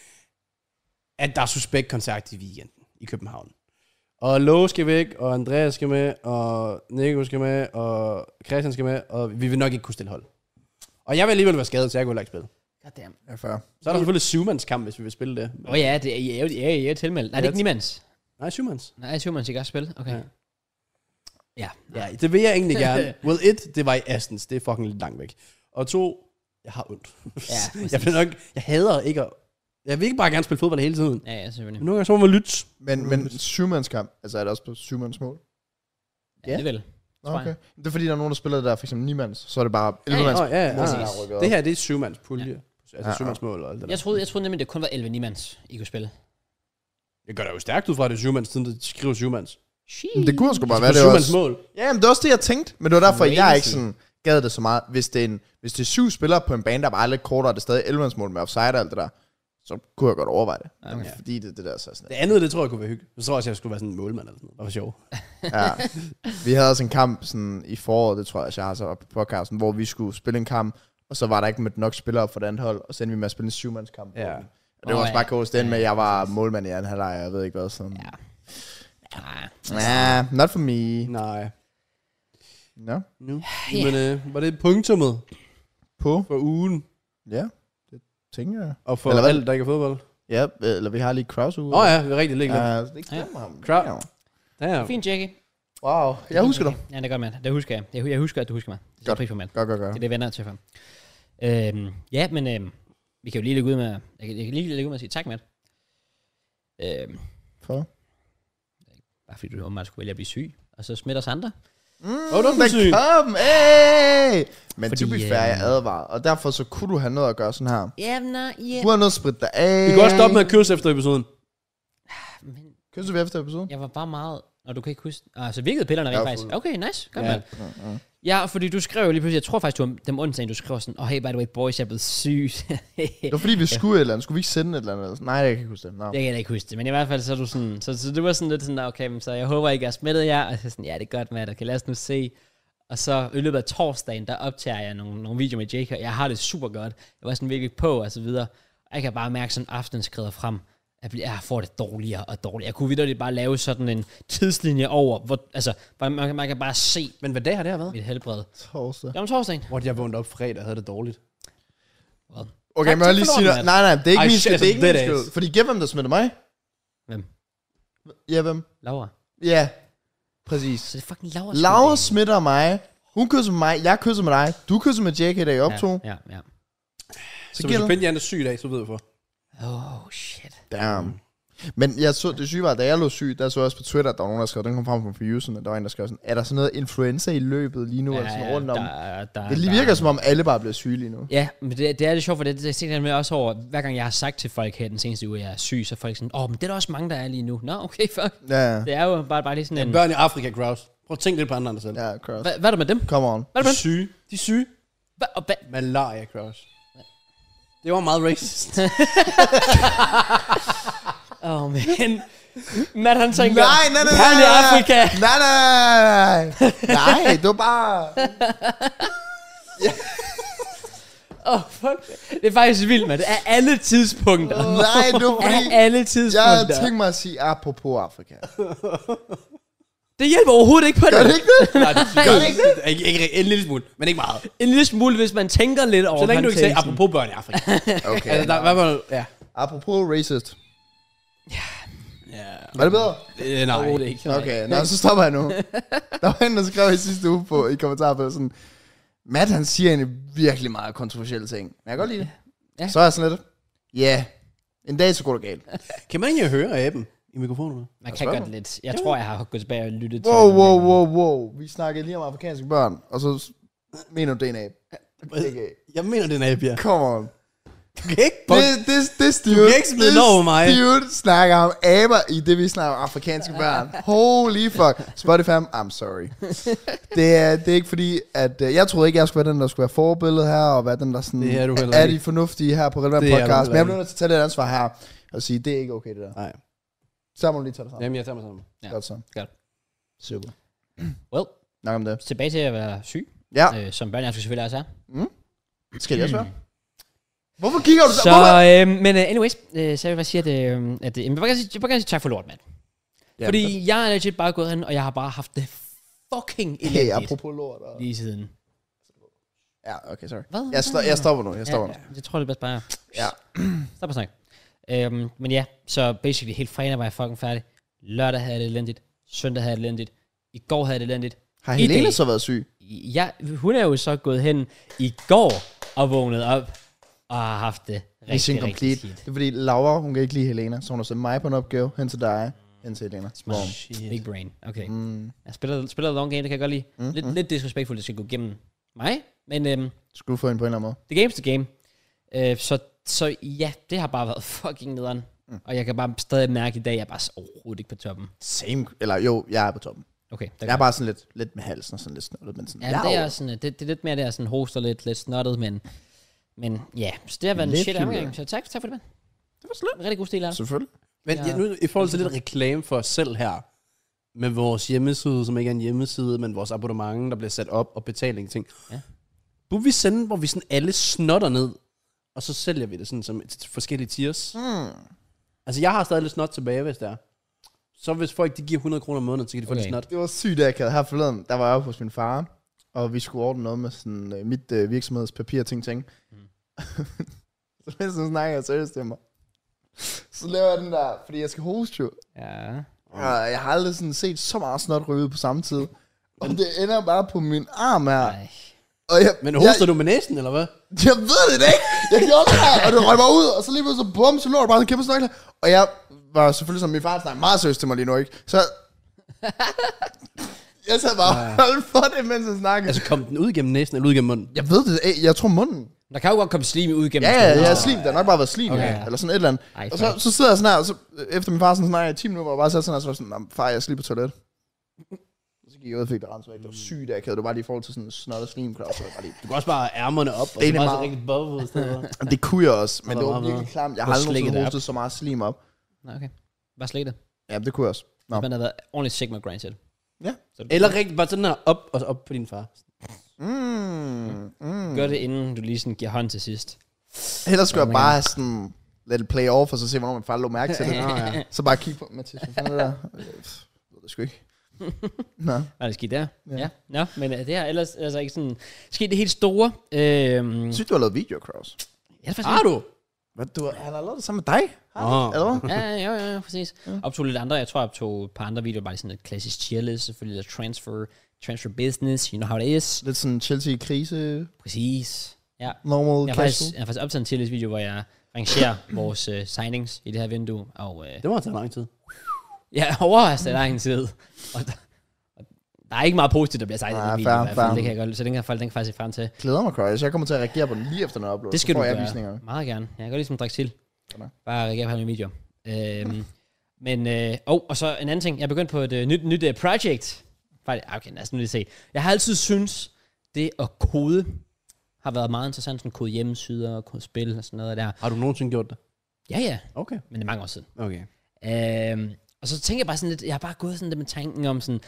Speaker 2: at der er suspekt-koncert i weekenden i København. Og Lowe skal væk, og Andreas skal med, og Nico skal med, og Christian skal med, og vi vil nok ikke kunne stille hold. Og jeg vil alligevel være skadet, så jeg kunne heller ikke spille.
Speaker 1: Goddamn.
Speaker 3: Ja, fair.
Speaker 2: Så er der selvfølgelig syvmands kamp, hvis vi vil spille det.
Speaker 1: Åh oh, ja, det er, jeg, jeg, jeg, jeg er tilmeldt. Nej, det er ikke nimands.
Speaker 2: Nej, syvmands.
Speaker 1: Nej, syvmands, ikke også spille? Okay.
Speaker 2: Ja.
Speaker 1: Ja.
Speaker 2: Ja, det vil jeg egentlig gerne. Well, et, det var i Astens. Det er fucking lidt langt væk. Og to, jeg har ondt.
Speaker 1: Ja,
Speaker 2: jeg, vil nok, jeg hader ikke at... Jeg vil ikke bare gerne spille fodbold hele tiden.
Speaker 1: Ja, ja, selvfølgelig.
Speaker 2: Men nogle gange så må man lytte.
Speaker 3: Men, men syvmandskamp, altså er det også på syvmandsmål?
Speaker 1: Ja, det vil.
Speaker 3: Nå, okay. Det er fordi, der er nogen, der spiller det der, for eksempel nimands, så er det bare
Speaker 1: Ja, ja.
Speaker 3: elleve mands.
Speaker 2: Nå, ja, ja,
Speaker 3: mål,
Speaker 2: ja.
Speaker 3: der er rykket op.
Speaker 2: Det her, det er syvmands pulje.
Speaker 1: Ja.
Speaker 2: Ja. Altså
Speaker 3: Ja,
Speaker 2: syvmandsmål og alt det der.
Speaker 1: Jeg troede, jeg troede nemlig, det kun var elleve nimands, I kunne spille.
Speaker 2: Jeg gør det jo stærkt ud fra, at det er syvmands, siden det skriver syvmands.
Speaker 3: Men det kunne sgu bare
Speaker 2: Det
Speaker 3: være
Speaker 2: er
Speaker 3: det
Speaker 2: syvmands
Speaker 3: også.
Speaker 2: mål.
Speaker 3: Ja, men det er også det, jeg tænkte. Men det var derfor, jeg ikke
Speaker 1: Crazy.
Speaker 3: sådan gad det så meget. Hvis det er, en, hvis det er syv spillere på en bane, der bare er lidt kortere, og det er stadig elleve mål med offside og alt det der, så kunne jeg godt overveje det.
Speaker 1: Okay.
Speaker 3: Men fordi det, det der så er sådan
Speaker 2: Det andet, det tror jeg kunne være hyggeligt. Jeg tror også, jeg skulle være sådan en målmand eller sådan noget. Det var sjov.
Speaker 3: Ja. Vi havde også en kamp sådan i foråret, det tror jeg, jeg har så op på podcasten, hvor vi skulle spille en kamp, og så var der ikke mødt nok spillere op for det andet hold, og så endte vi med at spille en syvmandskamp.
Speaker 2: Ja.
Speaker 3: Og det var
Speaker 1: Åh,
Speaker 3: også bare
Speaker 1: ja.
Speaker 3: kort den med, at
Speaker 1: Ja,
Speaker 3: jeg var målmand i anden halvleg, jeg ved ikke hvad sådan.
Speaker 1: Ja. Ja.
Speaker 3: Ja, not for me.
Speaker 2: Nej.
Speaker 3: No.
Speaker 2: Nu.
Speaker 1: Ja.
Speaker 2: Men øh, var det punktummet
Speaker 3: På?
Speaker 2: for ugen?
Speaker 3: Ja, det tænker jeg.
Speaker 2: Og for
Speaker 3: Eller hvad?
Speaker 2: alt, der ikke er fodbold?
Speaker 3: Ja, eller vi har lige Kraus ude.
Speaker 2: Åh oh, ja, det er rigtigt. Lige
Speaker 3: Ja,
Speaker 2: ja.
Speaker 3: det er ikke glemme ham.
Speaker 2: Kraus. Ja.
Speaker 1: Fint, Jackie.
Speaker 3: Wow, jeg husker dig.
Speaker 1: Ja, det er godt, mand. Det husker jeg. Jeg, jeg husker, at du husker mig. Det er
Speaker 3: Godt.
Speaker 1: pris for, mand.
Speaker 3: Godt, godt, godt.
Speaker 1: Det er det, venner er til for. Øhm, ja, men øhm, vi kan jo lige lægge ud med, jeg kan, jeg kan lige lægge ud med at sige tak, Matt. Øhm,
Speaker 3: For?
Speaker 1: Bare fordi du åbenbart skulle vælge at blive syg, og så smitter os andre.
Speaker 3: Mm,
Speaker 2: oh, du er syg.
Speaker 3: Kom, hey! Men
Speaker 1: Fordi,
Speaker 3: to be fair, jeg advarer. Og derfor så kunne du have noget at gøre sådan her.
Speaker 1: Ja, nej, ja.
Speaker 3: Du har noget at spritte dig af.
Speaker 2: Vi kan også stoppe med at kysse efter episoden.
Speaker 1: Men
Speaker 3: Kysser vi efter episoden?
Speaker 1: jeg var bare meget... Og du kan ikke huske... Ah, så virkede pillerne rent
Speaker 3: Ja,
Speaker 1: faktisk.
Speaker 3: fuld.
Speaker 1: Okay, nice. Kom
Speaker 2: Ja.
Speaker 1: ja. Ja, fordi du skrev jo lige pludselig... Jeg tror faktisk, du var dem onsdagen, du skrev sådan... Oh, hey, by the way, boys, jeg er blevet syg.
Speaker 3: Det var fordi, vi skulle et eller andet. Skulle vi ikke sende et eller andet? Nej, jeg kan ikke huske det. No.
Speaker 1: Jeg kan da ikke huske det, men i hvert fald så er du sådan... Så, så det var sådan lidt sådan, okay, men så jeg håber ikke, jeg har smittet jer. Og så sådan, ja, det er godt, Matt. Okay, lad os nu se. Og så i løbet af torsdagen, der optager jeg nogle, nogle videoer med Jake, og jeg har det super godt. Jeg var sådan virkelig på, og så videre. Og jeg kan bare mærke, sådan aftenen skrider frem. Jeg, bliver, jeg får det dårligere og dårligere. Jeg kunne vitterligt bare lave sådan en tidslinje over, hvor, altså, man, man, man kan bare se
Speaker 2: Men hvad dag har det her været?
Speaker 1: mit helbred.
Speaker 3: Torsdag.
Speaker 1: Det var om torsdagen.
Speaker 2: Hvor jeg vågnede op fredag og havde det dårligt.
Speaker 1: Well.
Speaker 3: Okay,
Speaker 1: Tak-
Speaker 3: må jeg
Speaker 1: tak
Speaker 3: lige
Speaker 1: for
Speaker 3: sige
Speaker 1: lorten,
Speaker 3: noget? Nej, nej, det er ikke
Speaker 2: Ej,
Speaker 3: min
Speaker 2: shit,
Speaker 3: skyld. Det er ikke
Speaker 2: det
Speaker 3: min
Speaker 2: er
Speaker 3: skyld.
Speaker 2: det.
Speaker 3: Fordi gæt, hvem der smitter mig?
Speaker 1: Hvem?
Speaker 3: Ja, hvem?
Speaker 1: Laura.
Speaker 3: Ja, præcis.
Speaker 1: Så det er fucking Laura.
Speaker 3: Laura smitter mig. Hun kysser med mig. Jeg kysser med dig. Du kysser med J K, da I optog.
Speaker 1: Ja, ja, ja.
Speaker 3: Så,
Speaker 2: Så hvis
Speaker 3: gælder.
Speaker 2: Benji er syg i dag, så ved jeg for.
Speaker 1: Oh, shit.
Speaker 3: Damn. Men jeg så, det syge var, da jeg lå syg, der så jeg også på Twitter, at der var nogen, der skrev, den kom frem fra userne, der var en, der skrev sådan, er der sådan noget influenza i løbet lige nu, ja, eller sådan rundt om?
Speaker 1: Der, der,
Speaker 3: Det lige
Speaker 1: der-
Speaker 3: virker, som om alle bare bliver syge lige nu.
Speaker 1: Ja, men det, det er lidt sjovt, for det, det tænker jeg med også over, hver gang jeg har sagt til folk her den seneste uge, at jeg er syg, så er folk sådan, åh, oh, men det er der også mange, der er lige nu. Nå, okay, fuck.
Speaker 3: Ja, ja.
Speaker 1: Det er jo bare, bare lige sådan en...
Speaker 2: Børn i Afrika, Kraus. Prøv at tænke lidt på andre end dig selv.
Speaker 3: Ja, cross.
Speaker 1: Hva, hvad er der med dem?
Speaker 3: Come on.
Speaker 1: Hvad er
Speaker 2: De
Speaker 1: der
Speaker 2: er
Speaker 1: med dem?
Speaker 2: syge. De er syge.
Speaker 1: Hva, og hva,
Speaker 2: Malaria, Kraus. Det var meget racist.
Speaker 1: Åh, oh, man. Matt, han tænker...
Speaker 3: Nej, nej, nej,
Speaker 1: Børn i
Speaker 3: nej, nej.
Speaker 1: Afrika.
Speaker 3: Nej, nej, nej. Nej, det var bare...
Speaker 1: Åh, oh, fuck. Det er faktisk vildt, man. Det er alle tidspunkter.
Speaker 3: Nej, det var
Speaker 1: Af
Speaker 3: fordi...
Speaker 1: alle
Speaker 3: Jeg
Speaker 1: tidspunkter.
Speaker 3: havde tænkt mig at sige apropos Afrika.
Speaker 1: Det hjælper overhovedet ikke på
Speaker 3: Gør det
Speaker 1: det.
Speaker 3: ikke det?
Speaker 2: Nej, det
Speaker 3: Gør det ikke det?
Speaker 2: Ikke, ikke, en lille smule, men ikke meget.
Speaker 1: En lille smule, hvis man tænker lidt over
Speaker 2: Så længe du ikke sagde,
Speaker 1: konteksten.
Speaker 2: apropos børn i Afrika.
Speaker 3: Okay.
Speaker 2: Altså, der, hvad var det? Ja.
Speaker 3: Apropos racist.
Speaker 2: Ja.
Speaker 3: Var det bedre?
Speaker 2: Øh, nej.
Speaker 1: Overhovedet ikke.
Speaker 3: Okay, nå, så stopper jeg nu. Der var en, der skrev i sidste uge på, i kommentarfeltet sådan, Matt, han siger egentlig virkelig meget kontroversielle ting. Men jeg kan godt lide det.
Speaker 1: Ja.
Speaker 3: Så er jeg sådan lidt, ja, yeah, en dag så går det galt.
Speaker 2: Kan man ikke høre aben i mikrofonen?
Speaker 1: Man kan
Speaker 3: spørger
Speaker 1: godt
Speaker 3: du?
Speaker 1: lidt. Jeg tror, jeg har gået tilbage og lyttet til
Speaker 3: Wow,
Speaker 1: det.
Speaker 3: wow, wow, wow. Vi snakkede lige om afrikanske børn, og så s- mener du, det er en abe. Okay.
Speaker 2: Jeg mener, det er en abe, ja.
Speaker 3: Come on.
Speaker 2: Du kan ikke...
Speaker 3: Det, det, det Steve,
Speaker 2: kan ikke smide den over mig.
Speaker 3: Steve snakker om aber i det, vi snakker om afrikanske børn. Holy fuck. Spotify, I'm sorry. Det er, det er ikke fordi, at uh, jeg troede ikke, jeg skulle være den, der skulle være forbillede her, og være den, der sådan,
Speaker 2: Det er du heller
Speaker 3: er
Speaker 2: ikke.
Speaker 3: de fornuftige her på Relevant
Speaker 2: Det er du
Speaker 3: Podcast.
Speaker 2: heller
Speaker 3: Men jeg
Speaker 2: ikke.
Speaker 3: bliver nødt til at tage det ansvar her, og sige, det er ikke okay, det der.
Speaker 2: Nej.
Speaker 3: Så må du lige tage det sammen.
Speaker 2: Jamen, jeg tager mig sammen.
Speaker 1: Ja.
Speaker 3: Godt så.
Speaker 1: Godt.
Speaker 3: Super.
Speaker 1: Well,
Speaker 3: Nok om det.
Speaker 1: tilbage til at være syg,
Speaker 3: Ja,
Speaker 1: øh, som børn, jeg selvfølgelig også er.
Speaker 3: skal det også være? Hvorfor kigger du så?
Speaker 1: Så,
Speaker 3: Hvorfor?
Speaker 1: øh, men uh, anyways, øh, så vil jeg bare sige, at, øh, at øh, jeg vil bare gerne sige, jeg vil bare gerne sige tak for lort, mand.
Speaker 3: Ja,
Speaker 1: Fordi jeg er legit bare gået hen, og jeg har bare haft det fucking
Speaker 3: Hey,
Speaker 1: elendigt
Speaker 3: apropos lort. Og...
Speaker 1: lige siden.
Speaker 3: Ja, okay, sorry.
Speaker 1: Hvad?
Speaker 3: Jeg, sto- jeg stopper nu, jeg stopper
Speaker 1: ja,
Speaker 3: nu.
Speaker 1: ja, jeg tror, det er bedst bare
Speaker 3: Ja.
Speaker 1: stop og snak. Øhm, men ja, så basically helt fredag var jeg fucking færdig. Lørdag havde jeg det elendigt. Søndag havde jeg det elendigt. I går havde jeg det elendigt.
Speaker 3: Har
Speaker 1: I
Speaker 3: Helene
Speaker 1: dag-
Speaker 3: så været syg?
Speaker 1: Ja, hun er jo så gået hen i går og vågnet op og har haft det rigtig,
Speaker 3: Mission
Speaker 1: rigtig
Speaker 3: complete.
Speaker 1: skidt.
Speaker 3: Det er fordi, Laura, hun kan ikke lide Helena, så hun har sendt mig på en opgave, hen til dig, hen til Helena. Wow.
Speaker 2: Shit.
Speaker 1: Big brain. Okay.
Speaker 3: Mm.
Speaker 1: Jeg spiller, spiller long game, det kan jeg godt lide.
Speaker 3: Mm,
Speaker 1: Lidt,
Speaker 3: mm.
Speaker 1: lidt disrespektfuldt, det skal gå igennem mig. Men øhm,
Speaker 3: Skulle du få hende på en eller anden måde?
Speaker 1: the game's the game. Øh, så, så ja, det har bare været fucking nederen. Mm. Og jeg kan bare stadig mærke i dag, at jeg er bare overhovedet ikke på toppen.
Speaker 3: Same. Eller jo, jeg er på toppen.
Speaker 1: Okay, der
Speaker 3: Jeg er bare sådan lidt, lidt med halsen og sådan lidt snottet, men sådan,
Speaker 1: Ja, det er sådan, det, det er lidt mere der, sådan hoster lidt, lidt snottet, men, men ja, så det har været en
Speaker 3: Lidt
Speaker 1: shit
Speaker 3: hyggelig.
Speaker 1: omgang, så tak, tak for det, mand.
Speaker 3: Det var slet.
Speaker 1: En rigtig god stil, altså.
Speaker 3: Selvfølgelig.
Speaker 2: Men
Speaker 1: Ja.
Speaker 2: ja, nu, i forhold til lidt reklame for os selv her, med vores hjemmeside, som ikke er en hjemmeside, men vores abonnement, der bliver sat op, og betaling ting.
Speaker 1: Ja.
Speaker 2: Burde vi sende, hvor vi sådan alle snotter ned, og så sælger vi det sådan som til forskellige tiers?
Speaker 3: Mm.
Speaker 2: Altså, jeg har stadig lidt snot tilbage, hvis det er. Så hvis folk de giver hundrede kroner om måneden, så kan de få
Speaker 1: Okay.
Speaker 2: lidt snot.
Speaker 3: Det var sygt akavet. Her forleden, der var jeg oppe hos min far, og vi skulle ordne noget med sådan, uh, mit uh, virksomheds papir ting ting. Mm. Så mens han snakker seriøst til mig, så laver jeg den der, fordi jeg skal hoste jo.
Speaker 1: Ja.
Speaker 3: Og jeg har aldrig sådan set så meget snot ryge ud på samme tid. Og det ender bare på min arm her.
Speaker 1: Ej.
Speaker 3: Og jeg,
Speaker 2: Men hoster
Speaker 3: jeg,
Speaker 2: du med næsen, eller hvad?
Speaker 3: Jeg ved det ikke. Jeg gjorde det her, og det røg mig ud, og så lige pludselig så bum, så lå der bare en kæmpe snøgle. Og jeg var selvfølgelig som min far snakker meget seriøst til mig lige nu, ikke? Så Jeg sad bare og holdt for det, mens jeg snakkede.
Speaker 2: Altså, kom den ud gennem næsen eller ud gennem munden?
Speaker 3: Jeg ved det, jeg tror munden.
Speaker 1: Der kan jo godt komme slim ud gennem.
Speaker 3: Ja, ja, ja, slim. Der har nok bare været slim,
Speaker 1: Okay.
Speaker 3: okay. Eller sådan et eller andet.
Speaker 1: Ej,
Speaker 3: Og så, så sidder jeg sådan her, og så, efter min far sådan snakker i ti minutter, og bare sad sådan her, og så var sådan, "Nå, far, jeg skal lige på toilet. Så gik jeg ud og fik det renset væk. Det var sygt akavet. Det var bare lige i forhold til sådan en snottet slim, Claus. Så var det bare lige...
Speaker 2: Du kan også bare have ærmerne op, og så
Speaker 3: Det er
Speaker 2: bare så
Speaker 3: meget-
Speaker 2: rigtig bobbe ud steder.
Speaker 3: Jamen, det kunne jeg også, men
Speaker 2: Og
Speaker 3: det
Speaker 2: der
Speaker 3: var
Speaker 2: var
Speaker 3: virkelig
Speaker 2: noget-
Speaker 3: klamt. Jeg
Speaker 1: Du
Speaker 3: har aldrig
Speaker 1: slikket
Speaker 3: nogensinde
Speaker 1: det
Speaker 3: hostet så meget slim op.
Speaker 1: Nå, okay. Bare slik det.
Speaker 3: Ja, det kunne jeg også. Nå.
Speaker 1: Hvis man havde været ordentligt Sigma grind til.
Speaker 3: Ja.
Speaker 1: Så du
Speaker 2: Eller rigtig bare sådan her op og så op på din far.
Speaker 3: Mm, mm.
Speaker 1: gør det, inden du lige sådan giver hånd til sidst.
Speaker 3: Ellers skulle
Speaker 1: Oh
Speaker 3: jeg
Speaker 1: my
Speaker 3: bare have sådan, let it play off, og så se, hvornår man far lå mærke til det.
Speaker 2: Nå, ja.
Speaker 3: Så bare kigge på, Mathias, hvad fanden er det der? Øh, pff, Jeg ved det sgu ikke. Nå.
Speaker 1: Er det sket der?
Speaker 3: Ja.
Speaker 1: Ja. ja. Nå, men øh, det har ellers altså ikke sådan sket det helt store. Øhm,
Speaker 3: Jeg synes, du har lavet video, Kraus.
Speaker 1: ja, det er
Speaker 2: Har du?
Speaker 3: Hvad, du har, han har lavet det sammen med dig? Har
Speaker 2: Åh.
Speaker 3: oh. Eller hvad?
Speaker 1: Ja, ja, ja, ja, præcis. Ja. Optog lidt andre. Jeg tror, jeg optog et par andre videoer, bare sådan et klassisk cheerlist, selvfølgelig lidt transfer, transfer business, you know how it is.
Speaker 3: Lidt sådan Chelsea-krise,
Speaker 1: Præcis. Ja.
Speaker 3: normal
Speaker 1: Jeg har, faktisk,
Speaker 3: casual.
Speaker 1: jeg har faktisk optaget en cheerlist video, hvor jeg rangerer vores uh, signings i det her vindue, og uh,
Speaker 2: Det må have taget lang tid.
Speaker 1: jeg overrasker lang tid. Og der, og der er ikke meget positivt, der bliver sagt i
Speaker 3: Nej,
Speaker 1: den video,
Speaker 3: fair,
Speaker 1: i hvert fald.
Speaker 3: fair.
Speaker 1: Det kan jeg godt, så den kan, folk, den kan faktisk se frem til.
Speaker 3: Glæder mig, Kraus. Jeg kommer til at reagere på den lige efter den er uploadet.
Speaker 1: Det skal
Speaker 3: så får
Speaker 1: du
Speaker 3: jeg
Speaker 1: gøre.
Speaker 3: visninger.
Speaker 1: Meget gerne. Jeg kan godt ligesom drikke til.
Speaker 3: Sådan.
Speaker 1: Bare reagere på min video. Øhm, men, øh, oh, og så en anden ting. Jeg er begyndt på et uh, nyt, nyt uh, project. Faktisk, okay, lad os nu lige se. Jeg har altid synes det at kode har været meget interessant. Sådan kode hjemmesider, kode spil og sådan noget der.
Speaker 2: Har du nogensinde gjort det?
Speaker 1: Ja, ja.
Speaker 2: Okay.
Speaker 1: Men det er mange år siden.
Speaker 2: Okay.
Speaker 1: Øhm, og så tænker jeg bare sådan lidt, jeg har bare gået sådan lidt med tanken om sådan,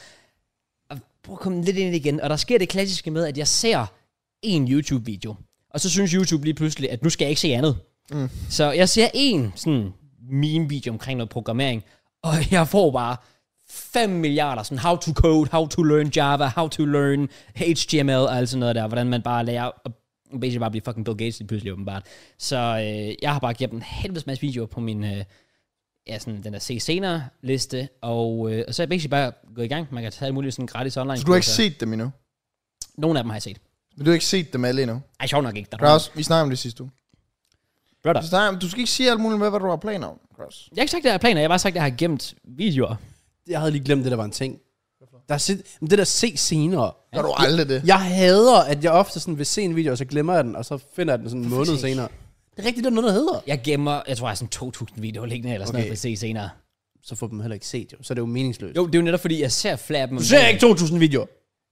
Speaker 1: at prøve at komme lidt ind igen. Og der sker det klassiske med, at jeg ser en YouTube-video. Og så synes YouTube lige pludselig, at nu skal jeg ikke se andet.
Speaker 3: Mm.
Speaker 1: Så jeg ser en sådan meme-video omkring noget programmering, og jeg får bare fem milliarder sådan how to code, how to learn Java, how to learn H T M L og alt sådan noget der, hvordan man bare lærer at basically bare blive fucking Bill Gates lige pludselig åbenbart. Så øh, jeg har bare givet en helvedes masse videoer på min øh, ja, sådan den der se senere liste, og, øh, og så er jeg basically bare gået i gang. Man kan tage alt muligt sådan gratis online.
Speaker 3: Så du har ikke set dem endnu?
Speaker 1: Nogle af dem har jeg set.
Speaker 3: Men du har ikke set dem alle endnu?
Speaker 1: Ej, sjovt nok ikke. Der er
Speaker 3: Kraus, vi snakker om det sidste uge.
Speaker 1: brother.
Speaker 3: Vi snakker om- Du skal ikke sige alt muligt med, hvad du har planer om, Kraus.
Speaker 1: Jeg har ikke sagt, at jeg har planer. Jeg har bare sagt, at jeg har gemt videoer.
Speaker 2: Jeg havde lige glemt, det der var en ting. Der er sit, men det der se senere.
Speaker 3: Gør du aldrig det?
Speaker 2: Jeg hader, at jeg ofte sådan vil se en video, og så glemmer jeg den, og så finder jeg den sådan en måned
Speaker 1: Præcis.
Speaker 2: senere. Det er rigtigt, der er noget, der hedder.
Speaker 1: Jeg gemmer, jeg tror, jeg har sådan to tusind videoer liggende, eller sådan
Speaker 2: Okay.
Speaker 1: noget, for at se senere.
Speaker 2: Så får dem heller ikke set, jo. Så er det jo meningsløst.
Speaker 1: Jo, det er jo netop, fordi jeg ser flere af dem.
Speaker 2: Du ser ikke to tusind videoer.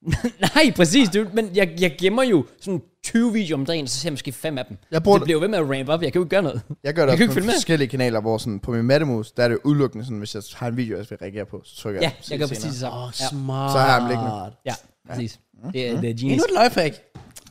Speaker 1: Nej, præcis. Det, er jo- men jeg, jeg gemmer jo sådan tyve videoer om dagen, og så ser jeg måske fem af dem.
Speaker 3: Jeg bruger
Speaker 1: Det bliver jo ved med at ramp op. Jeg kan jo ikke gøre noget.
Speaker 3: Jeg gør det
Speaker 1: Jeg
Speaker 3: også
Speaker 1: kan ikke
Speaker 3: på
Speaker 1: følge med.
Speaker 3: forskellige kanaler, hvor sådan, på min Mattemus, der er det udelukkende sådan, hvis jeg har en video, jeg skal reagere på, så trykker
Speaker 1: Ja,
Speaker 3: jeg.
Speaker 1: jeg gør præcis det samme.
Speaker 2: Åh, oh,
Speaker 1: Ja.
Speaker 2: smart.
Speaker 3: Så har jeg dem liggende.
Speaker 1: Ja, præcis. Det er, det er
Speaker 2: Endnu
Speaker 1: genius.
Speaker 2: et lifehack.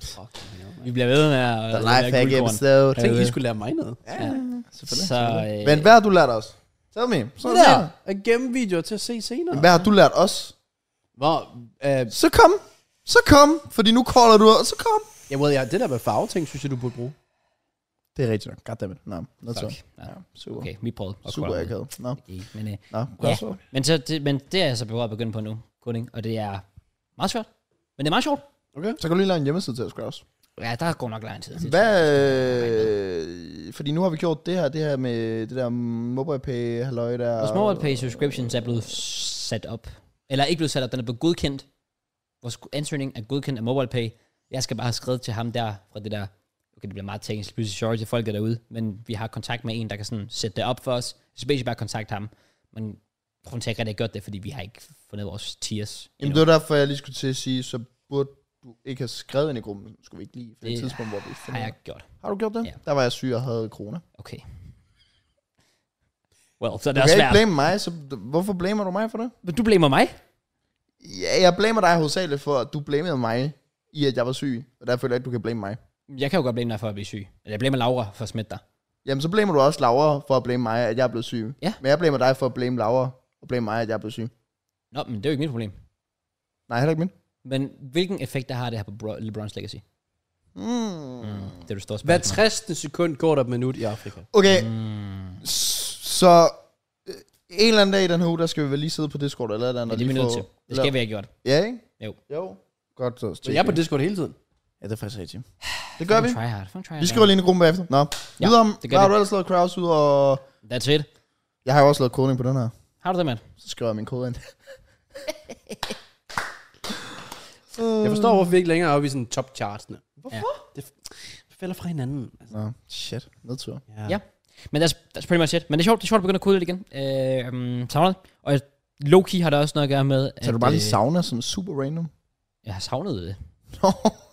Speaker 1: Vi bliver ved med at...
Speaker 3: The Lifehack episode.
Speaker 2: Jeg tænkte, I skulle lære mig noget.
Speaker 3: Ja,
Speaker 1: Så,
Speaker 3: selvfølgelig. selvfølgelig.
Speaker 1: øh,
Speaker 3: Men hvad har du lært os? Tell me. Så
Speaker 2: Det der, at gemme videoer til at se senere.
Speaker 3: Hvad har du lært os?
Speaker 2: Hvor, øh,
Speaker 3: Så kom. Så kom. Fordi nu caller du, og så kom.
Speaker 2: ja, well, ja, det der med farveting, synes jeg, du burde bruge.
Speaker 3: Det er rigtigt nok. Goddammit. Nå, no, så.
Speaker 1: Fuck. Ja.
Speaker 3: Ja, super.
Speaker 1: Okay, vi prøvede. at
Speaker 3: Super
Speaker 1: crawl.
Speaker 3: akavet. Nå,
Speaker 1: Okay, men, øh,
Speaker 3: nå,
Speaker 1: ja,
Speaker 3: godt så.
Speaker 1: men, så, det, men det er jeg så begyndt på nu, coding, og det er meget svært. Men det er meget sjovt.
Speaker 3: Okay. Så kan du lige lave en hjemmeside til os, også.
Speaker 1: Ja, der går nok lang tid. til.
Speaker 3: Hvad, øh, fordi nu har vi gjort det her, det her med det der MobilePay, halløj der.
Speaker 1: Vores MobilePay subscriptions er blevet sat op. Eller ikke blevet sat op, den er blevet godkendt. Vores ansøgning er godkendt af MobilePay. Jeg skal bare have skrevet til ham der, fra det der, okay, det bliver meget teknisk, pludselig sorry til folk der derude, men vi har kontakt med en, der kan sådan sætte det op for os. Så basically bare kontakte ham. Men grunden til, at jeg ikke rigtig har gjort det, fordi vi har ikke fundet vores tiers.
Speaker 3: Jamen
Speaker 1: endnu.
Speaker 3: det var derfor, jeg lige skulle til at sige, så burde du ikke have skrevet ind i gruppen. Skulle vi ikke lige finde et
Speaker 1: Det
Speaker 3: tidspunkt, hvor vi finder
Speaker 1: har jeg
Speaker 3: det.
Speaker 1: gjort.
Speaker 3: Har du gjort det?
Speaker 1: Ja.
Speaker 3: Der var jeg syg og havde corona.
Speaker 1: Okay. Well, så er
Speaker 3: Du
Speaker 1: det også
Speaker 3: kan
Speaker 1: svært.
Speaker 3: ikke blame mig, så hvorfor blamer du mig for det?
Speaker 1: Men du blamer mig?
Speaker 3: Ja, jeg blamer dig hovedsageligt for, at du blamede mig i, at jeg var syg. Og derfor føler jeg ikke, du kan blame mig.
Speaker 1: Jeg kan jo godt blame dig for at blive syg. Eller jeg blamer Laura for at smitte dig.
Speaker 3: Jamen, så blamer du også Laura for at blame mig, at jeg er blevet syg.
Speaker 1: Ja.
Speaker 3: Men jeg blamer dig for at blame Laura og blame mig, at jeg er blevet syg.
Speaker 1: Nå, men det er jo ikke mit problem.
Speaker 3: Nej, heller ikke min.
Speaker 1: Men hvilken effekt der har det her på Bro- LeBron's legacy?
Speaker 3: Mm.
Speaker 1: Mm. Det er du store
Speaker 2: Hver
Speaker 1: spørgsmål.
Speaker 2: tres sekund går der et minut i Afrika.
Speaker 3: Okay,
Speaker 1: Mm.
Speaker 3: s- så øh, en eller anden dag i den her uge, der skal vi vel lige sidde på Discord eller et eller
Speaker 1: Ja,
Speaker 3: andet.
Speaker 1: det er vi
Speaker 3: lige
Speaker 1: nødt
Speaker 3: få-
Speaker 1: til. Det skal vi have gjort.
Speaker 3: Ja, ikke?
Speaker 1: Jo.
Speaker 3: Jo. Godt så.
Speaker 2: Så jeg er på Discord hele tiden.
Speaker 3: Ja, det er faktisk rigtigt. Det gør vi.
Speaker 1: Try hard. Try hard.
Speaker 3: Vi skriver lige en gruppe bagefter. Nå,
Speaker 1: Ja,
Speaker 3: videre om,
Speaker 1: det gør
Speaker 3: hvad har
Speaker 1: vi.
Speaker 3: du ellers lavet Kraus ud og...
Speaker 1: That's it.
Speaker 3: Jeg har jo også lavet coding på den her.
Speaker 1: Har du det, mand?
Speaker 3: Så skriver jeg min kode ind.
Speaker 2: Jeg forstår, hvorfor vi ikke længere er oppe i sådan top chartsene.
Speaker 3: Hvorfor?
Speaker 1: Ja.
Speaker 2: Det falder fra hinanden. Altså.
Speaker 3: Nå, shit. Nedtur.
Speaker 1: Ja. Men that's, that's pretty much it. Men det er sjovt, det er sjovt at begynde at kode lidt igen. Øh, um, savnet. Og low-key har det også noget at gøre med,
Speaker 3: Så du bare lige sauna som super random?
Speaker 1: Jeg har savnet det.
Speaker 3: Nå.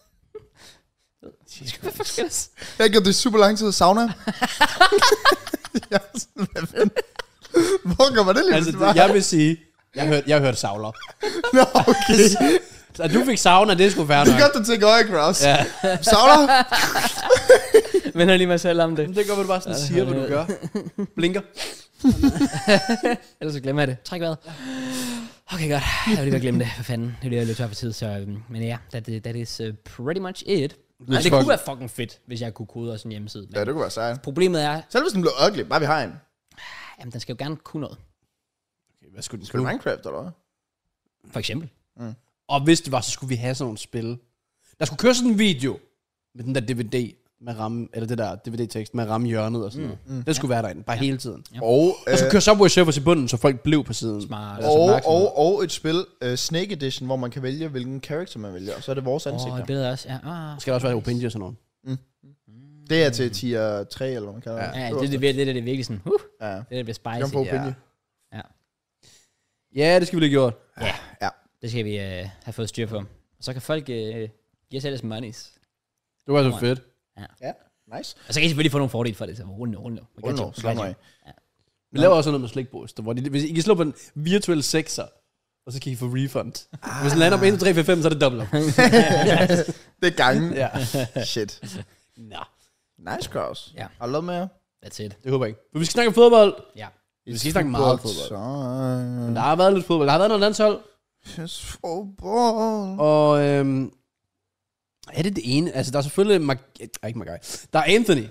Speaker 1: Hvad skal det?
Speaker 3: Jeg har gjort det i super lang tid. Sauna? Jeg er sådan, hvad fanden? Hvor kommer det lige
Speaker 2: Altså,
Speaker 3: pludselig
Speaker 2: det, jeg vil sige, jeg hørte, jeg hørte savler.
Speaker 3: Nå, okay.
Speaker 2: Så du fik sauna, det skulle være
Speaker 3: Det
Speaker 2: nok.
Speaker 3: er godt, du tænker øje, Kraus.
Speaker 2: Ja.
Speaker 3: Sauna?
Speaker 1: Minder lige mig selv om det.
Speaker 2: Det går vel bare sådan, siger, hvad du gør. Blinker.
Speaker 1: Ellers så glemmer jeg det. Træk vejret. Okay, godt. Jeg vil lige være glemme det. For fanden. Det bliver lidt tør for tid. Så, um, men ja, that, that is uh, pretty much it. Ej, det kunne være fucking fedt, hvis jeg kunne kode også en hjemmeside. Men
Speaker 3: Ja, det kunne være sejt.
Speaker 1: problemet er,
Speaker 3: Selv hvis den blev ugly, bare vi har en.
Speaker 1: jamen den skal jo gerne kunne noget.
Speaker 2: Okay, hvad skulle den
Speaker 3: Skal du
Speaker 2: kunne?
Speaker 3: Minecraft, eller hvad?
Speaker 1: For eksempel.
Speaker 2: Og hvis det var, så skulle vi have sådan nogle spil. Der skulle køre sådan en video med den der D V D med ramme, eller det der D V D-tekst med ramme hjørnet og sådan noget. Mm. Det skulle være derinde, bare ja. hele tiden.
Speaker 1: Ja.
Speaker 3: Og,
Speaker 2: Der skulle
Speaker 3: øh,
Speaker 2: køre Subway Surfers i bunden, så folk blev på siden.
Speaker 1: Smart.
Speaker 2: Deres
Speaker 3: og,
Speaker 2: opmærksomhed.
Speaker 3: og, og et spil, uh, Snake Edition, hvor man kan vælge, hvilken karakter man vælger. Og så er det vores
Speaker 1: Åh,
Speaker 3: ansigter.
Speaker 1: et billede også. Ja, ah.
Speaker 2: Skal der også være Opinji og sådan noget.
Speaker 3: Det er til tier tre, eller hvad man kalder
Speaker 2: Ja.
Speaker 3: det.
Speaker 1: Ja, det, det, det, det, det er virkelig sådan, uh,
Speaker 3: Ja.
Speaker 1: det, det bliver
Speaker 3: Kom
Speaker 1: spicy.
Speaker 3: på
Speaker 2: Ja.
Speaker 3: Opinion.
Speaker 2: Ja, det skal vi lige gjort.
Speaker 1: Ja,
Speaker 3: Ja.
Speaker 1: det skal vi uh, have fået styr på. Og så kan folk uh, give os ellers monies.
Speaker 2: Det var så fedt.
Speaker 3: Ja, nice.
Speaker 1: Og så kan I selvfølgelig få nogle fordele for det. Så rundt rundt nu.
Speaker 3: Rund nu, slå mig.
Speaker 2: Vi laver også noget med slikbooster, hvor de, hvis I kan slå på en virtuel sekser, og så kan I få refund. Ah. Hvis den lander på en, to, tre, fire, fem, så er det dobbelt.
Speaker 3: Det er gangen.
Speaker 2: Ja.
Speaker 3: Shit.
Speaker 2: Nå,
Speaker 3: Nice, Kraus.
Speaker 1: Ja.
Speaker 3: Har du lavet mere?
Speaker 1: That's it.
Speaker 2: det håber jeg ikke. For vi skal snakke om fodbold.
Speaker 1: Ja.
Speaker 2: Vi skal snakke meget fodbold.
Speaker 3: fodbold.
Speaker 2: Der har været lidt fodbold. Der har været noget landshold.
Speaker 3: Yes, fodbold.
Speaker 2: Og øhm, er det det ene? Altså, der er selvfølgelig... Mag- øh, ikke Magai. Der er Anthony.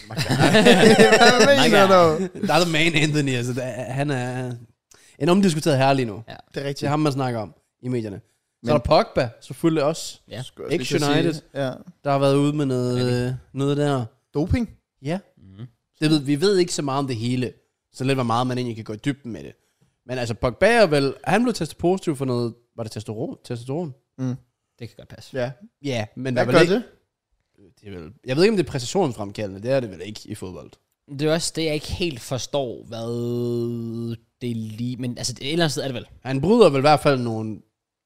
Speaker 3: Hvad mener du?
Speaker 2: Der er the man Anthony. Altså, der, er- han er en omdiskuteret herre lige nu.
Speaker 1: Ja.
Speaker 3: Det er
Speaker 2: Det
Speaker 3: rigtigt.
Speaker 2: er ham, man snakker om i medierne. Så
Speaker 3: Men-
Speaker 2: er der Pogba, selvfølgelig også.
Speaker 1: Ja.
Speaker 3: Skulle jeg også lige
Speaker 2: Ex-United.
Speaker 3: sige. Ja.
Speaker 2: Der har været ude med noget, øh, noget der.
Speaker 3: Doping?
Speaker 2: Ja.
Speaker 1: Mm.
Speaker 2: Det ved, vi ved ikke så meget om det hele. Så lidt hvor meget man egentlig kan gå i dybden med det. Men altså, Pogba er vel... Han blev testet positiv for noget... Var det testosteron? Testosteron?
Speaker 1: Det kan godt passe.
Speaker 3: Ja.
Speaker 2: Ja, men
Speaker 3: Hvad
Speaker 2: der
Speaker 3: gør
Speaker 2: er vel ikke...
Speaker 3: det?
Speaker 2: Det er vel, jeg ved ikke, om det er præstationsfremkaldende. Det er det vel ikke i fodbold.
Speaker 1: Det er også det, jeg ikke helt forstår, hvad det lige... Men altså, et eller andet sted er det vel.
Speaker 2: Han bryder vel i hvert fald nogle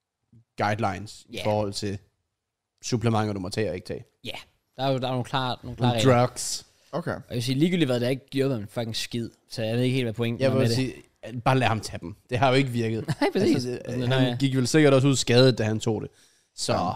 Speaker 2: guidelines
Speaker 1: Ja.
Speaker 2: i forhold til supplementer, du må tage og ikke tage.
Speaker 1: Ja, der er jo der er nogle klare, nogle klare
Speaker 2: Nogle
Speaker 1: regler.
Speaker 2: drugs.
Speaker 3: Okay.
Speaker 1: Og jeg vil sige, ligegyldigt hvad, det er ikke gjort en fucking skid. Så jeg ved ikke helt, hvad pointen
Speaker 2: Jeg
Speaker 1: er med
Speaker 2: vil
Speaker 1: det.
Speaker 2: sige, bare lad ham tage dem. Det har jo ikke virket.
Speaker 1: Nej, præcis.
Speaker 2: Altså, det-
Speaker 1: Altså, nej,
Speaker 2: han
Speaker 1: ja.
Speaker 2: gik vel sikkert også ud skadet, da han tog det. Så...
Speaker 3: Ja.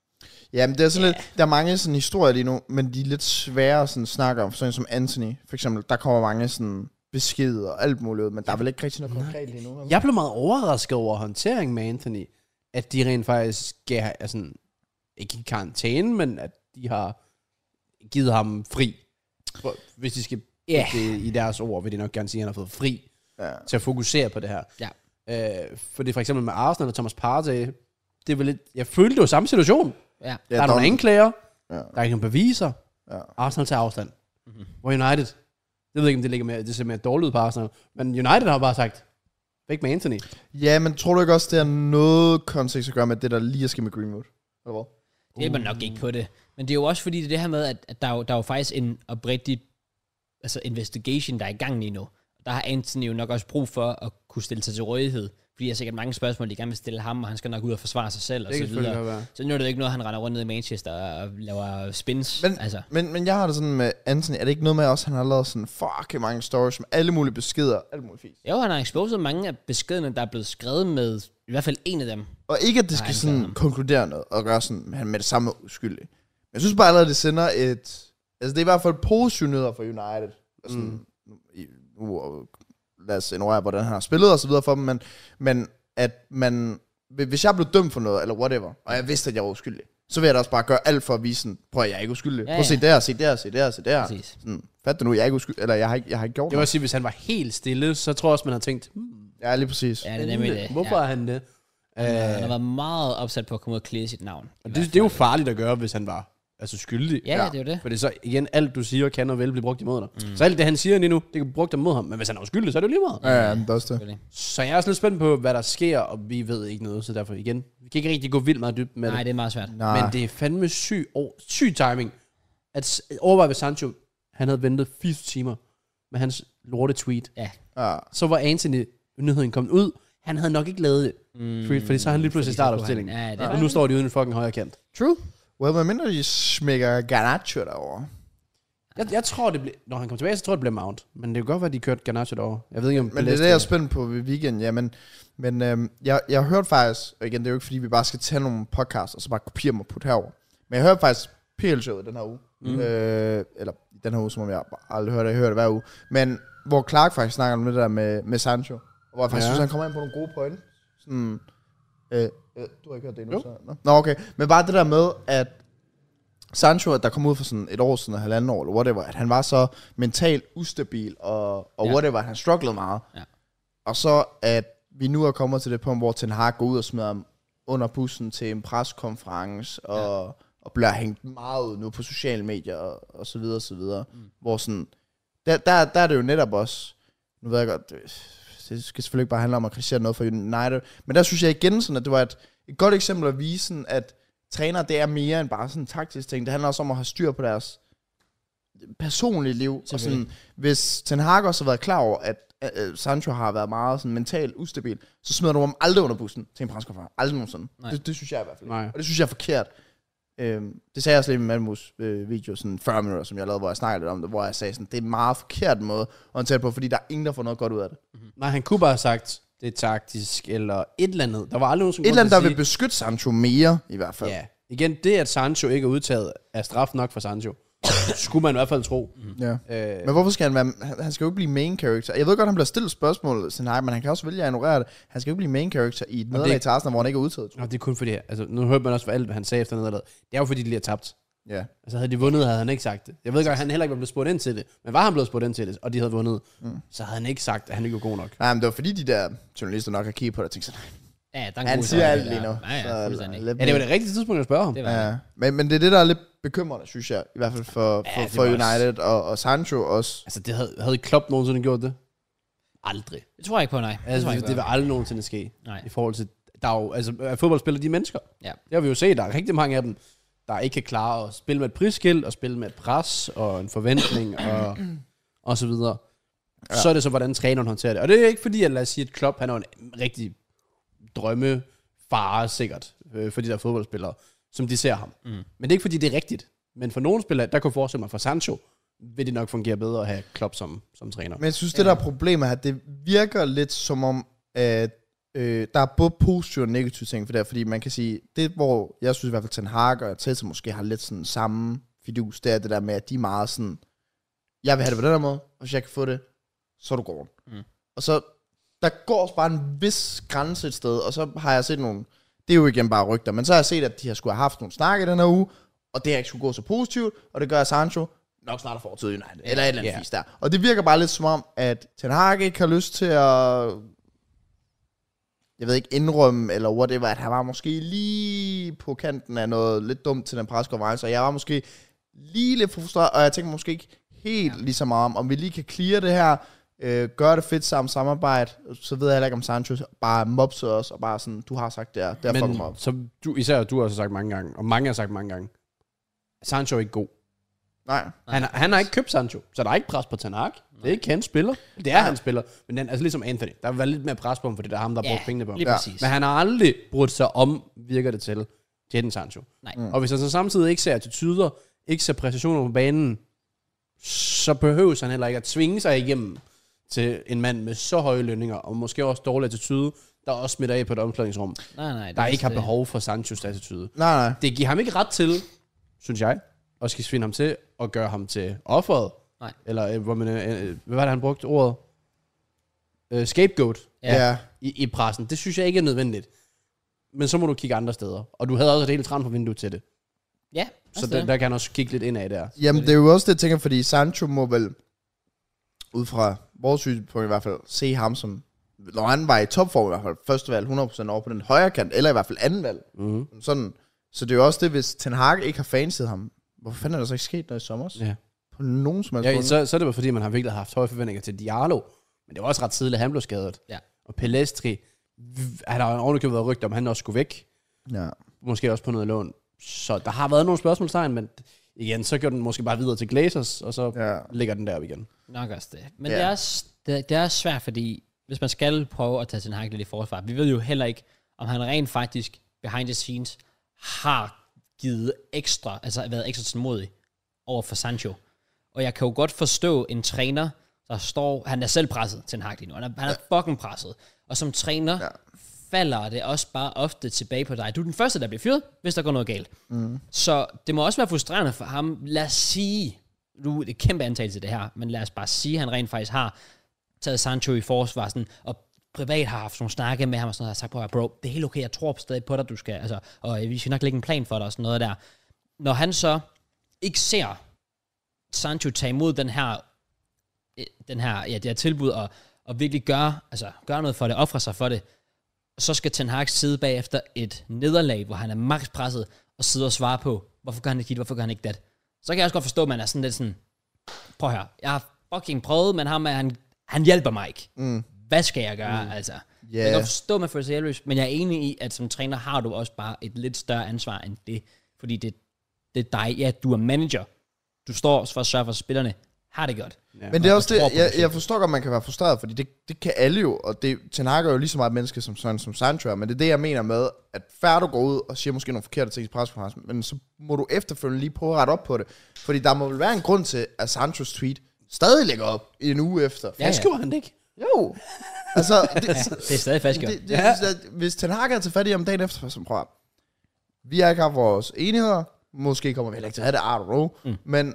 Speaker 3: Ja, men det er sådan lidt, der er mange sådan historier lige nu, men de er lidt svære at sådan snakke om, sådan en som Anthony, for eksempel. Der kommer mange sådan beskeder og alt muligt ud, men der er vel ikke rigtig noget konkret lige nu.
Speaker 2: Jeg blev meget overrasket over håndteringen med Anthony. At de rent faktisk gav, altså, ikke i karantæne, men at de har givet ham fri. For, hvis de skal
Speaker 1: Ja.
Speaker 2: yeah. det i deres ord, vil de nok gerne sige, at han har fået fri
Speaker 3: Ja.
Speaker 2: til at fokusere på det her.
Speaker 1: Ja.
Speaker 2: Øh, for det for eksempel med Arsenal og Thomas Partey, det var lidt, jeg følte, det var samme situation.
Speaker 1: Ja.
Speaker 2: Ja,
Speaker 3: Ja,
Speaker 2: der er nogle
Speaker 3: Don-
Speaker 2: anklager,
Speaker 3: Ja.
Speaker 2: der er ikke nogen beviser.
Speaker 3: Ja.
Speaker 2: Arsenal tager afstand.
Speaker 1: Mhm.
Speaker 2: Mm-hmm. Hvor United, det ved jeg ikke, om det ligger mere, det ser mere dårligt ud på Arsenal, men United har bare sagt, væk med Anthony.
Speaker 3: Ja, men tror du ikke også, det har noget kontekst at gøre med det, der lige er sket med Greenwood? Eller hvad?
Speaker 1: Det hjælper nok ikke på det. Men det er jo også fordi, det er det her med, at, at der, er jo, der er jo faktisk en oprigtig altså investigation, der er i gang lige nu. Der har Anthony jo nok også brug for at kunne stille sig til rådighed. Fordi der er sikkert mange spørgsmål, de gerne vil stille ham, og han skal nok ud og forsvare sig selv, og
Speaker 2: Det
Speaker 1: så
Speaker 2: kan selvfølgelig
Speaker 1: videre.
Speaker 2: godt være.
Speaker 1: Så nu er det jo ikke noget, han render rundt ned i Manchester og laver spins.
Speaker 3: Men,
Speaker 1: altså.
Speaker 3: men, men jeg har det sådan med Anthony, er det ikke noget med også, han har lavet sådan fucking mange stories med alle mulige beskeder, alt muligt fisk.
Speaker 1: Jo, han har exposed mange af beskederne, der er blevet skrevet med i hvert fald en af dem.
Speaker 3: Og ikke, at det
Speaker 1: Nej,
Speaker 3: skal
Speaker 1: han
Speaker 3: sådan
Speaker 1: gør ham.
Speaker 3: konkludere noget, og gøre sådan, han med det samme er uskyldig. Men jeg synes bare allerede, det sender et... Altså, det er i hvert fald positive nyheder for United. Sådan,
Speaker 2: Mm.
Speaker 3: nu, i- nu, og lad os ignorere, hvordan han har spillet og så videre for dem, men, men at man... Hvis jeg blev dømt for noget, eller whatever, og jeg vidste, at jeg var uskyldig, så vil jeg da også bare gøre alt for at vise sådan, prøv at jeg er ikke uskyldig.
Speaker 1: Ja,
Speaker 3: Prøv at se
Speaker 1: ja.
Speaker 3: der, se der, se der, se der.
Speaker 1: Præcis.
Speaker 3: Sådan, fat det nu, jeg er ikke uskyldig, eller jeg har ikke, jeg har ikke gjort
Speaker 2: Jeg vil
Speaker 3: noget.
Speaker 2: også sige, hvis han var helt stille, så tror jeg også, man har tænkt, hmm,
Speaker 3: Ja, lige præcis.
Speaker 1: Ja, det er nemlig det.
Speaker 2: hvorfor
Speaker 1: Ja.
Speaker 2: er han det?
Speaker 1: Han,
Speaker 2: Øh,
Speaker 1: han har været meget opsat på at komme ud og klæde sit navn.
Speaker 2: og det, det er jo farligt at gøre, hvis han var altså skyldig.
Speaker 1: Ja, ja, det er jo det.
Speaker 2: Fordi så igen, alt du siger, kan og vil blive brugt imod dig. Mm. Så alt det, han siger lige nu, det kan blive brugt imod ham. Men hvis han er uskyldig, så er det jo lige meget.
Speaker 3: Ja, ja, det er også det.
Speaker 2: Så jeg er også lidt spændt på, hvad der sker, og vi ved ikke noget. Så derfor igen, vi kan ikke rigtig gå vildt meget dybt med
Speaker 1: Nej,
Speaker 2: det.
Speaker 1: det er meget svært.
Speaker 3: Nej.
Speaker 2: Men det er fandme syg, oh, syg timing. At overvej ved Sancho, han havde ventet fireogtyve timer med hans lorte tweet.
Speaker 1: Ja.
Speaker 3: Ja.
Speaker 2: Så var Anthony nyheden kommet ud. Han havde nok ikke lavet det.
Speaker 1: Mm,
Speaker 2: Fordi, fordi så har han lige pludselig startet opstillingen.
Speaker 1: Ja, det
Speaker 2: Ja,
Speaker 1: er
Speaker 2: og nu står de uden en fucking højre kant.
Speaker 1: True.
Speaker 3: Well, hvad mindre de smækker Garnacho derovre.
Speaker 2: Jeg, jeg tror, det bliver... Når han kommer tilbage, så tror jeg, det bliver Mount. Men det kan godt være, de kørte Garnacho derovre. Jeg ved ikke, om...
Speaker 3: Men det er det, jeg er spændt på ved weekend. Ja, men, men øhm, jeg, jeg har hørt faktisk, og igen, det er jo ikke fordi, vi bare skal tage nogle podcasts, og så bare kopiere dem og putte herover. Men jeg hørte faktisk P L-showet den her uge. Mm. Øh, eller den her uge, som om jeg aldrig hørte det. Jeg hører det hver uge. Men hvor Clark faktisk snakker om det der med, med Sancho. Og hvor jeg faktisk ja. synes, han kommer ind på nogle gode pointer. Sådan... Øh, øh, du har ikke hørt det endnu, så... Nå. Nå, okay. Men bare det der med, at Sancho, at der kom ud for sådan et år siden, og halvanden år, eller whatever, at han var så mentalt ustabil, og, og ja. whatever, at han strugglede meget.
Speaker 1: Ja.
Speaker 3: Og så, at vi nu er kommet til det punkt, hvor Ten Hag går ud og smider ham under bussen til en preskonference, og, ja. og bliver hængt meget ud nu på sociale medier, og, og så videre, og så videre. Mm. Hvor sådan, der, der, der er det jo netop også, nu ved jeg godt, det, det skal selvfølgelig ikke bare handle om at kritisere noget for United, men der synes jeg igen sådan, at det var et, et godt eksempel at vise sådan, at træner, det er mere end bare sådan en taktisk ting. Det handler også om at have styr på deres personlige liv. Og sådan, hvis Ten Hag også har været klar over, at uh, Sancho har været meget sådan mentalt ustabil, så smider du ham aldrig under bussen til en preskonference. Aldrig nogensinde. Det, det synes jeg i hvert fald.
Speaker 2: Nej.
Speaker 3: Og det synes jeg er forkert. Øhm, det sagde jeg også lidt i Malmøs øh, video, sådan fyrre minutter, som jeg lavede, hvor jeg snakkede lidt om det, hvor jeg sagde sådan, det er en meget forkert måde at håndtere på, fordi der er ingen, der får noget godt ud af det.
Speaker 2: Mm-hmm. Nej, han kunne bare have sagt, det er taktisk, eller et eller andet. Der var aldrig nogen, som
Speaker 3: et eller andet, der
Speaker 2: sige,
Speaker 3: vil beskytte Sancho mere, i hvert fald.
Speaker 2: Ja, igen, det at Sancho ikke er udtaget, er straf nok for Sancho. Skulle man i hvert fald tro.
Speaker 3: Ja.
Speaker 2: Øh,
Speaker 3: men hvorfor skal han være... Han, han skal jo ikke blive main character. Jeg ved godt, han bliver stillet spørgsmål, nej, men han kan også vælge at ignorere det. Han skal jo ikke blive main character i et nederlag til Arsenal, hvor han ikke er udtaget.
Speaker 2: Og det er kun fordi... Altså, nu hørte man også, hvad alt, hvad han sagde efter nederlaget. Det er jo fordi, de lige har tabt.
Speaker 3: Ja.
Speaker 2: Altså, havde de vundet, havde han ikke sagt det. Jeg ved godt, han heller ikke var blevet spurgt ind til det. Men var han blevet spurgt ind til det, og de havde vundet, mm. så havde han ikke sagt, at han ikke var god nok.
Speaker 3: Nej, men det var fordi, de der journalister nok har kigget på det og tænkt sådan,
Speaker 1: ja, der
Speaker 3: han siger alt lige nu.
Speaker 1: Ja, ja,
Speaker 3: så,
Speaker 1: ja,
Speaker 2: det var det rigtige tidspunkt at spørge ham.
Speaker 1: Det var
Speaker 3: ja. men, men det er det, der er lidt bekymrende, synes jeg. I hvert fald for, for,
Speaker 2: ja,
Speaker 3: for United og, og Sancho også.
Speaker 2: Altså, det havde, havde Klopp nogensinde gjort det? Aldrig.
Speaker 1: Det tror jeg ikke på, nej.
Speaker 2: Altså,
Speaker 1: det,
Speaker 2: det, det vil aldrig nogensinde ske.
Speaker 1: Nej.
Speaker 2: I forhold til, der er jo, altså, fodboldspillere, de er mennesker.
Speaker 1: Ja.
Speaker 2: Det har vi jo set, der er rigtig mange af dem, der ikke kan klare at spille med et prisskilt, og spille med et pres, og en forventning, og, og så videre. Ja. Så er det så, hvordan træneren håndterer det. Og det er ikke fordi, at lad os sige, at Klopp, han er en rigtig drømmefare, sikkert, øh, for de der fodboldspillere, som de ser ham. Mm. Men det er ikke fordi, det er rigtigt. Men for nogle spillere, der kunne jeg forestille mig, for Sancho, vil det nok fungere bedre at have Klopp som, som træner.
Speaker 3: Men jeg synes, det der er problemet her, det virker lidt som om, at øh, der er både positive og negative ting for det, fordi man kan sige, det hvor jeg synes i hvert fald, Ten Hag og Tessa måske har lidt sådan samme fidus, det er det der med, at de er meget sådan, jeg vil have det på den her måde, og hvis jeg kan få det, så er du går. Mm. Og så, der går også bare en vis grænse et sted, og så har jeg set nogle, det er jo igen bare rygter, men så har jeg set, at de har skulle have haft nogle snakke den her uge, og det har ikke skulle gå så positivt, og det gør at Sancho nok snart at få til United, eller et eller andet yeah. fisk der. Og det virker bare lidt som om, at Ten Hag ikke har lyst til at, jeg ved ikke, indrømme, eller whatever, at han var måske lige på kanten af noget lidt dumt til den preskonference, og jeg var måske lige lidt frustreret, og jeg tænker måske ikke helt ja. lige så meget om, om vi lige kan clear det her, øh, gøre det fedt sammen samarbejde, så ved jeg heller ikke, om Sancho bare mobser os, og bare sådan, du har sagt det her, der fucker mig op.
Speaker 2: Som du, især du har også sagt mange gange, og mange har sagt mange gange, Sancho er ikke god.
Speaker 3: Nej.
Speaker 2: Han, han har ikke købt Sancho, så der er ikke pres på Ten Hag. Det er ikke hans spiller. Det er hans spiller. Men den, altså ligesom Anthony, der var lidt mere pres på ham, fordi det er ham, der har
Speaker 1: ja,
Speaker 2: brugt pengene på ham.
Speaker 1: Ja,
Speaker 2: men han har aldrig brugt sig om, virker det til, Jadon Sancho.
Speaker 1: Nej.
Speaker 2: Mm. Og hvis han så samtidig ikke ser attityder, ikke ser præstationer på banen, så behøver han heller ikke at tvinge sig igennem til en mand med så høje lønninger, og måske også dårlig attitude, der også smitter af på et omklædningsrum.
Speaker 1: Nej, nej.
Speaker 2: Der ikke har behov for Sanchos attitude.
Speaker 3: Nej, nej.
Speaker 2: Det giver ham ikke ret til, synes jeg, og skal svinde ham til, og gøre ham til offeret.
Speaker 1: Nej.
Speaker 2: Eller, øh, hvor man, øh, hvad var det, han brugte ordet? Øh, scapegoat.
Speaker 3: Ja. ja.
Speaker 2: I, I pressen. Det synes jeg ikke er nødvendigt. Men så må du kigge andre steder. Og du havde også et helt transfervindue til det.
Speaker 1: Ja.
Speaker 2: Så der, der kan han også kigge lidt ind af der.
Speaker 3: Jamen, det er jo også det, jeg tænker, fordi Sancho må vel, ud fra vores synspunkt i hvert fald, se ham som, når han var i topform i hvert fald, første valg hundrede procent over på den højre kant, eller i hvert fald anden valg. Mm-hmm. Sådan. Så det er jo også det, hvis Ten Hag ikke har fanset ham, hvorfor fanden er der så ikke sket noget i sommer?
Speaker 2: Ja.
Speaker 3: På nogen som helst
Speaker 2: Ja,
Speaker 3: måde?
Speaker 2: så, så er det bare fordi, man har virkelig haft høje forventninger til Diallo. Men det var også ret tidligt, at han blev skadet.
Speaker 1: Ja.
Speaker 2: Og Pelestri, han har ovenikøbet været rygter om, han også skulle væk.
Speaker 3: Ja.
Speaker 2: Måske også på noget lån. Så der har været nogle spørgsmålstegn, men igen, så går den måske bare videre til Glazers, og så
Speaker 3: Ja.
Speaker 2: ligger den der op igen.
Speaker 1: Nok også det. Men
Speaker 3: Ja.
Speaker 1: det, er også, det, det er også svært, fordi hvis man skal prøve at tage Ten Hag lidt i forsvar, vi ved jo heller ikke, om han rent faktisk behind the scenes har givet ekstra, altså været ekstra tålmodig over for Sancho. Og jeg kan jo godt forstå en træner, der står, han er selv presset Ten Hag lige nu, han er, han er ja. fucking presset. Og som træner ja. falder det også bare ofte tilbage på dig. Du er den første, der bliver fyret, hvis der går noget galt. Mm. Så det må også være frustrerende for ham. Lad os sige, nu er det kæmpe antagelse det her, men lad os bare sige, at han rent faktisk har taget Sancho i forsvar, sådan, og privat har haft nogle snakke med ham, og sådan noget, og sagt på, bro, det er helt okay, jeg tror stadig på dig, du skal, altså, og vi skal nok lægge en plan for dig, og sådan noget der. Når han så ikke ser Sancho tage imod den her, den her, ja, det her tilbud, og, og virkelig gøre, altså, gøre noget for det, ofre sig for det, så skal Ten Hag sidde bagefter et nederlag, hvor han er max presset, og sidde og svare på, hvorfor gør han ikke dit, hvorfor gør han ikke dat. Så kan jeg også godt forstå, at man er sådan lidt sådan, prøv her, jeg har fucking prøvet, men ham er, han, han hjælper mig ikke. Mm. Hvad skal jeg gøre, mm. altså? Yeah. Jeg kan godt forstå, at man føler sig hjælpeløs, men jeg er enig i, at som træner har du også bare et lidt større ansvar end det, fordi det, det er dig, ja, du er manager, du står også for at sørge for, at spillerne har det godt.
Speaker 3: Ja. Men det er også det, jeg, jeg forstår godt, man kan være frustreret, fordi det, det kan alle jo, og det, Ten Hag er jo lige så meget menneske som, som, som Sancho er, men det er det, jeg mener med, at færdig du går ud og siger måske nogle forkerte ting i preskonferencen, men så må du efterfølgende lige prøve at rette op på det, fordi der må vel være en grund til, at Sanchos tweet stadig ligger op en uge efter.
Speaker 2: Ja, ja. Skriver han det ikke?
Speaker 3: Jo. Altså, det,
Speaker 1: ja, det er stadig fastgjort.
Speaker 3: Det, det, ja. det, hvis Ten Hag er til fat i om dagen efter, som prøver, vi har ikke haft vores enigheder, måske kommer vi heller ikke til at have det, I don't know, mm. men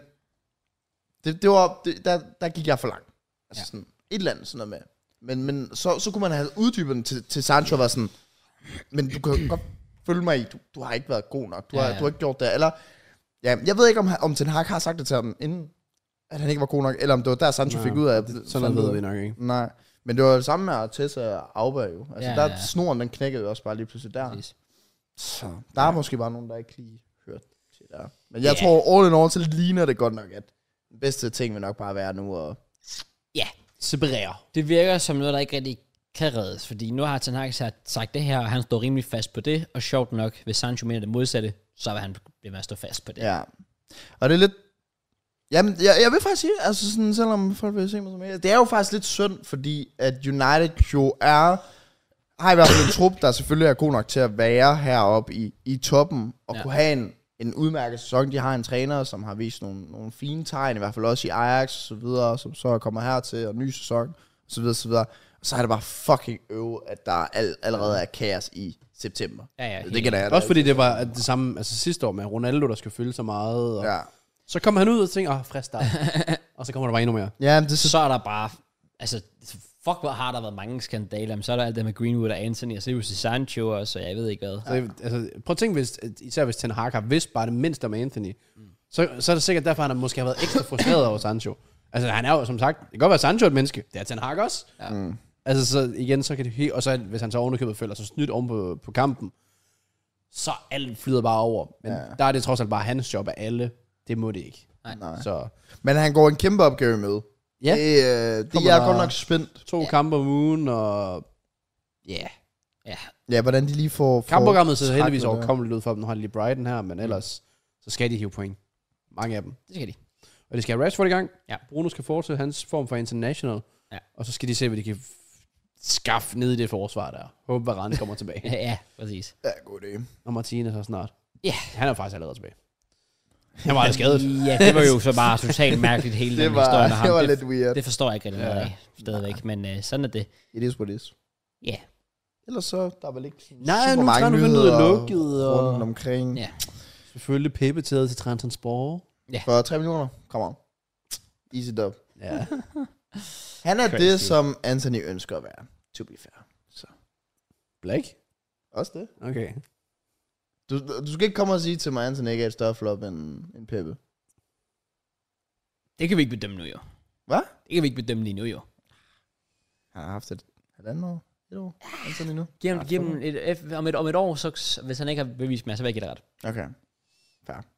Speaker 3: det, det var, det, der, der gik jeg for langt. Altså ja. Sådan et eller andet sådan noget med. Men, men så, så kunne man have uddybet den til, til Sancho og var sådan, men du kan godt følge mig i, du, du har ikke været god nok, du, ja, har, ja. du har ikke gjort det, eller, ja, jeg ved ikke, om, om Ten Hag har sagt det til ham, inden at han ikke var god nok, eller om det var der, Sancho Nej, fik ud af,
Speaker 2: det, sådan noget ved vi nok ikke.
Speaker 3: Nej, men det var det samme med Arteta og Auba jo. Altså,
Speaker 1: ja,
Speaker 3: der
Speaker 1: ja.
Speaker 3: snoren, den knækkede jo også bare lige pludselig der. Præcis. Så der er ja. måske bare nogen, der ikke lige hørt til der. Men jeg yeah. tror, all in all, så ligner det godt nok, at den bedste ting vil nok bare være nu at
Speaker 1: ja.
Speaker 2: separere. Det
Speaker 1: virker som noget, der ikke rigtig kan reddes, fordi nu har Ten Hag sagt det her, og han står rimelig fast på det, og sjovt nok, hvis Sancho mener det modsatte, så vil han blive med at stå fast på det.
Speaker 3: Ja, og det er lidt, jamen, jeg, jeg vil faktisk sige, altså sådan, selvom folk vil se mig som jeg, det er jo faktisk lidt synd, fordi at United jo er, har i hvert fald en trup, der selvfølgelig er god nok til at være heroppe i, i toppen, og ja. kunne have en, en udmærket sæson. De har en træner, som har vist nogle, nogle fine tegn, i hvert fald også i Ajax og så videre, som så kommer hertil, og ny sæson, og så videre, så videre. Og så er det bare fucking øve, at der all, allerede er kaos i september.
Speaker 1: Ja, ja,
Speaker 3: det, det kan der,
Speaker 2: også fordi det var det samme, altså sidste år med Ronaldo, der skulle fylde så meget, og
Speaker 3: ja.
Speaker 2: så kommer han ud og tænker, åh, frisk start. Og så kommer der bare endnu mere.
Speaker 3: Ja, men det
Speaker 1: så, så er der bare, altså, fuck, hvor har der været mange skandaler, men så er der alt det med Greenwood og Anthony, og så er det Sancho, og så jeg ved ikke hvad.
Speaker 2: Så, altså, prøv at tænke, hvis, især hvis Ten Hag har vidst bare det mindste om Anthony, mm. så, så er det sikkert derfor, han måske har været ekstra frustreret over Sancho. Altså, han er jo, som sagt, det kan godt være Sancho et menneske, det er Ten Hag også. Ja. Mm. Altså, så igen, så kan det helt, og så hvis han så ovenikøbet føler sig snydt oven på, på kampen, så alt flyder bare over. Men ja. der er det trods alt bare hans job af alle. Det må det ikke.
Speaker 3: Nej.
Speaker 2: Så.
Speaker 3: Men han går en kæmpe opgave med.
Speaker 2: Ja.
Speaker 3: Det, øh, det er godt nok spændt.
Speaker 2: To ja. kampe om ugen, og
Speaker 1: ja. Yeah. Ja.
Speaker 3: Ja, hvordan de lige får... får
Speaker 2: kampprogrammet ser heldigvis overkommeligt ud for dem. Nu har de lige Brighton her, men ellers så skal de hive point. Mange af dem.
Speaker 1: Det skal de.
Speaker 2: Og de skal have Rashford i gang.
Speaker 1: Ja.
Speaker 2: Bruno skal fortsætte hans form for international.
Speaker 1: Ja.
Speaker 2: Og så skal de se, hvad de kan skaffe ned i det forsvar der. Håber, Varane kommer tilbage.
Speaker 1: Ja, præcis.
Speaker 3: Ja, god idé.
Speaker 2: Og Martinez så snart.
Speaker 1: Ja.
Speaker 2: Han er faktisk allerede tilbage. Han var aldrig skadet.
Speaker 1: Ja, det var jo så bare totalt mærkeligt hele den
Speaker 3: var,
Speaker 1: historie med ham.
Speaker 3: Det var
Speaker 1: det,
Speaker 3: lidt weird.
Speaker 1: Det forstår jeg ikke rigtig noget ja. af, stadigvæk. Men uh, sådan er det.
Speaker 3: It is what it is.
Speaker 1: Ja. Yeah.
Speaker 3: Ellers så, der er vel ikke
Speaker 2: Nej, super nu mange nyheder lukket og
Speaker 3: rundt omkring.
Speaker 1: Ja.
Speaker 2: Selvfølgelig Pepe taget til Trabzonspor.
Speaker 3: Ja. For tre millioner. Kom on. Easy dub.
Speaker 2: Ja.
Speaker 3: Han er Crazy. Det, som Anthony ønsker at være. To be fair. Så.
Speaker 2: Black?
Speaker 3: Også det.
Speaker 2: Okay.
Speaker 3: Du, du skal ikke komme og sige til mig, at Anthony ikke er et større flop end, end Pepe.
Speaker 1: Det kan vi ikke bedømme nu, jo.
Speaker 3: Hvad?
Speaker 1: Det kan vi ikke bedømme lige nu, jo.
Speaker 3: Han har haft et halvandet år. Et år. Anthony nu.
Speaker 1: Giv ham, giv ham et, om, et, om et år, så hvis han ikke har bevist mere, så vil jeg give det ret.
Speaker 3: Okay. Fair.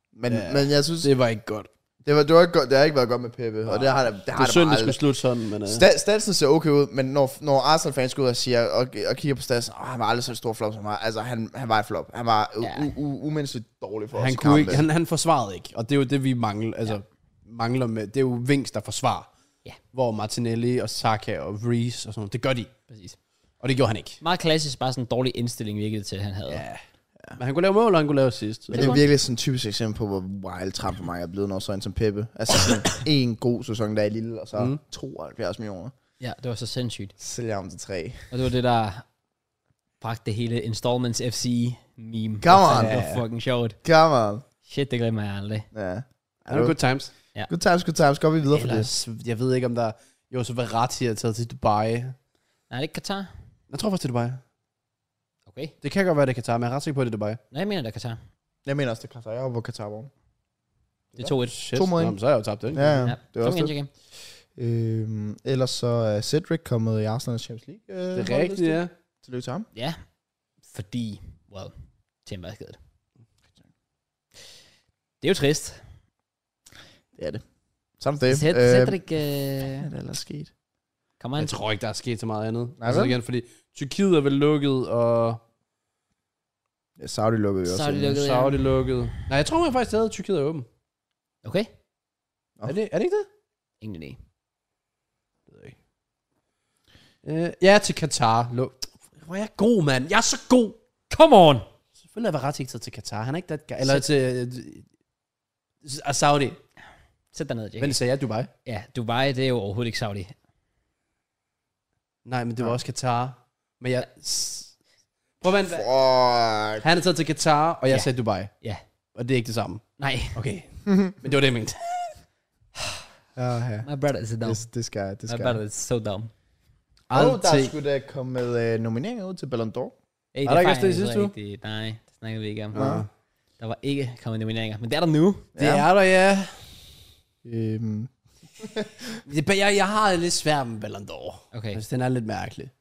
Speaker 3: Men,
Speaker 2: Ja,
Speaker 3: men jeg synes, det,
Speaker 2: Det var ikke godt.
Speaker 3: det, var, det, var ikke godt, det har ikke været godt med Pepe, og det har det, det,
Speaker 2: Det
Speaker 3: har
Speaker 2: er
Speaker 3: det
Speaker 2: synd,
Speaker 3: bare
Speaker 2: det skulle
Speaker 3: aldrig.
Speaker 2: slutte sådan, men... Uh...
Speaker 3: Sta- Statsen ser okay ud, men når, når Arsenal-fans går ud og, siger, og, og kigger på Statsen, åh, han var aldrig så stor flop som mig. Altså, han, han var et flop. Han var
Speaker 1: Ja.
Speaker 3: u- u- umenneskeligt dårlig for os
Speaker 2: han,
Speaker 3: i
Speaker 2: kunne
Speaker 3: kampen.
Speaker 2: ikke, han, han forsvarede ikke, og det er jo det, vi mangler, altså, ja. mangler med. Det er jo Vinks, der forsvarer.
Speaker 1: Ja.
Speaker 2: Hvor Martinelli og Saka og Reece og sådan noget, det gør de.
Speaker 1: Præcis.
Speaker 2: Og det gjorde han ikke.
Speaker 1: Meget klassisk, bare sådan en dårlig indstilling virkede til, at han havde.
Speaker 2: Ja. Ja. Men han kunne lave mål, og han kunne lave sidst.
Speaker 3: Men det er virkelig sådan et typisk eksempel på, hvor wild tramp for mig er blevet, når så en som Pepe. Altså sådan en god sæson, der er lille, og så
Speaker 2: Mm.
Speaker 3: tooghalvfjerds millioner.
Speaker 1: Ja, det var så sindssygt.
Speaker 3: Sælger ham til tre.
Speaker 1: Og det var det, der bragte det hele Installments F C-meme.
Speaker 3: Come on.
Speaker 1: Det var fucking sjovt.
Speaker 3: Come on.
Speaker 1: Shit, det glemmer jeg aldrig.
Speaker 3: Ja.
Speaker 2: Det var good times.
Speaker 3: Good times, good times. Går vi videre for det.
Speaker 2: Ellers, jeg ved ikke, om der... Jo, så Verratti er taget til Dubai.
Speaker 1: Nej, det er ikke Katar.
Speaker 2: Jeg tror faktisk, det er Dubai.
Speaker 1: Okay.
Speaker 2: Det kan godt være, det kan tage, men jeg er ret sikker på, at det er Dubai.
Speaker 1: Nej, jeg mener, det er Katar.
Speaker 3: Jeg mener også, det er Katar. Jeg var på Katar vogn.
Speaker 1: Det er to et.
Speaker 2: Shit.
Speaker 3: To mod en.
Speaker 2: Nå, men så har jeg jo tabt det.
Speaker 3: Ja, ja.
Speaker 1: Ja,
Speaker 3: Det er
Speaker 1: kom
Speaker 3: også
Speaker 1: igen,
Speaker 3: det.
Speaker 1: Jackie.
Speaker 3: Øhm, ellers så er Cedric kommet i Arsenal's Champions League. Øh,
Speaker 2: Det er rigtigt, ja.
Speaker 3: Tillykke til ham.
Speaker 1: Ja, fordi, well, Timber er skadet. Det er jo trist.
Speaker 3: Det er det. Samme det.
Speaker 1: Sæt,
Speaker 3: Øh,
Speaker 1: sætter ikke...
Speaker 3: Hvad
Speaker 1: Øh,
Speaker 3: er der ellers sket?
Speaker 1: kommer han?
Speaker 2: Jeg tror ikke, der er sket så meget andet.
Speaker 3: Nej,
Speaker 2: altså
Speaker 3: vel?
Speaker 2: igen, fordi Tyrkiet er vel lukket, og
Speaker 3: Ja, Saudi lukkede jo også.
Speaker 1: Saudi
Speaker 3: ind.
Speaker 1: lukkede.
Speaker 2: Saudi lukket. Nej, jeg tror man faktisk stadig, at Tyrkiet er åben.
Speaker 1: Okay.
Speaker 3: Nå.
Speaker 2: Er det, er det ikke det?
Speaker 1: Ingen idé.
Speaker 2: Det ved jeg ikke. Uh, ja, til Katar. Luk. Hvor er jeg god, mand. Jeg er så god.
Speaker 1: Come on!
Speaker 2: Selvfølgelig er Verratti ikke taget til Katar. Han er ikke that guy. Eller til uh, Saudi.
Speaker 1: Sæt dig ned, Jackie.
Speaker 2: Men sagde jeg Dubai?
Speaker 1: Ja, Dubai, det er jo overhovedet ikke Saudi.
Speaker 2: Nej, men det var
Speaker 3: Ja.
Speaker 2: også Qatar. Men jeg... Prøv at vente.
Speaker 3: Fuck.
Speaker 2: Han er taget til Qatar, og jeg
Speaker 1: Ja.
Speaker 2: sagde Dubai.
Speaker 1: Ja.
Speaker 2: Og det er ikke det samme.
Speaker 1: Nej.
Speaker 2: Okay. Men det var det, jeg mente.
Speaker 3: Ja, ja.
Speaker 1: My brother is a dumb.
Speaker 3: Det, det skal det
Speaker 1: My
Speaker 3: skal.
Speaker 1: brother is so dumb.
Speaker 3: Og der
Speaker 2: Altid.
Speaker 3: skulle da komme med øh, nomineringer ud til Ballon d'Or.
Speaker 1: Hey,
Speaker 2: Er der ikke
Speaker 1: er
Speaker 2: også det i
Speaker 1: faktisk
Speaker 2: sidste uge?
Speaker 1: rigtigt. Nej, det snakkede vi ikke om.
Speaker 3: Nå.
Speaker 1: Der var ikke kommet nomineringer, men det er der nu.
Speaker 2: Det er der, ja.
Speaker 3: Øhm,
Speaker 2: Det- Jeg, jeg har det lidt svært med Ballon d'Or.
Speaker 1: Okay.
Speaker 2: Altså, den er lidt mærkelig.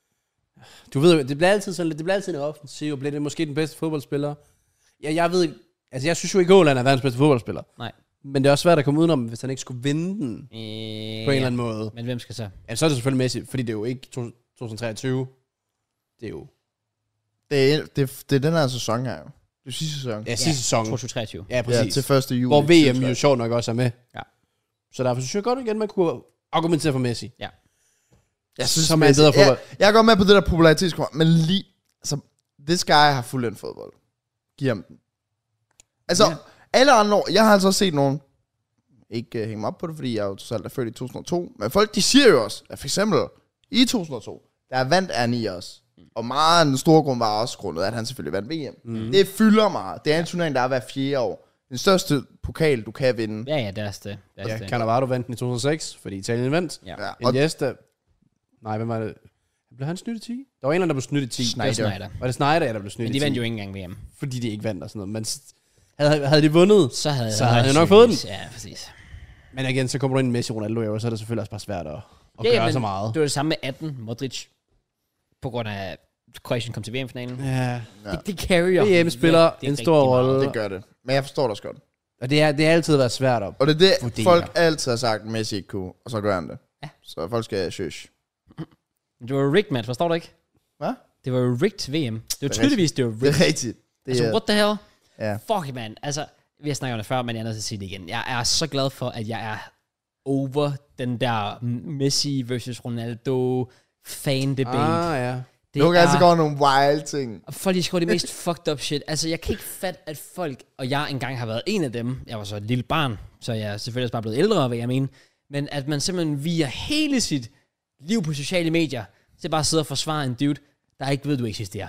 Speaker 2: Du ved jo, det bliver altid sådan lidt, det bliver altid en offensiv, bliver det måske den bedste fodboldspiller. Ja, jeg ved ikke, altså jeg synes jo ikke, Haaland er verdens bedste fodboldspiller.
Speaker 1: Nej.
Speaker 2: Men det er også svært at komme udenom, hvis han ikke skulle vinde den
Speaker 1: Øh,
Speaker 2: på en eller anden måde.
Speaker 1: Men hvem skal så?
Speaker 2: Ja, så er det selvfølgelig Messi, fordi det er jo ikke to tusind treogtyve. Det er jo...
Speaker 3: det, er, det, det er den her sæson her jo. Det er sidste sæson.
Speaker 2: Ja, sidste sæson.
Speaker 1: to tusind treogtyve.
Speaker 2: Ja, præcis.
Speaker 3: Ja, til første juli.
Speaker 2: Hvor V M jo
Speaker 3: tyve
Speaker 2: sjovt nok også er med.
Speaker 1: Ja.
Speaker 2: Så derfor synes jeg godt igen, man kunne argumentere for Messi.
Speaker 1: Ja.
Speaker 3: Jeg synes,
Speaker 2: Som er en
Speaker 3: Messi-
Speaker 2: bedre fodbold.
Speaker 3: Jeg, jeg går med på det der popularitetskonkurrence, men lige... Altså, this guy har fuldt en fodbold. Giv ham den. Altså,
Speaker 2: Ja.
Speaker 3: ja. alle andre år... Jeg har altså også set nogen... Ikke uh, hænge mig op på det, fordi jeg er jo trods alt er født i to tusind og to. Men folk, de siger jo også, at for eksempel i to tusind og to, der vandt R ni også. Og meget af den store grund var også grundet, at han selvfølgelig vandt V M. Mm. Det fylder meget. Det er en turnering, der er hver fjerde år. Den største pokal, du kan vinde.
Speaker 1: Ja, ja, det er også det. det, er
Speaker 2: Ja,
Speaker 1: også det.
Speaker 2: Cannavaro vandt den i to tusind og seks, fordi Italien vandt.
Speaker 1: Ja.
Speaker 3: Ja, og
Speaker 2: Iniesta... Nej, hvem var det? Blev han snydt i ti? Der var en eller anden, der blev snydt i ti.
Speaker 1: Det er
Speaker 3: Schneider.
Speaker 1: Snyder.
Speaker 2: Var det Snyder, der blev snydt
Speaker 1: Men
Speaker 2: i
Speaker 1: de vandt
Speaker 2: ti?
Speaker 1: jo ikke engang V M.
Speaker 2: Fordi de ikke vandt og sådan noget. Men s- havde, havde de vundet,
Speaker 1: Så havde,
Speaker 2: Så havde han nok fået den.
Speaker 1: Ja, præcis.
Speaker 2: men igen, så kommer du ind med Messi, Ronaldo, jo, så er det selvfølgelig også bare svært at, at
Speaker 1: Ja,
Speaker 2: gøre
Speaker 1: men
Speaker 2: så meget.
Speaker 1: Det var det samme med atten, Modric. På grund af, Kroatien kom til V M-finalen.
Speaker 2: Ja,
Speaker 3: Ja.
Speaker 1: Det, det carrier.
Speaker 2: V M spiller
Speaker 1: rigtig,
Speaker 2: en
Speaker 1: rigtig
Speaker 2: stor
Speaker 1: meget.
Speaker 2: rolle.
Speaker 3: Det gør det. Men jeg forstår det også godt.
Speaker 2: og det er, det er altid været svært at...
Speaker 3: Og det er det,
Speaker 2: Vurdere.
Speaker 3: folk altid har sagt, at Messi ikke kunne, og så gør han det.
Speaker 1: Ja.
Speaker 3: Så folk skal shush.
Speaker 1: Det var rigged match, forstår du ikke?
Speaker 3: Hvad?
Speaker 1: Det var jo rigged V M. Det var
Speaker 3: er
Speaker 1: tydeligvis, det var
Speaker 3: Det
Speaker 1: rigged.
Speaker 3: er rigtigt. Det
Speaker 1: Altså,
Speaker 3: er,
Speaker 1: what the hell?
Speaker 3: ja.
Speaker 1: Fuck, man. Altså, vi har snakket om det før, men jeg er nødt til at sige det igen. Jeg er så glad for, at jeg er over den der Messi versus Ronaldo fan-debate.
Speaker 2: Ah, ja.
Speaker 1: Det
Speaker 3: Nogle gange så går nogle wild ting.
Speaker 1: Og folk, de skriver det mest fucked up shit. Altså, jeg kan ikke fatte, at folk, og jeg engang har været en af dem, jeg var så et lille barn, så jeg er selvfølgelig også bare blevet ældre, hvad jeg mener, men at man simpelthen via hele sit liv på sociale medier, så bare sidder og forsvarer en dude, der ikke ved, du eksisterer.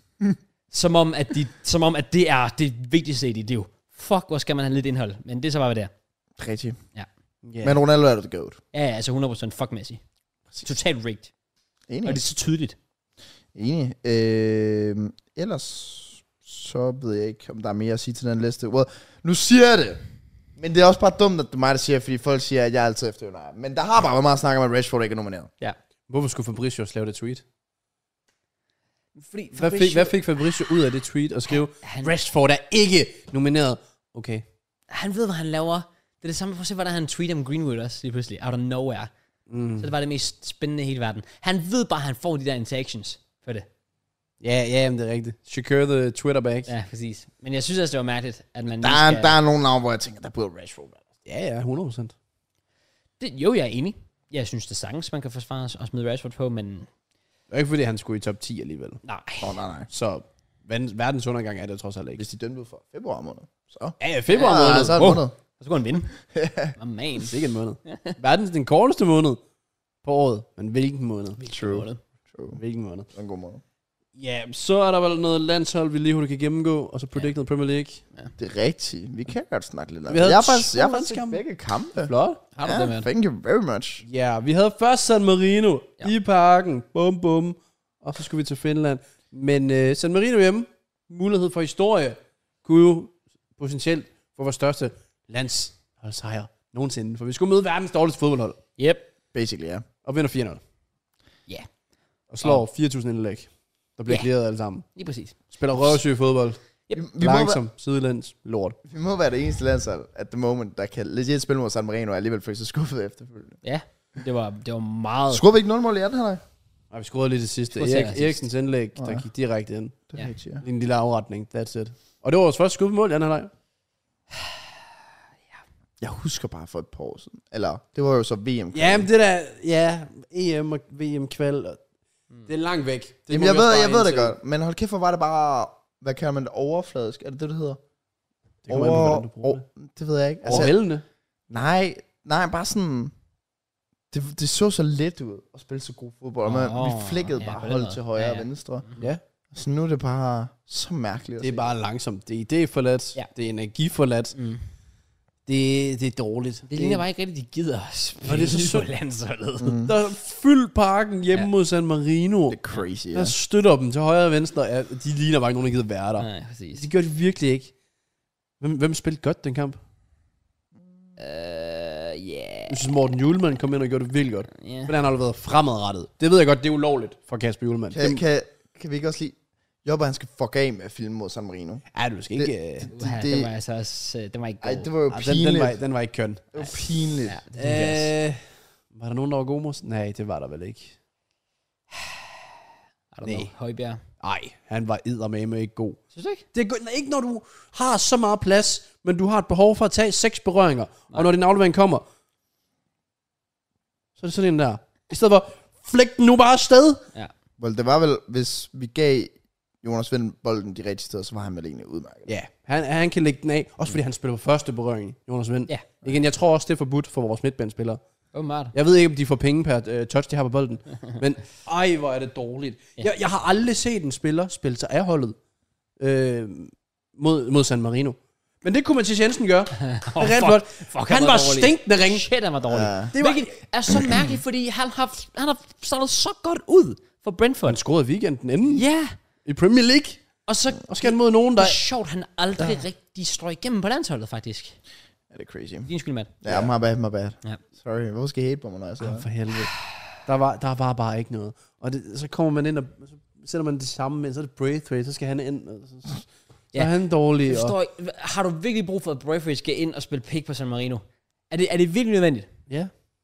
Speaker 1: som, om, at de, som om, at det er det vigtigste i dit liv. Fuck, hvor skal man have lidt indhold. Men det er så bare, hvad det er.
Speaker 3: Rigtigt.
Speaker 2: Yeah.
Speaker 3: Men Ronaldo er det goat.
Speaker 1: Ja, ja, altså hundrede procent fuck Messi. Totalt rigged.
Speaker 3: Enig.
Speaker 1: Og det er så tydeligt.
Speaker 3: Enig. Øh, ellers så ved jeg ikke, om der er mere at sige til den liste. Well, nu siger jeg det. Men det er også bare dumt, at det er mig, der siger, fordi folk siger, at jeg er altid efter United. Men der har bare været meget snak om, at Rashford ikke er nomineret.
Speaker 1: Ja.
Speaker 2: Hvorfor skulle Fabricio lave det tweet?
Speaker 1: Fordi
Speaker 2: Hvad fik, hvad fik Fabricio ud af det tweet og skrive,
Speaker 1: Han-
Speaker 2: Rashford er ikke nomineret? Okay.
Speaker 1: Han ved, hvad han laver. Det er det samme, for at se, hvordan han tweeter om Greenwood også, lige pludselig. Out of nowhere.
Speaker 2: Mm.
Speaker 1: Så det var det mest spændende i hele verden. Han ved bare, at han får de der interactions for det.
Speaker 2: Ja, ja, men det er rigtigt. Secure the Twitter bag.
Speaker 1: Ja, præcis. Men jeg synes også, det var mærkeligt, at man
Speaker 3: Der
Speaker 1: lige
Speaker 3: er,
Speaker 1: skal...
Speaker 3: der er nogle navne, hvor jeg tænker, der burde Rashford være.
Speaker 2: Ja, ja, hundrede procent.
Speaker 1: Det, jo, jeg er enig. Jeg synes, det er sagtens, man kan forsvare os og smide Rashford på, men
Speaker 2: Det er ikke fordi, han skulle i top ti alligevel.
Speaker 1: nej.
Speaker 3: Åh, oh, nej, nej.
Speaker 2: Så verdens, verdens undergang er det trods alt ikke.
Speaker 3: Hvis de dømte ud for februar måned, så...
Speaker 2: Ja, ja, februar
Speaker 3: Ja,
Speaker 2: måned.
Speaker 3: så er det
Speaker 2: Wow.
Speaker 3: måned.
Speaker 1: Og så skulle han vinde. Oh, man.
Speaker 2: Sikke en måned. Verdens den korteste måned på året. Men hvilken måned?
Speaker 3: True. True.
Speaker 2: Hvilken måned?
Speaker 3: Det er en god måned.
Speaker 2: Ja, så er der vel noget landshold, vi lige hurtigt kan gennemgå, og så predict noget Premier League.
Speaker 3: Det er rigtigt. Vi kan godt snakke lidt om
Speaker 2: Vi
Speaker 3: det.
Speaker 2: havde
Speaker 3: Jeg har faktisk,
Speaker 2: to
Speaker 3: jeg har faktisk set
Speaker 2: landskampe.
Speaker 3: begge kampe.
Speaker 2: Flot.
Speaker 1: Har du
Speaker 3: Ja,
Speaker 1: det, med?
Speaker 3: thank you very much.
Speaker 2: Ja, vi havde først San Marino
Speaker 1: Ja.
Speaker 2: i parken. Bum, bum. Og så skulle vi til Finland. Men uh, San Marino hjemme, mulighed for historie, kunne jo potentielt få vores største landsholdssejr nogensinde. For vi skulle møde verdens dårligste fodboldhold.
Speaker 1: Yep.
Speaker 3: Basically, ja.
Speaker 2: Og vinder fire nul.
Speaker 1: Ja.
Speaker 2: Og slår fire tusind indlæg. Der bliver
Speaker 1: Ja.
Speaker 2: clearet alle sammen.
Speaker 1: Lige præcis.
Speaker 2: Spiller røvsyg fodbold.
Speaker 1: Yep.
Speaker 3: Vi, vi, må være,
Speaker 2: Langsom, sidelæns, lort.
Speaker 3: vi må være det eneste landshold at the moment, der kan legit spille mod San Marino, og alligevel føle sig skuffet efterfølgende.
Speaker 1: Ja. Det var, det var meget...
Speaker 3: Skruer vi ikke nul mål i anden halvleg?
Speaker 2: Og vi scorede lige det sidste.
Speaker 1: Scorede
Speaker 2: Erik,
Speaker 1: sidst.
Speaker 2: Eriksens indlæg, der
Speaker 3: Ja.
Speaker 2: gik direkte ind.
Speaker 3: Det
Speaker 1: Ja.
Speaker 3: er rigtigt, ja.
Speaker 2: En lille afretning, that's it. Og det var vores første skud på mål, Jan Halvleg.
Speaker 3: Jeg husker bare for et par år siden. Eller, det var jo så V M.
Speaker 2: Ja, men det der, ja, E M og V M-kval, og det er langt væk. Det
Speaker 3: Jamen,
Speaker 2: må
Speaker 3: jeg
Speaker 2: vi også
Speaker 3: ved,
Speaker 2: bare
Speaker 3: jeg ved det
Speaker 2: indse.
Speaker 3: godt. Men hold kæft, hvor var det bare, hvad kalder man det, overfladisk? Er det det, det hedder?
Speaker 2: Det kommer an på, hvordan du bruger det.
Speaker 3: over, det ved jeg ikke. Altså,
Speaker 2: Overvældende.
Speaker 3: nej, nej, bare sådan... Det, det så så let ud at spille så god fodbold. Og man,
Speaker 1: Åh,
Speaker 3: vi flækkede
Speaker 1: ja,
Speaker 3: bare
Speaker 1: på den
Speaker 3: hold
Speaker 1: måde.
Speaker 3: til højre
Speaker 1: Ja,
Speaker 3: og
Speaker 1: ja.
Speaker 3: venstre.
Speaker 2: Ja,
Speaker 3: Så nu er det bare så mærkeligt at
Speaker 2: det er
Speaker 3: se.
Speaker 2: bare langsomt. Det er idéforladt.
Speaker 1: Ja.
Speaker 2: Det er energiforladt.
Speaker 1: Mm.
Speaker 2: Det, det er dårligt.
Speaker 1: Det ligner bare ikke rigtigt, de gider at spille
Speaker 2: Og det er så
Speaker 1: på
Speaker 2: synd.
Speaker 1: landsholdet.
Speaker 3: Mm.
Speaker 2: Der er fyldt parken hjemme
Speaker 1: Ja.
Speaker 2: mod San Marino.
Speaker 3: Det er crazy, ja.
Speaker 2: Der støtter dem til højre og venstre. Ja, de ligner bare ikke nogen, der gider være der.
Speaker 1: Nej, præcis.
Speaker 2: Det gør de virkelig ikke. Hvem, hvem spillede godt den kamp?
Speaker 1: Øh, ja.
Speaker 2: Jeg synes, Morten Hjulmand kom ind og gjorde det virkelig godt.
Speaker 1: Ja.
Speaker 2: Men han har været fremadrettet. Det ved jeg godt, det er ulovligt for Kasper Hjulmand.
Speaker 3: Kan,
Speaker 2: Det,
Speaker 3: kan, kan vi ikke også lige... Jobber, han skal fuck af med at filme mod San Marino.
Speaker 2: ja, du skal ikke... øh,
Speaker 3: Det-
Speaker 1: Uha,
Speaker 3: det-
Speaker 1: det var altså også... øh, Det var ikke
Speaker 3: Ej,
Speaker 1: god.
Speaker 3: det var jo
Speaker 2: ah, den,
Speaker 3: pinligt.
Speaker 2: den, var, den var ikke køn.
Speaker 3: Det var pinligt.
Speaker 1: Ja, det synes jeg også.
Speaker 2: Øh, var der nogen, der var gode mod? Nej, det var der vel ikke.
Speaker 1: Er der
Speaker 2: nej.
Speaker 1: noget Højbjerg?
Speaker 2: Nej, han var eddermame ikke god.
Speaker 1: Synes du ikke?
Speaker 2: Det er go- ikke, når du har så meget plads, men du har et behov for at tage seks berøringer, Nej. og når din aflevering kommer, så er det sådan en der. I stedet for, flæk den nu bare afsted.
Speaker 1: Ja.
Speaker 3: Well, det var vel, hvis vi gav Jonas Vind bolden de rigtige steder, så var han vel egentlig udmærket.
Speaker 2: Ja, han, han kan lægge den af, også fordi han spiller på første berøring, Jonas Vind.
Speaker 1: Ja.
Speaker 2: Igen, jeg tror også, det er forbudt for vores midtbanespillere.
Speaker 1: Åbenbart.
Speaker 2: Jeg ved ikke, om de får penge per uh, touch, de har på bolden. Men ej, hvor er det dårligt.
Speaker 1: Ja.
Speaker 2: Jeg, jeg har aldrig set en spiller spille sig af holdet øh, mod, mod San Marino. Men det kunne Mathias Jensen gøre. Det er
Speaker 1: Åh,
Speaker 2: rent
Speaker 1: fuck.
Speaker 2: flot.
Speaker 1: Fuck,
Speaker 2: Han var
Speaker 1: dårlig.
Speaker 2: stinkende ring.
Speaker 1: Shit, han var dårlig.
Speaker 3: Ja.
Speaker 1: Det var... Hvilket er så mærkeligt, fordi han har, han har startet så godt ud for Brentford.
Speaker 2: Han scorede i weekenden inden
Speaker 1: Ja.
Speaker 2: i Premier League.
Speaker 1: Og så
Speaker 2: Og skal han mod nogen, der...
Speaker 1: det er sjovt, han aldrig ja. rigtig strøg igennem på landsholdet, faktisk.
Speaker 3: Ja, det er crazy.
Speaker 1: Din skyld, Matt.
Speaker 3: Ja, my bad, my bad.
Speaker 1: Ja.
Speaker 3: Sorry, hvorfor skal I hate på mig, når jeg siger
Speaker 2: Jamen,
Speaker 3: det?
Speaker 2: for helvede. Der var, der var bare ikke noget. Og det, så kommer man ind, og så sætter man det samme med, så er det Braithwaite, så skal han ind, og så, så, så
Speaker 1: Ja.
Speaker 2: er han dårlig.
Speaker 1: Jeg
Speaker 2: Og,
Speaker 1: forstår ikke, har du virkelig brug for, at Braithwaite skal ind og spille pick på San Marino? Er det, er det virkelig nødvendigt?
Speaker 2: ja.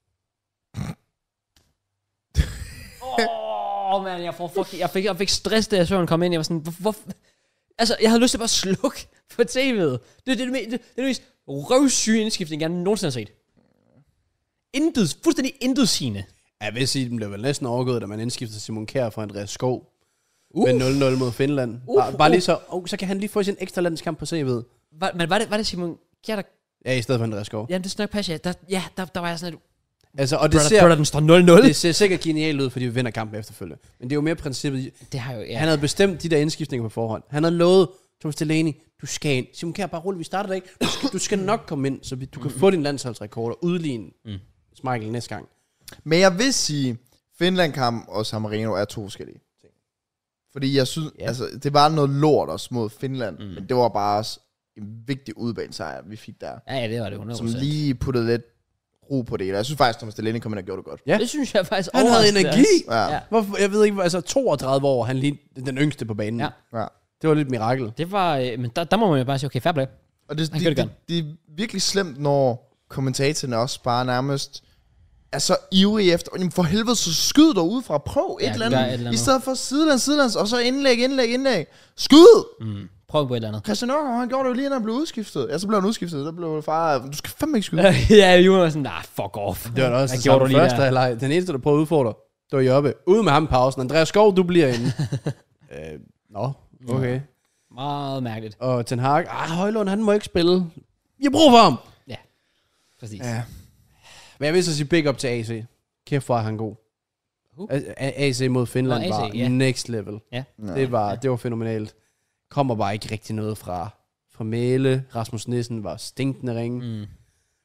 Speaker 1: Åh, oh, man, jeg, får fuck, jeg, fik, jeg fik stress, da jeg så, han kom ind. Jeg var sådan, hvor, hvor, altså, jeg havde lyst til bare at slukke på tv'et. Det, det, det, det, det, det er det mest røvsyge indskiftning, jeg nogensinde har set. Intet, fuldstændig intet sigende.
Speaker 2: Jeg vil sige, at den blev vel næsten overgået, da man indskiftede Simon Kjær fra Andreas Skov. Uh. Med nul nul mod Finland.
Speaker 1: Uh,
Speaker 2: Bare, bare
Speaker 1: uh.
Speaker 2: lige så, oh, så kan han lige få sin ekstra landskamp på C V'et.
Speaker 1: Var, men var det, var det Simon Kjær, der...
Speaker 2: Ja, i stedet for Andreas Skov.
Speaker 1: Jamen, det skal nok passe, ja. Der, ja, der, der var jeg sådan, at...
Speaker 2: Altså, og det
Speaker 1: Brother,
Speaker 2: ser,
Speaker 1: brother, den står nul nul.
Speaker 2: det ser sikkert genialt ud, fordi vi vinder kampen efterfølgende. Men det er jo mere princippet.
Speaker 1: Det har jo, ja.
Speaker 2: Han havde bestemt de der indskiftninger på forhånd. Han havde lovet Thomas Delaney, du skal ind. Simon Kjær, bare roligt, vi starter ikke. Du skal, du skal nok komme ind, så vi, du kan få din landsholdsrekord og udligne mm. Schmeichel næste gang.
Speaker 3: Men jeg vil sige, Finland-kamp og San Marino er to forskellige ting. Fordi jeg synes,
Speaker 2: Ja.
Speaker 3: ja. altså, det var noget lort også mod Finland, mm. men det var bare også en vigtig udbanesejr, vi fik der.
Speaker 1: Ja, ja, det var det hundrede
Speaker 3: Som
Speaker 1: procent.
Speaker 3: lige puttede lidt ro på det. Jeg synes faktisk, Thomas Delaney kom ind og gjorde det godt.
Speaker 2: Ja.
Speaker 1: Det synes jeg faktisk
Speaker 2: Han havde
Speaker 1: overraskende
Speaker 2: energi.
Speaker 1: også.
Speaker 3: Ja.
Speaker 1: Ja.
Speaker 2: Hvorfor, jeg ved ikke, altså toogtredive år, han lige den yngste på banen.
Speaker 1: Ja.
Speaker 3: Ja.
Speaker 2: Det var lidt et mirakel.
Speaker 1: Det var, øh, men der, der må man jo bare sige, okay, fair play.
Speaker 3: Og det,
Speaker 1: Han
Speaker 3: det,
Speaker 1: gør det
Speaker 3: det, det, det er virkelig slemt, når kommentatorerne også bare nærmest er så ivrige efter, jamen for helvede, så skyd dig udefra, prøv et,
Speaker 1: Ja,
Speaker 3: eller
Speaker 1: gør
Speaker 3: andet,
Speaker 1: et eller
Speaker 3: i
Speaker 1: andet.
Speaker 3: stedet for sidelands, sidelands, og så indlæg, indlæg, indlæg. Skyd!
Speaker 1: Mm. Prøv på et eller andet.
Speaker 3: Christian Nørgaard, han gjorde det jo lige, når han blev udskiftet. Ja, så blev han udskiftet, der blev far, du skal fandme ikke skyde.
Speaker 1: Ja, Jonas var sådan, nah, fuck off.
Speaker 2: Det var da også
Speaker 1: Hvad
Speaker 2: det
Speaker 1: gjorde
Speaker 2: samme
Speaker 1: du lige
Speaker 2: første
Speaker 1: der?
Speaker 2: halvleg. Den eneste, der prøvede at udfordre, det var Jobbe. Ude med ham i pausen. Andreas Skov, du bliver inde. øh, nå, okay.
Speaker 1: Meget mærkeligt.
Speaker 2: Og Ten Hag, ah, Højlund, han må ikke spille. Vi har brug for ham.
Speaker 1: Præcis.
Speaker 3: Ja.
Speaker 2: Men jeg vil så sige big up til A C. Kæft, hvor er han god.
Speaker 1: Who?
Speaker 2: A- A- AC mod Finland
Speaker 1: Nå, A C,
Speaker 2: var
Speaker 1: ja.
Speaker 2: next level.
Speaker 1: Ja.
Speaker 2: Det var, det var fænomenalt. Kommer bare ikke rigtig noget fra, fra Mæle. Rasmus Nissen var stinkende ringe.
Speaker 1: Mm.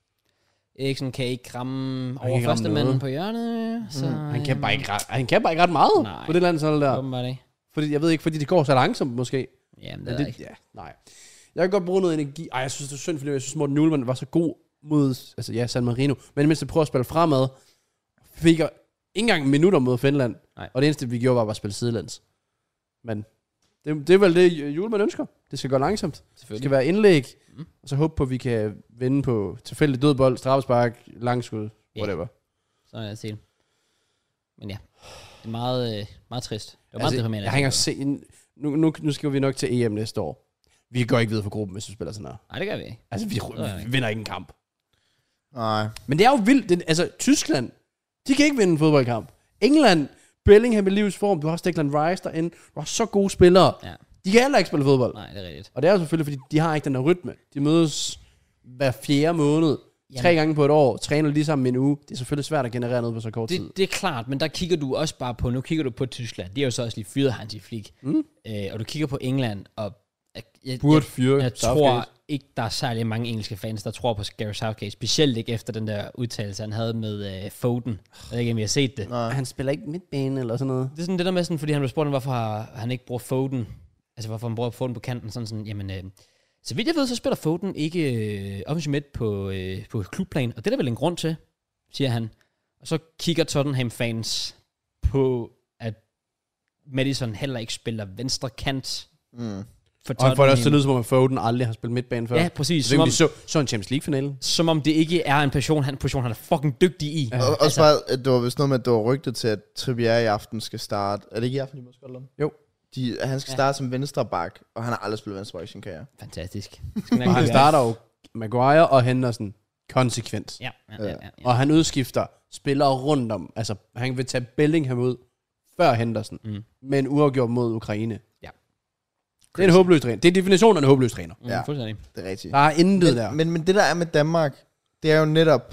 Speaker 1: Eriksen kan ikke ramme
Speaker 2: kan
Speaker 1: over
Speaker 2: ikke
Speaker 1: første
Speaker 2: ramme
Speaker 1: manden
Speaker 2: noget.
Speaker 1: på hjørnet. Så,
Speaker 2: Mm. Han, kan bare ikke ret, han kan bare ikke ret meget
Speaker 1: Nej.
Speaker 2: på det landshold der.
Speaker 1: Åbenbart ikke.
Speaker 2: Fordi, jeg ved ikke, fordi det går så langsomt måske.
Speaker 1: Jamen, det
Speaker 2: Men
Speaker 1: er
Speaker 2: det,
Speaker 1: ikke.
Speaker 2: ja, nej. Jeg kan godt bruge noget energi. Ej, jeg synes, det er synd, fordi jeg synes, Morten Nuhlmann var så god mod, altså ja, San Marino. Men mindst at prøve at spille fremad. Fik jeg ikke engang minutter mod Finland.
Speaker 1: Nej.
Speaker 2: Og det eneste, vi gjorde, var bare at spille sidelands. Men det, det er vel det, Hjulmand ønsker. Det skal gå langsomt. Det
Speaker 1: Selvfølgelig.
Speaker 2: skal være indlæg.
Speaker 1: Mm.
Speaker 2: Og så håbe på, at vi kan vinde på tilfældig dødbold, straffespark, langskud,
Speaker 1: Ja.
Speaker 2: whatever.
Speaker 1: Sådan er det set. Men ja, det er meget, øh, meget trist. Det var meget
Speaker 2: Altså,
Speaker 1: deprimerende.
Speaker 2: jeg hænger se, nu, nu, nu skal vi nok til E M næste år. Vi går ikke videre for gruppen, hvis vi spiller sådan her.
Speaker 1: Nej, det gør vi ikke.
Speaker 2: Altså, vi,
Speaker 1: Det er
Speaker 2: vi
Speaker 1: ikke.
Speaker 2: vinder ikke en kamp.
Speaker 3: Nej.
Speaker 2: Men det er jo vildt. Det, altså, Tyskland, de kan ikke vinde en fodboldkamp. England, Bellingham i livs form, du har Declan Rice derinde, du har så gode spillere.
Speaker 1: Ja.
Speaker 2: De kan heller ikke spille fodbold.
Speaker 1: Nej, det er rigtigt.
Speaker 2: Og det er jo selvfølgelig, fordi de har ikke den der rytme. De mødes hver fjerde måned,
Speaker 1: Jamen.
Speaker 2: tre gange på et år, træner lige sammen i en uge. Det er selvfølgelig svært at generere noget på så kort tid.
Speaker 1: Det, det er klart, men der kigger du også bare på, nu kigger du på Tyskland. De har jo så også lige fyret Hansi Flick.
Speaker 2: Mm.
Speaker 1: Øh, og du kigger på England, og jeg, jeg,
Speaker 2: Burde
Speaker 1: jeg,
Speaker 2: fyre
Speaker 1: jeg
Speaker 2: Southgate.
Speaker 1: tror ikke, der er særlig mange engelske fans, der tror på Gareth Southgate. Specielt ikke efter den der udtalelse, han havde med øh, Foden. Jeg ved ikke, om I har set det.
Speaker 3: Nej.
Speaker 2: Han spiller ikke midtbane eller sådan noget.
Speaker 1: Det er sådan det der med, sådan, fordi han blev spurgt, om, hvorfor har, han ikke bruger Foden. Altså, hvorfor han bruger Foden på kanten. Sådan sådan, jamen, øh, så vidt jeg ved, så spiller Foden ikke øh, offensiv midt på, øh, på klubplan. Og det er der vel en grund til, siger han. Og så kigger Tottenham-fans på, at Madison heller ikke spiller venstre kant
Speaker 3: Mm.
Speaker 1: for
Speaker 2: Og han får det også til at
Speaker 1: Tottenham.
Speaker 2: lyde, som om Foden aldrig har spillet midtbane før.
Speaker 1: Ja, præcis.
Speaker 2: Så,
Speaker 1: Som om,
Speaker 2: de så, så en Champions League-finale.
Speaker 1: som om det ikke er en position, han, position, han er fucking dygtig i.
Speaker 2: Ja.
Speaker 3: Og, også
Speaker 1: Altså-
Speaker 3: bare, at det var vist noget med, at det var rygtet til, at Trippier i aften skal starte. Er det ikke i aften, de må Skotland?
Speaker 2: Jo.
Speaker 3: De, han skal
Speaker 1: Ja.
Speaker 3: starte som venstreback, og han har aldrig spillet venstreback i sin karriere.
Speaker 1: Fantastisk.
Speaker 2: Og han starter jo Maguire og Henderson konsekvent.
Speaker 1: Ja, ja, ja, ja, ja.
Speaker 2: Og han udskifter spillere rundt om. Altså, han vil tage Bellingham ud før Henderson.
Speaker 1: Mm.
Speaker 2: Men uafgjort mod Ukraine.
Speaker 1: Ja.
Speaker 2: Det er en håbløs træner. Det er definitionen af en håbløs træner.
Speaker 1: Mm,
Speaker 3: Ja.
Speaker 1: fuldstændig.
Speaker 3: Det er rigtigt.
Speaker 2: Der er intet der.
Speaker 3: Men, men, men det der er med Danmark, det er jo netop,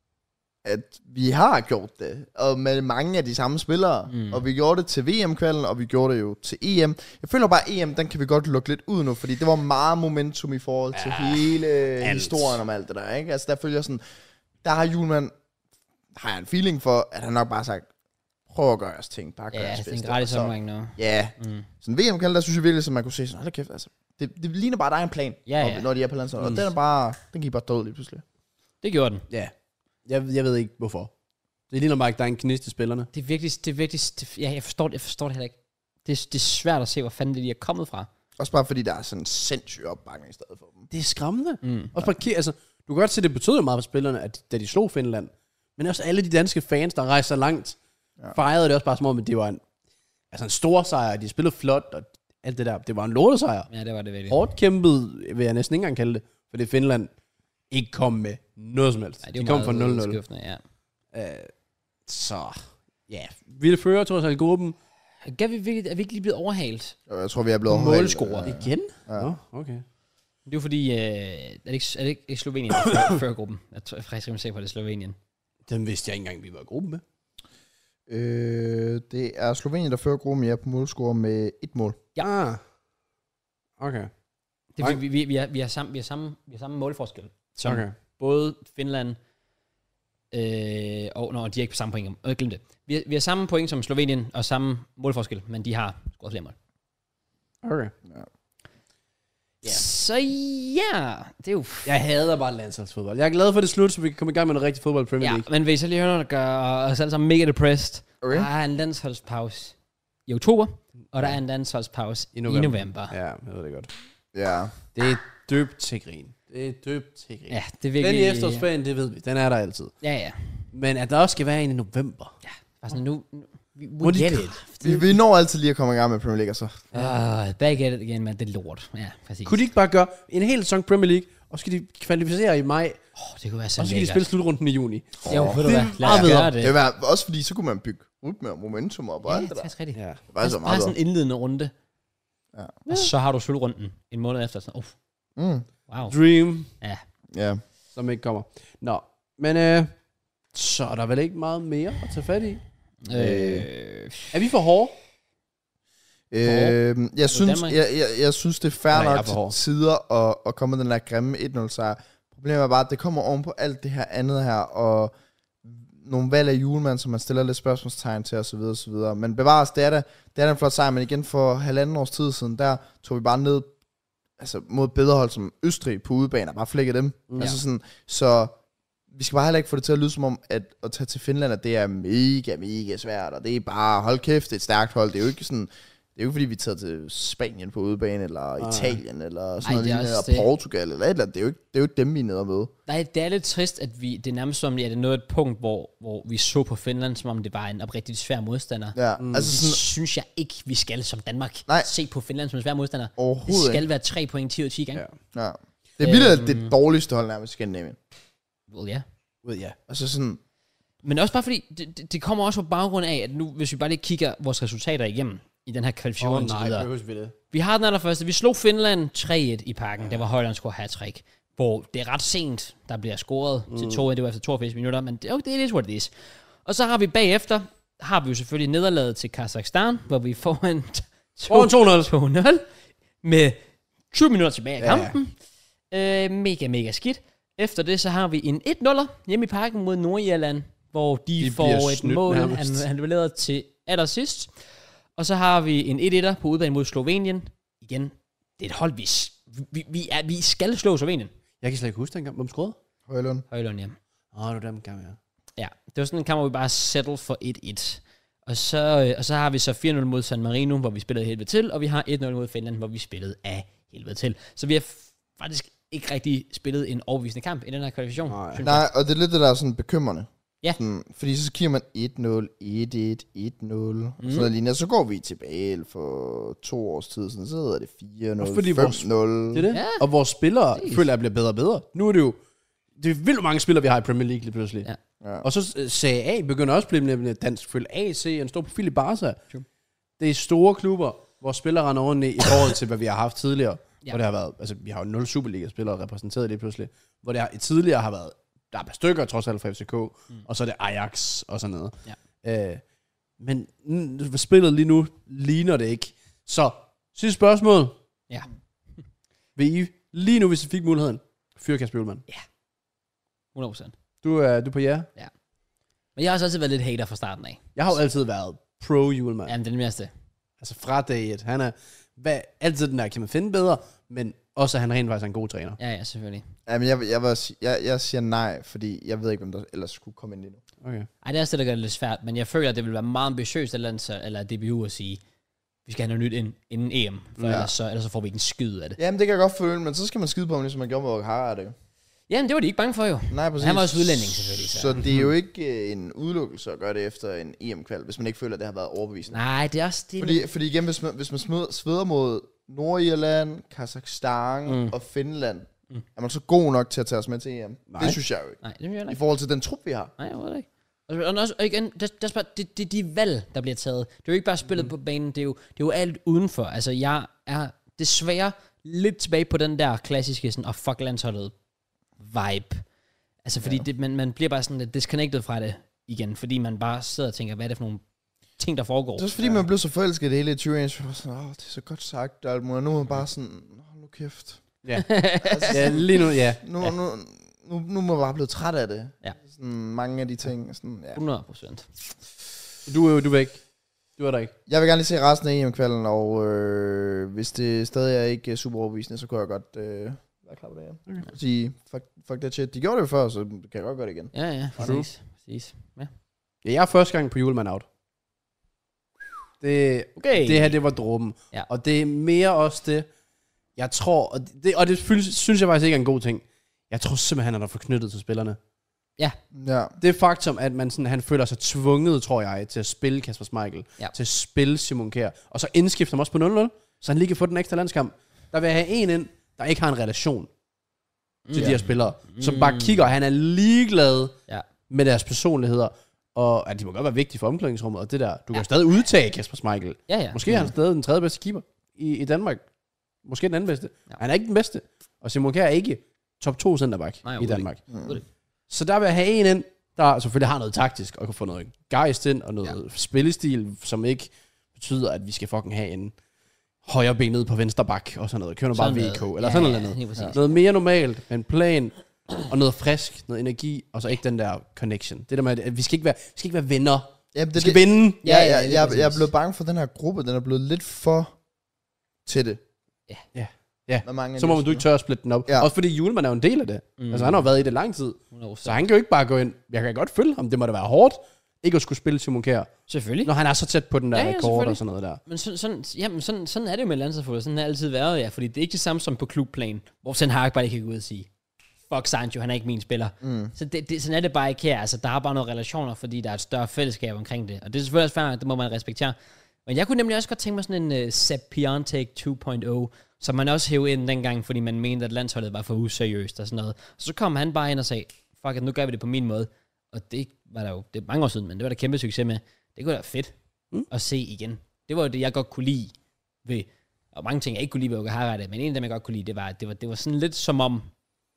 Speaker 3: at vi har gjort det, og med mange af de samme spillere,
Speaker 1: Mm.
Speaker 3: mm. og vi gjorde det til V M-kvalden, og vi gjorde det jo til E M. Jeg føler bare, at E M, den kan vi godt lukke lidt ud nu, fordi det var meget momentum i forhold til
Speaker 2: Ja,
Speaker 3: hele
Speaker 2: alt.
Speaker 3: historien om alt det der, ikke? Altså der følger sådan, der har Julemand, har jeg en feeling for, at han nok bare har sagt, prøv at gøre jeres ting, bare gør
Speaker 1: Ja,
Speaker 3: jeres
Speaker 1: det er en
Speaker 3: bedste.
Speaker 1: gratis
Speaker 3: Og så-
Speaker 1: omgang nu.
Speaker 3: Ja,
Speaker 1: Mm.
Speaker 3: sådan V M-kvalden, der synes jeg virkelig, at man kunne se sådan, hold da kæft, altså, det, det ligner bare, at der er en plan,
Speaker 1: Ja, ja.
Speaker 3: når, når de er på landsholdet,
Speaker 1: Mm.
Speaker 3: og den er bare, den gik bare død lige pludselig.
Speaker 1: Det gjorde den.
Speaker 2: Ja. Jeg, jeg ved ikke, hvorfor. Det ligner bare ikke, der er en knist i spillerne.
Speaker 1: Det er virkelig, det er virkelig, det, ja, jeg forstår det, jeg forstår det heller ikke. Det, er- det er svært at se, hvor fanden det de er kommet fra.
Speaker 3: Også bare fordi, der er sådan en sindssyg opbakning i stedet for dem.
Speaker 2: Det er skræmmende.
Speaker 1: Mm.
Speaker 2: Også bare, ki- altså, du kan godt se, det betød meget for spillerne, at da de slog Finland. Men også alle de danske fans, der rejste så langt, ja.
Speaker 3: Ja.
Speaker 2: fejrede det også bare som om, at det var en, altså en stor sejr. De spillede flot, og alt det der. Det var en lortesejr.
Speaker 1: Ja, det var det virkelig.
Speaker 2: Hårdt kæmpet, vil jeg næsten ikke engang kalde det. Fordi Finland ikke kom med noget som helst.
Speaker 1: Ej,
Speaker 2: De kom fra nul nul.
Speaker 1: Ja.
Speaker 2: Øh, så, ja. Vi fører trods alt i gruppen.
Speaker 1: Gav vi virkelig, er vi ikke lige blevet overhalt?
Speaker 3: Og jeg tror, vi er blevet
Speaker 1: På målscorer.
Speaker 3: Ja.
Speaker 2: Igen?
Speaker 3: Ja.
Speaker 2: Nå, okay.
Speaker 1: Det er jo fordi, øh, er, det ikke, er det ikke, ikke Slovenien, der fører, fører gruppen? Jeg tror jeg er faktisk rimelig sikker på, at det er Slovenien.
Speaker 2: Den vidste jeg ikke engang, vi var i gruppen med.
Speaker 3: Øh, det er Slovenien, der fører gruppen, ja, på målscore med et mål.
Speaker 2: Ja. Okay.
Speaker 1: Det er, fordi, vi, vi, vi, har, vi, har samme, vi, har samme, vi har samme målforskel. Som
Speaker 2: Okay.
Speaker 1: både Finland øh, og... Nå, de er ikke på samme point. Jeg glemte det. Vi har, vi har samme point som Slovenien og samme målforskel, men de har scoret flere mål.
Speaker 2: Okay.
Speaker 1: Ja. Så ja, det er jo...
Speaker 2: Jeg hader bare landsholdsfodbold. Jeg er glad for det slut, så vi kan komme i gang med noget rigtig fodbold i Premier
Speaker 1: Ja,
Speaker 2: League.
Speaker 1: men hvis jeg lige hører noget, der gør os alle sammen mega depressed.
Speaker 3: Okay.
Speaker 1: Der er en landsholdspause i oktober, og der er en landsholdspause i november. I november.
Speaker 2: Ja, jeg ved det godt.
Speaker 3: Ja.
Speaker 2: Det, døbt til grin. Det er døbt til grin.
Speaker 1: Ja, det er virkelig...
Speaker 2: Den i efterårsferien, det ved vi. Den er der altid.
Speaker 1: Ja, ja.
Speaker 2: Men at der også skal være en i november.
Speaker 1: Ja, bare sådan, nu... nu we,
Speaker 2: Må de
Speaker 1: we get it.
Speaker 3: Vi, vi når altid lige at komme i gang med Premier League, og så.
Speaker 1: Uh, back at it igen, man. Det er lort. Ja, præcis.
Speaker 2: Kunne de ikke bare gøre en hel sæson Premier League, og så skal de kvalificere i maj,
Speaker 1: Oh, det kunne være så
Speaker 2: og så skal de spille slutrunden i juni?
Speaker 1: Jo, ved du hvad? Lad
Speaker 2: meget
Speaker 1: os
Speaker 2: bedre.
Speaker 1: gøre
Speaker 3: Det
Speaker 1: det.
Speaker 3: vil være, også fordi, så kunne man bygge ud med momentum op og
Speaker 1: Ja,
Speaker 3: alt
Speaker 1: det
Speaker 3: det
Speaker 1: er
Speaker 3: der.
Speaker 1: faktisk rigtigt.
Speaker 2: Ja.
Speaker 3: Det var altså
Speaker 1: Bare
Speaker 3: meget
Speaker 1: sådan en indledende runde.
Speaker 3: Ja.
Speaker 1: Og så har du slutrunden en måned efter. Sådan, uff,
Speaker 3: Mm.
Speaker 1: wow.
Speaker 2: Dream,
Speaker 1: Ja.
Speaker 3: Ja.
Speaker 2: som ikke kommer. Nå, men øh, så er der vel ikke meget mere at tage fat i.
Speaker 1: Øh,
Speaker 2: Er vi for hårde?
Speaker 3: Øh, jeg, synes,
Speaker 1: Danmark?
Speaker 3: jeg, jeg, jeg synes, det er fair
Speaker 2: Nej, jeg er
Speaker 3: nok
Speaker 2: for hård.
Speaker 3: til tider at, at komme med den der grimme et nul sejr. Problemet er bare, at det kommer oven på alt det her andet her, og nogle valg af julemand, som man stiller lidt spørgsmålstegn til, osv. osv. Men bevares, det er da, det er da en flot sejr, men igen for halvanden års tid siden, der tog vi bare ned altså mod bedre hold som Østrig på udebane, og bare flækkede dem.
Speaker 2: Mm.
Speaker 3: Mm. Altså sådan, så vi skal bare heller ikke få det til at lyde som om, at at tage til Finland, at det er mega, mega svært, og det er bare, hold kæft, det er et stærkt hold. Det er jo ikke sådan, det er jo ikke fordi, vi tager til Spanien på udebane, eller
Speaker 2: Ej.
Speaker 3: Italien, eller sådan
Speaker 1: Ej,
Speaker 3: noget
Speaker 1: det er
Speaker 3: lignende,
Speaker 1: også
Speaker 3: eller
Speaker 1: det.
Speaker 3: Portugal, eller et eller andet. Det er jo ikke, det er jo ikke dem, vi er nede og møde.
Speaker 1: nej, det er lidt trist, at vi, det er nærmest som, at det nåede et punkt, hvor, hvor vi så på Finland, som om det var en oprigtigt svær modstander.
Speaker 3: Ja,
Speaker 2: Mm.
Speaker 3: mm. altså
Speaker 1: Det
Speaker 3: sådan,
Speaker 1: synes jeg ikke, vi skal som Danmark.
Speaker 3: Nej.
Speaker 1: Se på Finland som en svær modstander. Det
Speaker 3: overhovedet
Speaker 1: skal
Speaker 3: ikke.
Speaker 1: være tre point ti ud af ti gange.
Speaker 2: Ja.
Speaker 3: Ja. Det er vildt, at det er
Speaker 1: Øhm.
Speaker 3: det dårligste hold nærmest i Skandinavien.
Speaker 1: Well, ja.
Speaker 2: Ved ja.
Speaker 3: Altså sådan,
Speaker 1: Men også bare fordi, det, det, det kommer også på baggrund af, at nu, hvis vi bare lige kigger vores resultater igennem i den her kvalifikation
Speaker 2: Åh
Speaker 1: og så
Speaker 2: nej,
Speaker 1: videre.
Speaker 2: behøver vi det.
Speaker 1: Vi har den allerførste. Vi slog Finland tre et i parken. Det var Højland skulle have hat-trick. Hvor det er ret sent, der bliver scoret mm. til to et. Det var efter toogfirs minutter, men det, okay, det er what it is. Og så har vi bagefter, har vi jo selvfølgelig nederlaget til Kazakhstan, hvor vi får en
Speaker 2: Foran to nul.
Speaker 1: to nul med tyve minutter tilbage af
Speaker 2: Ja.
Speaker 1: kampen. Øh, mega, mega skidt. Efter det, så har vi en et nul hjemme i parken mod Nordirland, hvor de,
Speaker 2: De
Speaker 1: de får
Speaker 2: bliver
Speaker 1: et
Speaker 2: snydt
Speaker 1: mål, han,
Speaker 2: nærmest.
Speaker 1: han leverede til allersidst. Og så har vi en et etter på udebane mod Slovenien. Igen, det er et hold, vi, s- vi, vi, er, vi skal slå Slovenien.
Speaker 2: Jeg kan slet ikke huske dengang. Hvem scorede?
Speaker 3: Højlund.
Speaker 1: Højlund, ja.
Speaker 2: Åh, oh, det var dem gang, ja.
Speaker 1: Ja, det var sådan en kamp, hvor vi bare settle for et et. Og så, øh, og så har vi så fire nul mod San Marino, hvor vi spillede helvede til, og vi har et nul mod Finland, hvor vi spillede af helvede til. Så vi har f- faktisk ikke rigtig spillet en overbevisende kamp i den her kvalifikation.
Speaker 2: Nej.
Speaker 1: synes jeg.
Speaker 3: Nej, og det er lidt det, der er sådan bekymrende.
Speaker 1: Ja.
Speaker 3: Sådan, fordi så kigger man et nul, et et, et nul, mm. og sådan noget lignende. Og så går vi tilbage for to års tid, sådan, så hedder det fire nul,
Speaker 2: Og fordi vores-
Speaker 3: fem nul.
Speaker 2: Det er det.
Speaker 1: Ja.
Speaker 2: Og vores spillere
Speaker 1: Præcis.
Speaker 2: føler, at bliver bedre og bedre. Nu er det jo... Det er vildt mange spillere, vi har i Premier League lige pludselig.
Speaker 1: Ja.
Speaker 3: Ja.
Speaker 2: Og så uh, Serie A begynder også at blive nemlig dansk. Følge A C, en stor profil i Barca.
Speaker 1: True.
Speaker 2: Det er store klubber, hvor spillere render rundt i, i forhold til, hvad vi har haft tidligere.
Speaker 1: Ja.
Speaker 2: Hvor det har været... Altså, vi har jo nul Superliga-spillere repræsenteret lige pludselig. Hvor det har, tidligere har været... Der er et par stykker, trods alt fra F C K. Mm. Og så er det Ajax og sådan noget. Ja. Øh, men mm, spillet lige nu ligner det ikke. Så, sidste spørgsmål.
Speaker 1: Ja.
Speaker 2: Vil I, lige nu, hvis I fik muligheden, fyre Kasper Hjulmand?
Speaker 1: hundrede procent.
Speaker 2: Du er, du er på ja?
Speaker 1: Men jeg har også altid været lidt hater fra starten af.
Speaker 2: Jeg har jo altid været pro Hjulmand.
Speaker 1: Ja, men det er det meste.
Speaker 2: Altså fra dag et. Han er hvad, altid den der, kan man finde bedre, men også at han rent faktisk er en god træner.
Speaker 1: Ja, ja, selvfølgelig.
Speaker 3: Ja, men jeg, jeg, jeg, jeg, jeg siger nej, fordi jeg ved ikke, hvem der ellers skulle komme ind lige nu.
Speaker 2: Okay.
Speaker 1: Ej, det er også det, der gør det lidt svært, men jeg føler, at det vil være meget ambitiøst, eller, eller D B U at sige, vi skal have noget nyt ind, inden E M, for
Speaker 3: Ja.
Speaker 1: ellers, så, ellers så får vi ikke en skyd af det.
Speaker 3: Jamen, det kan jeg godt føle, men så skal man skide på ham, ligesom man gjorde med Okara, er det jo.
Speaker 1: Jamen, det var de ikke bange for jo.
Speaker 3: Nej, præcis.
Speaker 1: Han var også udlænding, selvfølgelig, så.
Speaker 3: Så det er jo ikke øh, en udelukkelse at gøre det efter en E M-kval, hvis man ikke føler, at det har været overbevisende.
Speaker 1: Nej, det er også det.
Speaker 3: Fordi, fordi igen, hvis man, hvis man smed, sveder mod Nordirland, Kazakhstan
Speaker 1: Mm.
Speaker 3: mm. og Finland,
Speaker 1: Mm.
Speaker 3: mm. er man så god nok til at tage os med til E M?
Speaker 2: Nej.
Speaker 3: Det synes jeg jo ikke.
Speaker 1: Nej, det vil jeg
Speaker 3: I
Speaker 1: ikke.
Speaker 3: forhold til den trup, vi har.
Speaker 1: Nej, jeg ved det ikke. Og, og, også, og igen, det, det, er bare, det, det er de valg, der bliver taget. Det er jo ikke bare spillet mm. på banen, det er, jo, det er jo alt udenfor. Altså, jeg er desværre lidt tilbage på den der klassiske sådan, og fuck landsholdet vibe. Altså, fordi ja. det, man, man bliver bare sådan lidt disconnected fra det igen, fordi man bare sidder og tænker, hvad er det for nogle ting, der foregår?
Speaker 3: Det er også fordi, ja. man blev så forelsket i det hele i tyve enogtyve. Sådan, åh, det er så godt sagt, og alt muligt. Nu er man bare sådan, hold nu kæft.
Speaker 2: Ja.
Speaker 3: Altså,
Speaker 2: Ja, lige nu, ja.
Speaker 3: nu, ja. nu, nu, nu er man bare blevet træt af det.
Speaker 1: Ja.
Speaker 3: Sådan, mange af de ting. Sådan, ja.
Speaker 1: hundrede procent.
Speaker 2: Du er jo du er væk. Du er der ikke.
Speaker 3: Jeg vil gerne lige se resten af E M-kvalden, og øh, hvis det stadig er ikke super overbevisende, så kunne jeg godt øh, være klar på det, ja.
Speaker 2: Okay.
Speaker 3: Og sige, fuck, fuck that shit. De gjorde det jo før, så kan jeg godt gøre det igen.
Speaker 1: Ja, ja,
Speaker 2: True.
Speaker 1: præcis. præcis. Ja.
Speaker 2: Ja, jeg er første gang på Hjulmand out. Det,
Speaker 1: Okay.
Speaker 2: det her, det var dråben.
Speaker 1: Ja.
Speaker 2: Og det er mere også det, Jeg tror, og det, og det synes, synes jeg faktisk ikke er en god ting. Jeg tror simpelthen, han er for knyttet til spillerne.
Speaker 1: Ja.
Speaker 3: Ja.
Speaker 2: Det faktum, at man sådan, han føler sig tvunget, tror jeg, til at spille Kasper Schmeichel,
Speaker 1: Ja.
Speaker 2: til at spille Simon Kjær, og så indskifte ham også på nul nul, så han lige kan få den ekstra landskamp. Der vil jeg have en ind, der ikke har en relation til
Speaker 1: Ja.
Speaker 2: de her spillere, som bare kigger, han er ligeglad
Speaker 1: Ja.
Speaker 2: med deres personligheder, og at de må godt være vigtige for omklædningsrummet, og det der, du kan ja. stadig udtage Kasper Schmeichel.
Speaker 1: Ja, ja.
Speaker 2: Måske er han stadig den tredje bedste keeper i, i Danmark. Måske den anden bedste.
Speaker 1: Ja.
Speaker 2: Han er ikke den bedste. Og Simon Kjær er ikke top to centerback
Speaker 1: Nej,
Speaker 2: i Danmark.
Speaker 1: Mm.
Speaker 2: Så der vil jeg have en ind, der selvfølgelig har noget taktisk, og kan få noget gejst ind, og noget ja. spillestil, som ikke betyder, at vi skal fucking have en højre ben ned på venstre bak, og sådan noget. Kører bare V K, eller
Speaker 1: ja,
Speaker 2: sådan
Speaker 1: ja,
Speaker 2: noget.
Speaker 1: Ja,
Speaker 2: noget mere normalt, med en plan, og noget frisk, noget energi, og så ikke den der connection. Det der med, at vi skal ikke være, vi skal ikke være venner.
Speaker 3: Ja,
Speaker 2: Vi
Speaker 3: det,
Speaker 2: skal
Speaker 3: det,
Speaker 2: vinde.
Speaker 3: ja, ja,
Speaker 1: ja,
Speaker 3: ja,
Speaker 1: lige
Speaker 3: jeg,
Speaker 1: præcis.
Speaker 3: jeg er blevet bange for den her gruppe. Den er blevet lidt for tætte.
Speaker 1: Ja.
Speaker 2: Ja. Ja.
Speaker 3: Med mange af
Speaker 2: Så
Speaker 3: de
Speaker 2: må man du ikke tør at splitte den op.
Speaker 3: Ja.
Speaker 2: Også fordi Julemand er jo en del af det. Mm. Altså han har været i det lang tid.
Speaker 1: hundrede procent.
Speaker 2: Så han kan jo ikke bare gå ind. Jeg kan godt følge ham. Det må da være hårdt, ikke at skulle spille Simon Kjær,
Speaker 1: Selvfølgelig.
Speaker 2: når han er så tæt på den der
Speaker 1: Ja, ja,
Speaker 2: rekord
Speaker 1: selvfølgelig.
Speaker 2: og sådan noget der.
Speaker 1: Men sådan, sådan, jamen, sådan, sådan er det jo med landsholdsfodbold. Sådan har det altid været, ja. Fordi det er ikke det samme som på klubplan, hvor Ten Hag bare ikke kan gå ud og sige, fuck Sancho, han er ikke min spiller. Mm. Så det, det, sådan er det bare ikke her. Altså, der er bare nogle relationer, fordi der er et større fællesskab omkring det. Og det er selvfølgelig også fair, det må man respektere. Men jeg kunne nemlig også godt tænke mig sådan en uh, Sepp Piontek to punkt nul, som man også hævde ind dengang, fordi man mente, at landsholdet var for useriøst og sådan noget. Så kom han bare ind og sagde, fuck it, nu gør vi det på min måde. Og det var der jo, det er mange år siden, men det var der kæmpe succes med. Det kunne da være fedt mm. at se igen. Det var jo det, jeg godt kunne lide ved, og mange ting, jeg ikke kunne lide ved Åke Hareide, men en af dem, jeg godt kunne lide, det var, at det var, det var sådan lidt som om,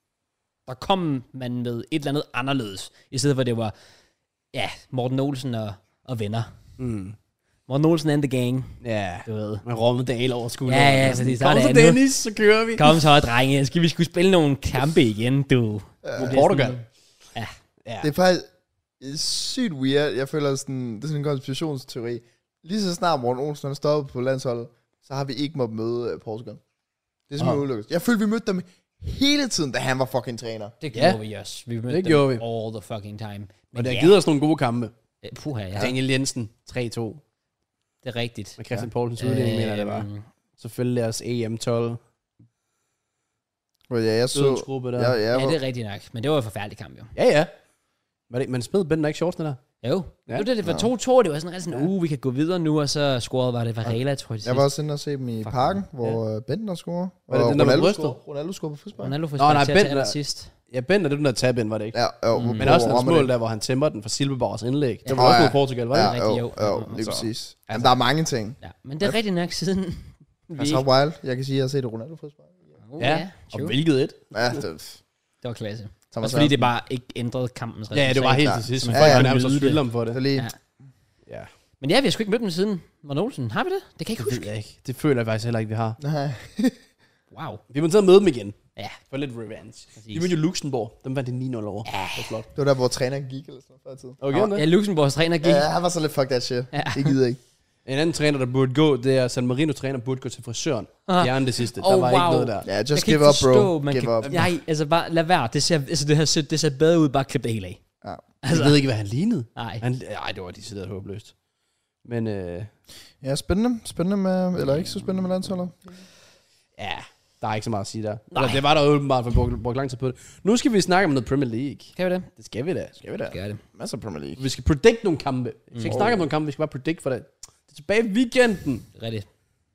Speaker 1: der kom man med et eller andet anderledes, i stedet for det var, ja, Morten Olsen og, og venner.
Speaker 2: Mm.
Speaker 1: Morten Olsen and the gang,
Speaker 2: Ja,
Speaker 1: du ved.
Speaker 2: med Rommedal over skulderen.
Speaker 1: Ja, ja, fordi så er
Speaker 2: Kom
Speaker 1: det
Speaker 2: så
Speaker 1: andet.
Speaker 2: Dennis, så kører vi.
Speaker 1: Kom så, drenge, skal vi skulle spille nogle kampe igen, du.
Speaker 2: Mod Portugal.
Speaker 1: Ja.
Speaker 2: Ja.
Speaker 3: Det er faktisk sygt weird. Jeg føler sådan, det er sådan en konspirationsteori. Lige så snart Morten Olsen er stoppet på landsholdet, så har vi ikke måttet møde uh, Portugal. Det er simpelthen
Speaker 2: Oh.
Speaker 3: udelukket. Jeg følte, vi mødte dem hele tiden, da han var fucking træner.
Speaker 1: Det gjorde
Speaker 2: Ja.
Speaker 1: vi også. Vi mødte
Speaker 2: Det
Speaker 1: dem
Speaker 2: gjorde vi.
Speaker 1: all the fucking time. Men
Speaker 2: Og det har
Speaker 1: ja,
Speaker 2: givet os nogle gode kampe.
Speaker 1: øh, puha, ja.
Speaker 2: Daniel Jensen, tre to.
Speaker 1: Det er rigtigt.
Speaker 2: Med Christian Poulsens uddeling, mener jeg, det var.
Speaker 1: Øhm,
Speaker 2: Selvfølgelig deres E M tolv.
Speaker 3: Og ja, jeg så...
Speaker 2: Dødens gruppe der.
Speaker 3: Ja,
Speaker 2: Ja,
Speaker 3: ja,
Speaker 1: Ja, det er rigtigt nok. Men det var en forfærdelig kamp, jo.
Speaker 2: ja. ja. Var det, man smed Bender ikke shortsene der?
Speaker 1: Jo.
Speaker 2: Ja.
Speaker 1: Ja. Det, det var to to, det var sådan rigtig sådan, uh, vi kan gå videre nu, og så scorede var det Varela, tror jeg, det
Speaker 3: jeg var også inde og se dem i
Speaker 1: Fuck.
Speaker 3: parken, hvor ja. Bentner scorer.
Speaker 2: Var det den, der var
Speaker 3: Ronaldo
Speaker 2: brystet?
Speaker 3: scorer- Ronaldo scorer på frispark.
Speaker 1: Ronaldo får
Speaker 2: Nå, nej,
Speaker 1: til
Speaker 2: Bent-
Speaker 1: til sidst.
Speaker 2: Ja, Bender, det er den der tab-in, var det ikke?
Speaker 3: Ja, jo.
Speaker 1: Mm.
Speaker 3: hvor-
Speaker 2: Men
Speaker 3: hvor
Speaker 2: også hans
Speaker 3: rammer
Speaker 2: mål
Speaker 3: det.
Speaker 2: der, hvor han tæmmer den fra Silbeborgs indlæg. Det
Speaker 1: Ja.
Speaker 2: var også
Speaker 3: Ja,
Speaker 2: mod Portugal, var det
Speaker 3: Ja,
Speaker 2: ikke?
Speaker 1: Rigtig,
Speaker 3: jo,
Speaker 1: jo.
Speaker 3: jo, lige
Speaker 2: Så-
Speaker 3: præcis.
Speaker 2: altså-
Speaker 3: Men der er mange ting.
Speaker 1: Ja, men det er rigtigt nok siden. vi
Speaker 3: Altså,
Speaker 1: ikke-
Speaker 3: wild. Jeg kan sige, at jeg har set Ronaldo frispark.
Speaker 1: Uh,
Speaker 2: Ja,
Speaker 1: ja,
Speaker 2: og
Speaker 1: true.
Speaker 2: hvilket et?
Speaker 3: Ja, det,
Speaker 1: Det var klasse.
Speaker 3: Thomas
Speaker 1: Også fordi det
Speaker 3: Sørensen.
Speaker 1: bare ikke ændrede kampens
Speaker 2: Ja, det var helt
Speaker 3: Ja.
Speaker 2: til sidst.
Speaker 1: Så man
Speaker 2: Folk
Speaker 3: får
Speaker 2: har
Speaker 3: ikke
Speaker 2: nærmest
Speaker 1: nyde
Speaker 2: også skyldt
Speaker 1: det.
Speaker 2: ham for det.
Speaker 3: Så lige,
Speaker 1: Ja.
Speaker 2: Ja,
Speaker 1: Men ja, vi har sgu ikke mødt dem siden Morten Olsen. Har vi det? Det kan jeg ikke
Speaker 2: det ved
Speaker 1: huske.
Speaker 2: jeg ikke. Det føler jeg faktisk heller ikke, vi har.
Speaker 3: nej.
Speaker 1: Wow.
Speaker 2: Vi må til at møde dem igen.
Speaker 1: Ja,
Speaker 2: For lidt revenge.
Speaker 1: præcis.
Speaker 2: De mødte jo Luxembourg. Dem vandt de ni nul over. Ja. Det var flot.
Speaker 3: Det var der, hvor træneren gik, eller sådan noget, før i tiden.
Speaker 2: Okay,
Speaker 1: Ja,
Speaker 2: det?
Speaker 1: Luxembourgs træner gik.
Speaker 3: Ja, han var så lidt, fuck that shit.
Speaker 1: Ja.
Speaker 3: Det gider jeg ikke.
Speaker 2: En anden træner, der burde gå, det er San Marino træner, burde gå til frisøren.
Speaker 1: Ah.
Speaker 2: Fjerne det sidste.
Speaker 1: Oh,
Speaker 2: Der var
Speaker 1: wow.
Speaker 2: ikke noget der.
Speaker 3: Ja,
Speaker 1: Jeg
Speaker 3: just
Speaker 1: kan
Speaker 3: give
Speaker 1: ikke
Speaker 3: up,
Speaker 1: forstå,
Speaker 3: bro.
Speaker 1: man
Speaker 3: Give
Speaker 1: kan,
Speaker 3: up.
Speaker 1: nej, altså bare lad være. Det ser, altså det, her, ser- det ser bedre ud, bare klip det hele af.
Speaker 3: Ja.
Speaker 1: Altså,
Speaker 2: Jeg ved ikke, hvad han lignede.
Speaker 1: nej.
Speaker 2: Han, nej, det var decideret håbløst. Men øh,
Speaker 3: Ja, spændende. Spændende med, eller ikke så spændende med landsholdet.
Speaker 2: ja, der er ikke så meget at sige der.
Speaker 1: Nej.
Speaker 2: Eller, det var der åbenbart, for at bruge, bruge lang tid på det. Nu skal vi snakke om noget Premier League.
Speaker 1: Kan vi det?
Speaker 2: Det skal vi da. Skal vi da.
Speaker 1: Gør det.
Speaker 3: Masser af Premier League.
Speaker 2: Vi skal predict nogle kampe. Vi skal ikke
Speaker 3: Mm.
Speaker 2: snakke om nogle kampe, vi skal bare predict for det. Det er tilbage i weekenden.
Speaker 1: Rigtigt.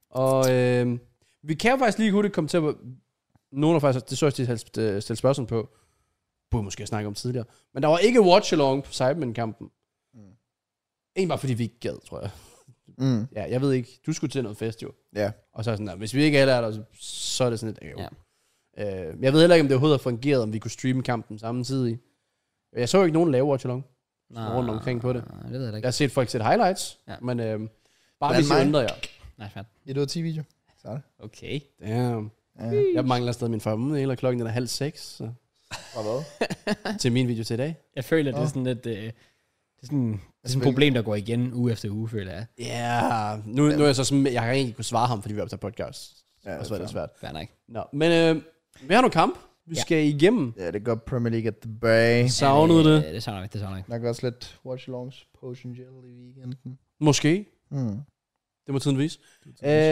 Speaker 2: Og øh, vi kan jo faktisk lige hurtigt komme til at... Nogle af faktisk, det så jeg til at stille spørgsmål på. Burde måske snakke om tidligere. Men der var ikke watch-along på Cyberman-kampen.
Speaker 3: Mm.
Speaker 2: Egentlig bare fordi vi ikke gad, tror jeg.
Speaker 3: Mm.
Speaker 2: Ja, jeg ved ikke. Du skulle til noget fest jo.
Speaker 3: Ja.
Speaker 2: Og så er sådan der, hvis vi ikke alle er der, så er det sådan lidt...
Speaker 1: Ja.
Speaker 2: Ja. Øh, jeg ved heller ikke, om det overhovedet har fungeret, om vi kunne streame kampen samtidig. Jeg så ikke nogen lave watch-along rundt omkring på det.
Speaker 1: Det ved jeg da
Speaker 2: Jeg
Speaker 1: ikke.
Speaker 2: har set folk sætte highlights,
Speaker 1: Ja.
Speaker 2: men øh, bare
Speaker 3: Blandt
Speaker 2: hvis I
Speaker 3: mig.
Speaker 2: undrer jer.
Speaker 1: Nej, færdigt.
Speaker 3: Et ud af ti video. Så er det.
Speaker 1: Okay.
Speaker 2: Damn.
Speaker 3: Ja.
Speaker 2: Jeg mangler stadig min far. Hele klokken den er halv seks så.
Speaker 3: Og hvad?
Speaker 2: til min video til i dag.
Speaker 1: Jeg føler, det er
Speaker 3: Nå.
Speaker 1: sådan lidt... Øh, det er sådan, det er sådan et problem, der går igen uge efter uge, føler jeg.
Speaker 2: Ja, yeah. nu, nu er jeg så sådan, jeg har ikke kunne svare ham, fordi vi optager podcast.
Speaker 3: Ja,
Speaker 2: Og så er det
Speaker 3: fair.
Speaker 2: svært.
Speaker 1: Fair nok.
Speaker 2: Nå, men øh, vi har nogle kamp. Vi
Speaker 1: Ja.
Speaker 2: skal igennem.
Speaker 3: Ja, det går Premier League at the bay.
Speaker 2: Savnede
Speaker 1: Ja,
Speaker 2: det?
Speaker 1: Det savner jeg, det savner jeg.
Speaker 3: Der går også lidt watch-alongs, potion gel i weekenden.
Speaker 2: Måske.
Speaker 3: Mm.
Speaker 2: Det må tiden vise. Øh,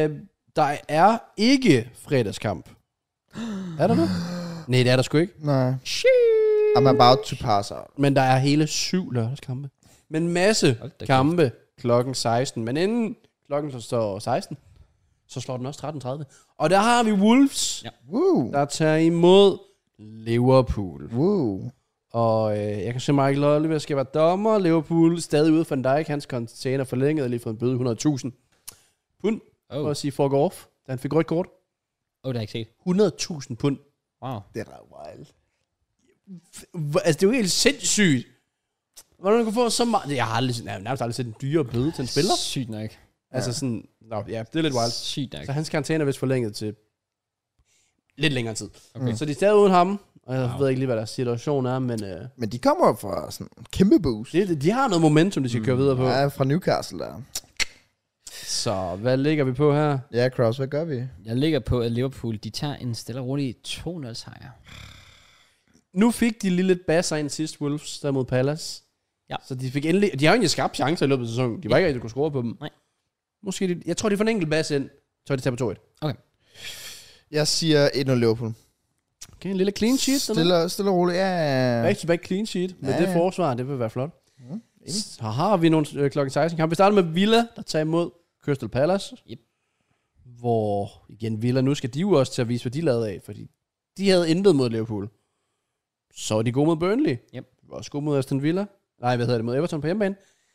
Speaker 2: Der er ikke fredagskamp. Er der det? Nej, det er der sgu ikke.
Speaker 3: Nej. I'm about to pass out.
Speaker 2: Men der er hele syv lørdagskampe. Men en masse kampe klokken seksten. Men inden klokken så står seksten, så slår den også tretten tredive. Og der har vi Wolves,
Speaker 1: Ja.
Speaker 3: Woo.
Speaker 2: der tager imod Liverpool.
Speaker 3: Woo.
Speaker 2: Og øh, jeg kan se Michael Oliver skal være dommer. Liverpool stadig ude for en Dijk. Hans container forlænget og lige fået en bøde hundrede tusind pund.
Speaker 1: Oh.
Speaker 2: For at sige fuck off, da han fik rødt kort.
Speaker 1: Oh, det har jeg ikke set.
Speaker 2: hundrede tusind pund.
Speaker 1: Wow.
Speaker 3: Det er da wild.
Speaker 2: Altså, det er jo helt sindssygt. Hvordan du kan få så meget... Jeg har aldrig, jeg har nærmest aldrig set en dyre bøde til en spiller.
Speaker 1: Sygt nok.
Speaker 2: Altså sådan... Nå, ja, det er lidt wild.
Speaker 1: Sygt nok.
Speaker 2: Så hans karantæne er vist forlænget til lidt længere tid.
Speaker 1: Okay.
Speaker 2: Så de er stadig uden ham. Og jeg
Speaker 1: Wow.
Speaker 2: ved ikke lige, hvad deres situation er, men... Øh,
Speaker 3: Men de kommer jo fra sådan en kæmpe boost.
Speaker 2: det, de har noget momentum, de skal køre videre på.
Speaker 3: Ja, fra Newcastle der.
Speaker 2: Så hvad ligger vi på her?
Speaker 3: Ja, Kraus, hvad gør vi?
Speaker 1: Jeg ligger på, at Liverpool, de tager en stille og rolig to nul sejr.
Speaker 2: Nu fik de lige lidt basser ind sidst, Wolves, der mod Palace.
Speaker 1: Ja.
Speaker 2: Så de fik endelig... De har jo egentlig skabt chancer i løbet af sæsonen. De var
Speaker 1: Ja.
Speaker 2: ikke rigtig kunne score på dem.
Speaker 1: Nej.
Speaker 2: Måske de, jeg tror, de får en enkelt bass ind, så er de tager på to et.
Speaker 3: Jeg siger et nul Liverpool.
Speaker 2: Okay, en lille clean sheet.
Speaker 3: Stille, stille og roligt. Ja.
Speaker 2: Back to back clean sheet. Med
Speaker 3: Ja,
Speaker 2: det
Speaker 3: ja.
Speaker 2: forsvar, det vil være flot.
Speaker 3: Mm,
Speaker 2: Så har vi nogle øh, klokken seksten kamp. Vi starter med Villa, der tager imod Crystal Palace.
Speaker 1: Yep.
Speaker 2: Hvor, igen, Villa, nu skal de jo også til at vise, hvad de lavede af, fordi de havde intet mod Liverpool. Så er de gode mod Burnley.
Speaker 1: Yep.
Speaker 2: De var også gode mod Aston Villa. Nej, hvad hedder det, mod Everton på hjemmebane.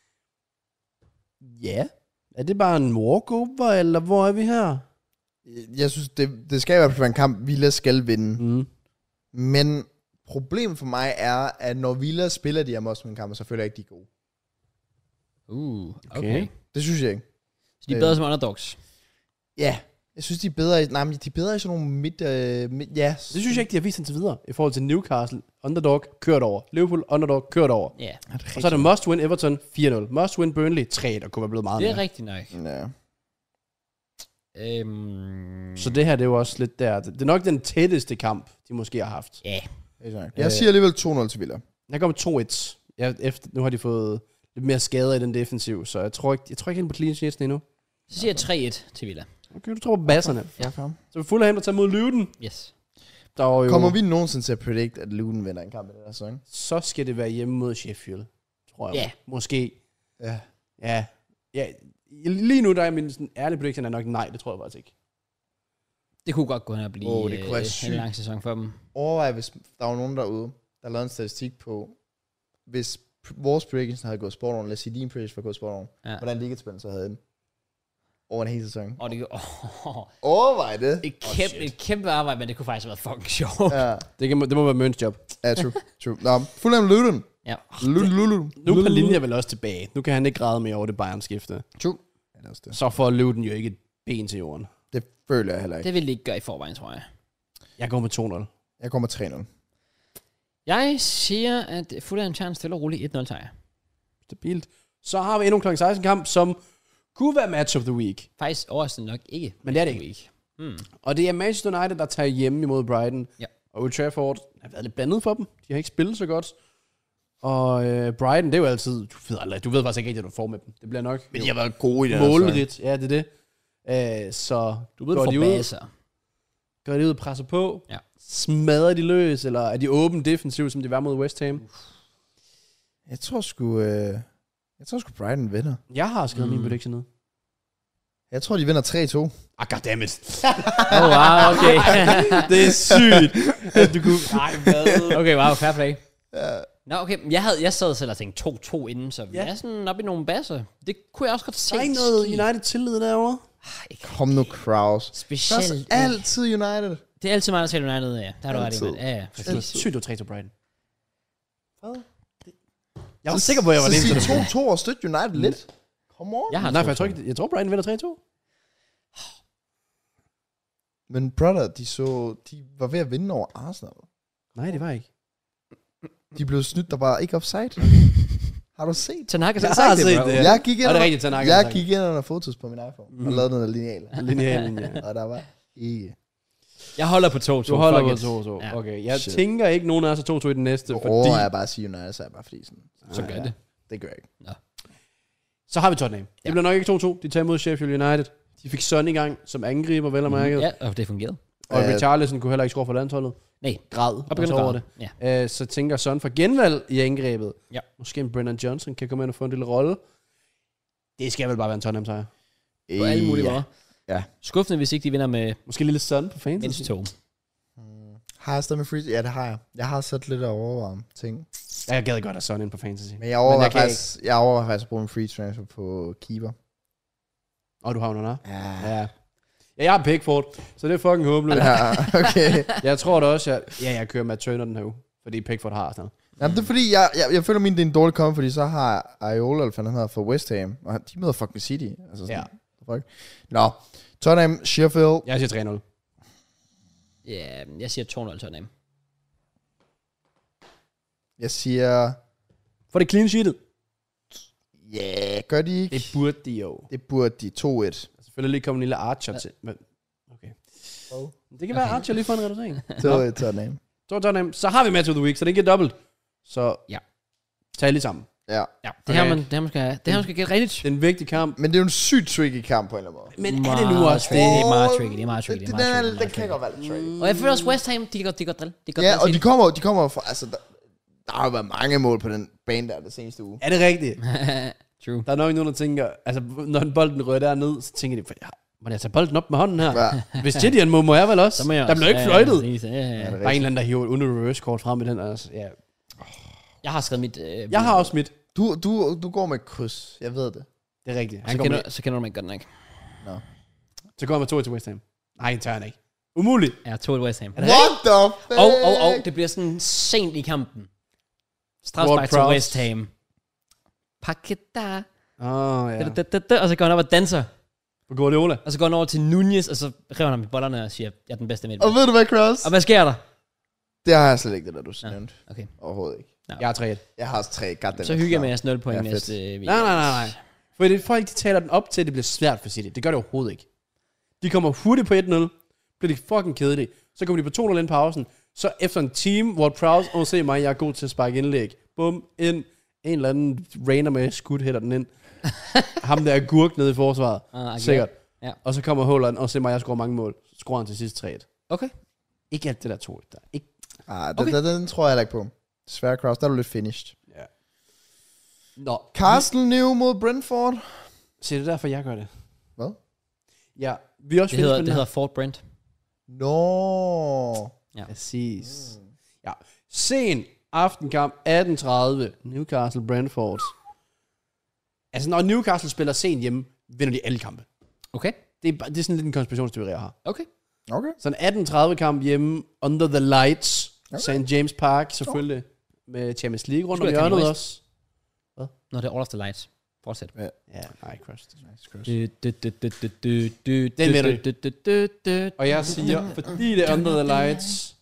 Speaker 2: Ja. Er det bare en walkover, eller hvor er vi her?
Speaker 3: Jeg synes, det, det skal i hvert fald være en kamp, Villa skal vinde.
Speaker 2: Mm.
Speaker 3: Men problemet for mig er, at når Villa spiller de her Mosman-kampe, så føler jeg ikke, de er gode.
Speaker 1: Uh, okay.
Speaker 2: Okay.
Speaker 1: okay.
Speaker 3: Det synes jeg ikke.
Speaker 1: Så de er bedre som underdogs.
Speaker 3: Ja. Jeg synes, de er bedre i, nej, men de er bedre i sådan nogle midt... Øh, midt ja.
Speaker 2: Det synes jeg ikke, de har vist indtil videre. I forhold til Newcastle, underdog, kørt over. Liverpool, underdog, kørt over.
Speaker 1: Ja, yeah.
Speaker 2: Og så er det must win Everton fire nul. Must win Burnley tre, der kunne være blevet meget
Speaker 1: det er
Speaker 2: mere.
Speaker 1: rigtigt nok.
Speaker 3: Ja.
Speaker 1: Øhm,
Speaker 2: Så det her, det er jo også lidt der. Det er nok den tætteste kamp, de måske har haft.
Speaker 1: Ja.
Speaker 3: Jeg siger alligevel to nul til Villa.
Speaker 2: Jeg går med to et. Jeg, efter, nu har de fået lidt mere skader i den defensiv, så jeg tror ikke, jeg tror ikke helt på clean sheets endnu.
Speaker 1: Så siger jeg tre et til Villa.
Speaker 2: Okay, du tror på basserne.
Speaker 1: Ja.
Speaker 3: Okay.
Speaker 2: Så vi Fulham, der tager mod Luton.
Speaker 1: Yes.
Speaker 2: Der var jo,
Speaker 3: Kommer vi nogensinde til at predict, at Luton vinder en kamp i den her sæson?
Speaker 2: Så skal det være hjemme mod Sheffield. Tror jeg.
Speaker 1: Ja.
Speaker 2: Måske.
Speaker 3: Ja.
Speaker 2: Ja. Ja. Lige nu, der er min sådan, ærlige prediction er nok nej, det tror jeg faktisk ikke.
Speaker 1: Det kunne godt gå hen og blive
Speaker 3: Åh, det kunne være
Speaker 1: øh,
Speaker 3: sygt.
Speaker 1: en lang sæson for dem.
Speaker 3: Overvej, hvis der var nogen derude, der lavede en statistik på, hvis pr- vores predictions havde gået sport on, lad os sige, din prediction var gået sport on,
Speaker 1: Ja.
Speaker 3: hvordan ligaspillet så havde den over en hel sæson.
Speaker 1: Og det, oh,
Speaker 3: Overvej det.
Speaker 1: et, kæmpe, et kæmpe arbejde, men det kunne faktisk have været fucking sjovt.
Speaker 3: Ja,
Speaker 2: Det, kan, det må være Møns job.
Speaker 3: ja, true, true. Nå, Fulham Luton.
Speaker 1: Ja.
Speaker 3: Luton, Luton.
Speaker 2: Nu er Linje vel også tilbage. Nu kan han ikke græde mere over det Bayern-skifte.
Speaker 3: True. Ja, det er også det.
Speaker 2: Så får Luton jo ikke et ben til jorden.
Speaker 3: Det føler jeg heller ikke.
Speaker 1: Det ville de ikke gøre i forvejen, tror jeg.
Speaker 2: Jeg går med to nul.
Speaker 3: Jeg kommer tre nul.
Speaker 1: Jeg siger, at Fulham tager en stille og rolig et nul sejr.
Speaker 2: Stabilt. Så har vi endnu en klokken seksten kamp, som kunne være match of the week.
Speaker 1: Faktisk overraskende nok ikke.
Speaker 2: Men det er det ikke.
Speaker 1: Week. Hmm.
Speaker 2: Og det er Manchester United, der tager hjemme imod Brighton.
Speaker 1: Ja.
Speaker 2: Og Old Trafford har været lidt blandet for dem. De har ikke spillet så godt. Og øh, Brighton, det er jo altid... Du ved, aldrig, du ved faktisk ikke rigtig, hvad du får med dem. Det bliver nok
Speaker 3: Men de har været gode i det.
Speaker 2: målrigt. Ja, det er det. Øh, så
Speaker 1: Du ved,
Speaker 2: går
Speaker 1: du
Speaker 2: de
Speaker 1: får
Speaker 2: ud,
Speaker 1: baser.
Speaker 2: går de ud og presser på.
Speaker 1: Ja.
Speaker 2: Smadrer de løs, eller er de åben defensiv, som de var mod West Ham?
Speaker 3: Jeg tror sgu... Øh, jeg tror sgu Brighton vinder.
Speaker 2: Jeg har skrevet mm. min
Speaker 1: Mm.
Speaker 2: prediction ned.
Speaker 3: Jeg tror, de vinder tre to.
Speaker 2: Ah, goddammit.
Speaker 1: Oh, wow, okay.
Speaker 2: Det er sygt, at du kunne... Nej, hvad?
Speaker 1: okay, wow, fair play.
Speaker 3: Ja.
Speaker 1: Nå, okay. Jeg, havde, jeg sad selv og tænkte to to inden, så
Speaker 2: Ja.
Speaker 1: jeg er sådan oppe i nogle basser. Det kunne jeg også godt se.
Speaker 2: Der er ikke noget
Speaker 1: ske.
Speaker 2: United-tillid derovre.
Speaker 1: Ikke
Speaker 3: Kom nu, Kraus.
Speaker 1: specielt.
Speaker 3: Først altid United.
Speaker 1: Det er altid meget, der taler United, ja. Der har du ret i,
Speaker 3: Altid.
Speaker 1: mand. Ja, ja,
Speaker 2: Det er
Speaker 1: præcis.
Speaker 2: sygt, du tre til Brighton.
Speaker 3: Hvad?
Speaker 2: Jeg var sikker på, at jeg var
Speaker 3: så
Speaker 2: det eneste,
Speaker 3: sig
Speaker 2: der
Speaker 3: to to og støt United lidt. Come on.
Speaker 1: Jeg har
Speaker 2: Nej,
Speaker 1: to
Speaker 2: for jeg tror,
Speaker 1: to.
Speaker 2: ikke, jeg tror Brighton vinder tre to.
Speaker 3: Men brother, de så, de var ved at vinde over Arsenal.
Speaker 2: Nej, det var ikke.
Speaker 3: De blev snydt, der var ikke offside. Har du set?
Speaker 1: Ten Hag har
Speaker 2: Jeg
Speaker 1: selv
Speaker 2: har
Speaker 1: sagt det,
Speaker 2: set
Speaker 1: bro.
Speaker 2: det.
Speaker 3: Ja. Jeg gik ind,
Speaker 2: Og det er
Speaker 3: og,
Speaker 2: rigtigt, Ten Hag har
Speaker 3: jeg
Speaker 2: sagt
Speaker 3: gik ind under fotos på min iPhone
Speaker 2: Mhm.
Speaker 3: og lavede noget lineal.
Speaker 2: Linealen, ja.
Speaker 3: Og der var ikke.
Speaker 1: Jeg holder på to to.
Speaker 2: Du holder
Speaker 1: fuck
Speaker 2: på
Speaker 1: it.
Speaker 2: to to.
Speaker 1: Ja.
Speaker 2: Okay, jeg
Speaker 3: Shit.
Speaker 2: tænker ikke, nogen af os er to to i den næste,
Speaker 3: Nu
Speaker 2: fordi...
Speaker 3: overvejer jeg bare at sige United, så er jeg bare fordi sådan.
Speaker 1: Så
Speaker 3: ah,
Speaker 1: gør
Speaker 3: ja,
Speaker 1: det.
Speaker 3: Det gør jeg ikke.
Speaker 2: Så har vi Tottenham. Det
Speaker 1: Ja.
Speaker 2: bliver nok ikke to to. De tager imod Sheffield United. De fik Son i gang som angriber, vel og mærket.
Speaker 1: Ja, og det fungerede.
Speaker 2: Og
Speaker 3: Ja.
Speaker 2: Richarlison kunne heller ikke score for landsholdet.
Speaker 1: Nej.
Speaker 2: Grad.
Speaker 1: Og
Speaker 2: Og
Speaker 1: begyndte
Speaker 2: så
Speaker 1: at
Speaker 2: over
Speaker 1: græde.
Speaker 2: det.
Speaker 1: Ja.
Speaker 2: Øh, så tænker Son for genvalg i angrebet.
Speaker 1: Ja.
Speaker 2: Måske en Brennan Johnson kan komme ind og få en lille rolle. Det skal vel bare være en Tottenham sejr.
Speaker 1: På alle mulige
Speaker 3: ja.
Speaker 1: måder.
Speaker 3: Ja.
Speaker 1: Skuffende, hvis ikke de vinder med
Speaker 2: Måske en lille Son på fantasy.
Speaker 1: mindst to.
Speaker 3: Har jeg stadig med free? Ja, det har jeg. Jeg har sat lidt at overveje ting.
Speaker 2: Ja, jeg gad godt have Son ind på fantasy.
Speaker 3: Men jeg overvejer
Speaker 2: jeg kan
Speaker 3: faktisk, jeg overvejer faktisk at bruge en free transfer på keeper.
Speaker 2: Og du har jo noget.
Speaker 3: Ja.
Speaker 2: Ja. Ja, jeg har Pickford, så det er fucking håbløst.
Speaker 3: Ja, okay.
Speaker 2: Jeg tror da også, jeg, ja, jeg kører Matt Turner den her uge, fordi Pickford har sådan noget.
Speaker 3: Jamen, det er fordi, jeg, jeg, jeg føler min, det er en dårlig kamp, fordi så har Areola, eller hvad han hedder, for West Ham, og de møder fucking City. Altså sådan,
Speaker 2: Ja.
Speaker 3: fuck. Nå, Tottenham, Sheffield.
Speaker 2: Jeg siger tre nul.
Speaker 1: Ja, jeg siger to nul Tottenham.
Speaker 3: Jeg siger,
Speaker 2: For det clean sheetet.
Speaker 3: ja, yeah, gør de ikke?
Speaker 2: Det burde de jo.
Speaker 3: Det burde de to et.
Speaker 2: Selvfølgelig lige komme en lille Archer til. Men, okay.
Speaker 3: Oh.
Speaker 2: Det kan være Archer lige for en reducering.
Speaker 3: to et Tottenham.
Speaker 2: Så, Tottenham. Så har vi match of the week, så det ikke er dobbelt. Så
Speaker 1: Ja.
Speaker 2: tag lige sammen.
Speaker 3: Ja.
Speaker 1: Ja, det her
Speaker 2: Okay.
Speaker 1: man, det her man skal, det her man skal gætte rigtigt.
Speaker 2: Det er en vigtig kamp.
Speaker 3: Men det er jo en sygt tricky kamp på en eller anden måde.
Speaker 2: Men er det nu også
Speaker 1: tricky. Det
Speaker 2: det?
Speaker 1: er meget tricky, det er meget tricky. Det er
Speaker 3: Det,
Speaker 1: meget
Speaker 3: den,
Speaker 1: tricky.
Speaker 3: er,
Speaker 1: det er
Speaker 3: den
Speaker 1: meget
Speaker 3: kan
Speaker 1: tricky.
Speaker 3: godt være lidt tricky.
Speaker 1: Og jeg føler også West Ham, de kan godt, de kan godt drille. De kan godt
Speaker 3: Ja,
Speaker 1: drille
Speaker 3: og de
Speaker 1: til
Speaker 3: kommer, de kommer fra, altså, der, der har jo været mange mål på den bane der det seneste uge.
Speaker 2: Er det rigtigt?
Speaker 1: det. True.
Speaker 2: Der er nok nogen, der tænker, altså når en bolden rører derned, så tænker de, ja, må jeg tage bolden op med hånden her?
Speaker 3: Ja.
Speaker 2: Hvis Chedian må, må jeg vel også.
Speaker 1: Så må jeg
Speaker 2: Der
Speaker 1: også-
Speaker 2: bliver ikke
Speaker 1: ja,
Speaker 2: fløjtet.
Speaker 1: ja, ja, ja, ja.
Speaker 3: Ja, det er
Speaker 2: Der er en eller anden, der hiver et under reverse kort frem i den. Altså, ja.
Speaker 1: Jeg har skrevet mit... Øh,
Speaker 2: Jeg har også mit.
Speaker 3: Du, du, du går med et kryds, jeg ved det.
Speaker 2: Det er rigtigt. Han
Speaker 1: Så
Speaker 2: går med,
Speaker 1: kender, så kender du mig godt nok.
Speaker 3: Nå.
Speaker 2: så går han med to til West Ham. Nej, han tager han ikke. Umuligt.
Speaker 1: Ja, to et West Ham.
Speaker 3: What the fuck?
Speaker 1: Og, og, og, det bliver sådan sent i kampen. Strafspark til
Speaker 2: Ward-Prowse.
Speaker 1: West Ham. Paketa.
Speaker 2: Åh, oh, ja.
Speaker 1: Da, da, da, da, og så går han op og danser.
Speaker 2: Hvor går det, Ola?
Speaker 1: Og så går han over til Nunez, og så river han ham i bollerne og siger, jeg er den bedste midt.
Speaker 3: Og ved du hvad, Cross?
Speaker 1: Og hvad sker der?
Speaker 3: Det har jeg slet ikke, det der du
Speaker 1: Ja.
Speaker 3: nævnte.
Speaker 1: Okay.
Speaker 3: Overhovedet ikke.
Speaker 2: Jeg har tre et.
Speaker 3: Jeg har også tre. Goddamn.
Speaker 1: Så hygger jeg med jeres nul point
Speaker 3: Ja,
Speaker 1: næste
Speaker 3: fedt.
Speaker 1: øh, weekend.
Speaker 2: Nej, nej, nej, nej. For det, folk de taler den op til, at det bliver svært for City. Det gør det overhovedet ikke. De kommer hurtigt på et nul. Bliver de fucking kedelige. Så kommer de på to nul ind pausen. Så efter en team, hvor Prowse, og se mig, jeg er god til at sparke indlæg. Bum, ind. En eller anden rainer med skud hætter den ind. Ham der er gurk nede i forsvaret.
Speaker 1: Ah, okay.
Speaker 2: Sikkert.
Speaker 1: Ja.
Speaker 2: Og så kommer Holland, og se mig, jeg scorer mange mål. Så scorer han til sidst tre et.
Speaker 1: Okay.
Speaker 2: Ikke alt det der to et der. Ikke.
Speaker 3: Ah, den,
Speaker 1: Okay.
Speaker 3: den, den, tror jeg heller ikke på. Desværre, Cross, der er du lidt finished.
Speaker 2: Ja. Nå.
Speaker 3: Castle New mod Brentford.
Speaker 2: Se, det er derfor, jeg gør det.
Speaker 3: Hvad?
Speaker 2: Ja, vi er også
Speaker 1: Det hedder,
Speaker 2: finished med
Speaker 1: det
Speaker 2: den her.
Speaker 1: hedder Fort Brent.
Speaker 3: Nå.
Speaker 1: Ja.
Speaker 2: Præcis. Ja. Sen aftenkamp atten tredive. Newcastle Brentford. Altså, når Newcastle spiller sent hjemme, vinder de alle kampe.
Speaker 1: Okay.
Speaker 2: Det er, bare- det er sådan lidt en konspirationsteori, jeg har.
Speaker 1: Okay.
Speaker 3: Okay.
Speaker 2: Så en atten tredive kamp hjemme, under the lights,
Speaker 3: Okay.
Speaker 2: Saint James Park, selvfølgelig, med Champions League rundt om
Speaker 1: Skulle jeg
Speaker 2: hjørnet
Speaker 1: Kanye
Speaker 2: også.
Speaker 1: Når det er All of the Lights. Fortsæt.
Speaker 2: Ja, nej, Crust.
Speaker 3: Nice, Cross.
Speaker 1: Du, du, du, du, du, du, du,
Speaker 2: Den vinder
Speaker 1: du, du, du, du, du.
Speaker 2: Og jeg siger, fordi det er under the lights,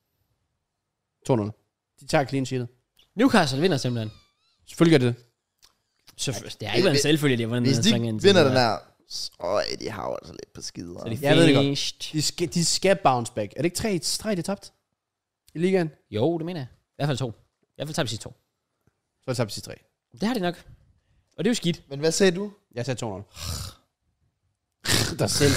Speaker 2: to nul. De tager clean sheetet.
Speaker 1: Newcastle vinder simpelthen.
Speaker 2: Selvfølgelig gør det.
Speaker 1: Så det er ikke været en selvfølge, at de har vundet
Speaker 3: Hvis
Speaker 1: den
Speaker 3: de
Speaker 1: her sæson indtil
Speaker 3: vinder den
Speaker 1: videre.
Speaker 3: her, så er de har jo altså lidt på skider.
Speaker 1: Så er de
Speaker 2: Jeg ved det godt.
Speaker 1: finished.
Speaker 2: De skal, de skal bounce back. Er det ikke tre streg, de tabt? I ligaen?
Speaker 1: Jo, det mener jeg. I hvert fald to. I hvert fald tager vi sidste to.
Speaker 2: Så er det tabt de sidste tre.
Speaker 1: Det har de nok. Og det er jo skidt.
Speaker 3: Men hvad sagde du?
Speaker 2: Jeg tager to nul. Der selv.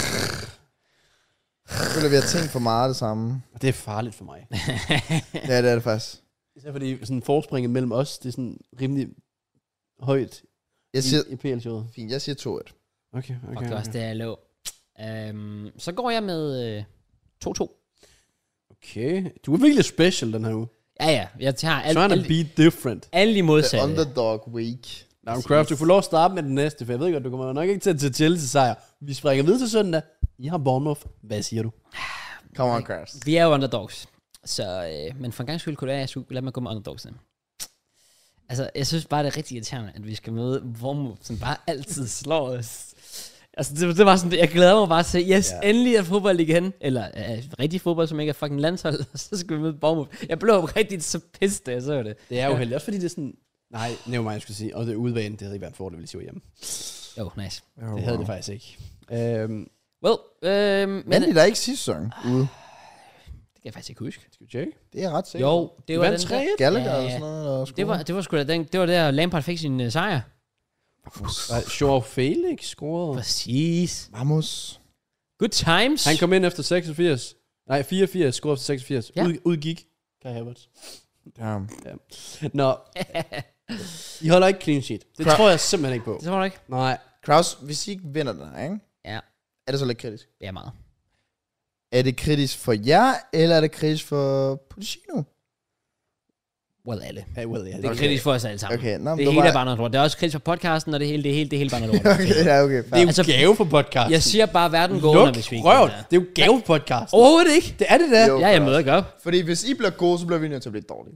Speaker 3: Jeg føler, vi har tænkt for meget af det samme.
Speaker 2: Og det er farligt for mig.
Speaker 3: Ja, det er det faktisk.
Speaker 2: Især fordi sådan forspringet mellem os, det er sådan rimelig højt
Speaker 3: Jeg siger,
Speaker 2: i, i P L-showet.
Speaker 3: fint, jeg siger to et.
Speaker 2: Okay, okay.
Speaker 1: Okay, okay. Også det er lå. Um, så går jeg med øh, to to.
Speaker 2: Okay. Du er virkelig special den her uge.
Speaker 1: Ja, ja. Jeg tager alt,
Speaker 2: Trying to
Speaker 1: alt,
Speaker 2: be different.
Speaker 1: alle de
Speaker 3: The
Speaker 1: modsatte.
Speaker 3: underdog week.
Speaker 2: Nå, Kraft, du får lov at starte med den næste, for jeg ved godt, du kommer nok ikke til at tage Chelsea sejr. Vi springer videre til søndag. I har Bournemouth. Hvad siger du?
Speaker 3: Come on, Cross.
Speaker 1: Vi er jo underdogs. Så, øh, men for en gang skyld kunne det være, at jeg skulle lade mig gå med underdogsene. Altså, jeg synes bare, det er rigtig irriterende, at vi skal møde Bournemouth, som bare altid slår os. Altså, det, det var sådan, jeg glæder mig bare til, yes,
Speaker 2: Ja.
Speaker 1: yeah. endelig er fodbold igen. Eller uh, rigtig fodbold, som ikke er fucking landshold. Så skal vi møde Bournemouth. Jeg blev rigtig så pissed, da jeg så det.
Speaker 2: Det er jo heldigt, også fordi det er sådan... Nej, never mind, jeg skulle sige. Og det er udvane, det havde ikke været en fordel, hvis I var hjemme.
Speaker 1: Jo, oh, nice.
Speaker 3: Oh,
Speaker 2: Det havde det faktisk ikke. Øhm,
Speaker 1: Well, øh, men
Speaker 3: Men
Speaker 1: det
Speaker 3: de der ikke sidste sæson ude.
Speaker 1: kan jeg faktisk ikke huske.
Speaker 2: skal vi tjekke?
Speaker 3: Det er jeg ret sikker.
Speaker 1: Jo, det
Speaker 2: Vi
Speaker 1: var
Speaker 2: vandt
Speaker 1: den
Speaker 2: tre
Speaker 1: der.
Speaker 2: et.
Speaker 3: Gallagher
Speaker 1: Ja,
Speaker 3: eller
Speaker 1: ja.
Speaker 3: sådan noget. Der
Speaker 1: Det var, det var sgu da den, det var der Lampard fik sin uh, sejr.
Speaker 2: Joao Felix scorede.
Speaker 1: Præcis.
Speaker 3: Vamos.
Speaker 1: Good times.
Speaker 2: Han kom ind efter seksogfirs. Nej, fireogfirs, scorede efter seksogfirs.
Speaker 1: Ja.
Speaker 2: Ud, udgik Kai Havertz.
Speaker 3: Damn.
Speaker 2: Nå. I holder ikke clean sheet. Det
Speaker 3: Klar.
Speaker 2: tror jeg simpelthen ikke på.
Speaker 1: Det tror du ikke?
Speaker 2: Nej.
Speaker 3: Kraus, hvis I ikke vinder den her, ikke?
Speaker 1: Ja.
Speaker 3: Er det så lidt kritisk?
Speaker 1: Det er meget.
Speaker 3: Er det kritisk for jer, eller er det kritisk for Pochettino?
Speaker 1: Well, alle.
Speaker 2: Ja, well, ja,
Speaker 1: Det er
Speaker 3: Okay.
Speaker 1: kritisk for os alle sammen.
Speaker 3: Okay, nå, men
Speaker 1: det
Speaker 3: var
Speaker 1: hele er
Speaker 3: bare-
Speaker 1: bare noget lort. Det er også kritisk for podcasten, og det hele, det hele, det hele bare noget lort.
Speaker 3: Okay, ja, okay.
Speaker 2: Det er jo
Speaker 1: Altså,
Speaker 2: gave for podcast.
Speaker 1: Jeg siger bare, at verden går
Speaker 2: Luk
Speaker 1: under, hvis vi ikke
Speaker 2: røven.
Speaker 1: vinder.
Speaker 2: Det er jo gave for podcast.
Speaker 1: Overhovedet ikke.
Speaker 2: Det er det der.
Speaker 3: Jo.
Speaker 1: Ja, jeg møder ikke op.
Speaker 3: Fordi hvis I bliver gode, så bliver vi nødt til at blive dårlige.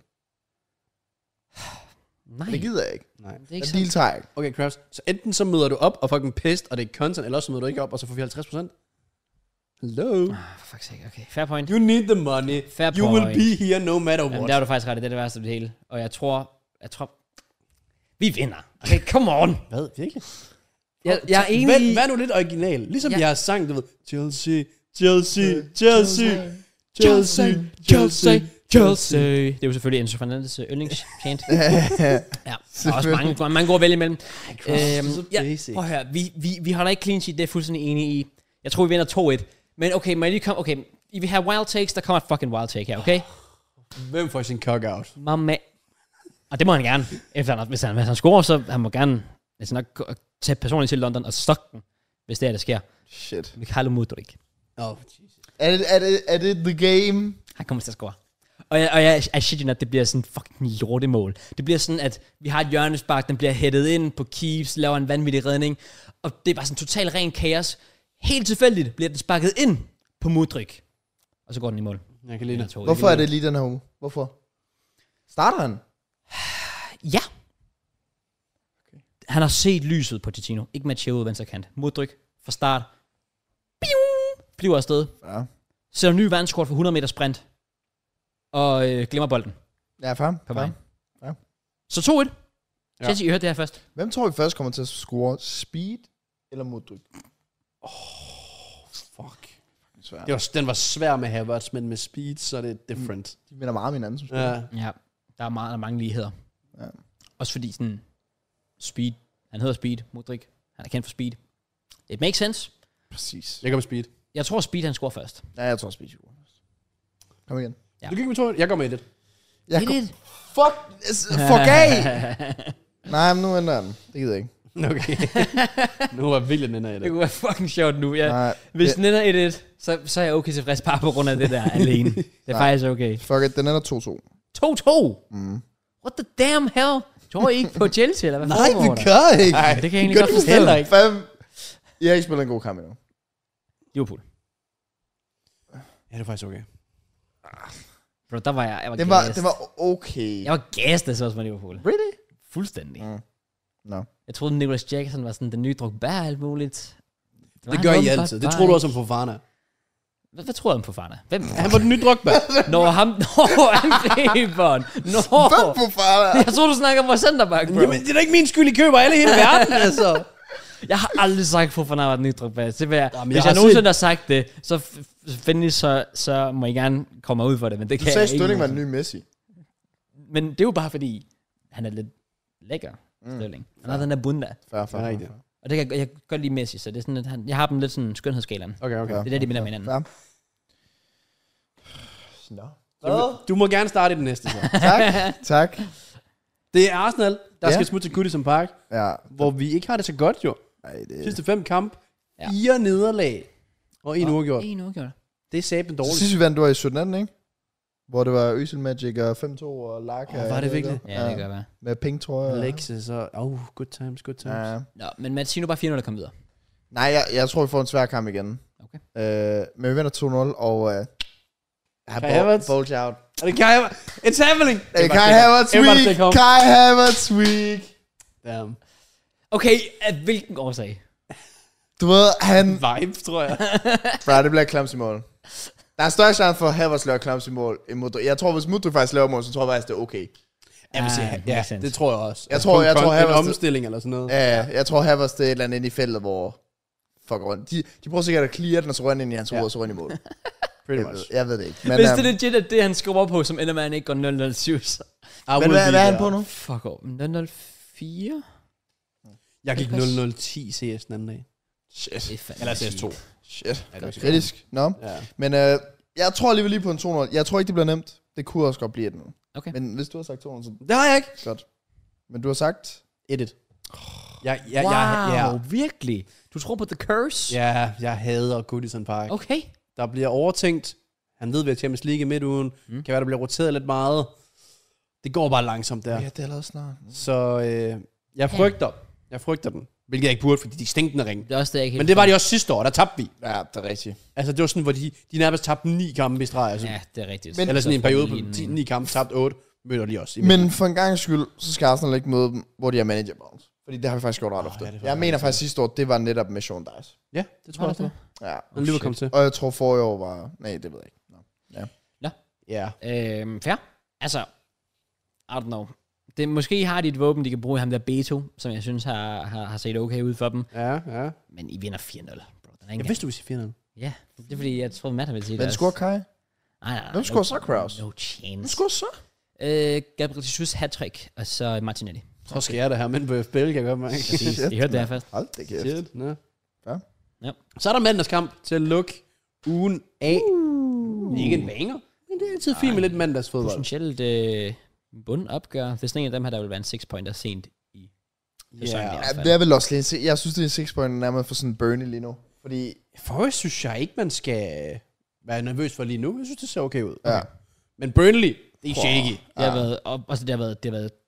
Speaker 1: Nej,
Speaker 3: Det gider jeg ikke.
Speaker 2: Nej.
Speaker 1: det er ikke
Speaker 3: Jeg
Speaker 1: sådan.
Speaker 3: deal tager jeg ikke.
Speaker 2: Okay, Kraus. Så enten så møder du op og fucking pissed, og det er content, eller så møder du ikke op, og så får vi halvtreds procent. Hello.
Speaker 1: Ah, for fuck's sake, okay. Fair point.
Speaker 2: You need the money.
Speaker 1: Fair
Speaker 2: You will
Speaker 1: point.
Speaker 2: be here no matter
Speaker 1: Jamen,
Speaker 2: what.
Speaker 1: der er du faktisk ret i. Det er det værste af det hele. Og jeg tror, jeg tror, vi vinder. Okay, come on.
Speaker 2: Hvad? Virkelig?
Speaker 1: Jeg, jeg er enig
Speaker 2: Hvad,
Speaker 1: i...
Speaker 2: hvad nu lidt original? Ligesom
Speaker 1: Ja.
Speaker 2: ja. jeg har sang, du ved, Chelsea, Chelsea, Chelsea,
Speaker 1: Chelsea,
Speaker 2: Chelsea,
Speaker 1: Chelsea, Chelsea. Det er jo selvfølgelig Enzo Fernandes' yndlingschant. Ja, der er også mange, mange gode at vælge imellem.
Speaker 2: Cross, det er
Speaker 1: Øhm,
Speaker 2: så
Speaker 1: ja,
Speaker 2: basic.
Speaker 1: prøv at høre, vi, vi, vi holder ikke clean sheet, det er jeg fuldstændig enig i. Jeg tror, vi vinder to et. Men okay, må jeg lige komme... Okay, I vil have wild takes, der kommer et fucking wild take her, okay?
Speaker 2: Hvem får sin cock out?
Speaker 1: Mamma. Og det må han gerne. Efter han, hvis, han, hvis han scorer, så han må gerne altså nok gå- tage personligt til London og stokke den, hvis det er, det sker.
Speaker 3: Shit.
Speaker 1: Mikhailo Mudryk.
Speaker 2: Oh, Jesus.
Speaker 3: Er det, er det, er det the game?
Speaker 1: Han kommer til at score. Og jeg, og jeg, I shit you not, det bliver sådan fucking lortemål. Det bliver sådan, at vi har et hjørnespark, den bliver hættet ind på Keeves, laver en vanvittig redning, og det er bare sådan total ren kaos. Helt tilfældigt bliver den sparket ind på Mudryk. Og så går den i mål.
Speaker 2: Jeg kan lide det.
Speaker 3: Hvorfor er det lige den her uge? Hvorfor? Starter han?
Speaker 1: Ja. Okay. Han har set lyset på Titino. Ikke matche ud venstre kant. Mudryk fra start. Piu! Flyver afsted.
Speaker 3: Ja.
Speaker 1: Sætter ny verdenskort for hundrede meter sprint. Og øh, glemmer bolden
Speaker 3: Ja, fair.
Speaker 1: på
Speaker 3: fair.
Speaker 1: vej. Så to et.
Speaker 2: Ja.
Speaker 1: Chelsea, I hørte det her først.
Speaker 3: Hvem tror vi først kommer til at score? Speed eller Mudryk?
Speaker 2: Fuck.
Speaker 3: Svært.
Speaker 2: Det var, den var svær med Havertz, men med speed, så er det different.
Speaker 3: De minder meget om hinanden, som spiller.
Speaker 2: Ja.
Speaker 1: Ja, der er meget, der er mange ligheder.
Speaker 3: Ja.
Speaker 1: Også fordi sådan, Speed, han hedder Speed, Mudryk, han er kendt for Speed. It makes sense.
Speaker 3: Præcis.
Speaker 2: Jeg går med speed.
Speaker 1: Jeg tror, Speed han scorer først.
Speaker 3: Ja, jeg tror Speed. Kom igen.
Speaker 1: Ja.
Speaker 2: Du gik med to, jeg går med et.
Speaker 3: Jeg
Speaker 1: Et
Speaker 3: kom,
Speaker 1: et.
Speaker 3: fuck, fuck af! Nej, men nu ændrer jeg den. Det gider jeg ikke.
Speaker 2: Okay. Nu var virkelig den af
Speaker 1: Det
Speaker 2: det.
Speaker 1: kunne være fucking sjovt nu. Ja.
Speaker 3: Nej,
Speaker 1: Hvis
Speaker 3: det-
Speaker 1: den ender et et, så, så er jeg okay tilfreds bare på grund af det der alene. Det er
Speaker 3: Nej.
Speaker 1: faktisk okay.
Speaker 3: Fuck it, den ender to to.
Speaker 1: to to.
Speaker 3: Mm.
Speaker 1: What the damn hell? Tror I ikke på Chelsea, eller hvad
Speaker 2: Nej,
Speaker 1: foregår
Speaker 2: vi
Speaker 1: der?
Speaker 2: gør ikke.
Speaker 1: Nej, det kan jeg egentlig
Speaker 2: gør
Speaker 1: godt
Speaker 2: du
Speaker 1: forstå.
Speaker 2: heller ikke.
Speaker 3: Fem. Jeg har ikke spillet en god kamp endnu.
Speaker 1: Liverpool.
Speaker 2: Ja, det er faktisk okay.
Speaker 1: Bro, der var jeg, jeg var
Speaker 3: Det var,
Speaker 1: gassed.
Speaker 3: det var okay.
Speaker 1: Jeg var gassed, så også med Liverpool.
Speaker 3: Really?
Speaker 1: Fuldstændig.
Speaker 3: Mm. No.
Speaker 1: Jeg troede, Nicholas Jackson var sådan den nye Drogba og alt muligt. var
Speaker 2: Det
Speaker 1: han
Speaker 2: gør I
Speaker 1: åbenbart
Speaker 2: altid. Det
Speaker 1: bare
Speaker 2: tror du
Speaker 1: ikke.
Speaker 2: også om Fofana.
Speaker 1: Hvad, hvad tror du om Fofana? Hvem?
Speaker 2: Han var den nye Drogba.
Speaker 1: Nå, ham... Nå, angriberen. Nå.
Speaker 3: Hvem på far?
Speaker 1: Jeg tror du snakker om vores centerback, bro.
Speaker 2: Jamen, det er da ikke min skyld, I køber alle i hele verden, altså.
Speaker 1: Jeg har aldrig sagt, at Fofana var den nye Drogba. Det vil jeg,
Speaker 2: Jamen,
Speaker 1: hvis
Speaker 2: jeg
Speaker 1: jeg,
Speaker 2: har
Speaker 1: nogensinde
Speaker 2: set-
Speaker 1: har sagt det, så f- f- venlig, så, så må I gerne komme ud for det. Men det
Speaker 3: Du
Speaker 1: kan
Speaker 3: sagde,
Speaker 1: jeg ikke
Speaker 3: Stølling var den
Speaker 1: nogensinde.
Speaker 3: nye Messi.
Speaker 1: Men det er jo bare fordi, han er lidt lækker, Stølling. Han har den der bunda.
Speaker 3: Fair,
Speaker 2: Det
Speaker 3: fair,
Speaker 2: er
Speaker 3: fair.
Speaker 2: rigtigt.
Speaker 1: Og det kan jeg, jeg kan godt lide Messi, så det er sådan, at han, jeg har dem lidt sådan skønhedsskalaen.
Speaker 2: Okay, okay.
Speaker 3: Ja.
Speaker 1: Det er det, de minder om hinanden.
Speaker 3: Fair. Nå.
Speaker 2: Du, du må gerne starte i den næste, så.
Speaker 3: Tak, tak.
Speaker 2: Det er Arsenal, der
Speaker 3: Ja.
Speaker 2: skal smutte til Goodison Park,
Speaker 3: Ja.
Speaker 2: hvor vi ikke har det så godt, jo.
Speaker 3: Ej, det...
Speaker 2: Sidste fem kamp,
Speaker 1: Ja.
Speaker 2: fire nederlag og en uafgjort.
Speaker 1: En uafgjort.
Speaker 2: Det er sablen
Speaker 3: Så
Speaker 2: dårligt.
Speaker 3: sidst vi vandt, du var i sytten atten, ikke? Hvor det var Øsel Magic og fem to og Laka.
Speaker 2: Åh, var det virkelig?
Speaker 1: Ja, det gør jeg.
Speaker 3: Med pink, tror jeg.
Speaker 2: Alexis og... Oh, good times, good times.
Speaker 3: Ja.
Speaker 1: Nå, men Mads, sig nu bare fire nul, der kom videre.
Speaker 3: Nej, jeg, jeg tror, vi får en svær kamp igen.
Speaker 1: Okay.
Speaker 3: Øh, men vi vinder to nul, og... Øh,
Speaker 2: Kai Havertz?
Speaker 3: Bulge out.
Speaker 2: Er det Kai Havertz? It's happening!
Speaker 3: Hey, Kai Havertz
Speaker 2: Everybody
Speaker 3: week!
Speaker 2: take home.
Speaker 3: Kai Havertz week!
Speaker 2: Damn.
Speaker 1: Okay, af hvilken årsag?
Speaker 3: Du ved, han...
Speaker 2: Vibe, tror jeg.
Speaker 3: Bro, det bliver Klams i mål. Der er større chance for, at Havertz laver Klams i mål end Mudryk. Jeg tror, hvis Mudryk faktisk laver mål, så tror jeg faktisk, det er okay.
Speaker 2: Jeg vil sige,
Speaker 1: Ah,
Speaker 2: ja,
Speaker 1: makes sense.
Speaker 2: det tror jeg også.
Speaker 3: Jeg tror- jeg
Speaker 2: Kon-
Speaker 3: tror,
Speaker 2: en
Speaker 3: Havertz-
Speaker 2: omstilling eller sådan noget.
Speaker 3: Ja, jeg tror, Havertz det er et eller andet inde i feltet, hvor... Fuck rundt. De, de prøver sikkert at clear den, og så rører den ind i hans hoved,
Speaker 2: Ja.
Speaker 3: og så rører den i mål.
Speaker 2: Pretty
Speaker 3: Jeg ved,
Speaker 2: much.
Speaker 3: jeg ved det ikke. Men,
Speaker 1: Hvis
Speaker 3: um,
Speaker 1: det er legit, at det han skubber på, som ender med, at han ikke går nul nul syv, så...
Speaker 2: I
Speaker 3: men
Speaker 2: will
Speaker 3: hvad,
Speaker 2: be
Speaker 3: hvad er han
Speaker 2: there.
Speaker 3: på nu?
Speaker 1: Fuck off. nul nul fire?
Speaker 2: Jeg gik nul nul ti C S den anden dag.
Speaker 3: Shit.
Speaker 1: Det er fandme
Speaker 2: Eller C S to.
Speaker 1: cheap.
Speaker 3: Shit.
Speaker 2: Ja, det er
Speaker 3: Kritisk. Nå.
Speaker 2: Ja.
Speaker 3: Men øh, jeg tror alligevel lige på en to nul. Jeg tror ikke, det bliver nemt. Det kunne også godt blive et nul.
Speaker 1: Okay.
Speaker 3: Men hvis du har sagt to nul, så
Speaker 2: Det har jeg ikke.
Speaker 3: godt. Men du har sagt...
Speaker 2: et et. Jeg, jeg,
Speaker 1: Wow,
Speaker 2: jeg, jeg,
Speaker 1: virkelig? Du tror på The Curse?
Speaker 2: ja, jeg hader Goodison Park.
Speaker 1: Okay.
Speaker 2: Der bliver overtænkt. Han ved, vi har Champions League i midtugen. Mm. Kan være, der bliver roteret lidt meget. Det går bare langsomt der.
Speaker 3: Ja, det er allerede snart.
Speaker 2: Så øh, jeg frygter. Jeg frygter den. Hvilket jeg ikke burde, fordi de stinkende ring.
Speaker 1: Det er også det, jeg ikke helt
Speaker 2: Men det var de også sidste år, der tabte vi.
Speaker 3: Ja, det er rigtigt.
Speaker 2: Altså, det var sådan, hvor de, de nærmest tabte ni kampe i streg. Altså.
Speaker 1: Ja, det er rigtigt.
Speaker 3: Men-
Speaker 2: Eller sådan en
Speaker 1: Så får
Speaker 2: periode
Speaker 1: de
Speaker 2: på
Speaker 1: lige
Speaker 2: ti,
Speaker 1: en-
Speaker 2: ni kampe, tabte otte. Møder de også. i midten.
Speaker 3: Men for en gang skyld, så skal Arsenal ikke møde dem, hvor de er manager bounce. Fordi det har vi faktisk gjort ret
Speaker 2: Åh,
Speaker 3: ofte.
Speaker 2: ja, det var
Speaker 3: Jeg mener
Speaker 2: faktisk
Speaker 3: faktisk sidste år, det var netop med Sean Dice.
Speaker 2: Ja, det tror jeg også. det
Speaker 3: Ja.
Speaker 2: var. Han lige var kommet til.
Speaker 3: Og jeg tror forrige år var... Nej, det ved jeg ikke. Nå.
Speaker 2: Ja.
Speaker 1: Øhm, fair. Altså, I don't know. Det, måske har de et våben, de kan bruge i ham der Beto, som jeg synes har, har, har set okay ud for dem.
Speaker 2: Ja, ja.
Speaker 1: Men I vinder fire nul, bro. Den er ikke
Speaker 2: Jeg vidste, du ville sige fire nul.
Speaker 1: Ja, det er fordi, jeg troede, Matt ville sige
Speaker 3: Men
Speaker 1: det.
Speaker 3: scorer Kai?
Speaker 1: Nej, nej, nej.
Speaker 3: Hvem scorer så, Kraus?
Speaker 1: No
Speaker 3: Hvem
Speaker 1: chance.
Speaker 3: scorer så?
Speaker 1: Øh, Gabriel Jesus hat-trick, og så Martinelli.
Speaker 2: Så skal jeg det her, men på F B L kan jeg godt mærke.
Speaker 1: Præcis. I hørte det her først.
Speaker 3: Hold det kæft.
Speaker 2: Shit, ja.
Speaker 3: Ja.
Speaker 1: Ja.
Speaker 2: Så er der mandagskamp til at lukke ugen af. Uh. Ikke en banger, men det er altid fint med lidt mandagsfodbold.
Speaker 1: Potentielt øh, bundopgør. Det er sådan en af dem her, der vil være en six-pointer sent i sæsonen.
Speaker 2: Ja.
Speaker 1: i hvert
Speaker 3: Ja,
Speaker 1: fald.
Speaker 3: det er vel også lidt... Jeg synes, det er en six point nærmest for sådan en Burnley lige nu. Fordi...
Speaker 2: Forrest synes jeg ikke, man skal være nervøs for lige nu. Jeg synes, det ser okay ud.
Speaker 3: Ja.
Speaker 2: Men Burnley, det er shaky.
Speaker 1: Det har været, og, altså, det har været, det har været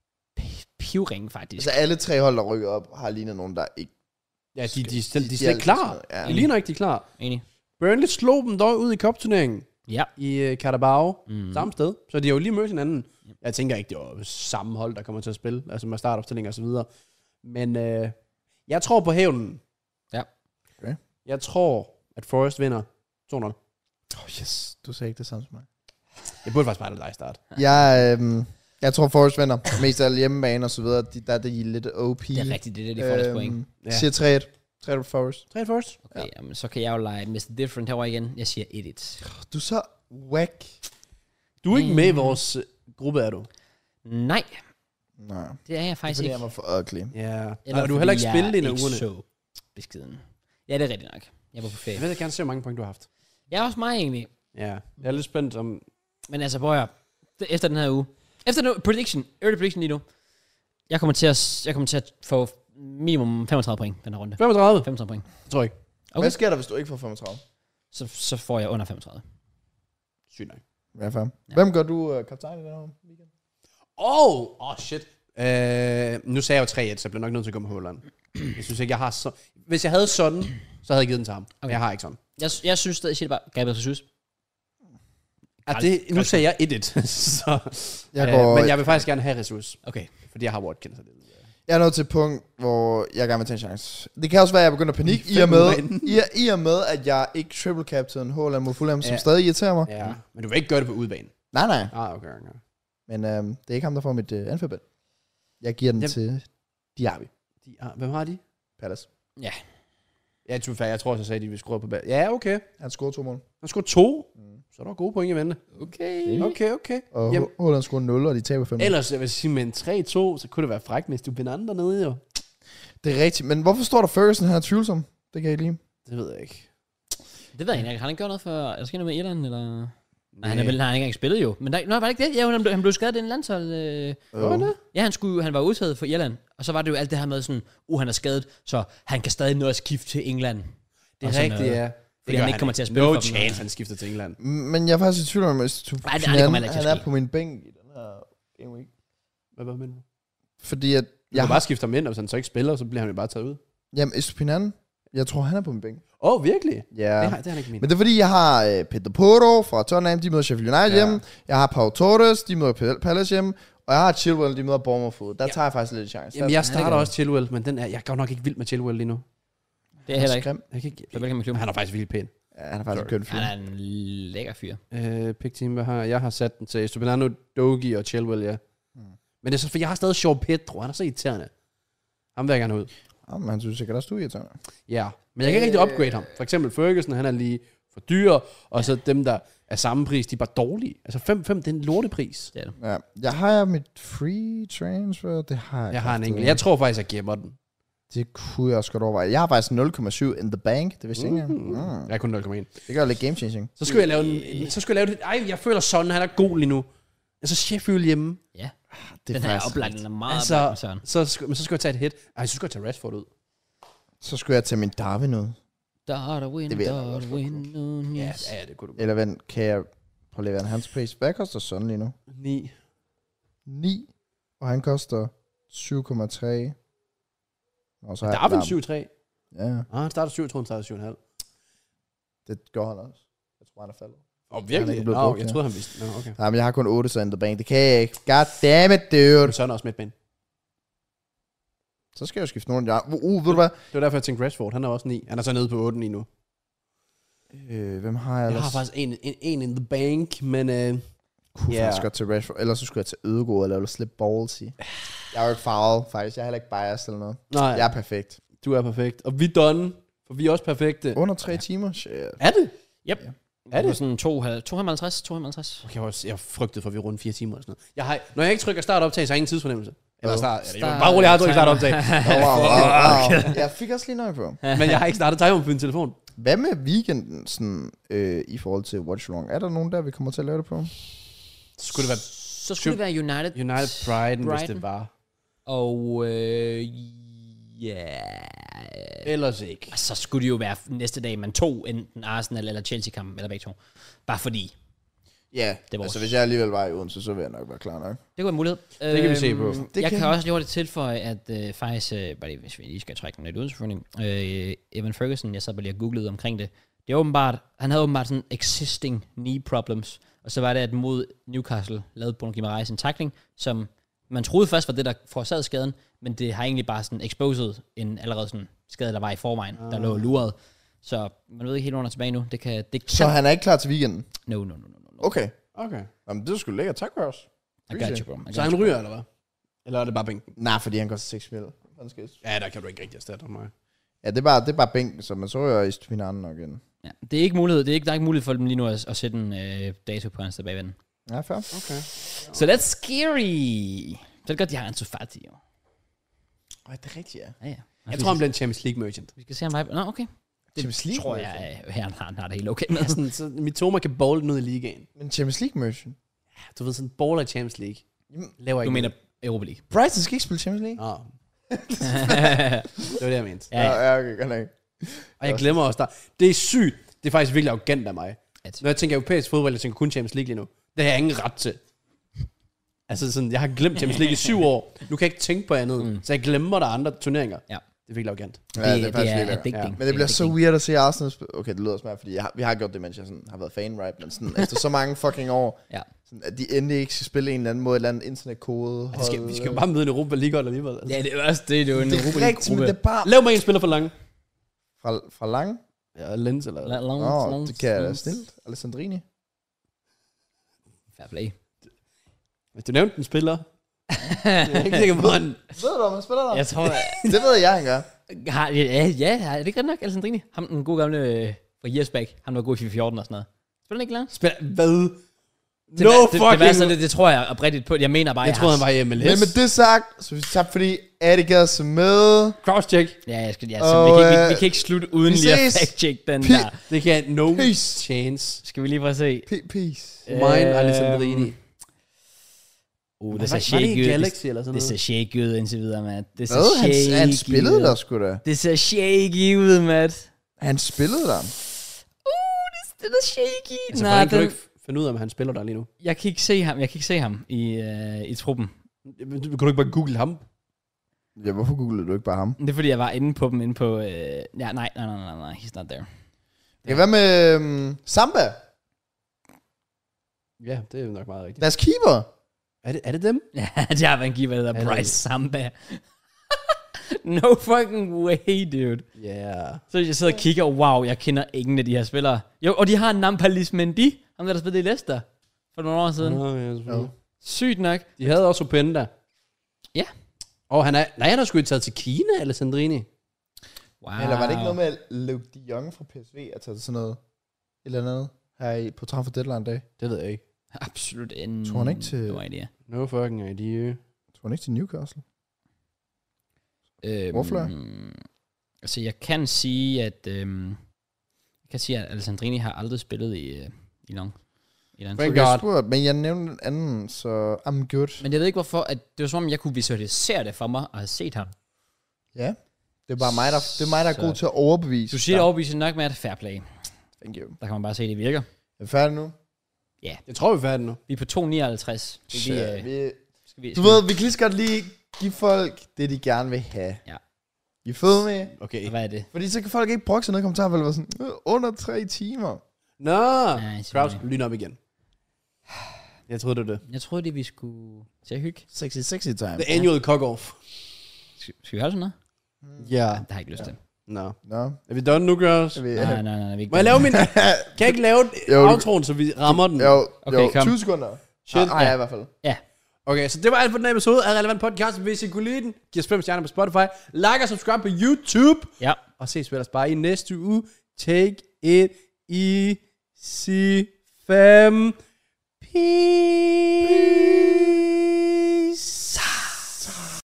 Speaker 1: p- pivring, faktisk.
Speaker 3: Altså alle tre hold, der rykker op, har lignet nogen, der ikke...
Speaker 2: Ja, de, de, de, de,
Speaker 3: de-
Speaker 2: de er
Speaker 3: de
Speaker 2: slet
Speaker 3: er
Speaker 2: ikke klar.
Speaker 3: altid sådan- ja.
Speaker 2: De ligner ikke, de er klar.
Speaker 1: Enig.
Speaker 2: Burnley slog dem dog ud i cupturneringen
Speaker 1: Ja.
Speaker 2: i uh, Carabao.
Speaker 1: Mm.
Speaker 2: Mm. Samme sted. Så de har jo lige mødt hinanden. Jeg tænker ikke, det var samme hold, der kommer til at spille. Altså med startopstilling og så videre. Men uh, jeg tror på hævnen.
Speaker 1: Ja.
Speaker 3: Okay.
Speaker 2: Jeg tror, at Forest vinder to nul.
Speaker 3: Oh yes, du sagde ikke det samme som mig.
Speaker 2: Jeg burde faktisk bare lade dig starte.
Speaker 3: Jeg, øhm, jeg tror, Forrest vinder. Mest af alle hjemmebane og så videre. De, der er de lidt O P.
Speaker 1: Det er rigtigt, det er det, de får deres point.
Speaker 3: Øhm,
Speaker 2: Ja.
Speaker 3: siger tre et. tre et Forrest.
Speaker 2: tre Forest.
Speaker 1: Okay, ja. Jamen, så kan jeg jo lege mister Different herovre igen. Jeg siger et et.
Speaker 3: Du er så whack.
Speaker 2: Du er ikke med i
Speaker 1: Mm.
Speaker 2: vores uh, gruppe, er du?
Speaker 1: Nej,
Speaker 3: Nej.
Speaker 1: det er jeg
Speaker 3: Det er
Speaker 1: faktisk
Speaker 3: fordi,
Speaker 1: ikke.
Speaker 3: jeg var for ugly.
Speaker 2: Ja.
Speaker 1: Eller
Speaker 2: Og du har heller ikke
Speaker 1: fordi
Speaker 2: spillet
Speaker 1: jeg
Speaker 2: en af
Speaker 1: ikke
Speaker 2: ugerne.
Speaker 1: så beskeden. Ja, det er rigtigt nok. Jeg var på ferie.
Speaker 2: Jeg vil gerne se, hvor mange point du har haft.
Speaker 1: Jeg er også mig egentlig.
Speaker 2: Ja. Jeg er lidt spændt om...
Speaker 1: Men altså, prøv at høre. Det- Efter den her uge. Efter nu, prediction. Early prediction lige nu. Jeg kommer til at, jeg kommer til at få minimum femogtredive point den her runde.
Speaker 2: femogtredive.
Speaker 1: femogtredive point.
Speaker 2: Jeg tror ikke.
Speaker 1: Okay.
Speaker 3: Hvad sker der, hvis du ikke får femogtredive?
Speaker 1: Så, så får jeg under femogtredive.
Speaker 2: Sygt nok.
Speaker 3: Ja, fem.
Speaker 1: Ja.
Speaker 3: Hvem gør du uh, kaptajn i den her weekend?
Speaker 2: Oh, oh shit. Uh, nu sagde jeg jo tre et, så jeg bliver nok nødt til at gå med Holland. Jeg synes ikke, jeg har så... Hvis jeg havde sådan, så havde jeg givet den til ham. Okay. Jeg har ikke sådan.
Speaker 1: Jeg, jeg synes stadig, jeg siger det bare, Gabriel Jesus.
Speaker 2: Ah, det, nu sagde jeg et et. så,
Speaker 3: Jeg,
Speaker 2: uh,
Speaker 3: går,
Speaker 2: men jeg vil faktisk gerne have ressource,
Speaker 1: Okay.
Speaker 2: fordi jeg har Watkins. Og det.
Speaker 3: jeg er nået til et punkt, hvor jeg gerne vil tage en chance. Det kan også være, at jeg begynder at panik, i og, med, i, i og med, at jeg ikke triple captain Haaland mod Fulham, som
Speaker 2: Ja.
Speaker 3: stadig irriterer mig.
Speaker 2: Ja, men du vil ikke gøre det på udebane.
Speaker 3: Nej, nej.
Speaker 2: Ah, okay, okay.
Speaker 3: Men øhm, det er ikke ham, der får mit øh, anførbænd. Jeg giver den
Speaker 2: Jamen.
Speaker 3: til Diaby.
Speaker 2: De har, hvem har de?
Speaker 3: Palace.
Speaker 1: Ja.
Speaker 2: Ja, jeg tror, jeg tror, så sagde de, vi skruer på bag. Ja, okay.
Speaker 3: Han scorede to mål.
Speaker 2: Han scorer to.
Speaker 3: Mm.
Speaker 2: Så er der gode point i vente.
Speaker 1: Okay.
Speaker 2: Okay, okay.
Speaker 3: Og
Speaker 2: Jamen.
Speaker 3: H- Haaland scorede nul, og de taber fem.
Speaker 2: Ellers, jeg vil sige, med en tre to, så kunne det være frækt, hvis du binder andre nede, jo.
Speaker 3: Det er rigtigt. Men hvorfor står der Ferguson, han er tvivlsom? Det kan jeg ikke lide.
Speaker 2: Det ved jeg ikke.
Speaker 1: Det ved jeg ikke. Har han ikke gjort noget for... Er der sket noget med Irland, eller... Nej, han, er, vel- han har ikke engang spillet jo. Men der, nå, var det ikke det? Ja, han blev, han blev skadet i en landshold. Øh.
Speaker 3: Øh.
Speaker 2: det?
Speaker 1: Ja, han, skulle, han var udtaget for Irland. Og så var det jo alt det her med sådan, uh, han er skadet, så han kan stadig nå at skifte til England.
Speaker 2: Det
Speaker 1: Og
Speaker 2: er
Speaker 1: sådan
Speaker 2: rigtigt,
Speaker 1: noget.
Speaker 2: ja.
Speaker 1: Fordi
Speaker 2: gør
Speaker 1: han ikke kommer til at spille
Speaker 2: no
Speaker 1: for dem.
Speaker 2: chance, han skifter til England.
Speaker 3: Men jeg er faktisk i tvivl om, hvis du
Speaker 1: Nej, det- det kommer heller ikke til at
Speaker 3: han er
Speaker 1: ske.
Speaker 3: på min bænk i den her game week.
Speaker 2: Hvad var det?
Speaker 3: Fordi at
Speaker 2: Jeg
Speaker 3: jeg
Speaker 2: kan
Speaker 3: har...
Speaker 2: bare skifte ham ind, og hvis han så ikke spiller, så bliver han jo bare taget ud.
Speaker 3: Jamen, Estupinan, jeg tror, han er på min bænk.
Speaker 2: Åh, oh, virkelig?
Speaker 3: Ja.
Speaker 2: Det, har, det har han ikke min.
Speaker 3: Men det er fordi, jeg har øh, Pedro Porro fra Tottenham, de møder Sheffield United
Speaker 2: Ja.
Speaker 3: hjemme. Jeg har Pau Torres, de møder Pal- Palace hjemme. Og jeg har Chilwell, de møder Bournemouth. Der
Speaker 2: Ja.
Speaker 3: tager jeg faktisk lidt chance.
Speaker 2: Jamen,
Speaker 3: Der-
Speaker 2: jeg
Speaker 1: det
Speaker 2: starter
Speaker 1: gør
Speaker 2: også Chilwell, men den er, jeg er godt nok ikke vild med Chilwell lige nu.
Speaker 1: Det er heller ikke.
Speaker 3: Grim.
Speaker 2: Jeg kan ikke,
Speaker 1: Så velkommen i klubben.
Speaker 2: han er faktisk virkelig pæn.
Speaker 3: Ja, han er faktisk kønt fyr.
Speaker 1: Han er en lækker fyr.
Speaker 2: Øh, pick team, hvad har jeg har sat den til? Estupinano, Dogi og Chilwell, ja. Mm. Men det er så, for jeg har stadig Shaw Pedro, han er så irriterende. Ham vil jeg gerne have ud.
Speaker 3: Jamen, han synes sikkert også, du er irriterende.
Speaker 2: Ja, men jeg kan ikke rigtig upgrade ham. For eksempel Ferguson, han er lige for dyr, og så dem, der er samme pris, de er bare dårlige. Altså fem fem, det er en lortepris.
Speaker 1: Det er det.
Speaker 3: Ja. Jeg har mit free transfer, det har jeg.
Speaker 2: Jeg har en
Speaker 3: kraftigt.
Speaker 2: enkelt. Jeg tror faktisk, jeg gemmer den.
Speaker 3: Det kunne jeg også godt overveje. Jeg har faktisk nul komma syv in the bank. Det vidste jeg ikke.
Speaker 2: Mm.
Speaker 3: Mm.
Speaker 2: Jeg er kun nul komma en.
Speaker 3: Det gør lidt game changing.
Speaker 2: Så skulle jeg lave en, så skulle jeg lave det. Ej, jeg føler sådan, han er god lige nu. Altså Sheffield hjemme.
Speaker 1: Ja.
Speaker 3: Det er
Speaker 1: Den her
Speaker 3: faktisk
Speaker 1: oplagt, den er meget
Speaker 2: Altså,
Speaker 1: oplagt, Søren.
Speaker 2: så, så, men så skulle jeg tage et hit. Ej, så skulle jeg tage Rashford ud.
Speaker 3: Så skulle jeg tage min Darwin ud.
Speaker 1: Daughter win,
Speaker 3: Det vil jeg nok
Speaker 1: daughter
Speaker 3: også
Speaker 1: win, oh,
Speaker 2: Ja,
Speaker 1: yes.
Speaker 2: ja, det kunne du.
Speaker 3: Eller vent, kan jeg prøve at levere en hans pris? Hvad koster sådan lige nu?
Speaker 2: ni.
Speaker 3: ni. Og han koster syv komma tre. Og så har
Speaker 2: Der
Speaker 3: jeg
Speaker 2: er vel
Speaker 3: Lam.
Speaker 2: syv tre.
Speaker 3: Ja,
Speaker 2: Ah, han starter syv, jeg tror han starter syv komma fem.
Speaker 3: det gør han også. Jeg tror, han er faldet.
Speaker 2: Åh, oh,
Speaker 3: Han er
Speaker 2: virkelig?
Speaker 3: ikke blevet
Speaker 2: Nå,
Speaker 3: brugt,
Speaker 2: jeg
Speaker 3: ja.
Speaker 2: troede, han vidste. Nå, okay.
Speaker 3: Nej, men jeg har kun otte så in the bank. Det kan jeg ikke. God damn it, dude.
Speaker 2: Men så er han også midtbane.
Speaker 3: Så skal jeg jo skifte nogen. Ja. Uh, uh, ved du hvad?
Speaker 2: Det var derfor, jeg tænkte Rashford. Han er også ni. Han er så nede på otte lige nu.
Speaker 3: Øh, hvem har jeg
Speaker 2: Jeg
Speaker 3: ellers?
Speaker 2: har faktisk en, en, en in the bank, men... Uh,
Speaker 3: Kunne
Speaker 2: Ja.
Speaker 3: faktisk godt til Rashford. Ellers så skulle jeg til Ødegaard eller eller slip balls i. Jeg er jo ikke farvet, faktisk. Jeg er heller ikke biased eller noget.
Speaker 2: nej,
Speaker 3: Jeg er perfekt.
Speaker 2: du er perfekt. Og vi er done, for vi er også perfekte.
Speaker 3: Under tre timer? Shit.
Speaker 2: Er det?
Speaker 1: Yep.
Speaker 2: Er det?
Speaker 1: På sådan to to komma halvtreds, to komma halvtreds.
Speaker 2: Okay, jeg var, jeg var frygtet for, at vi rundt fire timer og sådan noget. Jeg har, når jeg ikke trykker start optag, så har jeg ingen tidsfornemmelse. Eller
Speaker 3: Jo.
Speaker 2: start, eller,
Speaker 1: Start-
Speaker 2: bare roligt, jeg har trykket start optag.
Speaker 3: Oh, wow, wow, wow. Jeg fik også lige noget på.
Speaker 2: Men jeg har ikke startet timer på min telefon.
Speaker 3: Hvad med weekenden sådan, øh, i forhold til Watch Along? Er der nogen der, vi kommer til at lave det på?
Speaker 2: Så skulle det være
Speaker 1: Så skulle det være United.
Speaker 2: United Brighton, hvis
Speaker 1: Brighton.
Speaker 2: det var.
Speaker 1: Og øh, ja...
Speaker 2: Ellers ikke.
Speaker 1: Så skulle det jo være næste dag, man tog enten Arsenal eller Chelsea-kampen, eller begge to. Bare fordi.
Speaker 3: Ja,
Speaker 1: Det var
Speaker 3: altså
Speaker 1: vores.
Speaker 3: hvis jeg alligevel var i Odense, så vil jeg nok være klar nok.
Speaker 1: Det kunne være en mulighed.
Speaker 2: Det kan vi se på.
Speaker 1: Øhm,
Speaker 3: Det
Speaker 1: jeg
Speaker 3: kan
Speaker 1: kan
Speaker 3: vi.
Speaker 1: også lige hurtigt tilføje, at øh, faktisk, øh, bare lige, hvis vi lige skal trække den lidt ud selvfølgelig, øh, Evan Ferguson, jeg sad bare lige og googlede omkring det. Det er åbenbart, han havde åbenbart sådan existing knee problems, og så var det, at mod Newcastle lavede Bruno Guimaraes en tackling, som man troede først var det, der forårsagede skaden, men det har egentlig bare sådan exposed en allerede sådan skade, der var i forvejen, der lå luret. Så man ved ikke helt, hvornår han er tilbage nu. Det kan, det kan.
Speaker 3: Så han er ikke klar til weekenden?
Speaker 1: No, no, no, no, no.
Speaker 3: Okay.
Speaker 2: Okay.
Speaker 3: Jamen, det er sgu lækkert. Tak for os.
Speaker 1: I got you, bro. I got
Speaker 2: Så han
Speaker 1: you,
Speaker 2: ryger, eller hvad? Eller er det bare bænken?
Speaker 3: Nej, fordi han koster seks mil. Han skal-
Speaker 2: Ja, der kan du ikke rigtig erstatte mig.
Speaker 3: Ja, det er bare, det er bare bænken, så man så ryger i Stupinanden nok igen.
Speaker 1: Ja, det er ikke mulighed. Det er ikke, der er ikke mulighed for dem lige nu at, at sætte en øh, dato på hans tilbagevenden.
Speaker 3: Ja, fair.
Speaker 2: Okay.
Speaker 1: Så that's scary. Så er det godt, de har en Sofati, jo.
Speaker 3: Ej, det er rigtigt, ja.
Speaker 1: Ja, ja.
Speaker 2: Jeg tror, han bliver en Champions League merchant.
Speaker 1: Vi skal se ham vibe. Nå, okay. Det
Speaker 3: Champions League
Speaker 1: tror
Speaker 3: merchant?
Speaker 1: jeg, at han har, han har det helt okay med.
Speaker 2: Sådan, så Mitoma kan bowl den ud i ligaen.
Speaker 3: Men Champions League merchant?
Speaker 2: Du ved, sådan baller i Champions League.
Speaker 3: Jamen,
Speaker 2: Laver
Speaker 1: Du
Speaker 2: ikke
Speaker 1: mener Europa League.
Speaker 3: Brighton skal ikke spille Champions League?
Speaker 2: Ah. Det var det, jeg mente.
Speaker 1: Ja,
Speaker 3: Ja, ja, okay, godt nok.
Speaker 2: Og jeg glemmer også der. Det er sygt. Det er faktisk virkelig arrogant af mig.
Speaker 1: At-
Speaker 2: Når jeg tænker europæisk fodbold, jeg tænker kun Champions League lige nu. Det har jeg ingen ret til. Altså sådan, jeg har glemt Champions League i syv år. Nu kan jeg ikke tænke på andet.
Speaker 1: Mm.
Speaker 2: Så jeg glemmer, der er andre turneringer.
Speaker 1: Ja.
Speaker 2: Det er virkelig arrogant.
Speaker 3: Ja,
Speaker 1: det,
Speaker 3: det er
Speaker 1: det,
Speaker 3: faktisk
Speaker 1: er
Speaker 3: virkelig.
Speaker 1: addicting.
Speaker 2: Ja.
Speaker 3: Men det bliver så
Speaker 1: addicting.
Speaker 3: weird at se Arsenal spille. Okay, det lyder smagt, fordi jeg har, vi har gjort det, mens jeg sådan har været fan, right? Men sådan, efter så mange fucking år,
Speaker 1: Ja.
Speaker 3: sådan, at de endelig ikke skal spille en eller anden måde, et eller andet internetkode.
Speaker 2: Vi skal, vi skal jo bare møde en Europa League hold alligevel. Altså.
Speaker 1: Ja, det er også det. Det er jo en
Speaker 3: Det
Speaker 1: Europa
Speaker 3: er
Speaker 1: League
Speaker 3: rigtigt, men
Speaker 1: gruppe.
Speaker 3: det er bare...
Speaker 2: Lav mig en spiller for lange.
Speaker 3: Fra, fra lang?
Speaker 2: Ja, Lens eller...
Speaker 1: La- long-
Speaker 3: Åh,
Speaker 1: long-
Speaker 3: det kan jeg da
Speaker 1: long-
Speaker 3: snilt. Alessandrini.
Speaker 1: Fair play.
Speaker 2: Hvis du nævnte en spiller. Jeg er ikke sikker på, han...
Speaker 3: Ved du, om han spiller der?
Speaker 1: Jeg tror,
Speaker 3: Det ved jeg, han gør.
Speaker 1: har, ja, ja, er det ikke ret nok, Alessandrini? Ham, den gode gamle øh, fra years back. Han var god i FIFA fjorten og sådan noget. Spiller han ikke længere?
Speaker 2: Spiller... Hvad?
Speaker 1: Det,
Speaker 2: No
Speaker 1: det, det,
Speaker 2: fucking...
Speaker 1: det, det, det, det, tror jeg oprigtigt på. Jeg mener bare,
Speaker 2: jeg troede, han var i M L S.
Speaker 3: Men med det sagt, så vi tak fordi Adi gad sig med.
Speaker 2: Cross-check.
Speaker 1: Ja, jeg skal, ja,
Speaker 3: Og,
Speaker 1: så vi, kan ikke, vi,
Speaker 3: øh,
Speaker 1: vi kan ikke slutte uden
Speaker 3: vi
Speaker 1: lige at
Speaker 3: ses.
Speaker 1: fact-check den
Speaker 3: Pi-
Speaker 1: der.
Speaker 2: Det kan no
Speaker 3: Peace.
Speaker 2: chance.
Speaker 1: Skal vi lige prøve at se?
Speaker 3: P- Peace.
Speaker 2: Mine Alessandrini.
Speaker 1: Uh,
Speaker 2: Var
Speaker 1: det ser
Speaker 2: var det i
Speaker 1: shake ud.
Speaker 2: Galaxy eller sådan
Speaker 1: Det ser
Speaker 2: noget?
Speaker 1: shaky ud indtil videre, Matt. Det ser
Speaker 3: Hvad?
Speaker 1: shaky
Speaker 3: Han, han spillede
Speaker 1: ud.
Speaker 3: der sgu da.
Speaker 1: Det ser shaky ud, Matt.
Speaker 3: Han spillede der.
Speaker 1: Uh, det, det er shaky.
Speaker 2: Altså,
Speaker 1: Nej,
Speaker 2: hvordan kan du
Speaker 1: den,
Speaker 2: ikke finde ud af, om han spiller der lige nu?
Speaker 1: jeg kan ikke se ham. Jeg kan ikke se ham i, uh, i truppen.
Speaker 2: Kan du ikke bare google ham?
Speaker 3: Ja, hvorfor googlede du ikke bare ham?
Speaker 1: Det er fordi, jeg var inde på dem, inde på... Uh, ja, nej, nej, nej, nej, nej, he's not there.
Speaker 3: Ja, hvad med um, Samba?
Speaker 2: Ja, det er nok meget rigtigt.
Speaker 3: Deres keeper.
Speaker 2: Er det, er det dem?
Speaker 1: Ja, det har været en keeper, der
Speaker 2: Er
Speaker 1: hedder
Speaker 2: det-
Speaker 1: Bryce Samba. No fucking way, dude.
Speaker 2: Ja. Yeah.
Speaker 1: Så jeg sidder og kigger, og wow, jeg kender ingen af de her spillere. Jo, og de har Nampalys Mendy, ham der, der spillede i Leicester for nogle år siden.
Speaker 2: Nå, ja, selvfølgelig.
Speaker 1: Sygt nok.
Speaker 2: De havde også Openda.
Speaker 1: Ja.
Speaker 2: Og han er... Nej, han er sgu ikke taget til Kina, Alessandrini.
Speaker 1: Wow.
Speaker 3: Eller var det ikke noget med, at Luke de Jong fra P S V at tage sådan noget et eller andet her i, på transfer deadline dag?
Speaker 2: Det ved jeg ikke.
Speaker 1: Absolut en...
Speaker 3: Tror han ikke til-
Speaker 1: No idea.
Speaker 2: No fucking idea.
Speaker 3: Tror han ikke til Newcastle?
Speaker 1: Øhm,
Speaker 3: Hvorfor?
Speaker 1: Altså, jeg kan sige, at... Øhm, jeg kan sige, at Alessandrini har aldrig spillet i, øh, i Long. I
Speaker 2: Thank
Speaker 3: Okay,
Speaker 2: God.
Speaker 3: jeg spurgte, men jeg nævnte en anden, så I'm good.
Speaker 1: Men jeg ved ikke hvorfor, at det var som om, jeg kunne visualisere det for mig, og have set ham.
Speaker 3: Ja, det er bare mig, der, det er, mig, der er
Speaker 1: Så-
Speaker 3: god til at overbevise.
Speaker 1: Du siger det overbevisende nok med, at det er fair play.
Speaker 3: Thank you.
Speaker 1: Der kan man bare se, at det virker.
Speaker 3: Er vi færdige nu?
Speaker 2: Jeg tror, vi er færdige nu.
Speaker 1: Vi er på to komma nioghalvtreds. Skal vi,
Speaker 3: Så
Speaker 1: øh,
Speaker 3: vi,
Speaker 1: skal vi,
Speaker 3: du ved, vi kan lige så godt lige give folk det, de gerne vil have.
Speaker 1: Ja.
Speaker 3: I følger med?
Speaker 2: Okay.
Speaker 1: hvad er det?
Speaker 3: Fordi så kan folk ikke brokke sig noget i kommentarfeltet, og være sådan, "Øh, under tre timer.
Speaker 2: Nå,
Speaker 1: Nej,
Speaker 2: Kraus,
Speaker 1: selvfølgelig.
Speaker 2: lyn op igen. Jeg troede, det var det.
Speaker 1: Jeg troede, det vi skulle til at hygge.
Speaker 3: Sexy, sexy time.
Speaker 2: The annual cock-off.
Speaker 1: Skal, skal vi holde sådan noget?
Speaker 2: Ja.
Speaker 1: Det har jeg ikke lyst til.
Speaker 2: Nå.
Speaker 3: Nå.
Speaker 2: Er vi done nu, Kraus?
Speaker 3: Jeg ved,
Speaker 1: Nej, nej, nej. nej vi er ikke
Speaker 2: Må jeg lave min... Kan jeg ikke lave
Speaker 3: Jo, du-
Speaker 2: outroen, så vi rammer den?
Speaker 3: Jo,
Speaker 1: Okay,
Speaker 3: jo,
Speaker 1: kom.
Speaker 3: tyve sekunder.
Speaker 2: Shit.
Speaker 3: Nej, ja, i hvert fald.
Speaker 2: Okay, så det var alt for den her episode af Relevant Podcast. Hvis I kunne lide den, giv os fem stjerner på Spotify. Like og subscribe på YouTube.
Speaker 1: Ja.
Speaker 2: Og ses ellers bare i næste uge. Take it easy, fam. Peace.